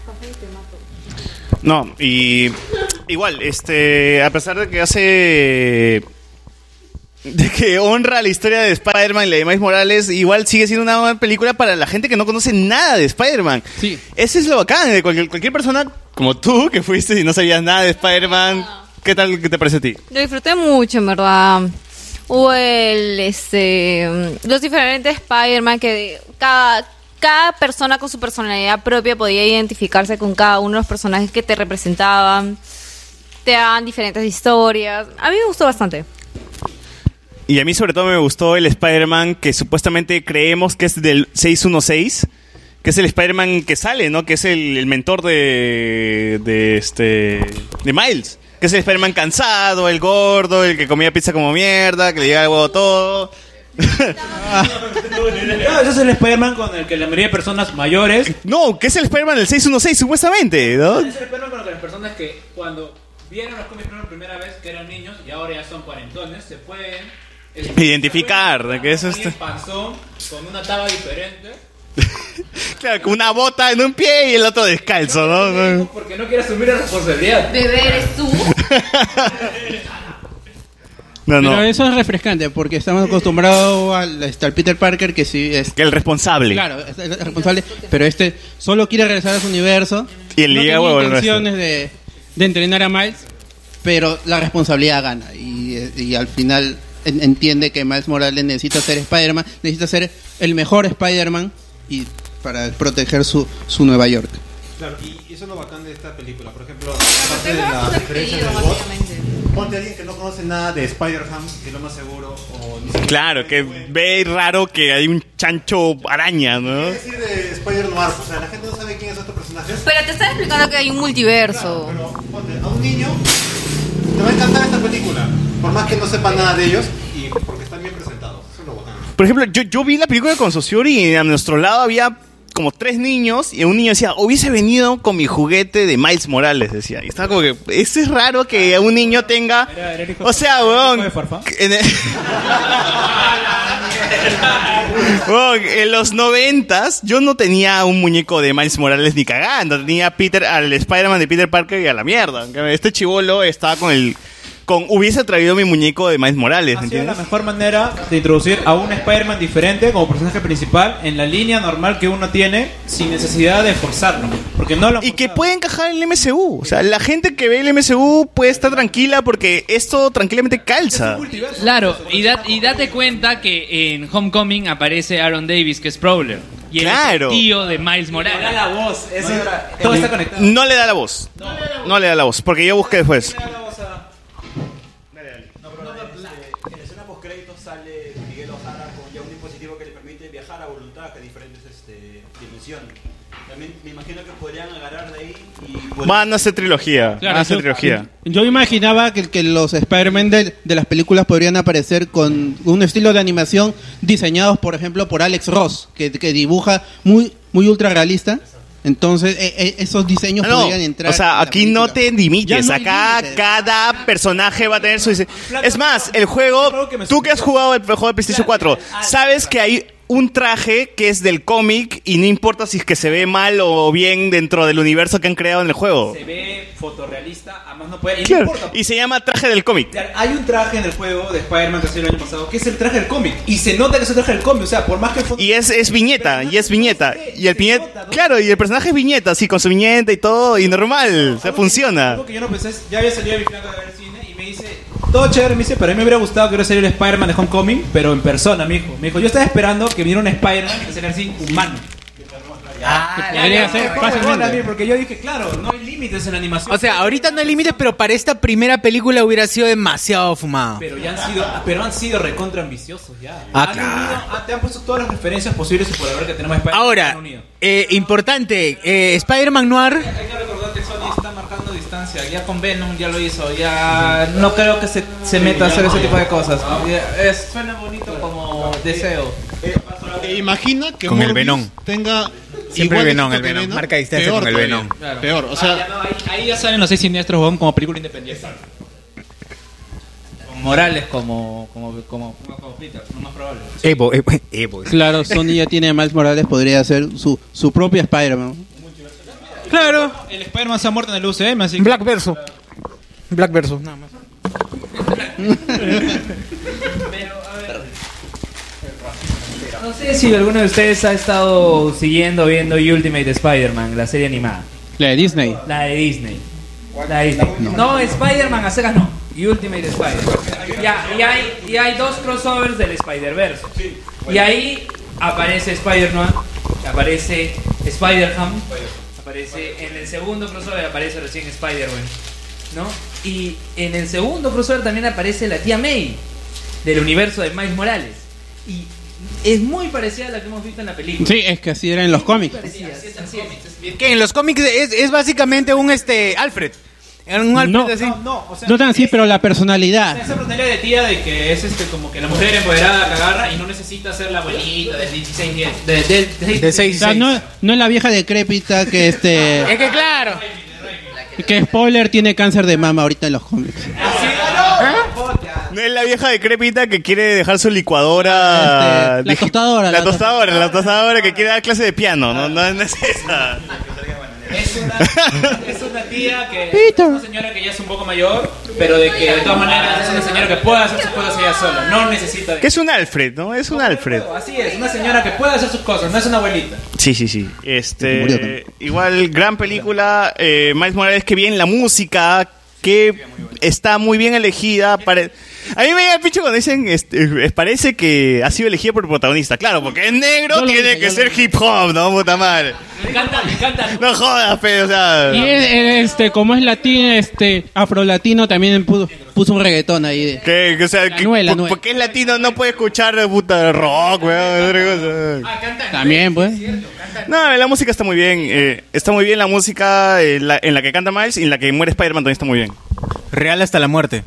No, y igual, este, a pesar de que hace, de que honra la historia de Spider-Man y la de Miles Morales, igual sigue siendo una buena película para la gente que no conoce nada de Spider-Man. Sí. Ese es lo bacán, de cualquier, cualquier persona como tú, que fuiste y no sabías nada de Spider-Man. ¿Qué tal que te parece a ti? Lo disfruté mucho, en verdad. Hubo el, este, los diferentes Spider-Man que cada, cada persona con su personalidad propia podía identificarse con cada uno de los personajes que te representaban. Te daban diferentes historias. A mí me gustó bastante. Y a mí sobre todo me gustó el Spider-Man que supuestamente creemos que es del seiscientos dieciséis, que es el Spider-Man que sale, ¿no? Que es el, el mentor de, de este de Miles. Que es el Spider-Man cansado, el gordo, el que comía pizza como mierda, que le llega el huevo todo. No, ese es el Spider-Man con el que la mayoría de personas mayores... No, que es el Spider-Man del seiscientos dieciséis, supuestamente, ¿no? Es el Spider-Man con el que las personas que cuando vieron los cómics por primera vez, que eran niños y ahora ya son cuarentones, se pueden... Identificar, de que es este... panzón, con una taba diferente... Claro, con una bota en un pie y el otro descalzo, ¿no? Porque no quiere asumir la responsabilidad. Bebé, ¿eres tú? No, no. Pero eso es refrescante porque estamos acostumbrados al, este, al Peter Parker que sí es... Que el responsable. Claro, es el responsable, pero este solo quiere regresar a su universo. Y el no liga tenía huevo el intenciones de, de entrenar a Miles, pero la responsabilidad gana y, y al final en, entiende que Miles Morales necesita ser Spider-Man, necesita ser el mejor Spider-Man y para proteger su, su Nueva York. Claro, y eso es lo bacán de esta película. Por ejemplo, aparte de las referencias del bot, ponte a alguien que no conoce nada de Spider-Ham, que lo más seguro, o ni siquiera... Claro, que ve raro que hay un chancho araña, ¿no? ¿Qué decir de Spider-Noir? O sea, la gente no sabe quién es este personaje. Pero te están explicando que hay un multiverso. Claro, pero ponte, a un niño le va a encantar esta película, por más que no sepa nada de ellos, y porque están bien presentados. Eso es lo bacán. Por ejemplo, yo, yo vi la película con Sociori y a nuestro lado había como tres niños y un niño decía, hubiese venido con mi juguete de Miles Morales, decía. Y estaba como que, eso es raro que un niño tenga... Era, era el hijo, o sea, weón... En, el... weón, en los noventas yo no tenía un muñeco de Miles Morales ni cagando. Tenía Peter, al Spider-Man de Peter Parker y a la mierda. Este chibolo estaba con el... Con, hubiese traído mi muñeco de Miles Morales, ha sido ¿entiendes? la mejor manera de introducir a un Spider-Man diferente como personaje principal en la línea normal que uno tiene sin necesidad de forzarlo. Porque no lo y que puede encajar en el M C U. O sea, la gente que ve el M C U puede estar tranquila porque esto tranquilamente calza. Claro, y, da- y date cuenta que en Homecoming aparece Aaron Davis, que es Prowler. Y él Claro. es el tío de Miles Morales. No le da la voz, eso era- todo está conectado. No le da la voz. No le da la voz, porque yo busqué después. En la escena post-créditos sale Miguel Ojara con ya un dispositivo que le permite viajar a voluntad a diferentes este, dimensiones. También me imagino que podrían agarrar de ahí y... Van a hacer trilogía. Van a hacer yo, trilogía. yo imaginaba que, que los Spider-Man de, de las películas podrían aparecer con un estilo de animación diseñados, por ejemplo, por Alex Ross, que, que dibuja muy, muy ultra realista. Entonces, eh, eh, esos diseños No, podrían entrar. o sea, aquí no te limites. Ya no hay Acá límites. cada personaje va a tener su diseño. Es más, el juego, tú que has jugado el juego de PlayStation cuatro, sabes que hay un traje que es del cómic y no importa si es que se ve mal o bien dentro del universo que han creado en el juego. Se ve fotorrealista, además no puede... Y Claro, no importa. y se llama traje del cómic. Hay un traje en el juego de Spider-Man que salió el año pasado, que es el traje del cómic. Y se nota que es el traje del cómic, o sea, por más que... el Y es, es viñeta, y es viñeta. Y el viñeta, claro, y el personaje es viñeta, así, con su viñeta y todo, y normal, o sea, funciona. Algo que yo no pensé, es- ya había salido a mi flaco de ver cine y me dice, todo chévere, me dice, pero a mí me hubiera gustado que hubiera salido el Spider-Man de Homecoming, pero en persona, mi hijo. Me dijo, yo estaba esperando que viniera un Spider-Man que saliera así, humano. Ah, podría ser fácilmente. Porque yo dije, claro, no hay límites en la animación. O sea, ahorita no hay límites, pero para esta primera película hubiera sido demasiado fumado. Pero ya han sido, pero han sido recontra ambiciosos ya. Ah, Han claro. unido- ah, te han puesto todas las referencias posibles y por haber que tenemos a Spider-Man. Ahora, han unido. eh, importante, eh, Spider-Man Noir. Hay que recordar que Sony está marcando distancia. Ya con Venom ya lo hizo. Ya no creo que se, se meta a hacer ese tipo de cosas. Ya, es- suena bonito como deseo. E imagina que Con el Morbius Venom. tenga Siempre igual el Venom, éxito el que Venom. Marca distancia peor con el todavía. Venom. Claro. Peor, o sea, Ah, ya no, ahí, ahí ya salen los seis siniestros weón, como película independiente. Con Morales como como como, como Peter, lo más probable. Evo, Evo, Evo. Claro, Sony ya tiene a Miles Morales, podría hacer su, su propia Spider-Man. Claro. El Spider-Man se ha muerto en el U C M, así que... Black Verso. Black Verso, nada más. No sé si alguno de ustedes ha estado siguiendo, viendo Ultimate Spider-Man, la serie animada. La de Disney. La de Disney. La de Disney. No, no Spider-Man a secas no. Y Ultimate Spider-Man. Ya, y hay, y hay dos crossovers del Spider-Verse. Y ahí aparece Spider-Man, aparece Spider-Ham, aparece en el segundo crossover aparece recién Spider-Man, ¿no? Y en el segundo crossover también aparece la tía May del universo de Miles Morales. Y es muy parecida a la que hemos visto en la película. Sí, es que así era en los cómics. Que en los cómics es, es básicamente un este Alfred. Un Alfred No, así. no, no, o sea, no tan así, pero la personalidad. Esa personalidad de tía de que es este como que la mujer empoderada que agarra y no necesita ser la abuelita del dieciséis diez. De, de, de seis, o sea, no, no es la vieja decrépita que este. Es que claro. Que spoiler tiene cáncer de mama ahorita en los cómics. No es la vieja decrépita que quiere dejar su licuadora. Este, la tostadora. La tostadora, la tostadora que quiere dar clase de piano. No, no, no es esa. Es una, es una tía que es una señora que ya es un poco mayor, pero de que de todas maneras es una señora que puede hacer sus cosas ella sola, no necesita de... Que es un Alfred, ¿no? Es un Alfred. Así es, una señora que puede hacer sus cosas, no es una abuelita. Sí, sí, sí. Este, igual, gran película. Eh, Miles Morales, que bien la música, que está muy bien elegida. Pare... A mí me llega el pinche cuando dicen, este, parece que ha sido elegida por el protagonista. Claro, porque es negro, tiene dije, que ser hip hop, ¿no? Puta madre. Me encanta, me encanta. No jodas, pero, o sea... Y él, este, como es latino, este, afrolatino, también puso, puso un reggaetón ahí. De... Que, o sea, que, nueva, por, porque es latino no puede escuchar puta rock, weón. También, pues. No, la música está muy bien. Eh, está muy bien la música eh, la, en la que canta Miles y en la que muere Spider-Man también está muy bien. Real hasta la muerte.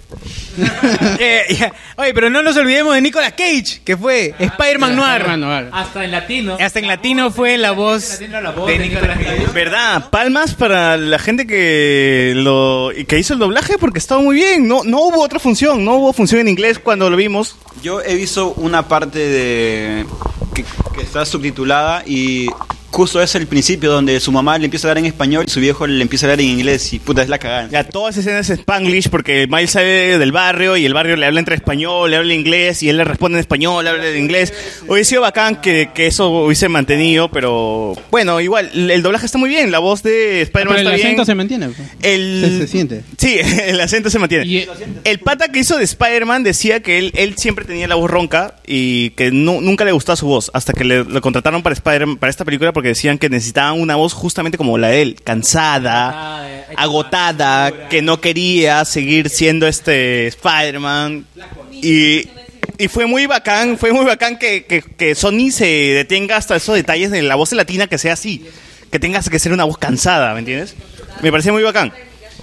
eh, yeah. Oye, pero no nos olvidemos de Nicolas Cage, que fue ah, Spider-Man Noir. Noir. Hasta en latino. Hasta en latino fue la voz, la voz de, de Nicolas Cage. ¿Verdad? Palmas para la gente que lo que hizo el doblaje porque estaba muy bien. No, no hubo otra función, no hubo función en inglés cuando lo vimos. Yo he visto una parte de que, que está subtitulada y justo es el principio donde su mamá le empieza a hablar en español y su viejo le empieza a hablar en inglés y puta, es la cagada. Ya, toda esa escena es Spanglish porque Miles sale del barrio y el barrio le habla entre español, le habla inglés y él le responde en español, le habla en inglés. Hubiese sido bacán que, que eso hubiese mantenido, pero bueno, igual, el doblaje está muy bien, la voz de Spider-Man está bien. El acento se mantiene. El... Se, se siente. Sí, el acento se mantiene. Y... El pata que hizo de Spider-Man decía que él, él siempre tenía la voz ronca y que no, nunca le gustaba su voz hasta que le, lo contrataron para Spider-Man, para esta película porque decían que necesitaban una voz justamente como la de él, cansada, agotada, que no quería seguir siendo este Spider-Man. Y, y fue muy bacán, fue muy bacán que, que, que Sony se detenga hasta esos detalles de la voz latina que sea así, que tengas que ser una voz cansada, ¿me entiendes? Me parecía muy bacán.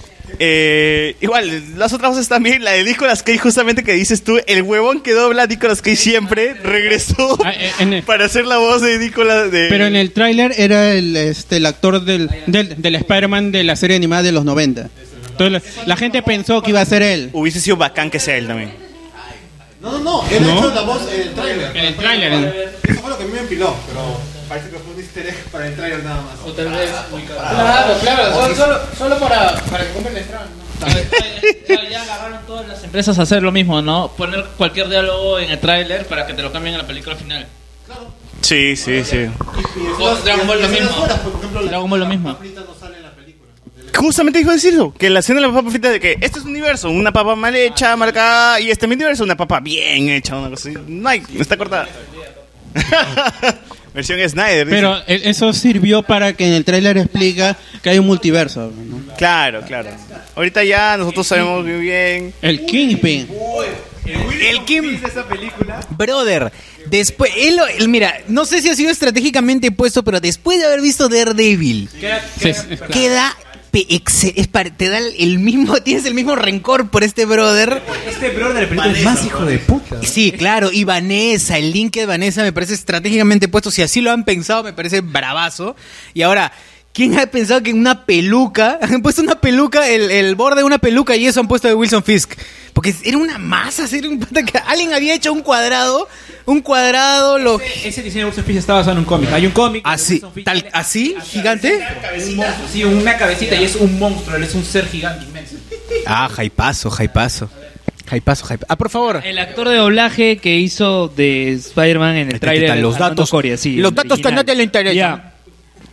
Eh, igual, las otras voces también, la de Nicolas Cage, justamente que dices tú, el huevón que dobla a Nicolas Cage siempre regresó ah, el... para hacer la voz de Nicolas. De... Pero en el tráiler era el, este, el actor del, del, del Spider-Man de la serie animada de los noventa. Entonces la, la gente pensó que iba a ser él. Hubiese sido bacán que sea él también. No, no, no, él ha hecho la voz en el tráiler. En el tráiler. Eso fue lo que a mí me empiló, pero parece que fue un easter egg para el tráiler nada más. O tal vez muy caro. Claro, claro, solo, solo, solo para, para que compren el trailer, ¿no? Ya, ya agarraron todas las empresas a hacer lo mismo, ¿no? Poner cualquier diálogo en el tráiler para que te lo cambien en la película final. Claro. Sí, sí, sí. O Dragon Ball lo mismo. Dragon Ball lo mismo. Justamente dijo decir eso, que la escena de la papa frita de que este es un universo, una papa mal hecha, marcada, y este universo una papa bien hecha, una cosa así. No hay, está cortada. Versión Snyder. Pero dice. Eso sirvió para que en el tráiler explica que hay un multiverso, ¿no? Claro, claro. Ahorita ya nosotros sabemos muy bien. El Kingpin. El Kim, brother, después, él, él, mira, no sé si ha sido estratégicamente puesto, pero después de haber visto Daredevil, queda, queda, queda es para, te da el mismo, tienes el mismo rencor por este brother. Este brother es más hijo de puta, ¿no? Sí, claro, y Vanessa, el link de Vanessa me parece estratégicamente puesto. Si así lo han pensado, me parece bravazo. Y ahora, ¿quién ha pensado que en una peluca, han puesto una peluca, el, el borde de una peluca y eso han puesto de Wilson Fisk? Porque era una masa, era un pata que alguien había hecho un cuadrado, un cuadrado. Lo... Ese, ese diseño de Wilson Fisk está basado en un cómic. Hay un cómic. Así, tal, así, gigante. Un monstruo, sí, una cabecita y es un monstruo, él es un ser gigante inmenso. Ah, jaipazo, jaipazo. Jaipazo, jaipazo. Ah, por favor. El actor de doblaje que hizo de Spider-Man en el tráiler. Los datos, Coria, sí, los datos que no te le interesan. Yeah.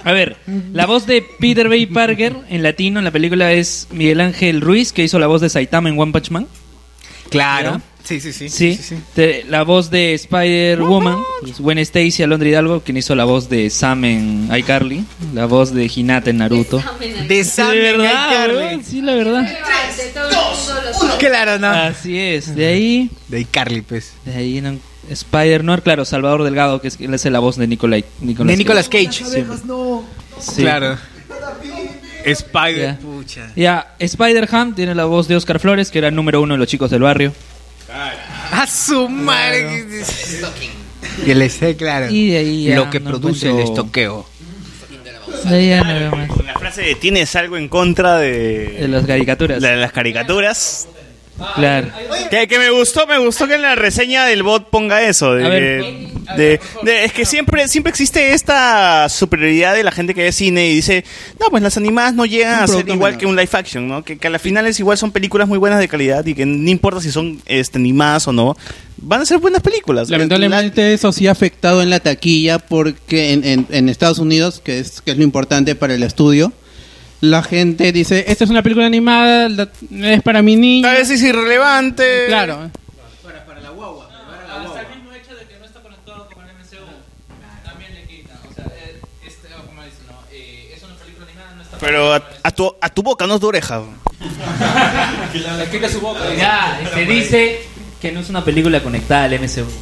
A ver, la voz de Peter Bay Parker en latino en la película es Miguel Ángel Ruiz, que hizo la voz de Saitama en One Punch Man. Claro. ¿Ya? Sí, sí, sí. Sí. sí, sí. Te- la voz de Spider-Woman, pues, Gwen Stacy, Alondra Hidalgo, quien hizo la voz de Sam en iCarly. La voz de Hinata en Naruto. De Sam Sí, en ¿verdad? iCarly. Sí, la verdad. Claro, no. Así es. De ahí... De iCarly, pues. De ahí no, Spider-Noir, claro, Salvador Delgado, que es él hace la voz de Nicolas, Nicolas De Nicolas Cage. Sí. no. Sí. Claro. Spider, Ya. pucha. Ya, Spider-Ham tiene la voz de Oscar Flores, que era el número uno de los chicos del barrio. A su madre. Que le sé, claro. Y de ahí ya Lo que no produce encuentro- el estoqueo. De ahí ya no veo más. La frase de ¿tienes algo en contra de, De las caricaturas. de las caricaturas? Claro. Que, que me gustó, me gustó que en la reseña del bot ponga eso. De, A ver. de- de- de- es que siempre, siempre existe esta superioridad de la gente que ve cine y dice, no, pues las animadas no llegan Un a ser producto igual menor. que un live action, ¿no? Que, que a las finales igual son películas muy buenas de calidad y que no importa si son este, animadas o no, van a ser buenas películas. Lamentablemente eso sí ha afectado en la taquilla porque en, en, en Estados Unidos, que es, que es lo importante para el estudio, la gente dice, esta es una película animada, la- es para mi niño. Tal vez es irrelevante. Claro. Hasta el mismo hecho de que no está conectado con el M C U también le quita. O sea, eh, este, como dice, no, eh, es una película animada, no está Pero a, a tu, a tu boca, no a tu oreja. Le quita su boca. Ya, se dice que no es una película conectada al M C U.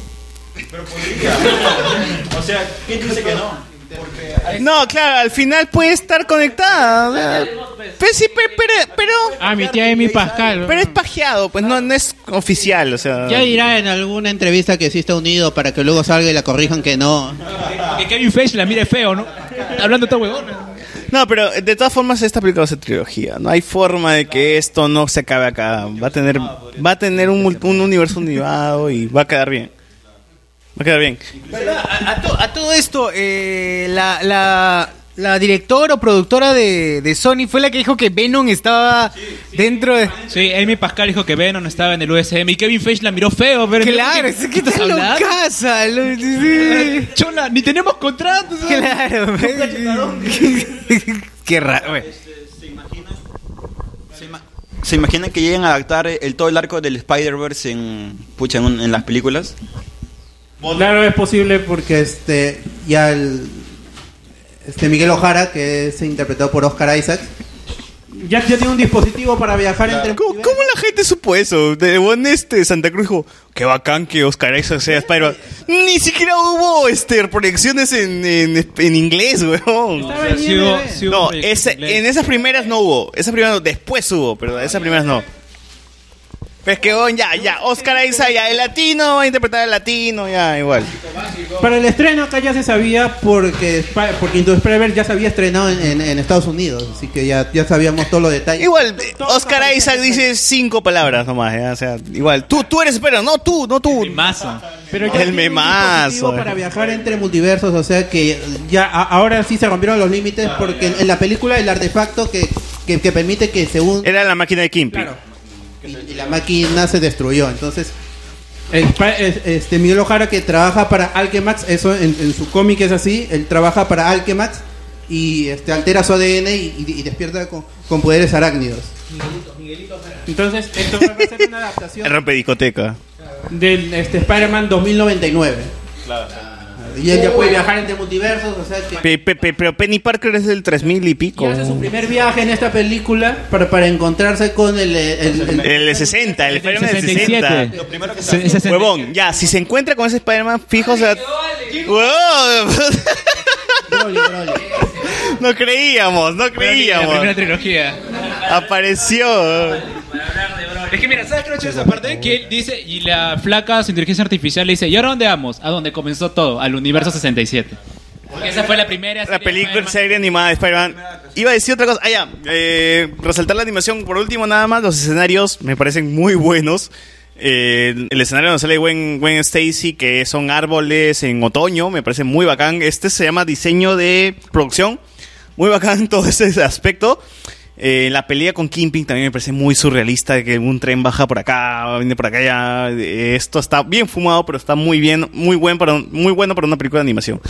O sea, ¿quién dice que no? No, claro, al final puede estar conectada. Pero sí, pero, pero, pero, Ah, mi tía Amy Pascal. pero es pajeado, pues no, no es oficial, o sea. Ya dirá en alguna entrevista que sí está unido para que luego salga y la corrijan que no. Que Kevin Feige la mire feo, ¿no? Hablando todo huevón. No, pero de todas formas esta película va a ser trilogía. No hay forma de que esto no se acabe acá. Va a tener, va a tener un, mul- un universo animado y va a quedar bien. Va a quedar bien. A, a to- a todo esto, eh, la, la, la directora o productora de, de Sony fue la que dijo que Venom estaba dentro de... Sí, Amy Pascal dijo que Venom estaba en el U S M y Kevin Feige la miró feo. Pero Claro, es que está en la casa. lo- sí. Chola, ni tenemos contratos. Claro. Qué raro. güey. ¿Se imaginan que lleguen a adaptar el todo el arco del Spider-Verse en, pucha, en, un- en las películas? Claro, es posible porque este ya el este Miguel Ojara, que es interpretado por Oscar Isaac, ya, ya tiene un dispositivo para viajar entre ¿Cómo, cómo la gente supo eso? De buen este Santa Cruz dijo, qué bacán que Oscar Isaac sea Spider-Man. Ni siquiera hubo este proyecciones en, en, en inglés, weón. Estaba en I M D B. sí hubo No, proyecciones ese- en inglés. en esas primeras no hubo. Esas primeras no, después hubo, pero esas primeras no. Pues que weón, ya, ya, Oscar Isaac ya el latino, va a interpretar el latino, ya, igual. Para el estreno acá ya se sabía porque Sp- porque Into the Spider-Verse ya se había estrenado en, en- en Estados Unidos, así que ya, ya sabíamos todos los detalles. Igual, eh, Oscar Isaac dice cinco palabras nomás, ya, o sea, igual, tú, tú eres Spider-Man, no tú, no tú. Mazo. Pero ya El tiene un memazo. dispositivo para viajar entre multiversos, o sea que ya a- ahora sí se rompieron los límites porque en, en la película el artefacto que, que, que permite que según Era la máquina de Kimpi. y, y la máquina se destruyó, entonces el pa- es- este Miguel Ojara, que trabaja para Alchemax, eso en, en su cómic es así, él trabaja para Alchemax y este altera su A D N y, y- y despierta con, con poderes arácnidos. Entonces esto va a ser una adaptación Rompe discoteca. del este, Spider-Man dos mil noventa y nueve. Y él ya puede viajar entre multiversos, o sea que Pe- pe- pe- pero Penny Parker es del tres mil y pico. y hace su primer viaje en esta película para, para encontrarse con el... el, el- El sesenta, el Spider-Man del sesenta y siete. sesenta. Lo primero que Se- sesenta. Huevón, ya, si se encuentra con ese Spider-Man fijo, o sea... Huevón. Broly, Broly. No creíamos, no La creíamos. primera trilogía. Apareció. Es que mira, ¿sabes qué lo chido de esa parte? Que él dice, y la flaca su inteligencia artificial le dice, ¿y ahora dónde vamos? A donde comenzó todo, al universo sesenta y siete. Porque esa fue la primera La película, serie animada de Spider-Man. Iba a decir otra cosa. Ah, ya. Eh, resaltar la animación. Por último, nada más. Los escenarios me parecen muy buenos. Eh, el escenario donde sale Gwen, Gwen Stacy, que son árboles en otoño, me parece muy bacán. Este se llama diseño de producción. Muy bacán todo ese aspecto. Eh, la pelea con Kingpin también me parece muy surrealista, de que un tren baja por acá, viene por acá ya. Eh, esto está bien fumado, pero está muy bien, muy buen para un- muy bueno para una película de animación.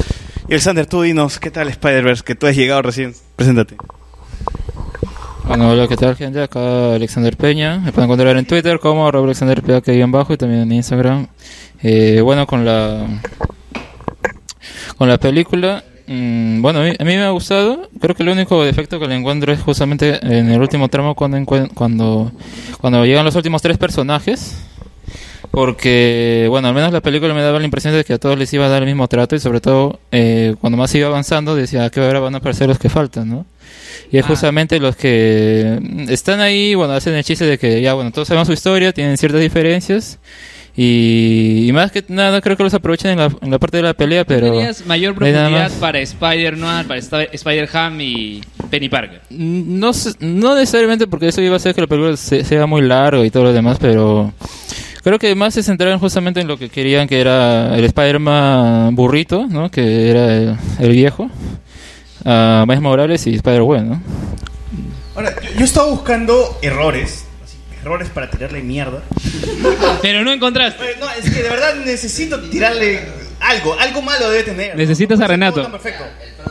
Y Alexander, tú dinos, ¿qué tal Spider-Verse? Que tú has llegado recién. Preséntate. Bueno, hola, ¿qué tal, gente? Acá Alexander Peña. Me pueden encontrar en Twitter como arroba Alexander P A K guión bajo y también en Instagram. Eh, bueno, con la con la película, mmm, bueno, a mí, a mí me ha gustado. Creo que el único defecto que le encuentro es justamente en el último tramo cuando encue- cuando cuando llegan los últimos tres personajes. Porque, bueno, al menos la película me daba la impresión de que a todos les iba a dar el mismo trato y sobre todo eh, cuando más iba avanzando decía que ahora van a aparecer los que faltan, ¿no? Y es justamente los que están ahí, bueno, hacen el chiste de que ya, bueno, todos sabemos su historia, tienen ciertas diferencias y, y más que nada creo que los aprovechan en la, en la parte de la pelea, pero... ¿Tenías mayor no hay nada profundidad más. para Spider-Man, para Sta- Spider-Ham y Penny Parker? No, sé- no necesariamente porque eso iba a hacer que la película se- sea muy largo y todo lo demás, pero... Creo que más se centraron justamente en lo que querían, que era el Spider-Man burrito, ¿no? Que era el, el viejo. Uh, Miles Morales y Spider-Gwen, ¿no? Ahora, yo, yo estaba buscando errores. Así, errores para tirarle mierda. Pero no encontraste. Oye, no, es que de verdad necesito tirarle algo. Algo malo debe tener. Necesitas a Renato. Todo tan perfecto.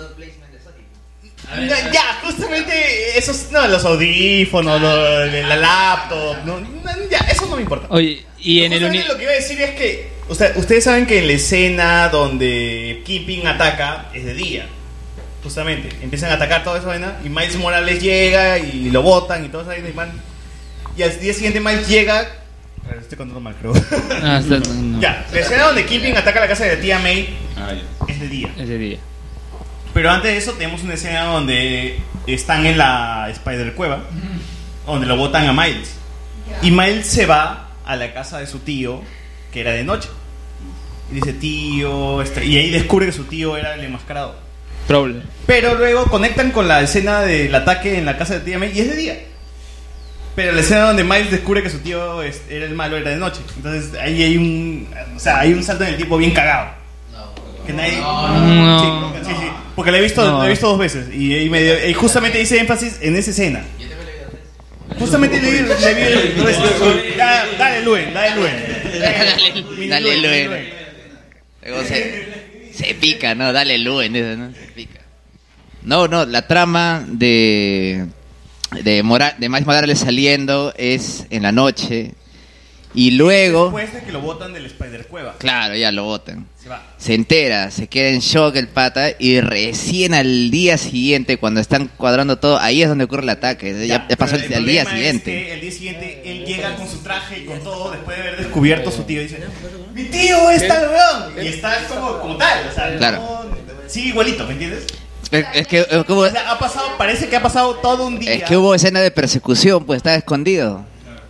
Ya, ya, justamente esos, no, los audífonos, lo- la laptop, no, no, ya, eso no me importa. Oye, y en el Justamente uni- lo que iba a decir es que, o sea, ustedes saben que en la escena donde Kingpin ataca es de día, justamente, empiezan a atacar toda esa vaina y Miles Morales llega y lo botan y todo eso, y, man- y al día siguiente Miles llega, a ver, estoy contando mal, creo. Ah, está- no. Ya, la escena donde Kingpin ataca la casa de la tía May es de día. Es de día. Pero antes de eso tenemos una escena donde están en la Spider Cueva, donde lo botan a Miles. Y Miles se va a la casa de su tío, que era de noche. Y dice, tío, este- y ahí descubre que su tío era el enmascarado. Problem. Pero luego conectan con la escena del ataque en la casa de tía May y es de día. Pero la escena donde Miles descubre que su tío es- era el malo era de noche. Entonces ahí hay un, o sea, hay un salto en el tiempo bien cagado. Que nadie... No. Sí, sí, sí. Porque la he visto, No. la he visto dos veces y, y me- y justamente hice énfasis en esa escena. Justamente le, le vi... Da- Dale, Luen, dale, Luen. Dale, dale, Luen. Luego se, se pica, ¿no? Dale, Luen. dice, ¿no? Se pica. No, no, la trama de de, Mora, de Miles Morales saliendo es en la noche y luego... Después de que lo botan del Spider Cueva. Claro, ya lo botan. Se va. Se entera, se queda en shock el pata y recién al día siguiente, cuando están cuadrando todo, ahí es donde ocurre el ataque. Ya, ya, ya pasó el, Pero al día problema es siguiente. que el día siguiente él llega con su traje y con todo después de haber descubierto a su tío y dice, mi tío es tal weón. Y está como, como tal, o sea, Claro. no- sí, igualito, ¿me entiendes? Es, es que, es que hubo, O sea, ha pasado, parece que ha pasado todo un día. es que hubo escena de persecución, pues estaba escondido.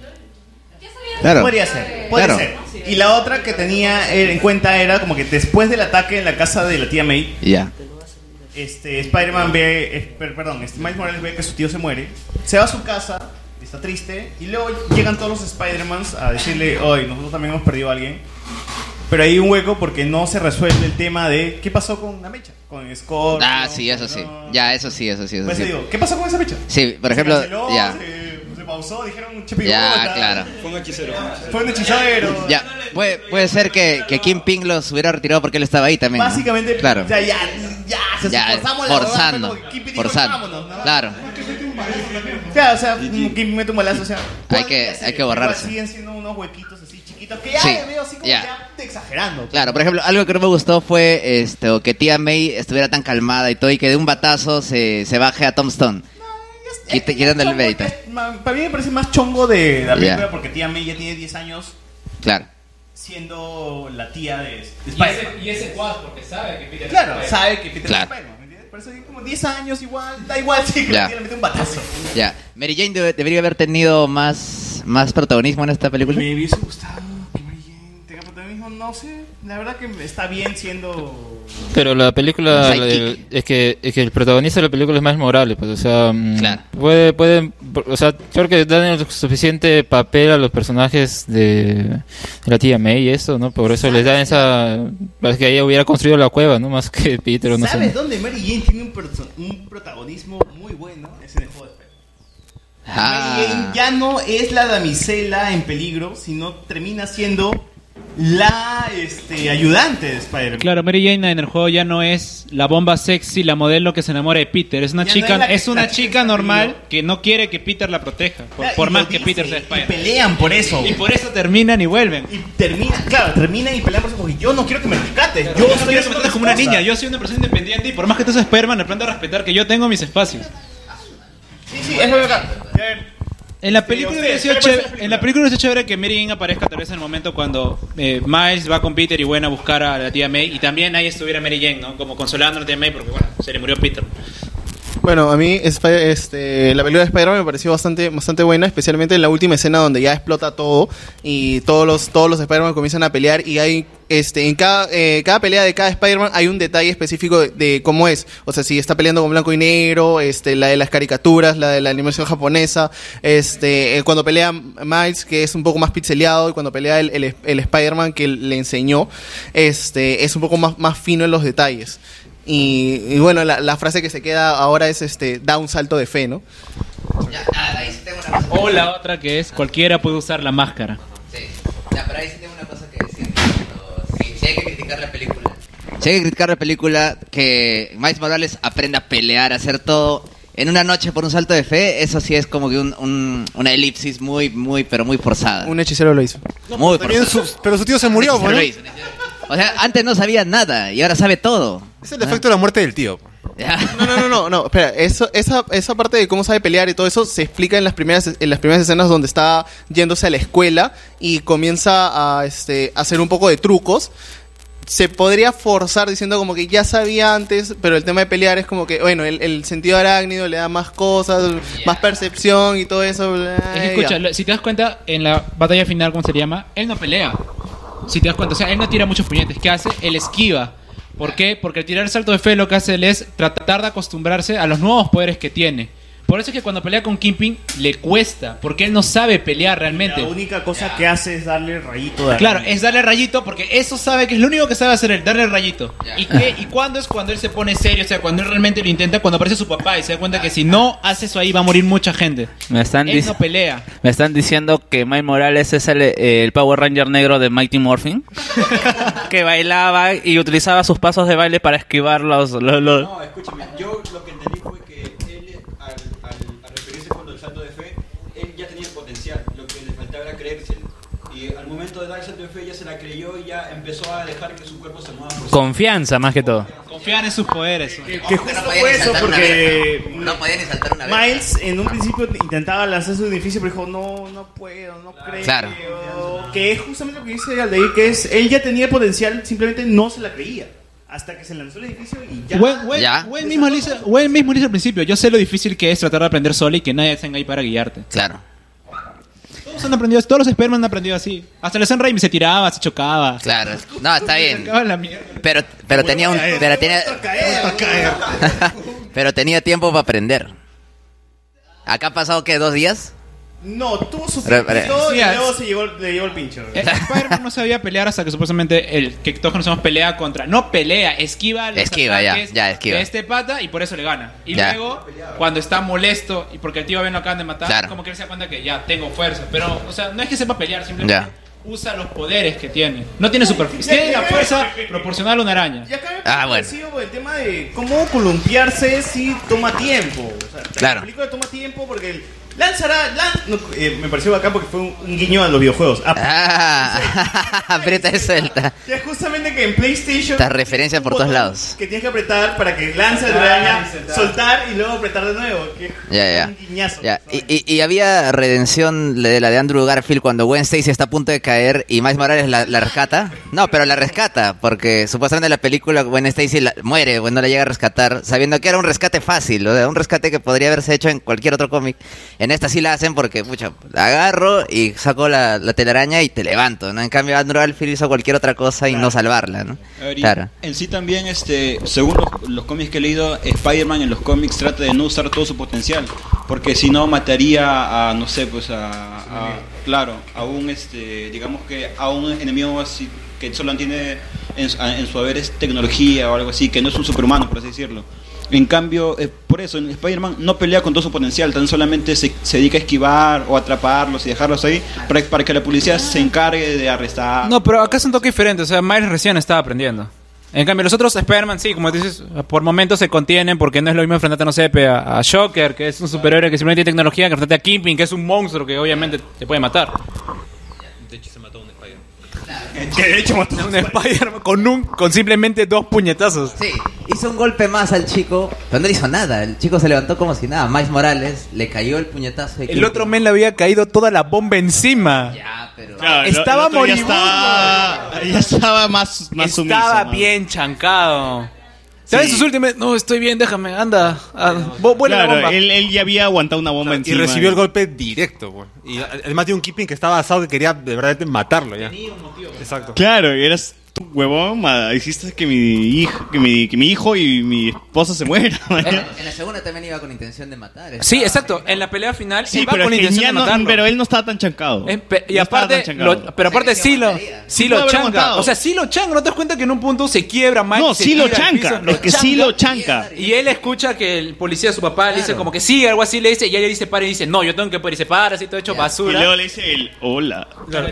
Claro. Podría ser, puede Claro. ser. Y la otra que tenía en cuenta era como que después del ataque en la casa de la tía May, Ya. este Spider-Man ve, eh, per- perdón, este Miles Morales ve que su tío se muere, se va a su casa, está triste, y luego llegan todos los Spider-Mans a decirle, hoy nosotros también hemos perdido a alguien, pero hay un hueco porque no se resuelve el tema de qué pasó con la mecha, con Scorpio. Ah, sí, eso sí. Ya, eso sí, eso sí. Eso Por eso sí. digo, ¿qué pasó con esa mecha? Sí, por Se ejemplo, canceló, ya. se, se pausó, dijeron chepi Ya, claro. Fue un hechicero. Fue un hechicero. Ya, puede, puede ser que, que Kingpin los hubiera retirado porque él estaba ahí también. ¿no? Básicamente, Claro. o sea, ya, ya, se Ya, forzamos la forzando. huevada, fue como que Kingpin dijo, Forzando. "Vámonos", ¿no? Claro. Claro, o sea, Kingpin mete un balazo, o sea. Hay que, hay que borrarse. Igual siguen siendo unos huequitos así chiquitos que ya Sí, veo así como ya. ya, exagerando. Claro, por ejemplo, algo que no me gustó fue este, o que tía May estuviera tan calmada y todo y que de un batazo se, se baje a Tom Stone. Quit- Quitándole el mérito. Ma- Para mí me parece más chongo de la película Ya. porque tía May ya tiene diez años Claro. siendo la tía de, de Y Spider-Man. ese, y ese quad porque sabe que Peter Claro, es sabe que Peter Claro. es Spider-Man, ¿me entiendes? Por eso digo como diez años igual, da igual si que Ya. la tía le mete un batazo. Ya. Mary Jane debe- debería haber tenido más, más protagonismo en esta película. Me hubiese gustado que Mary Jane tenga protagonismo, no sé. La verdad que está bien siendo. Pero la película, Sidekick. la del- es, que, es que el protagonista de la película es Miles Morales, pues, o sea, mm, Claro. puede, puede, o sea, creo que dan el suficiente papel a los personajes de, de la tía May y eso, ¿no? Por eso les dan esa, parece que ella hubiera construido la cueva, ¿no? Más que Peter, o no ¿Sabes sé. dónde Mary Jane tiene un, perso- un protagonismo muy bueno? Es en el juego de Spider-Man. Ah. Mary Jane ya no es la damisela en peligro, sino termina siendo la este, ayudante de Spider-Man. Claro, Mary Jane en el juego ya no es la bomba sexy, la modelo que se enamora de Peter. Es una Ya no chica, es la que- es una la chica chica está normal vivo. que no quiere que Peter la proteja, por, Ya, por y más lo que dice, Peter sea y Spider. pelean por eso. Y por eso terminan y vuelven. Y termina, claro, terminan y pelean por eso porque yo no quiero que me rescates. Yo Yo no quiero quiero ser que me trates como una niña. Yo soy una persona independiente y por más que tú seas Spider-Man, aprendo a respetar que yo tengo mis espacios. Sí, sí, eso es acá. En la película hubiera sido chévere, en la película hubiera sido chévere que Mary Jane aparezca tal vez en el momento cuando eh, Miles va con Peter y Gwen a buscar a la tía May y también ahí estuviera Mary Jane, ¿no? Como consolando a la tía May porque bueno, se le murió Peter. Bueno, a mí Sp- este, la película de Spider-Man me pareció bastante, bastante buena, especialmente en la última escena donde ya explota todo y todos los, todos los Spider-Man comienzan a pelear y hay, este, en cada, eh, cada pelea de cada Spider-Man hay un detalle específico de, de cómo es. O sea, si está peleando con blanco y negro, este, la de las caricaturas, la de la animación japonesa, este, eh, cuando pelea Miles, que es un poco más pixeleado, y cuando pelea el, el, el Spider-Man que le enseñó, este, es un poco más, más fino en los detalles. Y, y bueno, la, la frase que se queda ahora es este, da un salto de fe, ¿no? O la otra que es cualquiera puede usar la máscara. Sí, ya, pero ahí sí tengo una cosa que decir. Cuando- Si, si hay que criticar la película. Si hay que criticar la película, que Miles Morales aprenda a pelear, a hacer todo en una noche por un salto de fe, eso sí es como que un, un- una elipsis muy, muy, pero muy forzada. Un hechicero lo hizo. Muy También forzada. su- pero su tío se murió, Un hechicero ¿no? lo hizo, un hechicero. O sea, antes no sabía nada y ahora sabe todo. Es el efecto de la muerte del tío. No, no, no, no, no, espera, eso, esa, esa parte de cómo sabe pelear y todo eso se explica en las primeras, en las primeras escenas donde está yéndose a la escuela y comienza a, este, a hacer un poco de trucos. Se podría forzar diciendo como que ya sabía antes, pero el tema de pelear es como que, bueno, el, el sentido arácnido le da más cosas, más percepción y todo eso. bla, Es que y escucha, ya. lo- si te das cuenta, en la batalla final, ¿cómo se llama? Él no pelea. Si te das cuenta, o sea, él no tira muchos puñetes. ¿Qué hace? Él esquiva. ¿Por qué? Porque al tirar el salto de fe lo que hace él es tratar de acostumbrarse a los nuevos poderes que tiene. Por eso es que cuando pelea con Kingpin le cuesta, porque él no sabe pelear realmente. La única cosa que hace es darle rayito de Claro, es darle rayito porque eso sabe que es lo único que sabe hacer él, darle rayito. ¿Y qué? ¿Y cuándo es cuando él se pone serio? O sea, cuando él realmente lo intenta, cuando aparece su papá y se da cuenta que si no hace eso ahí va a morir mucha gente. Me están, Él dic- no pelea. me están diciendo que Miles Morales es el, eh, el Power Ranger negro de Mighty Morphin. Que bailaba y utilizaba sus pasos de baile para esquivar los... los, los- No, escúchame, yo lo que entendí fue que él, al, al, al referirse cuando el salto de fe, él ya tenía el potencial, lo que le faltaba era creérselo. Y al momento de dar el salto de fe ya se la creyó y ya empezó a dejar que su cuerpo se mueva por sí. Confianza, más que todo. Confiar en sus poderes. Que justo fue eso porque No podía ni saltar una vez. Miles en un principio intentaba lanzar su edificio, pero dijo, no, no puedo, no creo. Claro. Que es justamente lo que dice Aldair, que es, él ya tenía potencial, simplemente no se la creía. Hasta que se lanzó el edificio y ya. Gwen, Gwen- Ya. Gwen mismo le dice, Gwen mismo le dice al principio, yo sé lo difícil que es tratar de aprender solo y que nadie tenga ahí para guiarte. Claro. Todos han aprendido, todos los Spider-Man han aprendido así. Hasta el Sam Raimi se tiraba, se chocaba. Claro. No, está bien. Se sacaba la mierda. Pero, pero tenía un, pero tenía, pero tenía tiempo para aprender. ¿Acá ha pasado qué, dos días? No, tuvo su Pero, pero- tiempito y Sí, luego es- se llevó, le llevó el pincho. Eh, Spider-Man no sabía pelear hasta que supuestamente el que todos conocemos pelea contra. No pelea, esquiva los Esquiva, ya, ataques ya, esquiva. de este pata y por eso le gana. Y Ya. luego, cuando está molesto y porque el tío Ben lo acaban de matar, Claro. como que él se da cuenta que ya tengo fuerza. Pero, o sea, no es que sepa pelear, simplemente Ya. usa los poderes que tiene. No tiene superficie. Tiene la fuerza proporcional a una araña. Y acá me Ah, bueno. parecido por el tema de cómo columpiarse si toma tiempo. O sea, Claro. La película toma tiempo porque el lanzará. Lan- no, eh, me pareció bacán porque fue un, un guiño a los videojuegos. Ah, Ah, aprieta y suelta. que es justamente que en PlayStation. Estas referencias por un todos botón lados. Que tienes que apretar para que lance la araña, soltar y luego apretar de nuevo. Que Ya, ya. un guiñazo. Ya. Y, y, y había redención de la de Andrew Garfield cuando Gwen Stacy está a punto de caer y Miles Morales la, la rescata. No, pero la rescata porque supuestamente en la película Gwen Stacy la- muere, bueno, la llega a rescatar sabiendo que era un rescate fácil, o sea, un rescate que podría haberse hecho en cualquier otro cómic. En esta sí la hacen porque, pucha, la agarro y saco la, la telaraña y te levanto, ¿no? En cambio Andrew Garfield hizo cualquier otra cosa y no salvarla, ¿no? A ver, y Claro. En sí también, este, según los, los cómics que he leído, Spider-Man en los cómics trata de no usar todo su potencial, porque si no mataría a, no sé, pues a, a- claro, a un, este, digamos que a un enemigo así que solo tiene en, su- en su haber es tecnología o algo así, que no es un superhumano, por así decirlo. En cambio, eh, por eso, en Spider-Man no pelea con todo su potencial, tan solamente se, se dedica a esquivar o atraparlos y dejarlos ahí para, para que la policía se encargue de arrestar. No, pero acá es un toque diferente. O sea, Miles recién estaba aprendiendo. En cambio, los otros Spider-Man, sí, como dices, por momentos se contienen porque no es lo mismo enfrentarte, no sé, a, a Shocker, que es un superhéroe que simplemente tiene tecnología, que enfrentarte a Kingpin, que es un monstruo que obviamente te puede matar. De hecho, se mató un Spider-Man. Que de hecho mató a un Spider-Man con, un, con simplemente dos puñetazos. Sí, hizo un golpe más al chico, pero no le hizo nada. El chico se levantó como si nada. Miles Morales le cayó el puñetazo. De El otro men le había caído toda la bomba encima. Ya, pero... Claro, estaba el otro ya moribundo. estaba, ya estaba más, más sumiso. Estaba ¿no? bien chancado. ¿Sabes Sí. sus últimos? No, estoy bien, déjame, anda. Ah, vu- vuela la Claro, bomba. él, él ya había aguantado una bomba Y encima. recibió el golpe directo, güey. Y además de un Keeping que estaba asado que quería de verdad matarlo ya. Exacto. Claro, y eras tú, huevón, ma, hiciste que mi hijo, que mi, que mi hijo y mi esposa se mueran. En, en la segunda también iba con intención de matar. Sí, exacto. En la pelea final Sí, iba pero, con es que intención ya de no- matarlo. pero él no estaba tan chancado. Eh, pe- y No estaba aparte, tan chancado. lo- pero aparte sí lo, sí Sí lo puede haber changa. aguantado. O sea, sí lo changa. ¿No te das cuenta que en un punto se quiebra Mike? No, se sí lo tira al chanca, piso, es que sí lo chanca. Y él escucha que el policía de su papá le dice como que sí, algo así le dice. Y ella dice para y dice, no, yo tengo que poder. Y se para así todo hecho Y basura. luego le dice el hola. Claro.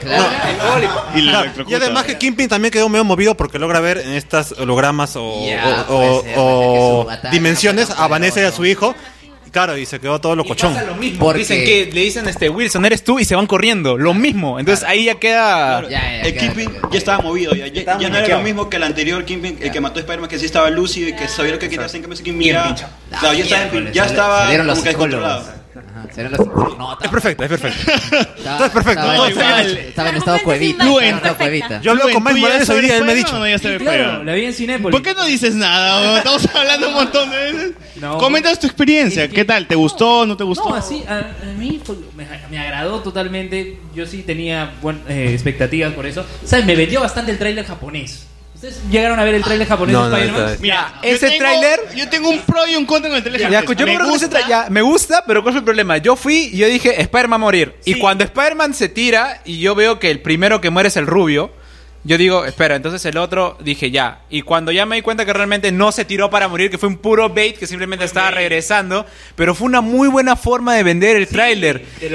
Y, lo Claro, electrocuta. y además que Kingpin también quedó medio movido porque logra ver en estas hologramas o, Ya, o- puede o- ser, o puede ser que su dimensiones batalla a Vanessa y a no. su hijo. Y claro, y se quedó todo locochón. Pasa lo mismo. Porque- Dicen que le dicen este Wilson, eres tú y se van corriendo. Lo mismo. Entonces ahí ya queda. el Kingpin ya estaba movido, ya, ya, ya no era lo mismo que el anterior Kingpin, el que mató a Spider-Man, que sí estaba lúcido y que sabía lo que quería hacer. En cambio, ese Kingpin ya, claro, ya estaba, en- ya estaba Salieron los como que psicólogos. descontrolado. Ajá, salieron los psicólogos. No, Es perfecto, es perfecto. estaba- Todo es perfecto. Estaba, Todo en- está bien estaba- hecho. estaba en estado cuevita. Lu, estaba en en- estado cuevita. Yo hablo con Miles Morales hoy día, él me ha dicho. No, ya se Claro, la vi en Cinépolis. ¿Por qué no dices nada? weón? Estamos hablando un montón de veces. No. Coméntanos tu experiencia. ¿Qué tal? ¿Te gustó? ¿No te gustó? No, así, a, a mí fue- me, me agradó totalmente. Yo sí tenía buen, eh, expectativas por eso. ¿Sabes? Me vendió bastante el tráiler japonés. ¿Ustedes llegaron a ver el tráiler japonés No, de no, Spider-Man? esta vez. Mira, ese yo tengo- tráiler- Yo tengo un pro y un contra con el teléfono. Ya, yo me, acuerdo que ese tra- ya, me gusta, pero ¿cuál es el problema? Yo fui y yo dije, Spider-Man va a morir. Y cuando Spider-Man se tira y yo veo que el primero que muere es el rubio, yo digo, espera, entonces el otro, dije ya. Y cuando ya me di cuenta que realmente no se tiró para morir, que fue un puro bait, que simplemente estaba regresando, pero fue una muy buena forma de vender el tráiler. Te lo-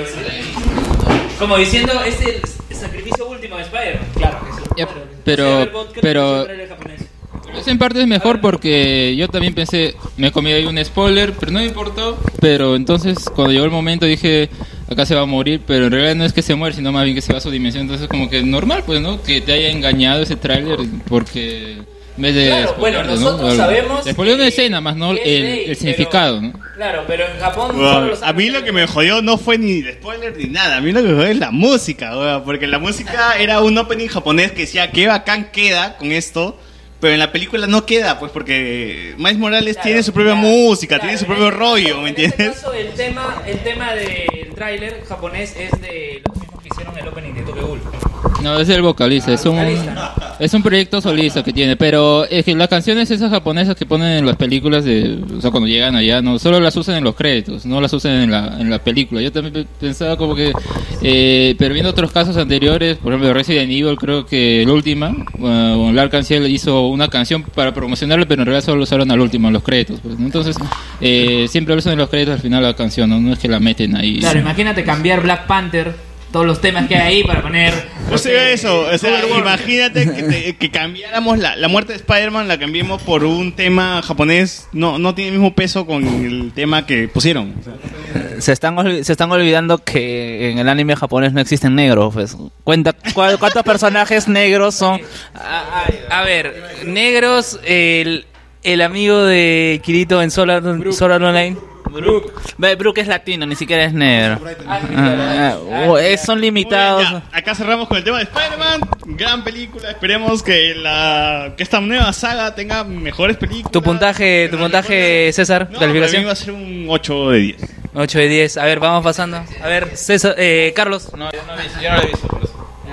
Como diciendo, es el, el sacrificio último de Spider-Man. Claro que sí. Ya, Claro. pero- O sea, el bot- ¿qué pero- te pareció el tráiler japonés? Pues en parte es mejor porque yo también pensé, me comí ahí un spoiler, pero no me importó. Pero entonces cuando llegó el momento dije, acá se va a morir, pero en realidad no es que se muere, sino más bien que se va a su dimensión. Entonces como que normal, pues, ¿no? Que te haya engañado ese tráiler porque... En vez de Claro, bueno, spoilearlo, nosotros ¿no? sabemos Te spoileo una que- escena más, ¿no? que es El, ley, el pero- significado, ¿no? Claro, pero en Japón Weón, solo los a mí lo que me jodió no fue ni el spoiler ni nada. A mí lo que me jodió es la música, weón, porque la música era un opening japonés que decía qué bacán queda con esto. Pero en la película no queda, pues, porque Miles Morales Claro, tiene su propia claro, música, claro, tiene su en propio este- rollo, ¿me En entiendes? este caso, el tema, el tema del tráiler japonés es de los mismos que hicieron el opening de Tokyo Ghoul. No, es el vocalista, es un, es un proyecto solista que tiene, pero es que las canciones esas japonesas que ponen en las películas, de, o sea, cuando llegan allá, no solo las usan en los créditos, no las usan en la, en la película. Yo también pe- pensaba como que, eh, pero viendo otros casos anteriores, por ejemplo Resident Evil, creo que el última, uh, Lark Cancel hizo una canción para promocionarla, pero en realidad solo lo usaron al último, en los créditos. Pues, ¿no? Entonces, eh, siempre usan en los créditos al final la canción, no, no es que la meten ahí. Claro, imagínate cambiar Black Panther, todos los temas que hay ahí para poner... O sea, eso, o sea, imagínate que, te- que cambiáramos la, la muerte de Spider-Man, la cambiemos por un tema japonés, no, no tiene el mismo peso con el tema que pusieron. O sea. Se están, olvi- se están olvidando que en el anime japonés no existen negros. Pues. Cuenta, ¿cuál- ¿Cuántos personajes negros son? A, a- a ver, negros, el, el amigo de Kirito en Solar, Solar Online. Brook. Brook es latino, ni siquiera es negro. Ah, ah, oh, es- son limitados. Muy bien, ya, acá cerramos con el tema de Spider-Man, gran película, esperemos que, la, que esta nueva saga tenga mejores películas. Tu puntaje, tu puntaje, César, No, calificación. para mí va a ser un ocho de diez. ocho de diez. A ver, vamos pasando. A ver, César, eh, Carlos. No, yo no lo he visto, yo no lo he visto. por eso.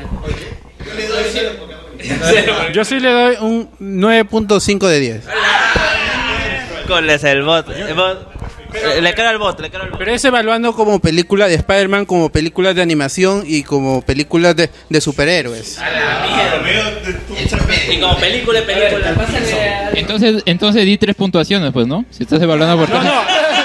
Yo sí le doy un nueve punto cinco de diez. ¿Cuál es el bot? El bot. Eh, Le queda el bot, le queda el bot. Pero es evaluando como película de Spider-Man, como película de animación y como película de, de superhéroes. Y como película, película. Entonces, entonces di tres puntuaciones, pues, ¿no? Si estás evaluando por tres.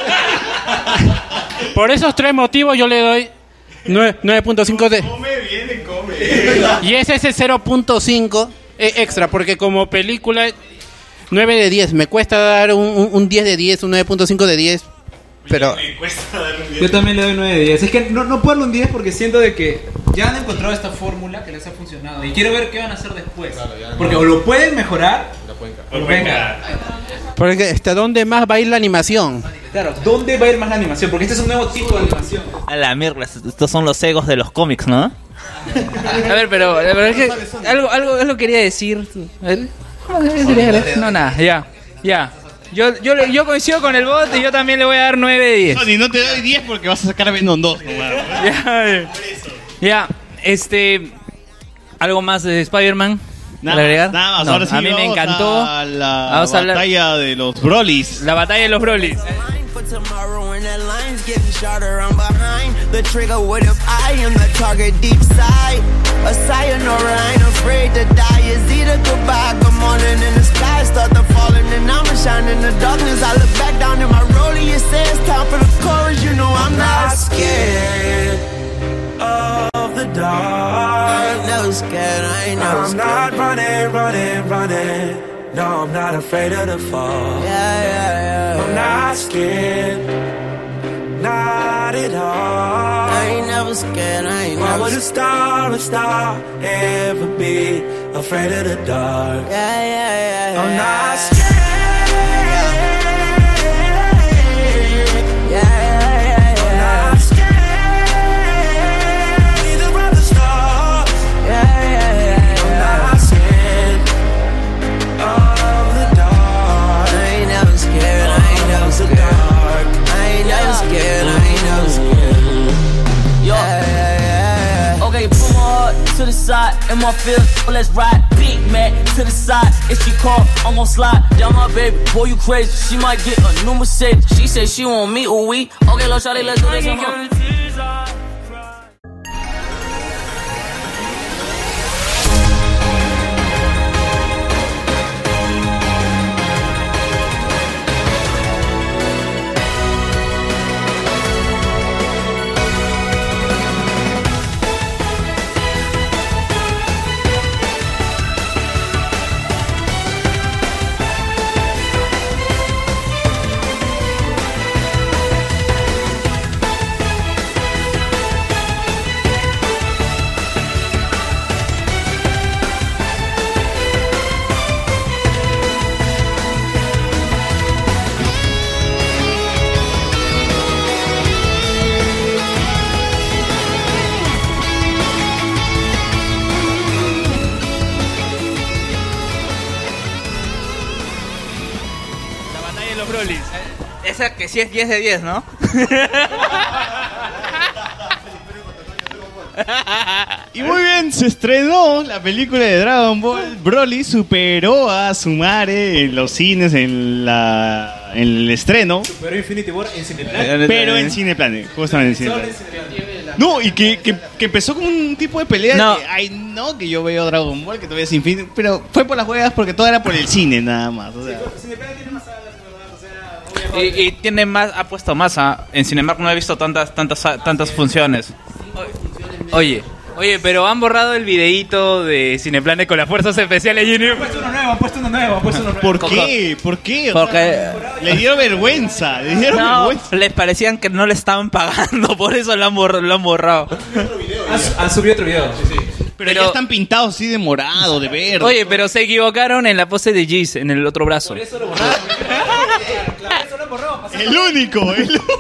Por esos tres motivos yo le doy nueve punto cinco de... Come, viene, come. Y es ese cero punto cinco extra, porque como película nueve de diez. Me cuesta dar un, un, un diez de diez, un nueve punto cinco de diez. Pero yo también le doy nueve de diez. Es que no, no puedo darle un diez porque siento de que ya han encontrado esta fórmula que les ha funcionado. Y quiero ver qué van a hacer después. Porque o lo pueden mejorar o lo pueden cagar. Porque ¿hasta dónde más va a ir la animación? Claro, ¿dónde va a ir más la animación? Porque este es un nuevo tipo de animación. A la mierda, estos son los egos de los cómics, ¿no? A ver, pero la verdad es que algo, algo, algo quería decir. A ver. No, nada, ya, ya. Yo, yo, yo coincido con el bot y yo también le voy a dar nueve de diez. Sony, no te doy diez porque vas a sacar a Venom dos. Ya, ya, este... ¿Algo más de Spider-Man? Nada, agregar? nada más, No, ahora sí a mí me vamos encantó. a la Vamos a hablar- batalla de los Brolys. La batalla de los Brolys. For tomorrow when that line's getting shorter, I'm behind the trigger. What if I am the target deep side? A sayonara, I ain't afraid to die. Is either goodbye, good morning in the sky start to falling, and I'ma shine in the darkness. I look back down in my rollie, it says time for the chorus. You know I'm not scared of the dark. I ain't never scared, I ain't never I'm scared. not running, running, running. No, I'm not afraid of the fall. Yeah, yeah, yeah. I'm not scared. Not at all. I ain't never scared, I ain't Why never would a star, a star ever be afraid of the dark? Yeah, yeah, yeah. I'm yeah. not scared. Yeah, yeah, yeah, yeah. I'm not scared. Neither of the stars. Yeah, yeah, yeah, I'm yeah. not scared of the dark. I ain't never scared, I ain't never scared. I ain't never scared, I ain't never scared. Yo. Yeah, yeah, yeah, yeah. Okay, put my heart to the side in my field. Well, let's ride. Big Mac to the side. If she call, I'm gon' slide. Down my baby, boy, you crazy. She might get a new Mercedes. She said she want me, ooh we. Okay, let's try let's do this. La batalla de los Brolys. Esa que sí es diez de diez, ¿no? Y muy bien, se estrenó la película de Dragon Ball. Broly superó a Sumare en los cines en la en el estreno. Superó Infinity War en Cineplanet. Pero en Cineplanet, justamente en Solo Cineplanet. en Cineplanet. No, y que, que, que empezó como un tipo de pelea No. de, ay no, que yo veo Dragon Ball, que todavía es Infinity, pero fue por las juegas porque todo era por el cine nada más. O sea. Cineplanet tiene más salas, ¿verdad? O sea, Y, y tiene más, ha puesto más. ¿Ah? En Cinemark no he visto tantas, tantas, tantas funciones. Oye, oye, pero han borrado el videíto de Cineplanet con las fuerzas especiales Junior. Han puesto uno nuevo, han puesto uno nuevo, han puesto uno nuevo. ¿Por qué? ¿Por qué? O Porque sea, le dieron vergüenza, le dieron no, vergüenza. les parecían que no le estaban pagando, por eso lo han, borra- lo han borrado. Han, han subido otro video. Sí, sí. Pero, ya están pintados así de morado, de verde. Oye, pero se equivocaron en la pose de Giz en el otro brazo. Por eso lo borraron. Claro, eso lo han borrado. pasó. El único, el único.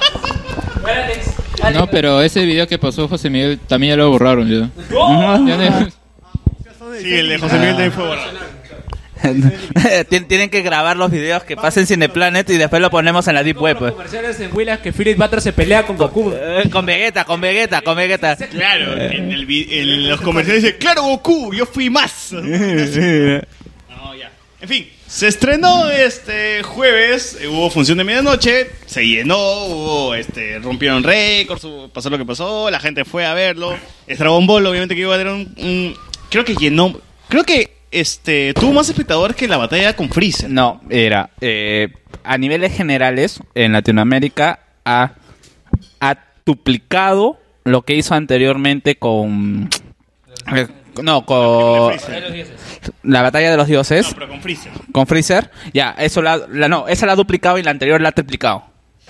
No, pero ese video que pasó José Miguel también ya lo borraron. ¿Ya? Ujú. Ya no- Sí, el de José Miguel también fue borrado. Tien- Tienen que grabar los videos que pasen en Cineplanet y después lo ponemos en la Deep Web. pues. Comerciales en Willas que Philip Butler se pelea con Goku. Eh, Con Vegeta, con Vegeta, con Vegeta. Claro, en, el vi- en los comerciales dice, claro Goku, yo fui más. No, ya. En fin, Se estrenó este jueves, hubo función de medianoche, se llenó, hubo, este, rompieron récords, hubo- pasó lo que pasó, la gente fue a verlo. Es Dragon Ball, obviamente que iba a tener un, un- creo que llenó, creo que este tuvo más espectadores que la batalla con Freezer. No, era eh, a niveles generales en Latinoamérica ha, ha duplicado lo que hizo anteriormente con eh, no con la batalla de los dioses. No, pero con Freezer. Con Freezer, ya, eso la, la no, esa la ha duplicado y la anterior la ha triplicado.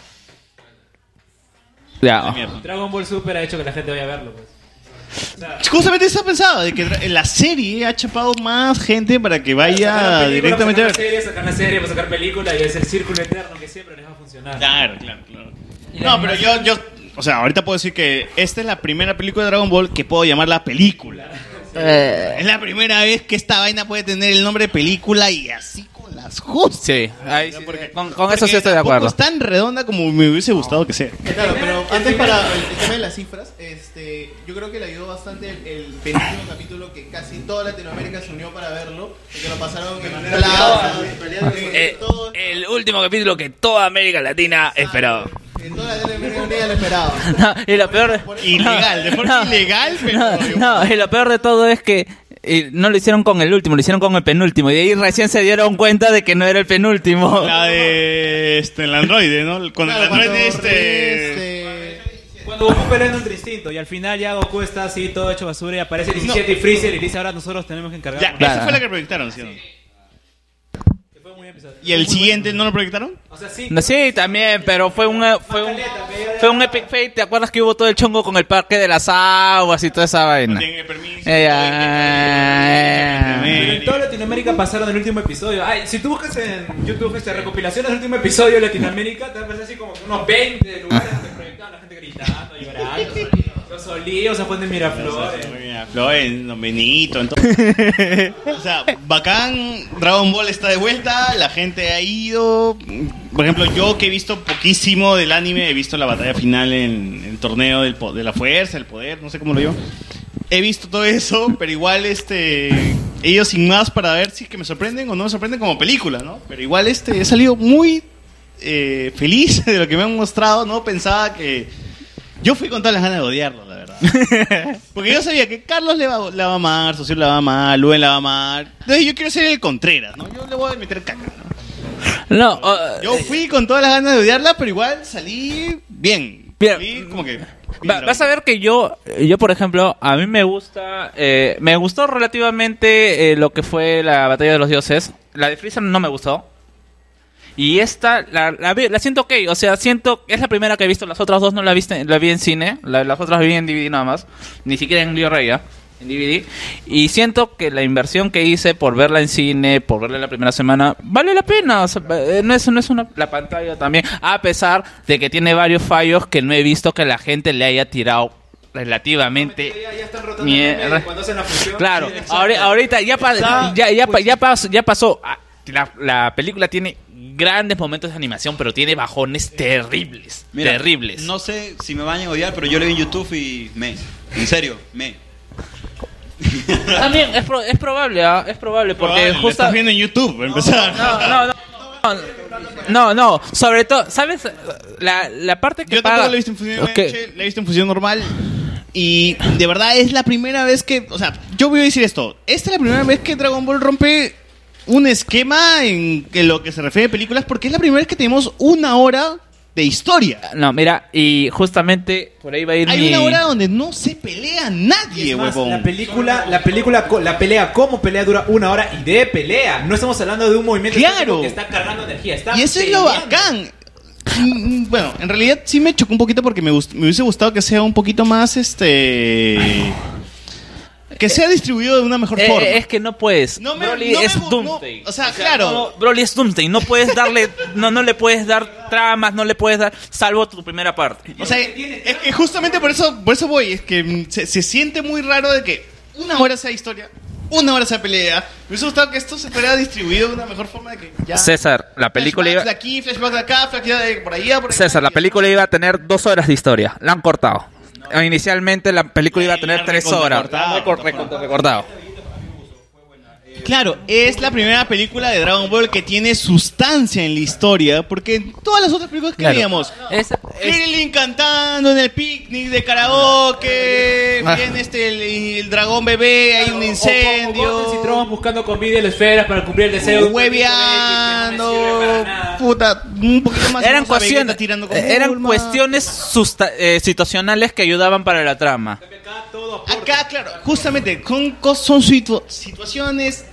Ya. Dragon Ball Super ha hecho que la gente vaya a verlo. Pues. O sea, Justamente eso pensado, de que tra- la serie ha chapado más gente para que vaya directamente a ver. Sacar la serie, sacar la serie, para sacar película y es el círculo eterno que siempre les va a funcionar. Claro, claro, claro. No, pero yo, yo, o sea, ahorita puedo decir que esta es la primera película de Dragon Ball que puedo llamar la película. Eh. Es la primera vez que esta vaina puede tener el nombre de película y así con las justas. Sí, ahí sí, porque, con, con eso sí estoy de acuerdo. Es tan redonda como me hubiese gustado que sea. Claro, pero antes para el, el tema de las cifras, este, yo creo que le ayudó bastante el, el penúltimo capítulo que casi toda Latinoamérica se unió para verlo, y que lo pasaron de manera plaza, Eh, el último capítulo que toda América Latina esperaba. en toda Latinoamérica lo esperaba. No, y lo peor Ilegal, de forma ilegal, pero no, no, y lo peor de todo es que eh, no lo hicieron con el último, lo hicieron con el penúltimo y de ahí recién se dieron cuenta de que no era el penúltimo. La de este, el androide, ¿no? Con Claro, el androide cuando este... Cuando Goku pelea en Ultra Instinto y al final ya Goku está así todo hecho basura y aparece diecisiete y Freezer y dice ahora nosotros tenemos que encargar. Ya, esa fue la que proyectaron, ¿sí o no? ¿Y el siguiente no lo proyectaron? O sea, sí. No, sí, también, pero fue un fue un, fue un epic fail. ¿Te acuerdas que hubo todo el chongo con el parque de las aguas y toda esa vaina? Eh, ya, Pero en toda Latinoamérica pasaron el último episodio. Ay, si tú buscas en YouTube este, recopilaciones del último episodio de Latinoamérica, te va a aparecer así como unos veinte lugares donde proyectaban la gente gritando, llorando. Los olivos, se ponen Miraflores. Miraflores, en Don Benito, en todo. O sea, bacán, Dragon Ball está de vuelta, la gente ha ido. Por ejemplo, yo que he visto poquísimo del anime, he visto la batalla final en el torneo del po- de la fuerza, el poder, no sé cómo lo digo. He visto todo eso, pero igual este he ido sin más para ver si es que me sorprenden o no me sorprenden como película, ¿no? Pero igual este he salido muy eh, feliz de lo que me han mostrado, ¿no? Pensaba que yo fui con todas las ganas de odiarlo, la verdad. Porque yo sabía que Carlos le va, la va a amar, Socio la va a amar, Luen la va a amar. Entonces yo quiero ser el Contreras, ¿no? Yo le voy a meter caca, ¿no? No, uh, Yo fui con todas las ganas de odiarla, pero igual salí bien. Bien. Salí como que... Va- vas a ver que yo, yo por ejemplo, a mí me gusta, eh, me gustó relativamente eh, lo que fue la batalla de los dioses. La de Freezer no me gustó. Y esta, la, la, vi- la siento ok, o sea, siento, es la primera que he visto, las otras dos no la, viste, la vi en cine, la- las otras vi en D V D nada más, ni siquiera en Blu-ray, ¿ya? En D V D. Y siento que la inversión que hice por verla en cine, por verla la primera semana, vale la pena, o sea, eh, no es, no es una, la pantalla también, a pesar de que tiene varios fallos que no he visto que la gente le haya tirado relativamente mierda. Cuando hacen la fusión. Claro, Sí, exacto. ahori- ahorita ya, pa- Está- ya, ya, pa- ya, pas- ya pasó. Ah, La, la película tiene grandes momentos de animación, pero tiene bajones terribles. Mira, terribles. No sé si me van a odiar, pero yo lo vi en YouTube y me. En serio, me. También es, pro- es probable, ¿ah? Es probable, porque Probable, lo justo. estás viendo en YouTube, para empezar. No, no, no. No, no, sobre todo, ¿sabes? La, la parte que Yo paga... tampoco la he visto en función, Ok. la he visto en función normal. Y de verdad es la primera vez que... O sea, yo voy a decir esto. Esta es la primera vez que Dragon Ball rompe un esquema en, en lo que se refiere a películas, porque es la primera vez que tenemos una hora de historia. No, mira, y justamente por ahí va a ir Hay mi... una hora donde no se pelea nadie, Es más, huevón. la película, la película, co- la pelea como pelea dura una hora y de pelea. No estamos hablando de un movimiento Claro. estático que está cargando energía. Está Y eso es lo peleando. bacán. Mm, Bueno, en realidad sí me chocó un poquito porque me, gust- me hubiese gustado que sea un poquito más, este... Que sea distribuido de una mejor Eh, forma. eh, es que no puedes. No me- Broly no me es gu- Doomsday. no, o sea, claro. no, Broly es Doomsday. No puedes darle, no, no le puedes dar tramas, no le puedes dar, salvo tu primera parte. O sea, es que justamente por eso, por eso voy, es que mm, se, se siente muy raro de que una hora sea historia, una hora sea pelea. Me hubiese gustado que esto se fuera distribuido de una mejor forma de que ya... César, la película flashbacks iba, de aquí, flashbacks de acá, flashbacks de por allá, por allá. César, la película iba a tener dos horas de historia. La han cortado. Inicialmente la película iba a tener tres horas. La han recor- recortado. Claro, Claro, es la primera película de Dragon Ball que tiene sustancia en la historia, porque en todas las otras películas que Claro. veíamos, Es- Krillin cantando en el picnic de karaoke, Ah. viene este el, el dragón bebé, hay un incendio, Y Trunks buscando comida y las esferas para cumplir el deseo. hueveando, puta, un poquito más. Eran vamos a Vegeta cuestiones, tirando con eran Bulma. cuestiones susta- eh, situacionales que ayudaban para la trama. Acá, claro, justamente, con, cos- son situ- situaciones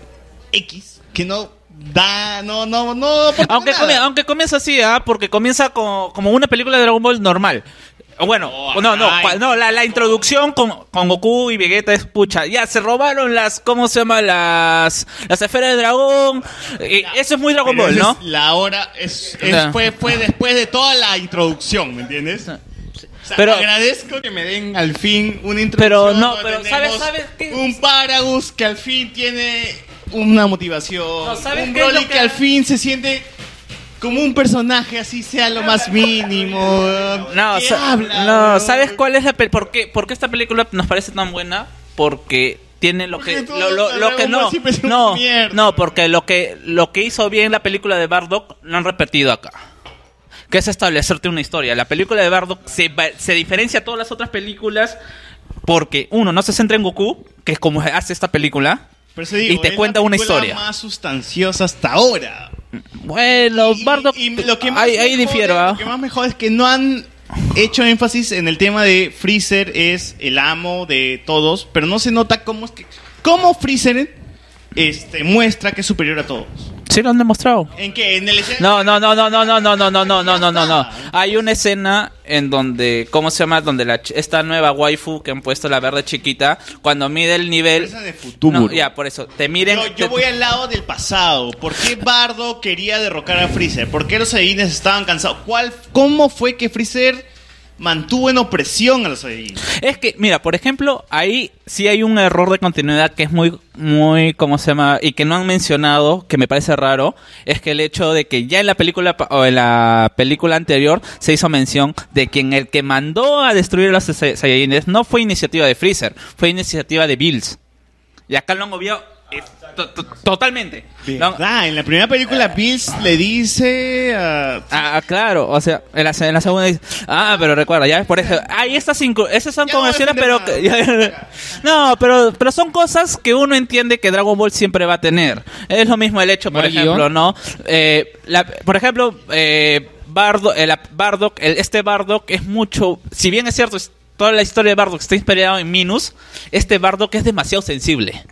X que no da, no, no, no. aportan Aunque, nada. come- aunque comienza así, ¿ah? Porque comienza como, como una película de Dragon Ball normal. Bueno, no, no, ay. cua- no, la, la introducción con, con Goku y Vegeta es pucha. Ya, se robaron las, ¿cómo se llama? Las, las esferas de dragón. Y eso es muy Dragon Pero Ball, esa ¿no? es la hora es, es- Ya. fue, fue después de toda la introducción, ¿me entiendes? O sea, Pero- agradezco que me den al fin una Pero introducción. no, donde pero tenemos ¿sabes- sabes un Paragus que al fin tiene una motivación. No, ¿sabes un qué es lo Broly que- que... al fin se siente como un personaje, así sea lo más mínimo. No, que sa- habla, no, weón. ¿sabes cuál es la pel- por qué, por qué esta película nos parece tan buena? Porque tiene lo que todo lo, lo- lo lo que Dragon Ball no siempre es una no mierda. no porque lo que lo que hizo bien la película de Bardock lo han repetido acá, que es establecerte una historia. La película de Bardock se va- se diferencia a todas las otras películas porque uno no se centra en Goku, que es como hace esta película, Por eso digo, y te es cuenta la una película historia. más sustanciosa hasta ahora. Bueno, Bardock, Lo que más ahí, me ahí jode- difiero, ¿ah? Lo que más me jode es que no han hecho énfasis en el tema de Freezer es el amo de todos, pero no se nota cómo es que cómo Freezer este muestra que es superior a todos. Sí lo han demostrado. ¿En qué? En el No, no, no, no, no, no, no, no, no, no, no, no, no, no. Hay una escena en donde, ¿cómo se llama? Donde la ch- esta nueva waifu que han puesto, la verde chiquita, cuando mide el nivel. Esa de futuro. No, ya, por eso. Te miren. Yo, yo te- voy al lado del pasado. ¿Por qué Bardo quería derrocar a Freezer? ¿Por qué los Saiyajines estaban cansados? ¿Cuál, ¿Cómo fue que Freezer mantuvo en opresión a los Saiyajines? Es que, mira, por ejemplo, ahí sí hay un error de continuidad que es muy, muy, ¿cómo se llama? Y que no han mencionado, que me parece raro, es que el hecho de que ya en la película, pa- o en la película anterior, se hizo mención de que en el que mandó a destruir a los Sai- Saiyajines no fue iniciativa de Freezer, fue iniciativa de Bills. Y acá lo han obviado eh, to- to- totalmente. Lo han- Ah, en la primera película Bills le dice a... Ah, claro, o sea, en la, en la segunda dice, ah, pero recuerda, ya ves, por eso, ahí estas cinco, esas son convenciones, pero que- ya- no, pero, pero son cosas que uno entiende que Dragon Ball siempre va a tener. Es lo mismo el hecho, por ¿No hay ejemplo, guión? ¿no? Eh, la- por ejemplo, eh, Bardo, el, Bardock, el- este Bardock es mucho, si bien es cierto, es- toda la historia de Bardock está inspirada en Minus, este Bardock es demasiado sensible.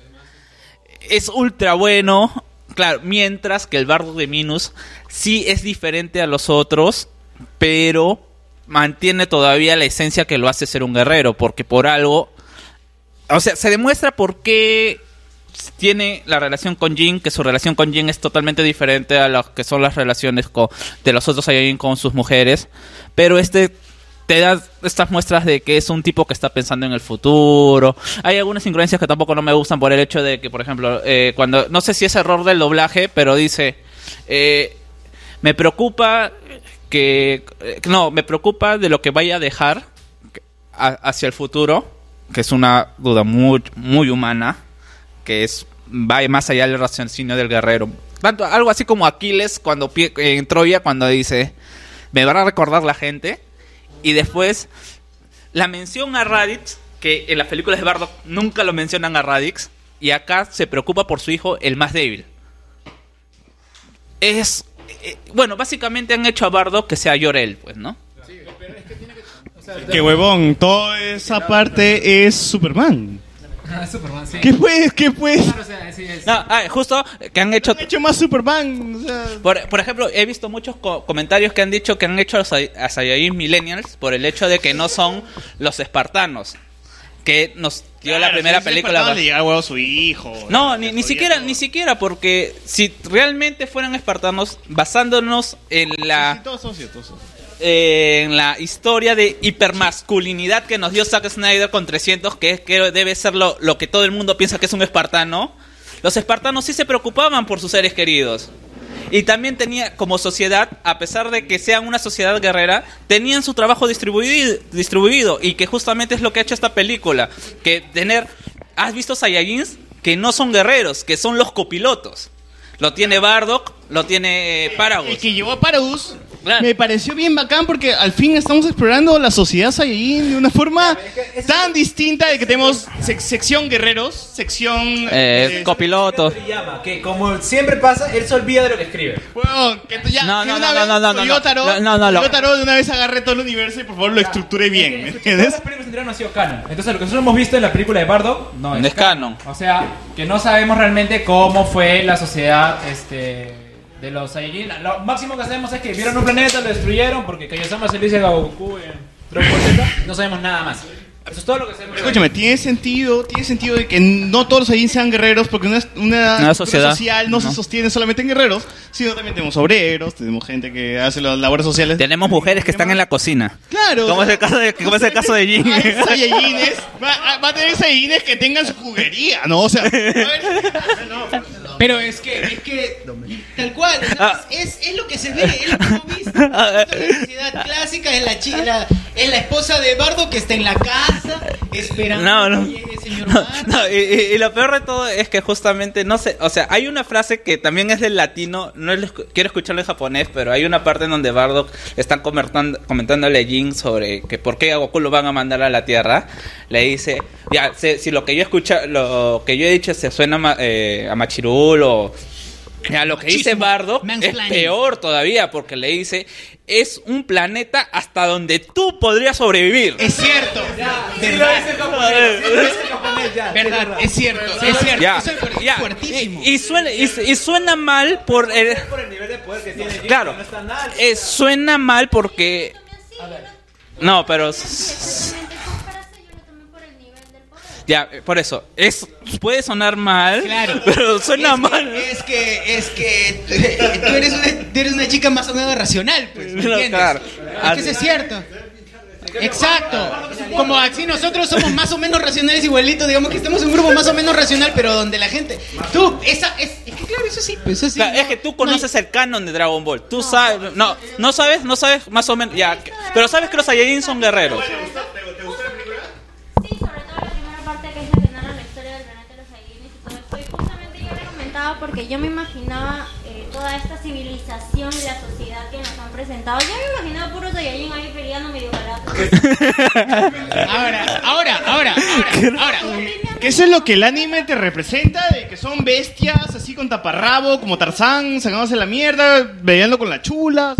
Es ultra bueno, claro, mientras que el Bardock de Minus sí es diferente a los otros, pero mantiene todavía la esencia que lo hace ser un guerrero, porque por algo, o sea, se demuestra por qué tiene la relación con Jin, que su relación con Jin es totalmente diferente a lo que son las relaciones con, de los otros Saiyajin con sus mujeres, pero este te da estas muestras de que es un tipo que está pensando en el futuro. Hay algunas incongruencias que tampoco no me gustan por el hecho de que, por ejemplo, eh, cuando no sé si es error del doblaje, pero dice, eh, me preocupa que, eh, no, me preocupa de lo que vaya a dejar a- hacia el futuro, que es una duda muy, muy humana, que es va más allá del raciocinio del guerrero. Tanto, algo así como Aquiles cuando pie- en Troya cuando dice, me van a recordar la gente. Y después, la mención a Raditz, que en las películas de Bardock nunca lo mencionan a Raditz, y acá se preocupa por su hijo, el más débil. Es... eh, bueno, básicamente han hecho a Bardock que sea Yor-El, pues, ¿no? Que huevón, toda esa parte es Superman. Ah, Superman, sí. ¿Qué pues? ¿Qué pues? Claro, o sea, sí, es- No, ah, justo que han hecho... Han hecho más Superman. O sea, Por, por ejemplo, he visto muchos co- comentarios que han dicho que han hecho a, Sai- a Saiyajin Millennials por el hecho de que no son los espartanos. Que nos dio la claro, primera si ese película. espartano le llega a huevo a su hijo. No, ni, ni siquiera, ni siquiera, porque si realmente fueran espartanos, basándonos en la, Todos son ciertos. eh, en la historia de hipermasculinidad que nos dio Zack Snyder con trescientos, que es que debe ser lo, lo que todo el mundo piensa que es un espartano, los espartanos sí se preocupaban por sus seres queridos. Y también tenía, como sociedad, a pesar de que sean una sociedad guerrera, tenían su trabajo distribuido, distribuido y que justamente es lo que ha hecho esta película. Que tener... ¿Has visto Saiyajins? que no son guerreros, que son los copilotos. Lo tiene Bardock, lo tiene Paragus. El que llevó a Paragus me pareció bien bacán porque al fin estamos explorando la sociedad Saiyajin de una forma tan distinta de que tenemos sec- sección guerreros, sección Eh, copilotos. Que como siempre pasa, él se olvida de lo que escribe. Bueno, que tú ya, No, que no, una no, vez no, no, no, Toyotaro, no, no, no, no. Toyotaro de una vez agarre todo el universo y por favor lo estructure bien, ¿me entiendes? Las películas anteriores no ha sido canon. Entonces lo que nosotros hemos visto en la película de Bardock no es, No es canon. O sea, que no sabemos realmente cómo fue la sociedad este, de los Saiyajin. Lo máximo que sabemos es que vieron un planeta, lo destruyeron porque Kaiosama se lo dice a Goku en Dragon Ball Z. No sabemos nada más. Eso es todo lo que sabemos. Escúchame, tiene sentido, tiene sentido de que no todos los Saiyajin sean guerreros porque una, una, Una sociedad. social no, No. se sostiene solamente en guerreros, sino también tenemos obreros, tenemos gente que hace las labores sociales. Tenemos mujeres que están en la cocina. Claro. Como es el caso de, como es el caso de Jin. Hay Saiyajines, va, va a tener Saiyajines que tengan su juguería, ¿no? O sea, Pero es que, es que, tal cual, o sea, Ah. es, es lo que se ve, es lo que hemos visto. La sociedad clásica es la, chi- la, es la esposa de Bardo que está en la casa esperando No, no. que llegue el señor No, Bardo. no, y, y- y lo peor de todo es que justamente, no sé, o sea, hay una frase que también es del latino, no es- quiero escucharlo en japonés, pero hay una parte en donde Bardock le están comentando, comentándole a Jin sobre que por qué a Goku lo van a mandar a la Tierra. Le dice, ya, si, si lo que yo escucha, lo que yo he dicho se suena ma- eh, a Machirul o... Ya, lo que dice Bardock es peor todavía porque le dice, es un planeta hasta donde tú podrías sobrevivir. Es cierto. Sí, lo dice el japonés. Sí, lo dice el japonés, ya. Verdad, es cierto, es cierto. Ya, Eso es ya. fuertísimo. Y, y suena, y, y suena mal por el, Por el nivel de poder que tiene Jin, claro, que no está nada. eh, suena mal porque no, pero ya, eh, por eso es puede sonar mal, Claro. pero suena es mal. Que, es que, es que tú eres una, tú eres una chica más o menos racional, pues, ¿me Claro, entiendes? claro. Es que eso es cierto. Exacto. Como así nosotros somos más o menos racionales igualitos, digamos que estamos en un grupo más o menos racional, pero donde la gente... Tú, esa... Es, es que claro, eso sí, pues eso sí. Claro, es que tú conoces el canon de Dragon Ball. Tú sabes, no, no sabes, no sabes más o menos, ya, pero sabes que los Saiyajin son guerreros. Parte que es la que narra la historia del planeta de los Saiyajines y todo esto. Y justamente yo le comentaba porque yo me imaginaba eh, toda esta civilización y la sociedad que nos han presentado. Yo me imaginaba puro Saiyajin ahí peleando medio barato. Ahora, ahora, ahora, ahora, ahora. que eso es lo que el anime te representa, de que son bestias así con taparrabo, como Tarzán, sacándose la mierda, peleando con la chula.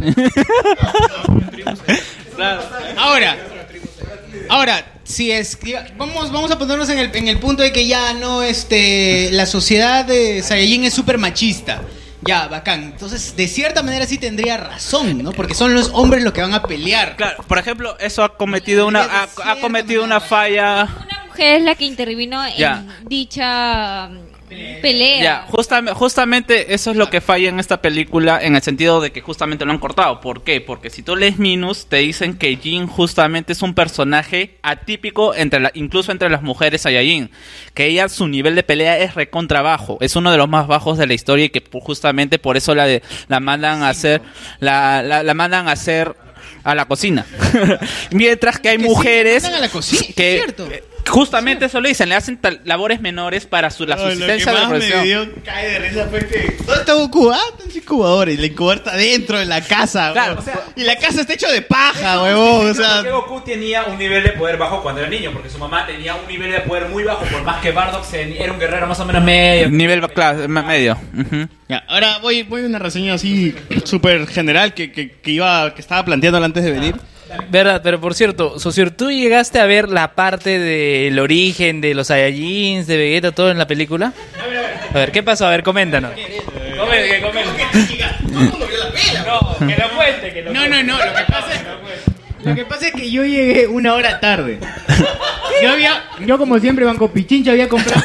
Ahora, ahora, si es vamos, vamos a ponernos en el, en el punto de que ya no, este, la sociedad de Saiyajin es súper machista. Ya, bacán. Entonces, de cierta manera sí tendría razón, ¿no? Porque son los hombres los que van a pelear. Claro, por ejemplo, eso ha cometido una ha, ha cometido una falla. Mujer es la que intervino Ya. en dicha pelea. Ya, justamente, justamente eso es lo que falla en esta película, en el sentido de que justamente lo han cortado. ¿Por qué? Porque si tú lees Minus, te dicen que Jin justamente es un personaje atípico, entre la, incluso entre las mujeres Saiyajin. Que ella, su nivel de pelea es recontra bajo. Es uno de los más bajos de la historia y que justamente por eso la, de, la mandan a hacer, la, la, la mandan a hacer a la cocina. Mientras que hay Que mujeres sí, la mandan a la cocina, que... es cierto. Justamente eso lo dicen, le hacen tal- labores menores para su, la No, lo subsistencia que de la más me profesión. dio cae de risa fue que ¿dónde está Goku? Ah, está en su incubador y la incubadora está dentro de la casa, Claro, huevón. o sea, y la casa está hecha de paja, huevón, o sea, Porque Goku tenía un nivel de poder bajo cuando era niño, porque su mamá tenía un nivel de poder muy bajo, por más que Bardock se- era un guerrero más o menos medio. Nivel claro, me- medio. Ujú. ya, ahora voy voy a una reseña así súper general que, que, que iba que estaba planteándola antes de venir. Verdad, pero por cierto, Socio, ¿tú llegaste a ver la parte del origen de los Saiyajins, de Vegeta, todo en la película? A ver, ¿qué pasó? A ver, coméntanos. Comente, que comente. No, que lo cuente, que lo No, no, no, lo que pasa es, lo que pasa es que yo llegué una hora tarde. Yo había, yo como siempre, Banco Pichincha había comprado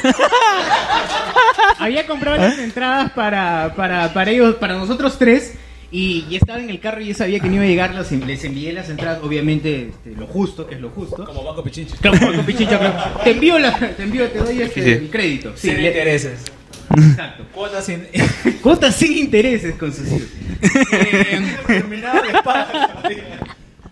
había comprado las entradas para, para, para ellos, para nosotros tres. Y, y estaba en el carro y yo sabía que no iba a llegar, les, les envié las entradas, obviamente este, lo justo, que es lo justo. Como Banco Pichincha. Como Banco Pichincha, claro. Te envío, la, te envío, te doy este, Sí, sí. el crédito. Sí, Sin le- intereses. Exacto. Cuotas sin. Cuotas sin intereses con sus hijos. Eh,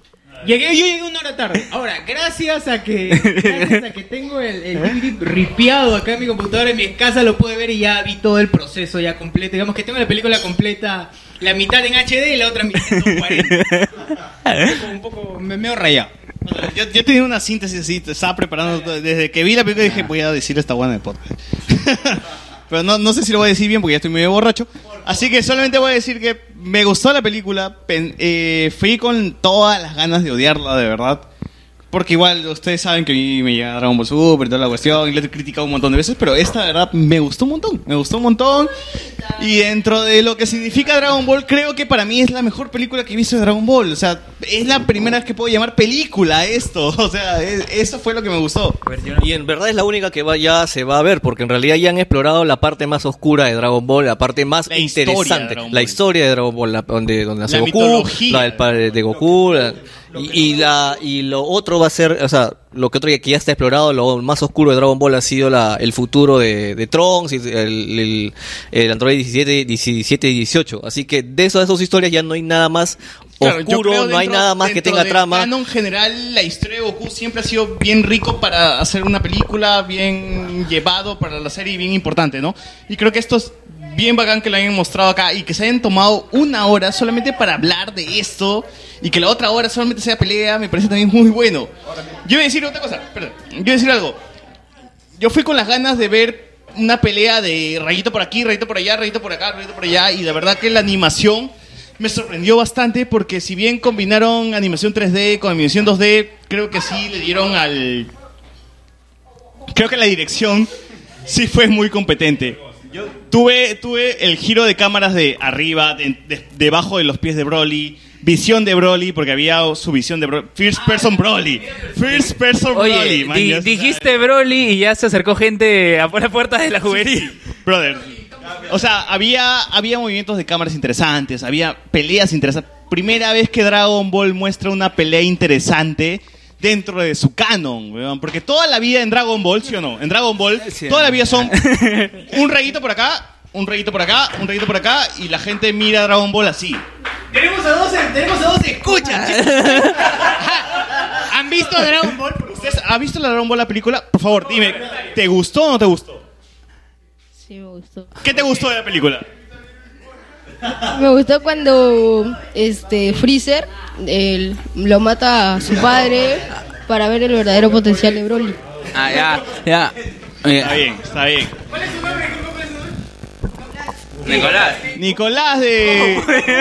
Llegué, yo llegué una hora tarde. Ahora, gracias a que gracias a que tengo el, el D V D ripiado acá en mi computadora, en mi casa lo pude ver y ya vi todo el proceso ya completo. Digamos que tengo la película completa, la mitad en H D y la otra mitad en doscientos cuarenta. Un poco me medio rayado. Yo, yo tenía una síntesis así, te estaba preparando todo. Desde que vi la película dije, voy a decirle esta buena de podcast. Pero no, no sé si lo voy a decir bien porque ya estoy medio borracho. Así que solamente voy a decir que me gustó la película. Pen, eh, fui con todas las ganas de odiarla, de verdad. Porque igual ustedes saben que a mí me llega Dragon Ball Super y toda la cuestión. Y la he criticado un montón de veces. Pero esta, de verdad, me gustó un montón. Me gustó un montón. Y dentro de lo que significa Dragon Ball, creo que para mí es la mejor película que he visto de Dragon Ball. O sea, es la primera vez que puedo llamar película esto. O sea, es, eso fue lo que me gustó. Y en verdad es la única que va, ya se va a ver, porque en realidad ya han explorado la parte más oscura de Dragon Ball, la parte más La historia de interesante, Dragon la Ball. historia de Dragon Ball, la, donde, donde nace La Goku, mitología. la del padre de Goku, la- y, y la y lo otro va a ser, o sea, lo que otro que ya está explorado, lo más oscuro de Dragon Ball ha sido la, el futuro de, de Trunks, y el, el, el Android diecisiete, diecisiete y dieciocho, así que de esas dos historias ya no hay nada más Claro, yo oscuro, creo no hay dentro- nada más que dentro tenga del trama. canon general, la historia de Goku siempre ha sido bien rico para hacer una película, bien llevado para la serie y bien importante, ¿no? Y creo que esto es bien bacán que lo hayan mostrado acá y que se hayan tomado una hora solamente para hablar de esto y que la otra hora solamente sea pelea, me parece también muy bueno. Yo voy a decir otra cosa, perdón, yo voy a decir algo. Yo fui con las ganas de ver una pelea de rayito por aquí, rayito por allá, rayito por acá, rayito por allá, y la verdad que la animación me sorprendió bastante porque si bien combinaron animación tres D con animación dos D, creo que sí le dieron al... Creo que la dirección sí fue muy competente. Tuve, tuve el giro de cámaras de arriba, de, de- debajo de los pies de Broly, visión de Broly, porque había su visión de Broly. First person Broly. First person Broly. Oye, man, di- ya- dijiste Broly y ya se acercó gente a por la puerta de la juguería. Brother. O sea, había, había movimientos de cámaras interesantes, había peleas interesantes. Primera vez que Dragon Ball muestra una pelea interesante dentro de su canon, weón. Porque toda la vida en Dragon Ball, ¿sí o no? En Dragon Ball, toda la vida son un rayito por acá, un rayito por acá, un rayito por acá, y la gente mira Dragon Ball así. Tenemos a dos, tenemos a dos escuchas. ¿Han visto Dragon Ball? ¿Ustedes han visto la Dragon Ball la película? Por favor, dime, ¿te gustó o no te gustó? Sí, me gustó. ¿Qué te gustó de la película? Me gustó cuando este Freezer él, lo mata a su padre para ver el verdadero potencial de Broly. Ah, ya, ya. Está bien, está bien. Nicolás. Nicolás de...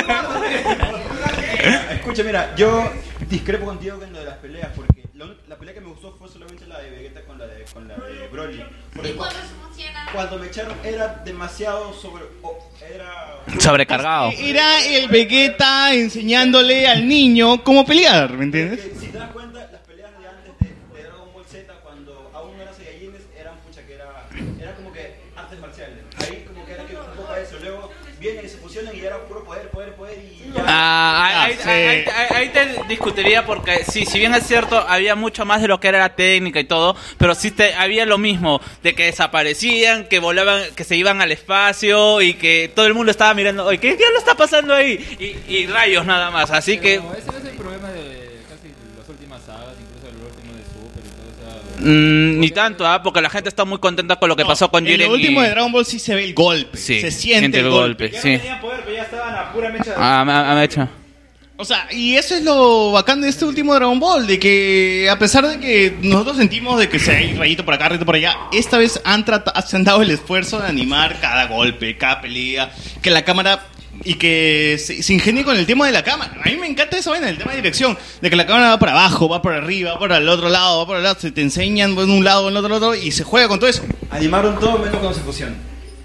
Escucha, mira, yo discrepo contigo en lo de las peleas, porque la, la pelea que me gustó fue solamente la de Vegeta con la de, con la de Broly. Porque cuando me echaron era demasiado sobre... oh, era... Sobrecargado. Era el Vegeta enseñándole al niño cómo pelear, ¿me entiendes? Si te das cuenta, las peleas de antes de, de Dragon Ball Z, cuando aún no eran Saiyajines, eran pucha que era, era como que artes marciales. Ahí como que era que un poco eso. Luego vienen y se fusionan y era puro poder, poder, poder y ya. Ah, ahí, Ah, ahí- sí. ahí- ahí te discutiría porque sí, si bien es cierto, había mucho más de lo que era la técnica y todo, pero sí te, había lo mismo, de que desaparecían, que volaban, que se iban al espacio y que todo el mundo estaba mirando, oye, ¿qué, qué lo está pasando ahí? Y, y rayos nada más, así que... No, ese no es el problema de casi las últimas sagas, incluso el último de Super y todo eso. Mm, ni tanto, ¿ah? Porque la gente está muy contenta con lo que pasó con En Jiren lo último y... de Dragon Ball sí se ve el golpe, Sí, se siente el golpe. sí. Ya estaban a pura mecha. Ah, me- me ha hecho. O sea, y eso es lo bacán de este último Dragon Ball, de que a pesar de que nosotros sentimos de que se hay rayito por acá, rayito por allá, esta vez han, trata- se han dado el esfuerzo de animar cada golpe, cada pelea, que la cámara... Y que se, se ingenie con el tema de la cámara. A mí me encanta eso, vaina, el tema de dirección. De que la cámara va para abajo, va para arriba, va para el otro lado, va para el lado. Se te enseñan en un lado, en el otro, en el otro. Y se juega con todo eso. Animaron todo menos cuando se fusionan.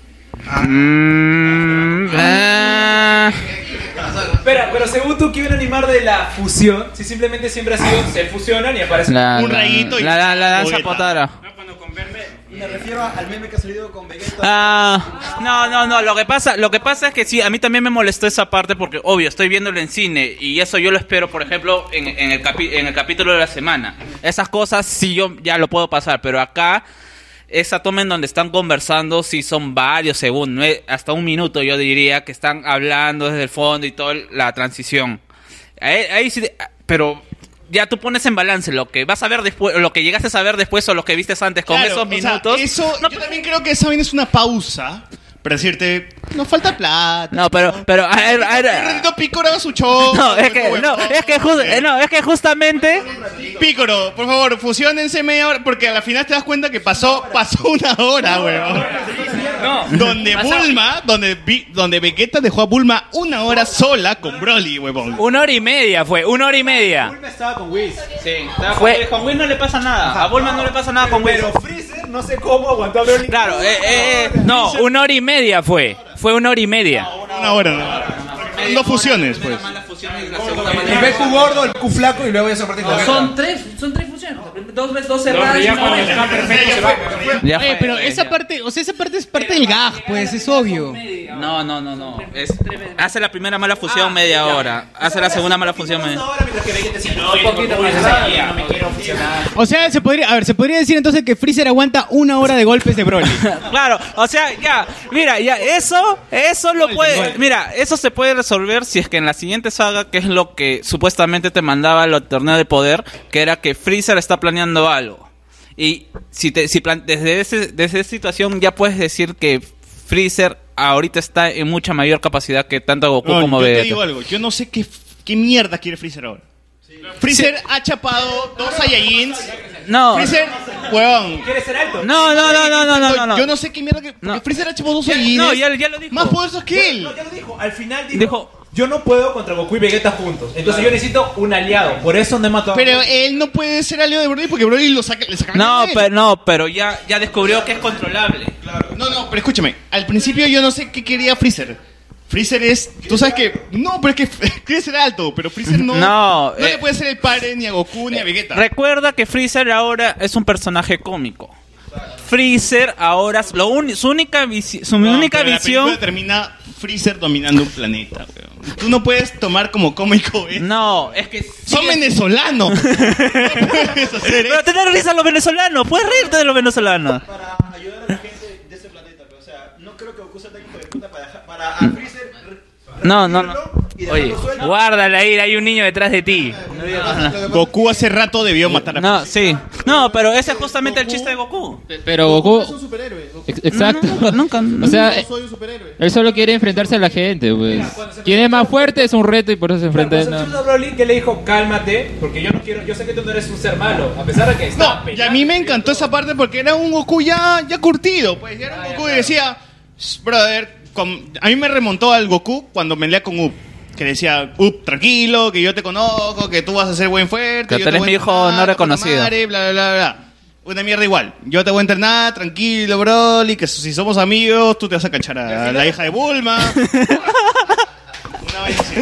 Mm, ah. Espera, pero según tú, ¿qué iban a animar de la fusión? Si simplemente siempre ha sido, se fusionan y aparece La- un la- rayito y... la- la- la danza potara. Me refiero al meme que ha salido con Vegeta. Ah, no, no, no, lo que pasa, lo que pasa es que sí, a mí también me molestó esa parte porque, obvio, estoy viéndolo en cine y eso yo lo espero, por ejemplo, en, en, el, capi- en el capítulo de la semana. Esas cosas sí yo ya lo puedo pasar, pero acá, esa toma en donde están conversando, sí son varios segundos, ¿no? Hasta un minuto yo diría, que están hablando desde el fondo y toda la transición. Ahí, ahí sí, pero ya tú pones en balance lo que vas a ver después, lo que llegaste a ver después o lo que viste antes con Claro, esos o sea, minutos. eso, yo también creo que esa vaina es una pausa para decirte, nos falta plata. No, pero, pero, a ver, a ver. Un ratito Pícoro haga su show. No, es que, no, es que, ju- eh, no, es que justamente. Pícoro, por favor, fusionense media hora, porque a la final te das cuenta que pasó, pasó una hora, weón. No. Donde Pasó- Bulma, donde, Vi- donde Vegeta dejó a Bulma una hora sola con Broly, weón. Una hora y media fue, una hora y media. Bulma estaba con Whis. Sí, estaba Fue- con Whis. Con Whis no le pasa nada. A Bulma no le pasa nada con Whis. Pero Freezer, no sé cómo aguantó a Broly. Claro, eh, eh, eh, No, una hora y media fue. Fue una hora y media. Una hora, ¿no? Dos fusiones, pues. El B Q gordo, el Q flaco y luego ya se parte con Son tres, son tres fusiones. Dos veces dos No, cerradas. pero ya y una cuando vuelta. están perfectos se va. Ya Oye, fue, pero ya. esa parte, o sea, esa parte es parte del gag, pues, es obvio. No, no, no, no. Es, hace la primera mala fusión media hora. Hace la segunda mala fusión media hora. Mientras que Vegeta dice, no, yo poquito más allá, no me quiero fusionar. O sea, se podría, a ver, se podría decir entonces que Freezer aguanta una hora de golpes de Broly. Claro, o sea, ya, mira, ya, eso, eso lo puede, mira, eso se puede resolver si es que en la siguiente saga, que es lo que supuestamente te mandaba el torneo de poder, que era que Freezer está planeando algo. Y si te, si plan- desde ese, desde esa situación ya puedes decir que Freezer ahorita está en mucha mayor capacidad que tanto Goku No, como yo te Vegeta. digo algo, yo no sé qué, qué mierda quiere Freezer ahora. Freezer ha chapado dos Saiyajins. No. Freezer, weón. ¿Quieres ser alto? No, no, no, no, no, no, no, no. Yo no sé qué mierda que. Porque Freezer ha chapado dos Ya- Saiyajins. no, ya- ya lo dijo. Más poderosos que él. No, ya lo dijo. Al final dijo, Dijo- yo no puedo contra Goku y Vegeta juntos. Entonces yo necesito un aliado. Por eso no he matado a Pero Goku. él no puede ser aliado de Broly porque Broly lo saca, le saca No, a él. pero no, pero ya, ya descubrió que es controlable. No, no, pero escúchame. Al principio yo no sé qué quería Freezer. Freezer es. Tú sabes que. No, pero es que quiere ser alto. Pero Freezer no. No, No eh, le puede ser el padre ni a Goku ni a Vegeta. Recuerda que Freezer ahora es un personaje cómico. Freezer ahora lo uni- su única visi- su No, única pero la visión película termina Freezer dominando un planeta, weón. Tú no puedes tomar como cómico, ¿eh? No, es que son venezolanos. Pero tener risa a los venezolanos, puedes reírte de los venezolanos. No creo que Goku sea tan hijo de puta para, para a Freezer. No, no, no. Oye, guárdala ahí, hay un niño detrás de ti. Goku hace rato debió matar a No, sí. No, pero ese es justamente el chiste de Goku. Pero Goku... Es un superhéroe. Goku. Ex- Exacto. No, nunca, nunca. O sea, Yo soy un superhéroe. él solo quiere enfrentarse a la gente, pues. Quien es más fuerte es un reto y por eso se enfrenta. Cuando se puso a Broly, que le dijo, cálmate, porque yo no quiero, yo sé que tú no eres un ser malo, a pesar de que está No, y a mí me encantó esa parte porque era un Goku ya, ya curtido. Pues ya era un Goku que decía, "Shh, brother, con-". A mí me remontó al Goku cuando me leía con Up. Que decía, Up, tranquilo, que yo te conozco, que tú vas a ser buen fuerte. Que yo tú te eres voy a mi hijo entrenar, no reconocido. madre, bla, bla, bla, bla. Una mierda igual. Yo te voy a entrenar, tranquilo, Broly, que si somos amigos, tú te vas a cachar a la hija de Bulma. Una vaina así.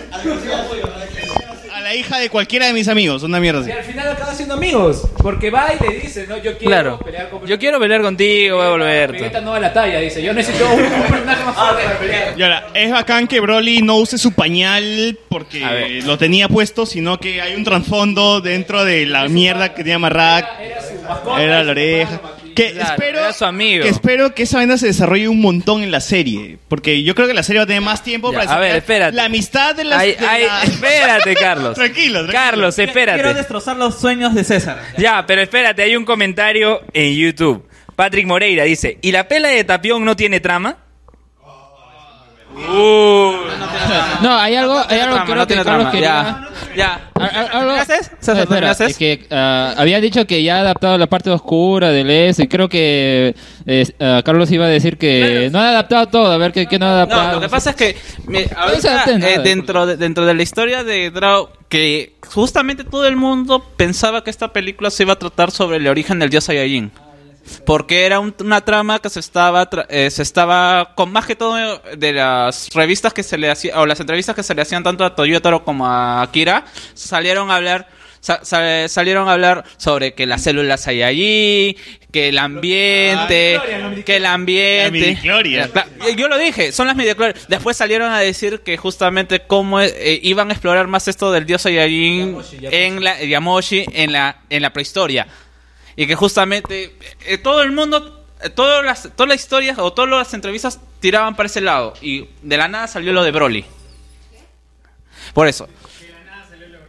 A la hija de cualquiera de mis amigos, una mierda así. Y al final acaba siendo amigos, porque va y le dice, no, yo quiero Claro. pelear con Yo quiero pelear contigo, voy a volver. Vegeta no da la talla, dice, yo necesito un, un personaje más fuerte para pelear. Y ahora, es bacán que Broly no use su pañal porque lo tenía puesto, sino que hay un trasfondo dentro de la mierda que tenía amarrada. Era la oreja. Que Claro, espero, era su amigo. que espero que esa vaina se desarrolle un montón en la serie. Porque yo creo que la serie va a tener más tiempo Ya, para a ver, desarrollar espérate. la amistad de las... Ay, de ay, la- espérate, Carlos. Tranquilo, tranquilo. Carlos, Quiero espérate. destrozar los sueños de César. Ya, pero espérate, hay un comentario en YouTube. Patrick Moreira dice, ¿y la pela de Tapión no tiene trama? Uh. No, hay algo, hay algo trama, creo no que tiene Carlos trama, quería... Ya. Al- al- algo- ¿Qué haces? No, César, espera, ¿qué haces? es que ah, había dicho que ya ha adaptado la parte oscura del eso y creo que eh, ah, Carlos iba a decir que no ha adaptado todo, a ver qué, qué no ha adaptado. No, lo que pasa es que me- se ahorita, adapta en nada. eh, dentro, de, dentro de la historia de Draw, que justamente todo el mundo pensaba que esta película se iba a tratar sobre el origen del dios Saiyajin. Porque era un- una trama que se estaba tra- eh, se estaba con más que todo de las revistas que se le hacían o las entrevistas que se le hacían tanto a Toyotaro como a Akira, salieron a hablar sa- sa- salieron a hablar sobre que las células Saiyajin, que el ambiente, que el ambiente. La midichlorians. La- Yo lo dije, son las midichlorians. Después salieron a decir que justamente cómo eh, iban a explorar más esto del dios Saiyajin en la Yamoshi en la en la prehistoria. Y que justamente eh, todo el mundo, eh, todas las, todas las historias o todas las entrevistas tiraban para ese lado. Y de la nada salió lo de Broly. Por eso.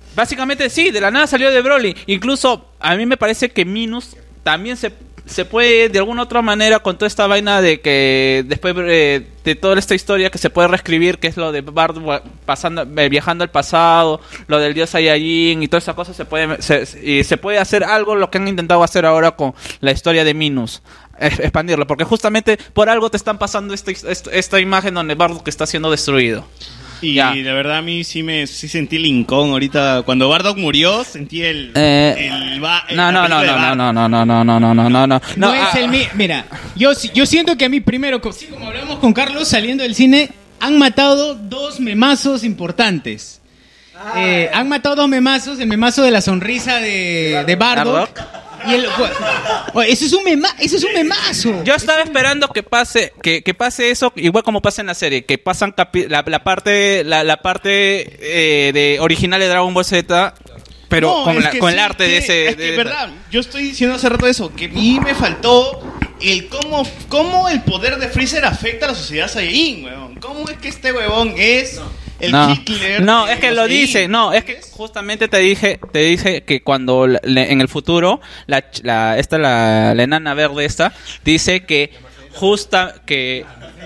Básicamente sí, de la nada salió de Broly. Incluso a mí me parece que Minus también se, se puede de alguna otra manera con toda esta vaina de que después eh, de toda esta historia que se puede reescribir, que es lo de Bart pasando, eh, viajando al pasado, lo del dios Saiyajin y todas esas cosas, se puede, se, y se puede hacer algo lo que han intentado hacer ahora con la historia de Minus. Expandirlo, porque justamente por algo te están pasando esta, esta, esta imagen donde Bardock está siendo destruido. Y ya. de verdad a mí sí me sí sentí el Lincoln ahorita. Cuando Bardock murió, sentí el... Eh, el, va- el no, no, no, no, no, no, no, no, no, no, no, no, no, no. No es ah, el mi- Mira, yo, yo siento que a mí primero, co- sí, como hablamos con Carlos, saliendo del cine, han matado dos memazos importantes. Eh, han matado dos memazos, el memazo de la sonrisa de, de Bardock. Y el, oh, eso es un mema, eso es un memazo. Yo estaba esperando que pase, que, que pase eso, igual como pasa en la serie, que pasan capi- la, la parte, la, la parte eh, de original de Dragon Ball Z, pero No, con, es la, que con sí, el arte de que- ese. Es que, de- verdad, yo estoy diciendo hace rato eso, que a mí me faltó el cómo, cómo el poder de Freezer afecta a la sociedad Saiyajin, weón. ¿Cómo es que este huevón es el no, Hitler? no, de es que los lo Saiyajin? dice, no, es que justamente te dije, te dije que cuando la- le- en el futuro la, la esta la, la enana verde esta dice que justa que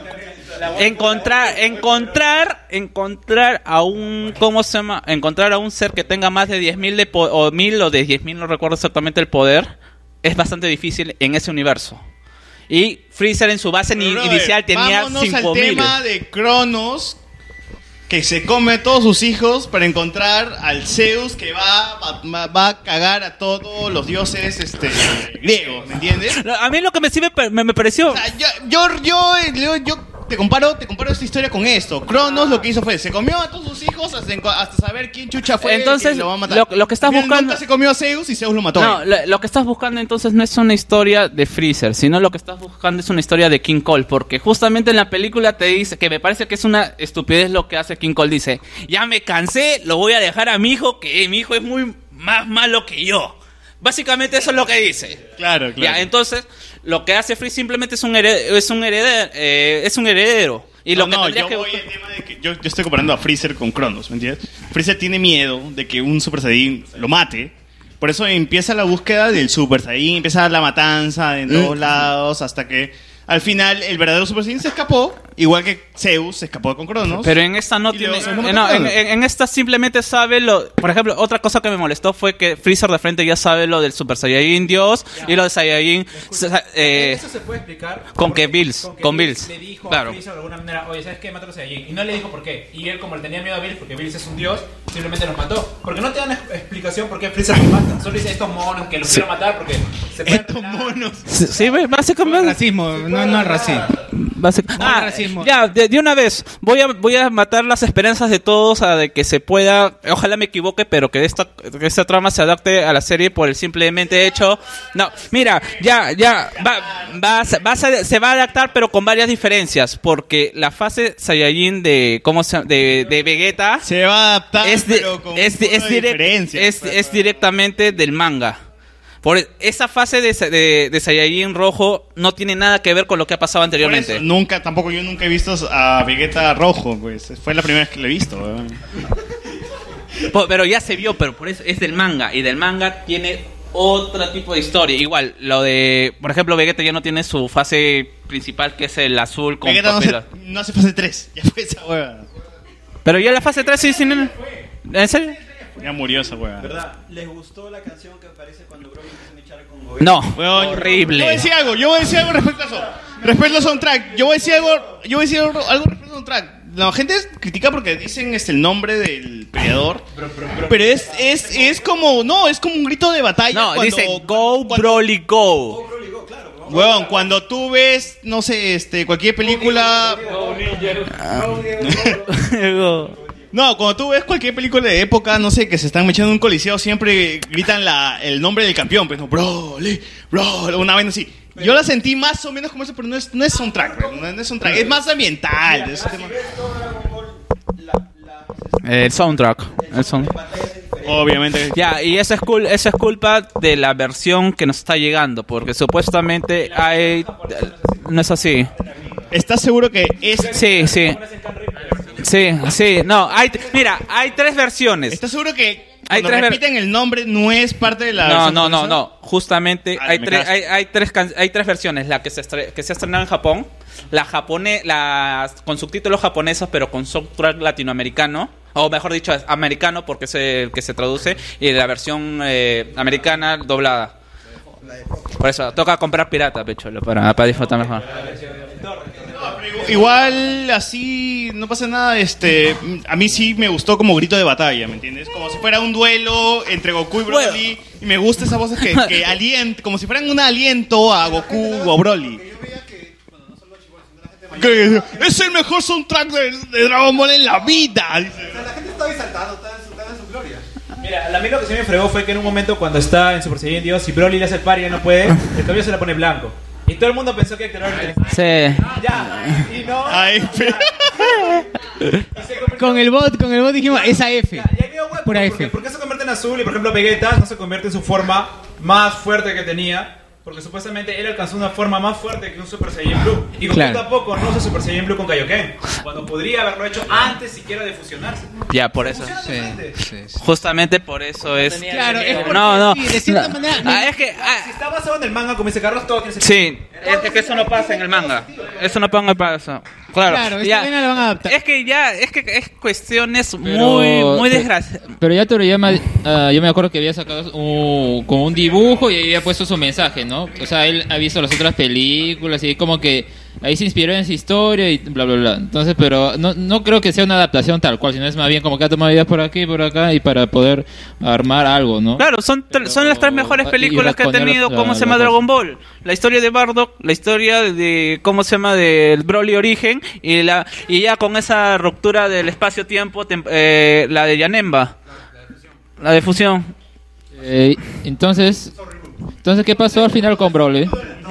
encontrar encontrar encontrar a un ¿cómo se llama? Encontrar a un ser que tenga más de diez mil de po- o mil o de diez mil, no recuerdo exactamente el poder, es bastante difícil en ese universo. Y Freezer en su base ni- Brother, inicial tenía vámonos cinco al mil. tema de Cronos, que se come a todos sus hijos para encontrar al Zeus que va, va, va a cagar a todos los dioses este, griegos, ¿me entiendes? A mí lo que me, sí me, me, me pareció... O sea, yo, yo, yo, yo, yo te comparo, te comparo esta historia con esto. Cronos lo que hizo fue, se comió a todos sus hijos hasta, enco- hasta saber quién chucha fue Entonces, el que lo va a matar. lo- lo que estás Al final buscando- nunca se comió a Zeus y Zeus lo mató. No, lo, lo que estás buscando entonces no es una historia de Freezer, sino lo que estás buscando es una historia de King Cole, porque justamente en la película te dice, que me parece que es una estupidez lo que hace King Cole, dice, ya me cansé, lo voy a dejar a mi hijo, que mi hijo es muy más malo que yo. Básicamente eso es lo que dice. Claro, claro. Ya, entonces, lo que hace Freezer simplemente es un heredero, es un heredero, eh, es un heredero. Y lo no, que no, tendrías yo que voy buscar- al tema de que yo, yo estoy comparando a Freezer con Cronos, ¿me entiendes? Freezer tiene miedo de que un Super Saiyajin lo mate. Por eso empieza la búsqueda del Super Saiyajin, empieza la matanza en todos lados, hasta que al final el verdadero Super Saiyajin se escapó, igual que Zeus se escapó con Cronos. Pero en esta no Y tiene. luego se lo eh, no, en, mataron. en- en esta simplemente sabe lo. Por ejemplo, otra cosa que me molestó fue que Freezer de frente ya sabe lo del Super Saiyajin Dios y lo de Saiyajin. eh, Eso se puede explicar con que Bills. con que Con Bills Bills. le dijo Claro. a Freezer de alguna manera, oye, ¿sabes qué? Mátalo a Saiyajin. Y no le dijo por qué. Y él, como le tenía miedo a Bills, porque Bills es un dios, simplemente los mató. Porque no te dan ex- explicación por qué Freezer los mata. Solo dice estos monos que los Sí. quiero matar porque se pueden Estos monos. Sí, sí, básicamente. Racismo, no, no es racismo. Basic- ah, ya, de, de una vez, voy a, voy a matar las esperanzas de todos a de que se pueda, ojalá me equivoque, pero que esta, que esta trama se adapte a la serie por el simplemente hecho. No, mira, ya, ya, va, va, va a ser- se va a adaptar, pero con varias diferencias, porque la fase Saiyajin de, ¿cómo se llama? De, de Vegeta se va a adaptar, es, de- pero con es, un de- poco es, de direct- diferencias, es, pues, es directamente del manga. Por esa fase de, Sa- de, de Saiyajin rojo no tiene nada que ver con lo que ha pasado Por anteriormente. eso, nunca, tampoco yo nunca he visto a Vegeta rojo, pues. Fue la primera vez que lo he visto, weón. Po- Pero ya se vio, pero por eso es del manga. Y del manga tiene otro tipo de historia. Igual, lo de, por ejemplo, Vegeta ya no tiene su fase principal, que es el azul con Vegeta no papel. hace, no hace fase tres, ya fue esa hueva. Pero ya la fase tres sí, sí, no- ¿en serio? Ya murió esa hueva. ¿Verdad? ¿Les gustó la canción que aparece cuando Broly empieza a mechar con No, Weón, horrible. Yo voy a decir algo, yo voy a decir algo respecto a eso. Respecto al soundtrack, yo voy a decir algo, yo voy a decir algo, algo respecto al soundtrack. La gente critica porque dicen este el nombre del peleador, pero es es es como no, es como un grito de batalla. No, cuando, dice Go Broly Go. Weón, cuando tú ves, no sé, este cualquier película. No, cuando tú ves cualquier película de época, no sé, que se están mechando en un coliseo, siempre gritan la, el nombre del campeón, pues no, Broly, Broly, una vaina así. Yo la sentí más o menos como eso, pero no es, no es soundtrack, bro, no es soundtrack, es más ambiental. Es tema. El soundtrack. El sound- Obviamente. Ya, y eso es, cul- eso es culpa de la versión que nos está llegando, porque supuestamente hay... No es así. ¿Estás seguro que es...? Sí, sí. Sí, sí, no, hay, mira, hay tres versiones. ¿Estás seguro que Hay Cuando tres ver- repiten el nombre, no es parte de la. No, versión no, no, japonesa? no. Justamente Ah, hay, me tres, caso. hay, hay, tres can- hay tres versiones. La que se, estre- que se ha estrenado en Japón, la japone la con subtítulos japoneses pero con soundtrack latinoamericano, o mejor dicho, es americano porque es el que se traduce, y la versión eh, americana doblada. Por eso, toca comprar pirata, pecholo, para, para disfrutar mejor. Igual, así, no pasa nada. Este, a mí sí me gustó como grito de batalla, ¿me entiendes? Como si fuera un duelo entre Goku y Broly. Y me gusta esas voces que, que alientan, como si fueran un aliento a Goku o a Broly. Que es el mejor soundtrack de, de Dragon Ball en la vida. dice. La gente está ahí saltando, está saltando en su gloria. Mira, a mí lo que se me fregó fue que en un momento cuando está en Super Saiyan Dios y Broly le hace el par y él no puede, el cabello se le pone blanco. Y todo el mundo pensó que Héctor era el Sí. Ya, y no. Ay, Con el bot, con el bot dijimos, esa F. Pura ¿Por F. qué? ¿Por qué se convierte en azul y por ejemplo Vegeta no se convierte en su forma más fuerte que tenía? Porque supuestamente él alcanzó una forma más fuerte que un Super Saiyan Blue. Y Goku Claro. tampoco no usa Super Saiyan Blue con Kaioken. Cuando podría haberlo hecho antes siquiera de fusionarse. Ya, por eso. Justamente por eso es. Claro, es porque no, no. sí, de cierta No. manera- Ah, es que. ah, Si está basado en el manga, como dice Carlos, todo tiene sí, es que eso no pasa en el manga. Eso no pasa en el Claro, Claro, esta ya. vaina la van a adaptar. Es que ya, es que es cuestiones Pero- muy, muy pero- desgraciadas. Pero ya Toriyama, ah, yo me acuerdo que había sacado un, como un dibujo y había puesto su mensaje, ¿no? O sea, él ha visto las otras películas y como que ahí se inspiró en esa historia y bla, bla, bla. Entonces, pero no, no creo que sea una adaptación tal cual, sino es más bien como que ha tomado ideas por aquí y por acá y para poder armar algo, ¿no? Claro, son, tre- son las tres mejores y películas que ha responder tenido, la- ¿cómo se la llama cosa. Dragon Ball? La historia de Bardock, la historia de, ¿cómo se llama? Del Broly Origen, y la y ya con esa ruptura del espacio-tiempo, tem- eh, la de Yanemba. La de fusión. Eh, entonces, entonces, ¿qué pasó al final con Broly?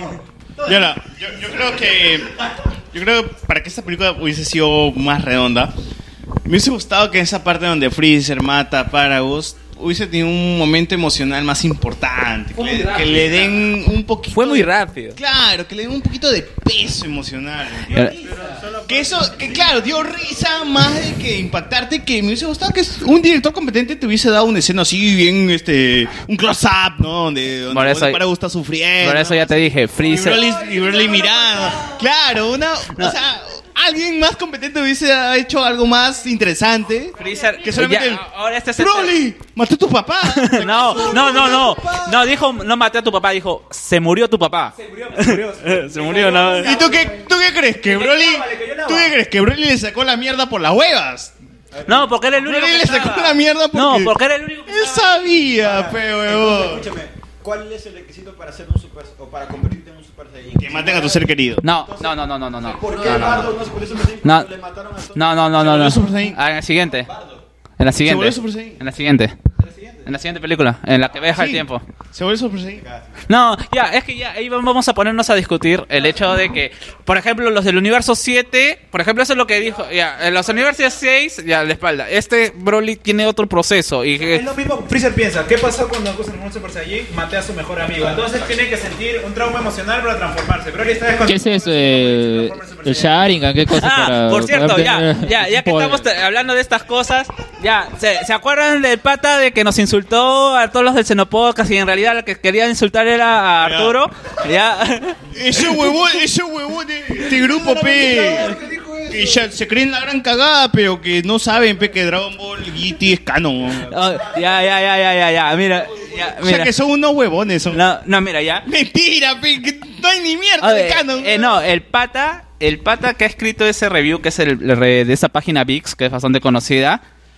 Y ahora, yo, yo creo que. Yo creo que para que esta película hubiese sido más redonda, me hubiese gustado que en esa parte donde Freezer mata a Paragus hubiese tenido un momento emocional más importante. Que, le, que le den un poquito. Fue muy rápido. Claro, que le den un poquito de peso emocional. ¿entiendes? Que eso, que claro, dio risa más de que impactarte. Que me hubiese gustado que un director competente te hubiese dado una escena así, bien, este, un close-up, ¿no? Donde, donde Por eso- Paragus está sufriendo. Por eso ya te dije, Y Freezer. Broly, y Broly mirando. Claro, una, o sea, alguien más competente hubiese hecho algo más interesante. Freezer, que solamente ya, el, ahora este es el- Broly, maté a tu papá. No, no, no, no. No, dijo, no maté a tu papá, dijo, se murió tu papá. Se murió, se murió. se murió, no. ¿Y tú qué, tú qué crees? ¿Que Broly, tú qué crees? ¿Que Broly le sacó la mierda por las huevas? No, porque era el único Broly que le sacó estaba. la mierda porque... No, porque era el único que Él sabía, pe huevón. Escúchame, ¿cuál es el requisito para ser un super o para convertirte en un super Saiyajin? Que maten a tu ser querido. No, no, no, no, no, no, no. ¿Por qué No, no, Bardo no. no se volvió Super Saiyan? No. Cuando le mataron a todos. No, no, no, no, no. ¿Se volvió Super Saiyan? Ah, en la siguiente. En la siguiente. volvió Super Saiyan? En la siguiente. En la siguiente película, en la que viaja el Sí. tiempo. Se vuelve Super Saiyan. No, ya, es que ya ahí vamos a ponernos a discutir el hecho de que, por ejemplo, los del universo siete, por ejemplo, eso es lo que dijo, ya, en los universos seis, ya, la espalda. Este Broly tiene otro proceso y que- Es lo mismo, Freezer piensa, ¿qué pasó cuando Goku se transformó en Super Saiyan? Maté a su mejor amigo. Entonces tiene que sentir un trauma emocional para transformarse. Broly está descon- ¿Qué es eso? Eh, el Sharingan, ¿qué cosa Ah, para...? por cierto, para- ya, ya, ya que poder. estamos te- hablando de estas cosas, ya, ¿se, ¿se acuerdan del pata de que nos insultó a todos los del Xenopodcast y en realidad el que quería insultar era a Arturo? Ya. Ese huevón, ese huevón de este grupo, pe. Que ya se creen la gran cagada, pero que no saben, pe, que Dragon Ball G T es canon. Oh, ya, ya, ya, ya, ya, ya, mira, ya, O mira. sea que son unos huevones. Son... No, no, mira, ya. Mentira, pe, que no hay ni mierda A de ver, canon. eh, no, el pata, el pata que ha escrito ese review, que es el, el re- de esa página VIX, que es bastante conocida,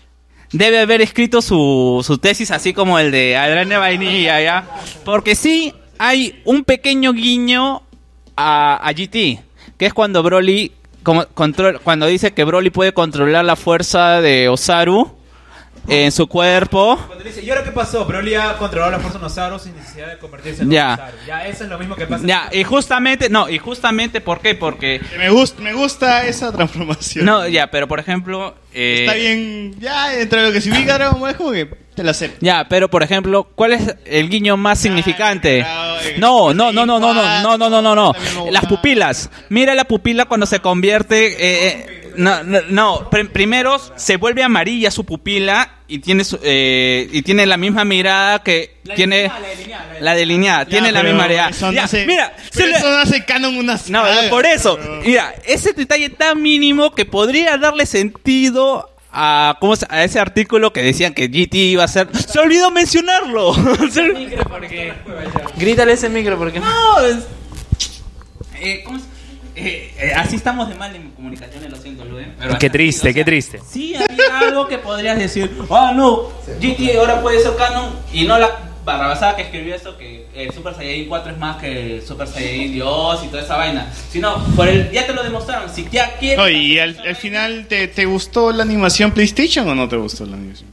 debe haber escrito su, su tesis así como el de Adrián de Vainilla, ¿ya? Porque sí hay un pequeño guiño a, a G T, que es cuando Broly, como, control, cuando dice que Broly puede controlar la fuerza de Osaru en su cuerpo. Cuando dice, ¿y ahora qué pasó? Broly ha controlado la fuerza de Osaru sin necesidad de convertirse en Ya. Osaru. Ya, eso es lo mismo que pasa. Ya, y justamente, no, y justamente, ¿por qué? Porque... Me gusta, me gusta esa transformación. No, ya, pero por ejemplo... eh, Está bien, ya, entre lo que significa Dragon Ball es como que te la acepto. Ya, pero por ejemplo, ¿cuál es el guiño más significante? No, no, no, no, no, no, no, no, no, no, no. Las pupilas. Mira la pupila cuando se convierte. Eh, eh, no, no, no. Pr- primero se vuelve amarilla su pupila y tiene su- eh, y tiene la misma mirada que tiene la delineada, tiene la pero misma mirada. eso no Ya, hace- mira, pero se le- eso no hace canon una no, saga, por eso, pero- mira, ese detalle tan mínimo que podría darle sentido a, ¿cómo se- a ese artículo que decían que G T iba a ser. Se olvidó mencionarlo. Se olvidó- Grítale ese micro porque... No, es- eh, ¿cómo se- eh, eh, así estamos de mal en comunicaciones, lo siento, Luen. pero Qué así, triste, o sea, qué triste. Sí, había algo que podrías decir, ah, no, G T ahora puede ser canon, y no la barrabasada que escribió esto, que el Super Saiyajin cuatro es más que el Super Saiyajin Dios y toda esa vaina. Sino, por el, ya te lo demostraron, si ya quieres... Oye, ¿y al, al final te, te gustó la animación PlayStation o no te gustó la animación?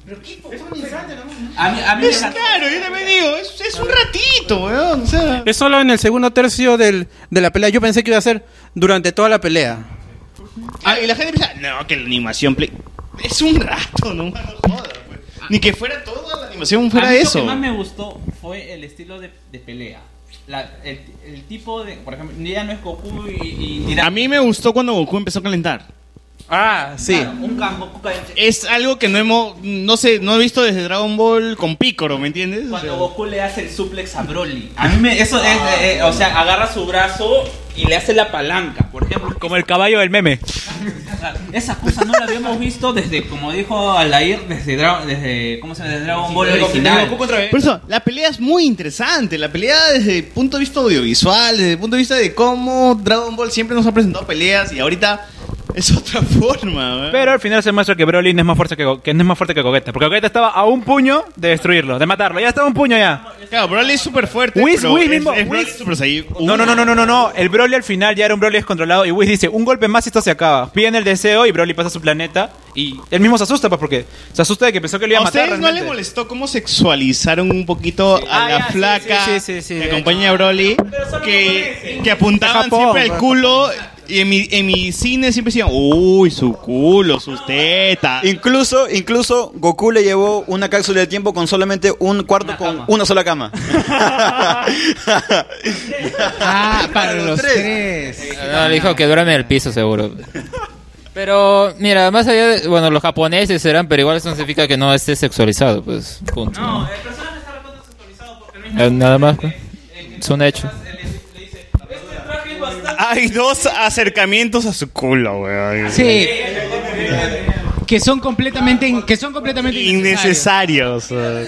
A mí, a mí Es me claro, yo también digo, es, es un ratito, weón, o sea... Es solo en el segundo tercio del, de la pelea. Yo pensé que iba a ser durante toda la pelea. Ah, y la gente piensa, no, que la animación Play... Es un rato, no, no jodas, pues. Ni que fuera toda la animación fuera a mí eso. Lo que más me gustó fue el estilo de, de pelea. La, el, el tipo de, por ejemplo, ya no es Goku y, y A mí me gustó cuando Goku empezó a calentar. Ah, sí. Claro, un Gan Goku caliente. Es algo que no hemos, no sé, no he visto desde Dragon Ball con Piccolo, ¿me entiendes? Cuando Goku le hace el suplex a Broly. A mí me, eso es, eh, eh, o sea, agarra su brazo y le hace la palanca, por ejemplo. Como el caballo del meme. Esa cosa no la habíamos visto desde, como dijo Aldair, desde, Dra- desde ¿cómo se llama? Desde Dragon Ball original. Por eso, la pelea es muy interesante. La pelea desde el punto de vista audiovisual, desde el punto de vista de cómo Dragon Ball siempre nos ha presentado peleas y ahorita es otra forma, ¿verdad? Pero al final se muestra que Broly no es más fuerte que, Go- que no es más fuerte que Gogeta. Porque Gogeta estaba a un puño de destruirlo, de matarlo. Ya estaba a un puño ya. Claro, Broly es súper fuerte. Whis, pero Whis es- mismo. es Broly Whis- Super Saiyan No, no, no, no, no, no, no. El Broly al final ya era un Broly descontrolado. Y Whis dice: un golpe más y esto se acaba. Piden el deseo y Broly pasa a su planeta. Y él mismo se asusta, pues, porque se asusta de que pensó que lo iba a ¿A matar. ustedes no les realmente. molestó cómo sexualizaron un poquito a Ah, la ya, sí, flaca sí, sí, sí, sí, que de acompaña a Broly? Que, que apuntaban Japón, siempre el pues, culo. Y en mi, en mi cine siempre decían, uy, su culo, sus tetas. Incluso, incluso Goku le llevó una cápsula de tiempo con solamente un cuarto con una sola cama. Ah, para los tres. No, le dijo que duerme en el piso, seguro. Pero, mira, más allá de... Bueno, los japoneses serán, pero igual eso no significa que no esté sexualizado, pues, punto. No, el personaje está recontra sexualizado porque el mismo Eh, Nada más, pues. Es un hecho. Hay dos acercamientos a su culo, weón. Sí. Que son completamente, que son completamente Innecesarios. weón.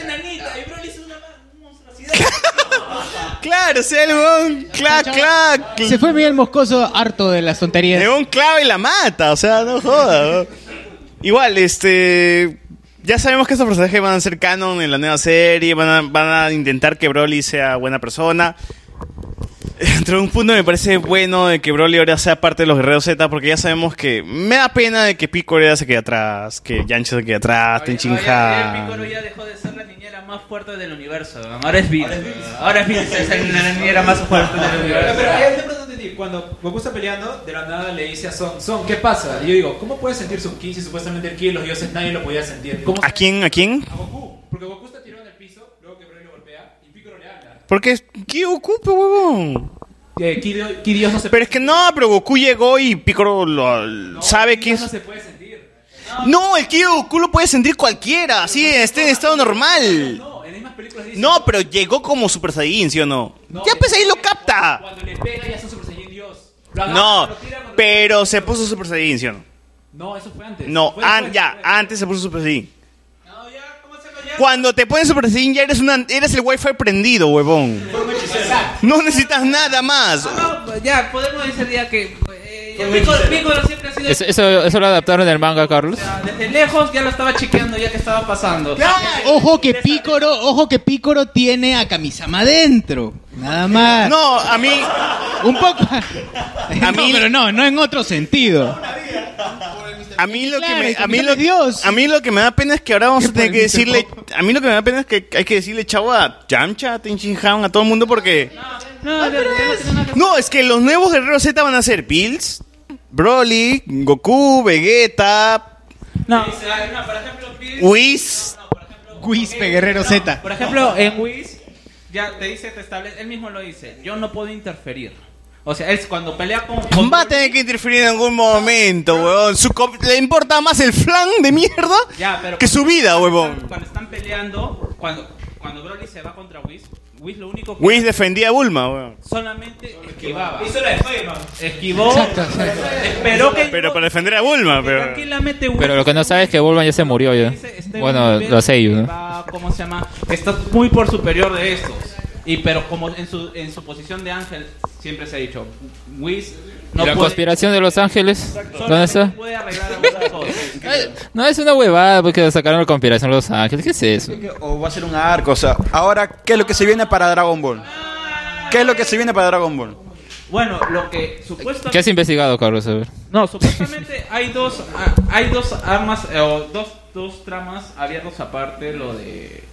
Claro, o sea, el weón, clac, clac. Se fue Miguel Moscoso harto de las tonterías. El weón clava y la mata, o sea, no joda. ¿no? Igual, este... Ya sabemos que estos personajes van a ser canon en la nueva serie, van a, van a intentar que Broly sea buena persona. Dentro de un punto me parece bueno de que Broly ahora sea parte de los Guerreros Z, porque ya sabemos que me da pena de que Piccolo ya se quede atrás, que Yancho se quede atrás, Tenchin Han. Piccolo ya dejó de ser la niñera más fuerte del universo. Ahora es Bills. Ahora es Bills, es la niñera más fuerte del universo. Pero ahí de pronto entendí, cuando Goku está peleando, de la nada le dice a Son, Son, ¿qué pasa? Y yo digo, ¿cómo puede sentir su ki si supuestamente el ki de los dioses nadie lo podía sentir? ¿Cómo ¿A quién? ¿A quién? A Goku, porque Goku está tirado en el piso, luego que Broly lo golpea y Piccolo le habla. Porque ¿qué ocupa, huevón? Que ki, ki Dios no se Pero es que no, pero Goku llegó y Piccolo lo, sabe que es... no se puede sentir. No, el ki de Goku lo puede sentir cualquiera, así esté en estado normal. No, en las mismas películas dice... No, pero llegó como Super Saiyajin, ¿sí o no? Ya pues ahí lo capta. Cuando le pega ya son Super Saiyan Dios. Lo agarra, No, lo tira cuando- pero se puso Super Saiyajin, ¿sí o no? No, eso fue antes. No, Fue an- después. ya, antes se puso Super Saiyajin. Cuando te pones Super Saiyajin ya eres, una, eres el wifi prendido, huevón. No necesitas nada más. No, ya, podemos decir ya que eh, ya Piccolo, Piccolo siempre ha sido... Eso, eso, eso lo adaptaron en el manga, Carlos. Desde lejos ya lo estaba chequeando ya que estaba pasando. Ojo que Piccolo, ojo que Piccolo tiene a Kamisama adentro. Nada más. No, a mí... Un poco. A No, mí- pero no, no en otro sentido. A mí lo que Claro, me, es que a mí no lo, es Dios. a mí lo que me da pena es que ahora vamos a tener por que el decirle, a mí lo que me da pena es que hay que decirle chavo a Yamcha, a Tenchin Han, a todo el mundo porque No, pero no, es que los nuevos guerreros Z van a ser Bills, Broly, Goku, Vegeta, No, por ejemplo, Bills- Whis. Quispe Guerrero Z. Por ejemplo, en Whis ya te dice, te establece, él mismo lo dice, yo no puedo interferir. O sea, él cuando pelea con... con Va a tener que interferir en algún momento, weón. Su co- le importa más el flan de mierda Ya, pero que su vida, huevón. Cuando están peleando, cuando, cuando Broly se va contra Whis, Whis lo único que... Whis defendía a Bulma, weón. solamente esquivaba. Hizo la de Spider-Man. Esquivó, Exacto, exacto. esperó que... Pero para defender a Bulma, pero... Tranquilamente Whis... Pero lo que no sabes es que Bulma ya se murió ya. Este Bueno, nivel lo sé yo, ¿no? va, ¿cómo se llama? Está muy por superior de estos. Y pero como en su en su posición de ángel siempre se ha dicho, Whis no ¿Y la puede, conspiración de los ángeles? ¿Dónde está? puede arreglar algunas cosas. No, es una huevada porque sacaron la conspiración de los ángeles. ¿Qué es eso? O va a ser un arco, o sea, ahora, ¿qué es lo que se viene para Dragon Ball? ¿Qué es lo que se viene para Dragon Ball? Bueno, lo que supuestamente ¿Qué has investigado, Carlos? A ver. No, supuestamente hay dos ah, hay dos armas eh, o dos dos tramas abiertos aparte lo de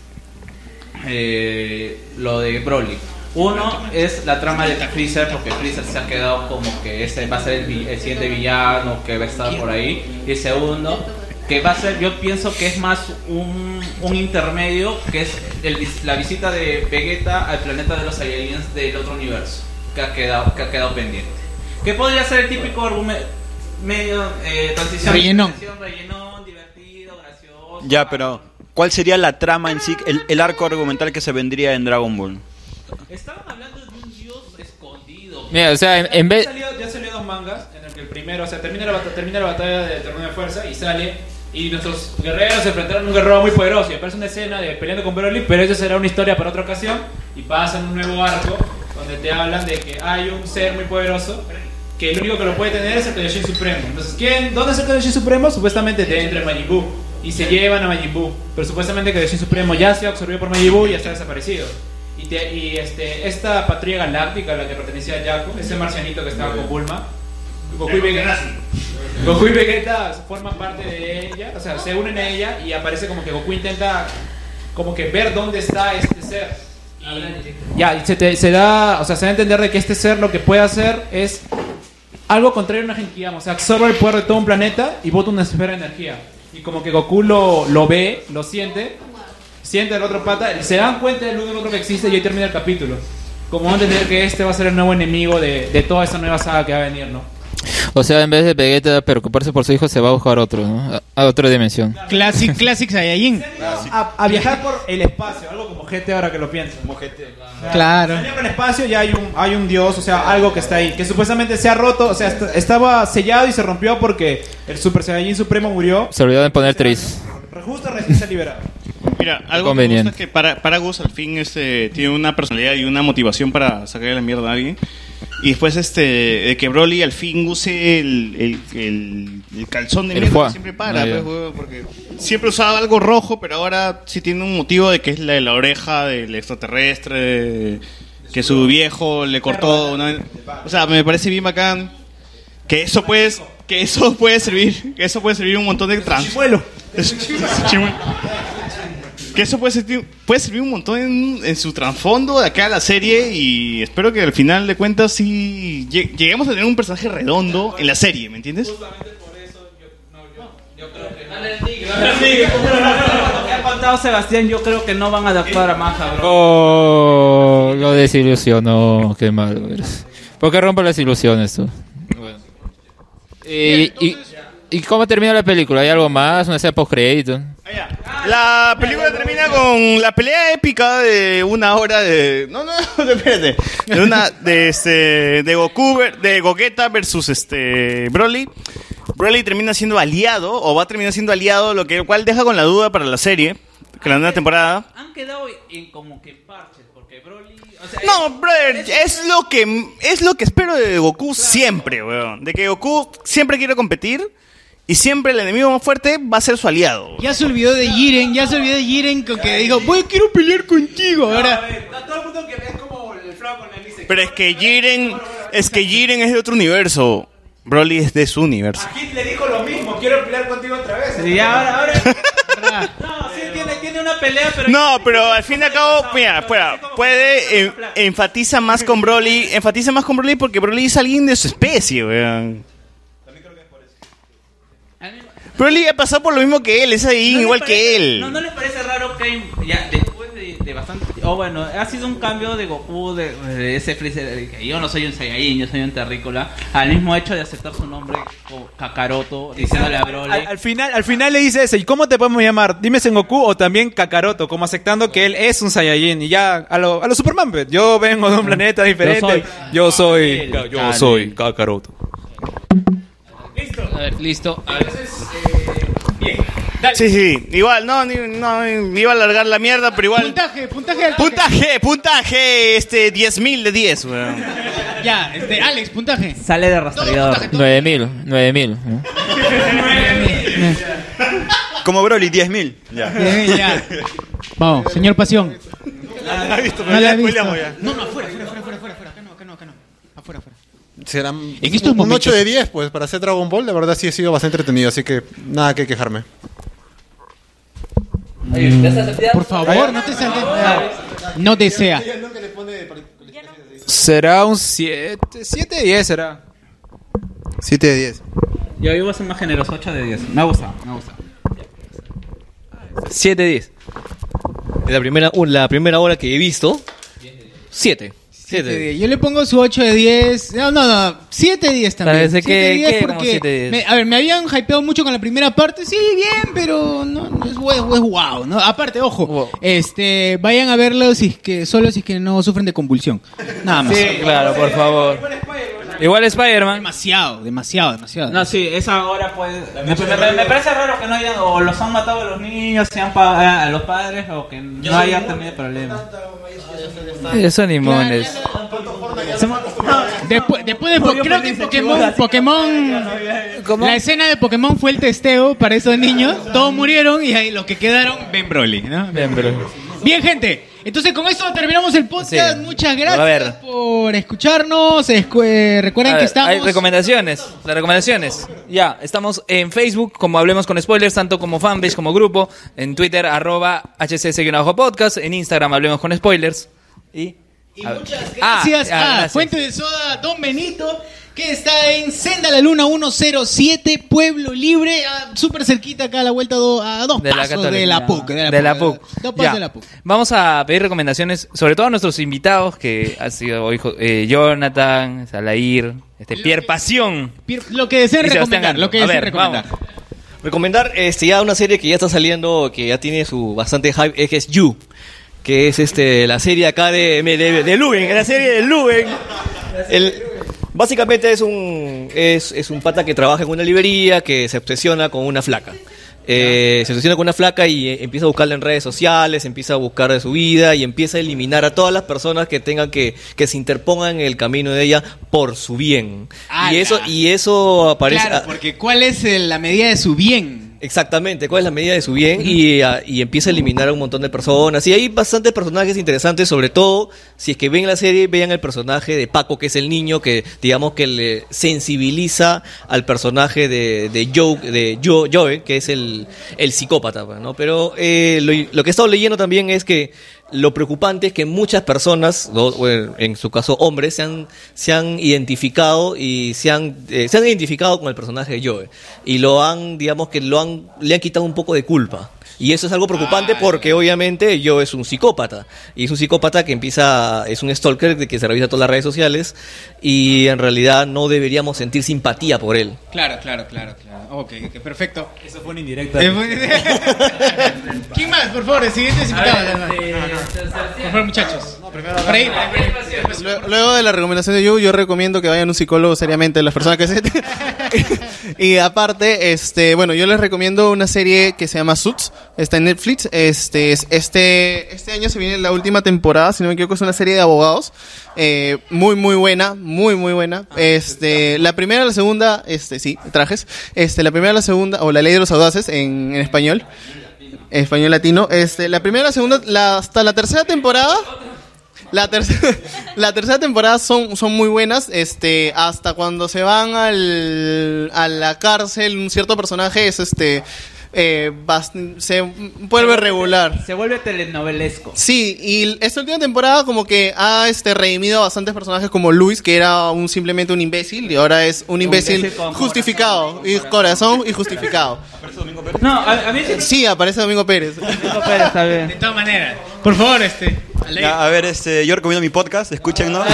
eh, lo de Broly. Uno es la trama de Freezer, porque Freezer se ha quedado como que este va a ser el, vi- el siguiente villano que va a estar por ahí. Y segundo, que va a ser, yo pienso que es más un, un intermedio, que es el vis- la visita de Vegeta al planeta de los Saiyajins del otro universo, que ha quedado, que ha quedado pendiente. Que podría ser el típico argumento medio eh, transición. Rellenón. transición, rellenón, divertido, gracioso. Ya, pero ¿cuál sería la trama en sí, el, el arco argumental que se vendría en Dragon Ball? Estaban hablando de un dios escondido. Mira, o sea, en, en vez... Ya salió, ya salió dos mangas, en el que el primero, o sea, termina la, bat- termina la batalla de Torneo de Fuerza y sale, y nuestros guerreros se enfrentaron a un guerrero muy poderoso, y aparece una escena de peleando con Broly, pero eso será una historia para otra ocasión, y pasa en un nuevo arco, donde te hablan de que hay un ser muy poderoso, que el único que lo puede tener es el Kaioshin Supremo. Entonces, ¿quién? ¿Dónde es el Kaioshin Supremo? Supuestamente dentro de Majin Buu, y se llevan a Majin Buu, pero supuestamente el Kaioshin Supremo ya se absorbió por Majin Buu y ya está desaparecido. Y, te- y este, esta patrulla galáctica a la que pertenecía a Jaco, ese marcianito que estaba con Bulma, Goku y Vegeta, Goku y Vegeta forman parte de ella, o sea, se unen a ella y aparece como que Goku intenta como que ver dónde está este ser. Y, ya, y se, te- se da, o sea, se da a entender de que este ser lo que puede hacer es algo contrario a una Genkidama, o sea, absorbe el poder de todo un planeta y bota una esfera de energía. Y como que Goku lo, lo ve, lo siente, siente el otro pata, se dan cuenta del uno del otro que existe y ahí termina el capítulo. Como van a entender que este va a ser el nuevo enemigo de, de toda esta nueva saga que va a venir, ¿no? O sea, en vez de Vegeta preocuparse por su hijo, se va a buscar otro, ¿no? A, a otra dimensión. Classic, Classic Saiyajin. A, a viajar por el espacio, algo como G T ahora que lo pienso. Como G T. Claro. Salía por el espacio y hay un, hay un dios, o sea, algo que está ahí, que supuestamente se ha roto, o sea, est- estaba sellado y se rompió porque el Super Saiyajin Supremo murió. Se olvidó de poner Tris. Justo recién se ha liberado. Mira, algo que me gusta es que para, Paragus al fin este, tiene una personalidad y una motivación para sacarle la mierda a alguien. Y después este de que Broly al fin use el, el, el, el calzón de El mierda foie. que siempre para, Ah, pues, ya. huevón, porque siempre usaba algo rojo, pero ahora sí tiene un motivo de que es la de la oreja del extraterrestre, que su viejo le cortó una... O sea, me parece bien bacán que eso puede, que eso puede servir, que eso puede servir un montón de trans. Chimuelo. Que eso puede servir, puede servir un montón en, en su trasfondo de acá a la serie y espero que al final de cuentas sí lle- lleguemos a tener un personaje redondo en la serie, ¿me entiendes? Lo que ha contado Sebastián, yo creo que no van a adaptar a Maja, bro. Oh, lo desilusionó. Qué malo eres. ¿Por qué rompe las ilusiones tú? Y, y, ¿Y cómo termina la película? ¿Hay algo más? ¿Una escena post-crédito? La película termina con la pelea épica de una hora de... No, no, no, espérate. De una... De, este, de Goku, ver- de Gogeta versus este Broly. Broly termina siendo aliado, o va a terminar siendo aliado, lo que cual deja con la duda para la serie, que la nueva temporada. Han quedado en como que parches, porque Broly... O sea, No, brother, es lo que es lo que espero de Goku siempre, weón. De que Goku siempre quiere competir y siempre el enemigo más fuerte va a ser su aliado. Ya se olvidó de Jiren, ya se olvidó de Jiren con que dijo, voy, quiero pelear contigo. Ahora, Todo el mundo que ve es como el flaco con el dice. Pero es que Jiren, es que Jiren es de otro universo. Broly es de su universo. Kid le dijo lo mismo, quiero pelear contigo otra vez. Y ahora, ahora... No, sí, tiene, tiene una pelea, pero... No, pero al fin y al cabo, mira, fuera, puede eh, enfatiza más con Broly, enfatiza más con Broly porque Broly es alguien de su especie, weón. Broly ha pasado por lo mismo que él, es ahí ¿No le igual parece- que él. ¿No, ¿No le parece raro que hay- ya, después de, de bastante, o bueno, ha sido un cambio de Goku de, de ese Freezer que yo no soy un Saiyajin, yo soy un terrícola, al mismo hecho de aceptar su nombre como Kakaroto, diciéndole a Broly. Al, al final, al final le dice eso, ¿y cómo te podemos llamar? Dime Sengoku o también Kakaroto, como aceptando que él es un Saiyajin y ya a lo, a lo Superman, pues. Yo vengo de un planeta diferente, yo soy, yo soy, yo soy Kakaroto. Listo. A ver, listo. A ver. Bien. Dale. Sí, sí, igual, no, ni, no, me iba a alargar la mierda, pero igual. Puntaje, puntaje al toque. Puntaje, puntaje, este, diez mil de diez, weón. Ya, este, Alex, puntaje. Sale de rastreador. nueve mil, nueve mil. Como Broly, diez mil. Ya. ya. Vamos, señor Pasión. No la he visto, pero No la ya he visto. spoileamos ya. No, no, afuera, afuera, afuera, afuera, afuera. Acá no, acá no, acá no. Afuera, afuera. Será En estos un momentos- ocho de diez, pues, para hacer Dragon Ball, la verdad sí ha sido bastante entretenido, así que nada que quejarme. Por favor, no te saltes. No desea. Será un siete, siete de diez será. siete de diez. Yo iba a ser más generoso, ocho de diez. Me ha gustado, me ha gustado. siete de diez. La primera, uh, la primera hora que he visto, siete. siete. Yo le pongo su ocho de diez. No, no, no. siete de diez también. Parece que- siete de diez que como porque siete de diez. me- a ver, me habían hypeado mucho con la primera parte. Sí, bien, pero no, no es, hue- es wow, ¿no? Aparte, ojo, este, vayan a verlo si es que, solo si es que no sufren de convulsión. Nada más. Sí, claro, por favor. Igual Spider-Man. Demasiado, demasiado, demasiado. No, sí, esa hora pues... Me, me- me parece raro que no hayan... O los han matado a los niños, se han pa- a los padres, o que no haya tenido problemas. Ellos son inmunes. Después, después de po- creo que Pokémon, Pokémon, la escena de Pokémon fue el testeo para esos niños. Todos murieron y ahí los que quedaron ven Broly, ¿no? Bien, bro. Bien, gente. Entonces con esto terminamos el podcast. Sí. Muchas A gracias ver. por escucharnos. Escu- eh, recuerden A que ver, estamos. Hay recomendaciones. Las recomendaciones. Ya, estamos en Facebook como Hablemos con Spoilers, tanto como fanpage como grupo. En Twitter, arroba hcs-podcast. En Instagram, Hablemos con Spoilers. Y. a ver. Ah, Gracias ah, a gracias. Fuente de Soda Don Benito, que está en Senda la Luna ciento siete, Pueblo Libre, ah, súper cerquita acá a la vuelta do- a dos De la pasos Católica. de la P U C. De la P U C. Dos pasos Ya. de la P U C. Vamos a pedir recomendaciones, sobre todo a nuestros invitados, que ha sido hoy jo- eh, Jonathan, Salair, este, Pierre Pasión. Lo que deseen Y Sebastián recomendar, Gando. lo que A deseen ver, recomendar. vamos. Recomendar este, ya una serie que ya está saliendo, que ya tiene su bastante hype, es que es You, que es este la serie acá de, de, de Luven, la serie de Luven. El, básicamente es un, es, es un pata que trabaja en una librería que se obsesiona con una flaca. Eh, se obsesiona con una flaca y eh, empieza a buscarla en redes sociales, empieza a buscar de su vida y empieza a eliminar a todas las personas que tengan que, que se interpongan en el camino de ella por su bien. ¡Hala! Y eso, y eso aparece... Claro, porque ¿cuál es el- la medida de su bien? Exactamente, cuál es la medida de su bien y, a- y empieza a eliminar a un montón de personas. Y hay bastantes personajes interesantes, sobre todo si es que ven la serie, vean el personaje de Paco, que es el niño que, digamos, que le sensibiliza al personaje de, de Joe, de Joe, Joe, que es el, el psicópata, pues, ¿no? Pero eh, lo, lo que he estado leyendo también es que lo preocupante es que muchas personas, o- o en en su caso hombres, se han, se han identificado y se han, eh, se han identificado con el personaje de Joe y lo han, digamos que lo han, le han quitado un poco de culpa. Y eso es algo preocupante porque obviamente Joe es un psicópata y es un psicópata que empieza, es un stalker de que se revisa todas las redes sociales y en realidad no deberíamos sentir simpatía por él. Claro, claro, claro, claro. Ok, ok, perfecto. Eso fue una indirecta. Eh, fue- ¿Quién más, por favor? El siguiente es invitado. No, no, no. Por favor, muchachos. Por ahí, por ahí, por ahí. Luego- Luego de la recomendación de Yu, yo recomiendo que vayan a un psicólogo seriamente las personas que se... Y aparte, este, bueno, yo les recomiendo una serie que se llama Suits, está en Netflix. Este, es- este, este año se viene la última temporada, si no me equivoco, es una serie de abogados, eh, muy muy buena, muy muy buena. Este, la primera, la segunda, este, sí, trajes. Este, la primera, la segunda, o La Ley de los Audaces en, en español, en español latino. Este, la primera, la segunda, la, hasta la tercera temporada. La tercera, la tercera temporada son, son muy buenas, este, hasta cuando se van al, a la cárcel, un cierto personaje es este, eh, bast- se vuelve regular. Se vuelve telenovelesco. Sí, y esta última temporada como que ha este, redimido a bastantes personajes como Luis, que era un simplemente un imbécil, y ahora es un imbécil, imbécil con justificado, y corazón y justificado. No, a, a mí sí aparece Domingo Pérez. Domingo Pérez está bien. De todas maneras. Por favor, este. Ya, a ver, este, yo recomiendo mi podcast, escuchen, ¿no?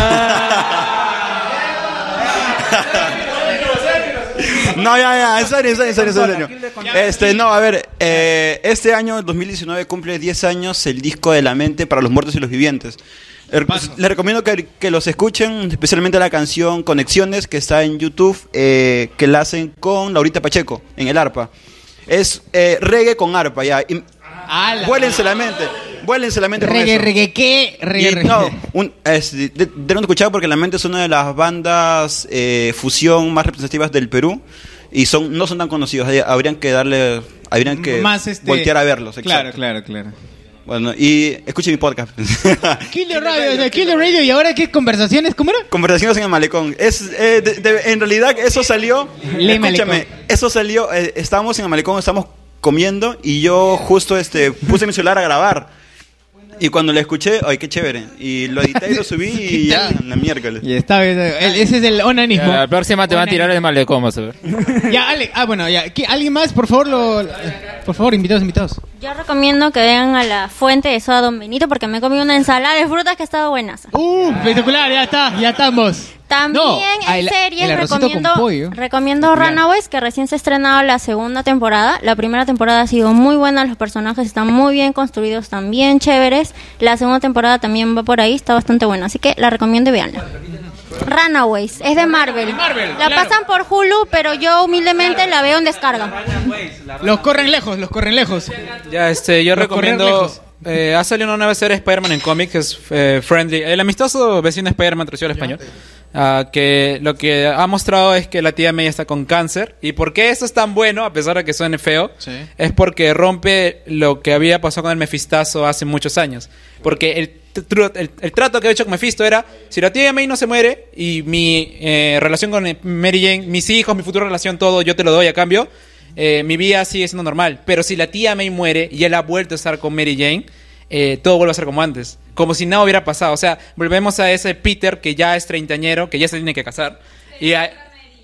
No, ya, ya, en serio, en serio, en serio, en serio. Este, no, a ver, eh, este año, dos mil diecinueve, cumple diez años el disco de La Mente para los muertos y los vivientes. Er- Les recomiendo que, que los escuchen, especialmente la canción Conexiones, que está en YouTube, eh, que la hacen con Laurita Pacheco, en el arpa. Es eh, reggae con arpa, ya. Y, vuélense la mente, vuélense la mente con Reggae, eso. reggae, ¿qué? Reggae, Y, reggae. no, un, es, de, de, de no escuchar porque La Mente es una de las bandas eh, fusión más representativas del Perú y son no son tan conocidos. Hay- Habrían que darle, habrían que Más, este, voltear a verlos. Claro, exacto. claro, claro. Bueno, y escuchen mi podcast. Killer Radio, de Killer Radio, y ahora qué conversaciones, ¿cómo era? Conversaciones en el malecón. Es, eh, de- de- en realidad eso salió. Le escúchame, malecón. eso salió. Eh, estábamos en el malecón, estábamos comiendo y yo justo este puse mi celular a grabar. Y cuando lo escuché, ay, qué chévere. Y lo edité y lo subí y ya, la miércoles. Y está bien, el- ese es el onanismo. Ya, la próxima te van a tirar el malecón, vas a ver. Ya, Ale, ah, bueno, ya. ¿Qué- ¿Alguien más? Por favor, lo, por favor, invitados, invitados. Yo recomiendo que vayan a la fuente de soda Don Benito porque me he comido una ensalada de frutas que ha estado buenaza. Uh, espectacular, ya está, ya estamos. También No, ah, en el- series el arrocito recomiendo, con pollo. recomiendo Runaways, que recién se ha estrenado la segunda temporada. La primera temporada ha sido muy buena, los personajes están muy bien construidos, están bien chéveres. La segunda temporada también va por ahí, está bastante buena, así que la recomiendo y veanla. Runaways, es de Marvel. la pasan por Hulu, pero yo humildemente la veo en descarga. Los corren lejos, los corren lejos. Ya, este, yo Los correr recomiendo. lejos. Eh, ha salido una nueva serie de Spider-Man en cómics, que es eh, Friendly. El amistoso vecino Spider-Man traducido al español. Ah, que lo que ha mostrado es que la tía May está con cáncer. ¿Y por qué eso es tan bueno, a pesar de que suene feo? Sí. Es porque rompe lo que había pasado con el Mefistazo hace muchos años. Porque el, tr- el, el trato que había hecho con Mephisto era: si la tía May no se muere y mi eh, relación con Mary Jane, mis hijos, mi futura relación, todo, yo te lo doy a cambio, eh, mi vida sigue siendo normal. Pero si la tía May muere y él ha vuelto a estar con Mary Jane, eh, todo vuelve a ser como antes. Como si nada hubiera pasado. O sea, volvemos a ese Peter que ya es treintañero, que ya se tiene que casar. Y a-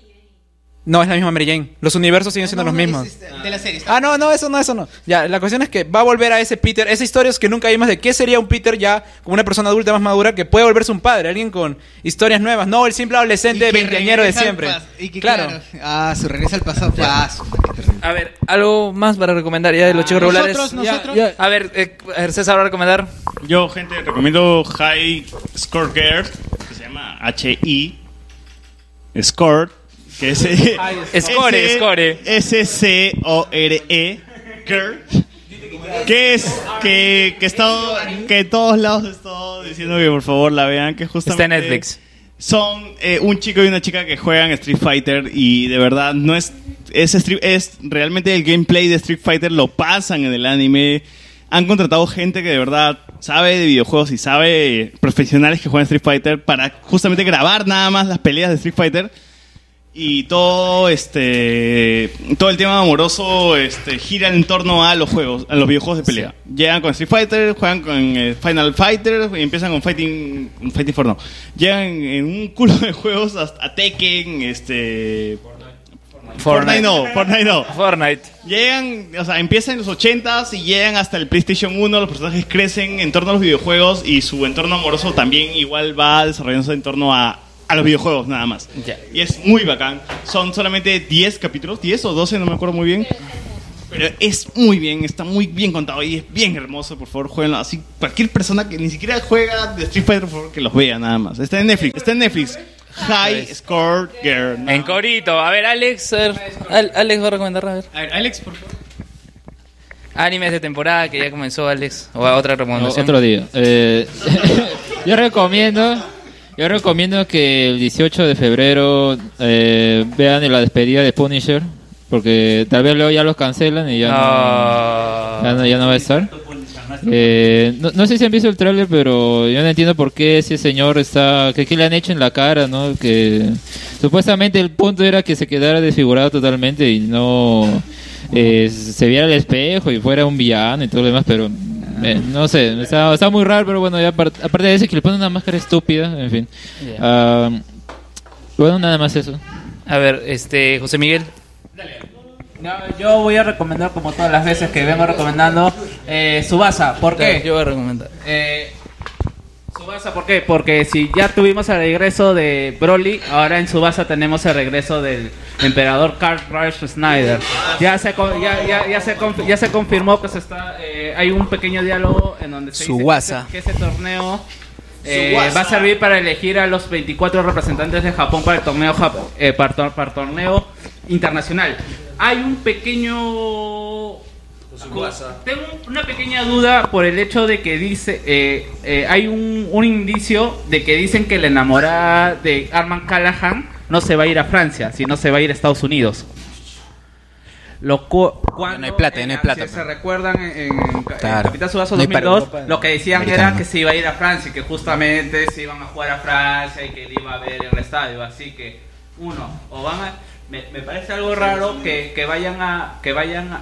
No, es la misma Mary Jane. Los universos siguen siendo los mismos. De la serie. Ah, no, no, eso no, eso no. Ya, la cuestión es que va a volver a ese Peter. Esa historia es que nunca vimos de qué sería un Peter ya como una persona adulta más madura que puede volverse un padre. Alguien con historias nuevas. No, el simple adolescente Y que veinteañero de regresa al siempre. pas- y que, claro. claro. Ah, su regresa al pasado. Ah, su- A ver, algo más para recomendar ya de los chicos regulares. nosotros, Ya, nosotros. ya. A ver, eh, a ver, César va a recomendar. Yo, gente, recomiendo High Score Girl, que se llama H I Score, que es eh, Score, S- Score. S C O R E Girl, que es que que he estado que en todos lados he estado diciendo que por favor la vean, que justamente Está en Netflix. son eh, un chico y una chica que juegan Street Fighter y de verdad no es es, Street- es realmente el gameplay de Street Fighter lo pasan en el anime. Han contratado gente que de verdad sabe de videojuegos y sabe eh, profesionales que juegan Street Fighter para justamente grabar nada más las peleas de Street Fighter. Y todo este todo el tema amoroso este gira en torno a los juegos, a los videojuegos de pelea. Llegan con Street Fighter, juegan con eh, Final Fighter y empiezan con Fighting Fighting for No. Llegan en un culo de juegos hasta a Tekken, este Fortnite no, Fortnite no. Fortnite. Llegan, o sea, empiezan en los ochentas y llegan hasta el PlayStation uno, los personajes crecen en torno a los videojuegos y su entorno amoroso también igual va desarrollándose en torno a a los videojuegos nada más. Ya. Y es muy bacán. Son solamente diez capítulos, diez o doce, no me acuerdo muy bien. Pero es muy bien, está muy bien contado y es bien hermoso. Por favor, jueguenlo. Así, cualquier persona que ni siquiera juega de Street Fighter, por favor, que los vea nada más. Está en Netflix, está en Netflix. High Score Girl. En corito. A ver, Alex. A ver, Al- Alex va a recomendar. A ver. A ver, Alex, por favor. Animes de temporada que ya comenzó, Alex. O otra recomendación. Otro día. Eh, yo recomiendo, yo recomiendo que el dieciocho de febrero eh, vean la despedida de Punisher, porque tal vez luego ya los cancelan y ya no, ya no, ya no va a estar. Eh, no, no sé si han visto el tráiler, pero yo no entiendo por qué ese señor está, que qué le han hecho en la cara, ¿no? Que supuestamente el punto era que se quedara desfigurado totalmente y no. eh, se viera al espejo y fuera un villano y todo lo demás, pero eh, no sé, está, está muy raro, pero bueno, ya aparte, aparte de eso que le ponen una máscara estúpida, en fin. Yeah. Uh, bueno, nada más eso. A ver, este, José Miguel. No, yo voy a recomendar, como todas las veces que vengo recomendando, eh, Tsubasa. ¿Por qué? Yo voy a recomendar. Eh, Tsubasa, ¿por qué? Porque si ya tuvimos el regreso de Broly, ahora en Tsubasa tenemos el regreso del emperador Karl Reich Snyder. Ya se con- ya, ya, ya se conf- ya se confirmó que se está eh, hay un pequeño diálogo en donde se Tsubasa. dice que ese, que ese torneo eh, Tsubasa. va a servir para elegir a los veinticuatro representantes de Japón para el torneo Jap- eh, para, tor- para el torneo internacional. Hay un pequeño Tengo una pequeña duda por el hecho de que dice eh, eh, hay un, un indicio de que dicen que la enamorada de Armand Callahan no se va a ir a Francia, sino se va a ir a Estados Unidos. Lo cu- cuando, No hay plata, no hay plata. Si se recuerdan en, en Claro. Capitán Tsubasa No hay dos mil dos, para- lo que decían americano. era que se iba a ir a Francia y que justamente se iban a jugar a Francia y que él iba a ver el estadio. Así que, uno, o van a... Me, me parece algo raro que, que vayan a que vayan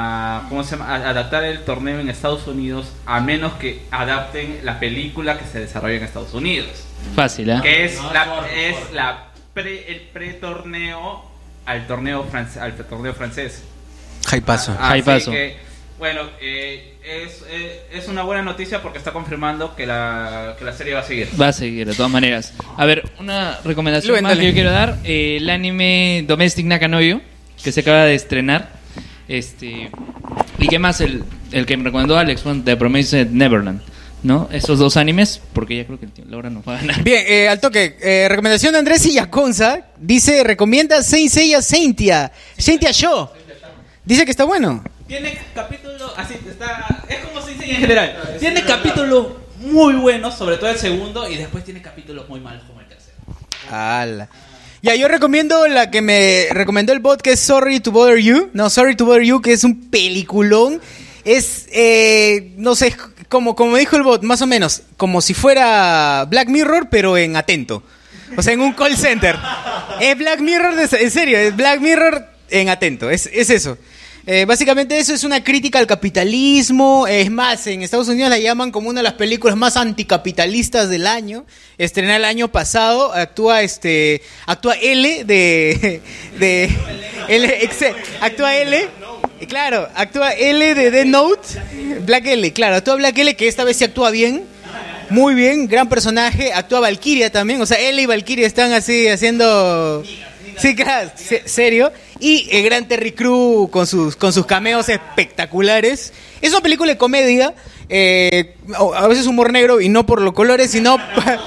a ¿cómo se llama? A adaptar el torneo en Estados Unidos, a menos que adapten la película que se desarrolla en Estados Unidos. Fácil, ¿eh? Que es la es la pre, el pre-torneo al torneo france, al torneo francés. Jaipazo. Así Jaipazo. que, bueno, eh, es, eh, es una buena noticia porque está confirmando que la, que la serie va a seguir. Va a seguir, de todas maneras. A ver, una recomendación Luen, más dale. que yo quiero dar. Eh, el anime Domestic Nakanoyo, que se acaba de estrenar. Este ¿Y qué más? El, el que me recomendó Alex, fue The Promised Neverland, ¿no? Esos dos animes, porque ya creo que el tío Laura nos va a ganar. Bien, eh, al toque. Eh, recomendación de Andrés Illaconza. Dice, recomienda Saint Seiya Saintia. Saintia Show. Dice que está bueno. Tiene capítulo, así está, es como se dice en general. Tiene capítulos muy buenos, sobre todo el segundo, y después tiene capítulos muy malos como el tercero. Ala. Ya, yo recomiendo la que me recomendó el bot, que es Sorry to Bother You. No, Sorry to Bother You, que es un peliculón. Es, eh, no sé, como, como dijo el bot, más o menos, como si fuera Black Mirror, pero en atento. O sea, en un call center. Es Black Mirror, de, en serio, es Black Mirror en atento. Es, es eso. Eh, básicamente eso es una crítica al capitalismo. Es más, en Estados Unidos la llaman como una de las películas más anticapitalistas del año. Estrenada el año pasado. Actúa este actúa L de de L, exe- actúa L. Claro, actúa L de Death Note. Black L, claro, actúa Black L, que esta vez sí actúa bien. Muy bien, gran personaje. Actúa Valkyria también. O sea, L y Valkyria están así haciendo... Sí, claro, se- serio. Y el gran Terry Crew con sus, con sus cameos espectaculares. Es una película de comedia, eh, a veces humor negro, y no por los colores, sino...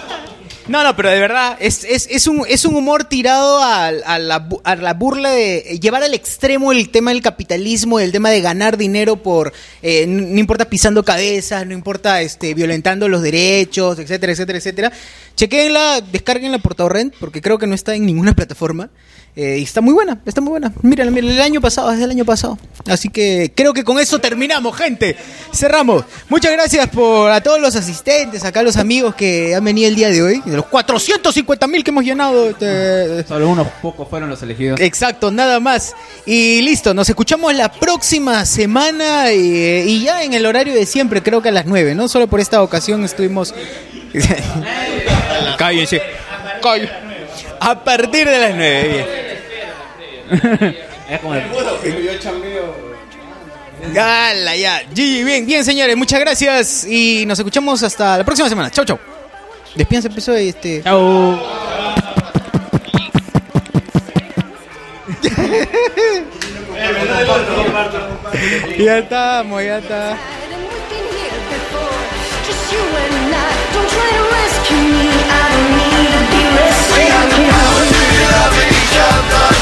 No, no, pero de verdad, es, es, es, un, es un humor tirado a, a, la, bu- a la burla de llevar al extremo el tema del capitalismo, el tema de ganar dinero por, eh, n- no importa pisando cabezas, no importa este, violentando los derechos, etcétera, etcétera, etcétera. Chequéenla, descárguenla por torrent, porque creo que no está en ninguna plataforma. Eh, y está muy buena, está muy buena. Mírala, mírala, el año pasado, es del año pasado. Así que creo que con eso terminamos, gente. Cerramos. Muchas gracias por a todos los asistentes, acá los amigos que han venido el día de hoy. De los cuatrocientos cincuenta mil que hemos llenado. Este... Solo unos pocos fueron los elegidos. Exacto, nada más. Y listo, nos escuchamos la próxima semana y, y ya en el horario de siempre, creo que a las nueve, ¿no? Solo por esta ocasión estuvimos... Cállense. Cállense. A partir de las nueve, bien. Es como el yo chambeo. Gala, ya. G G, bien, bien, señores, muchas gracias. Y nos escuchamos hasta la próxima semana. Chau, chau. Despídense, empezó este. Chau. Ya estamos, ya está. Just you and I. Don't try to rescue me. I don't need to be rescued. Loving each other.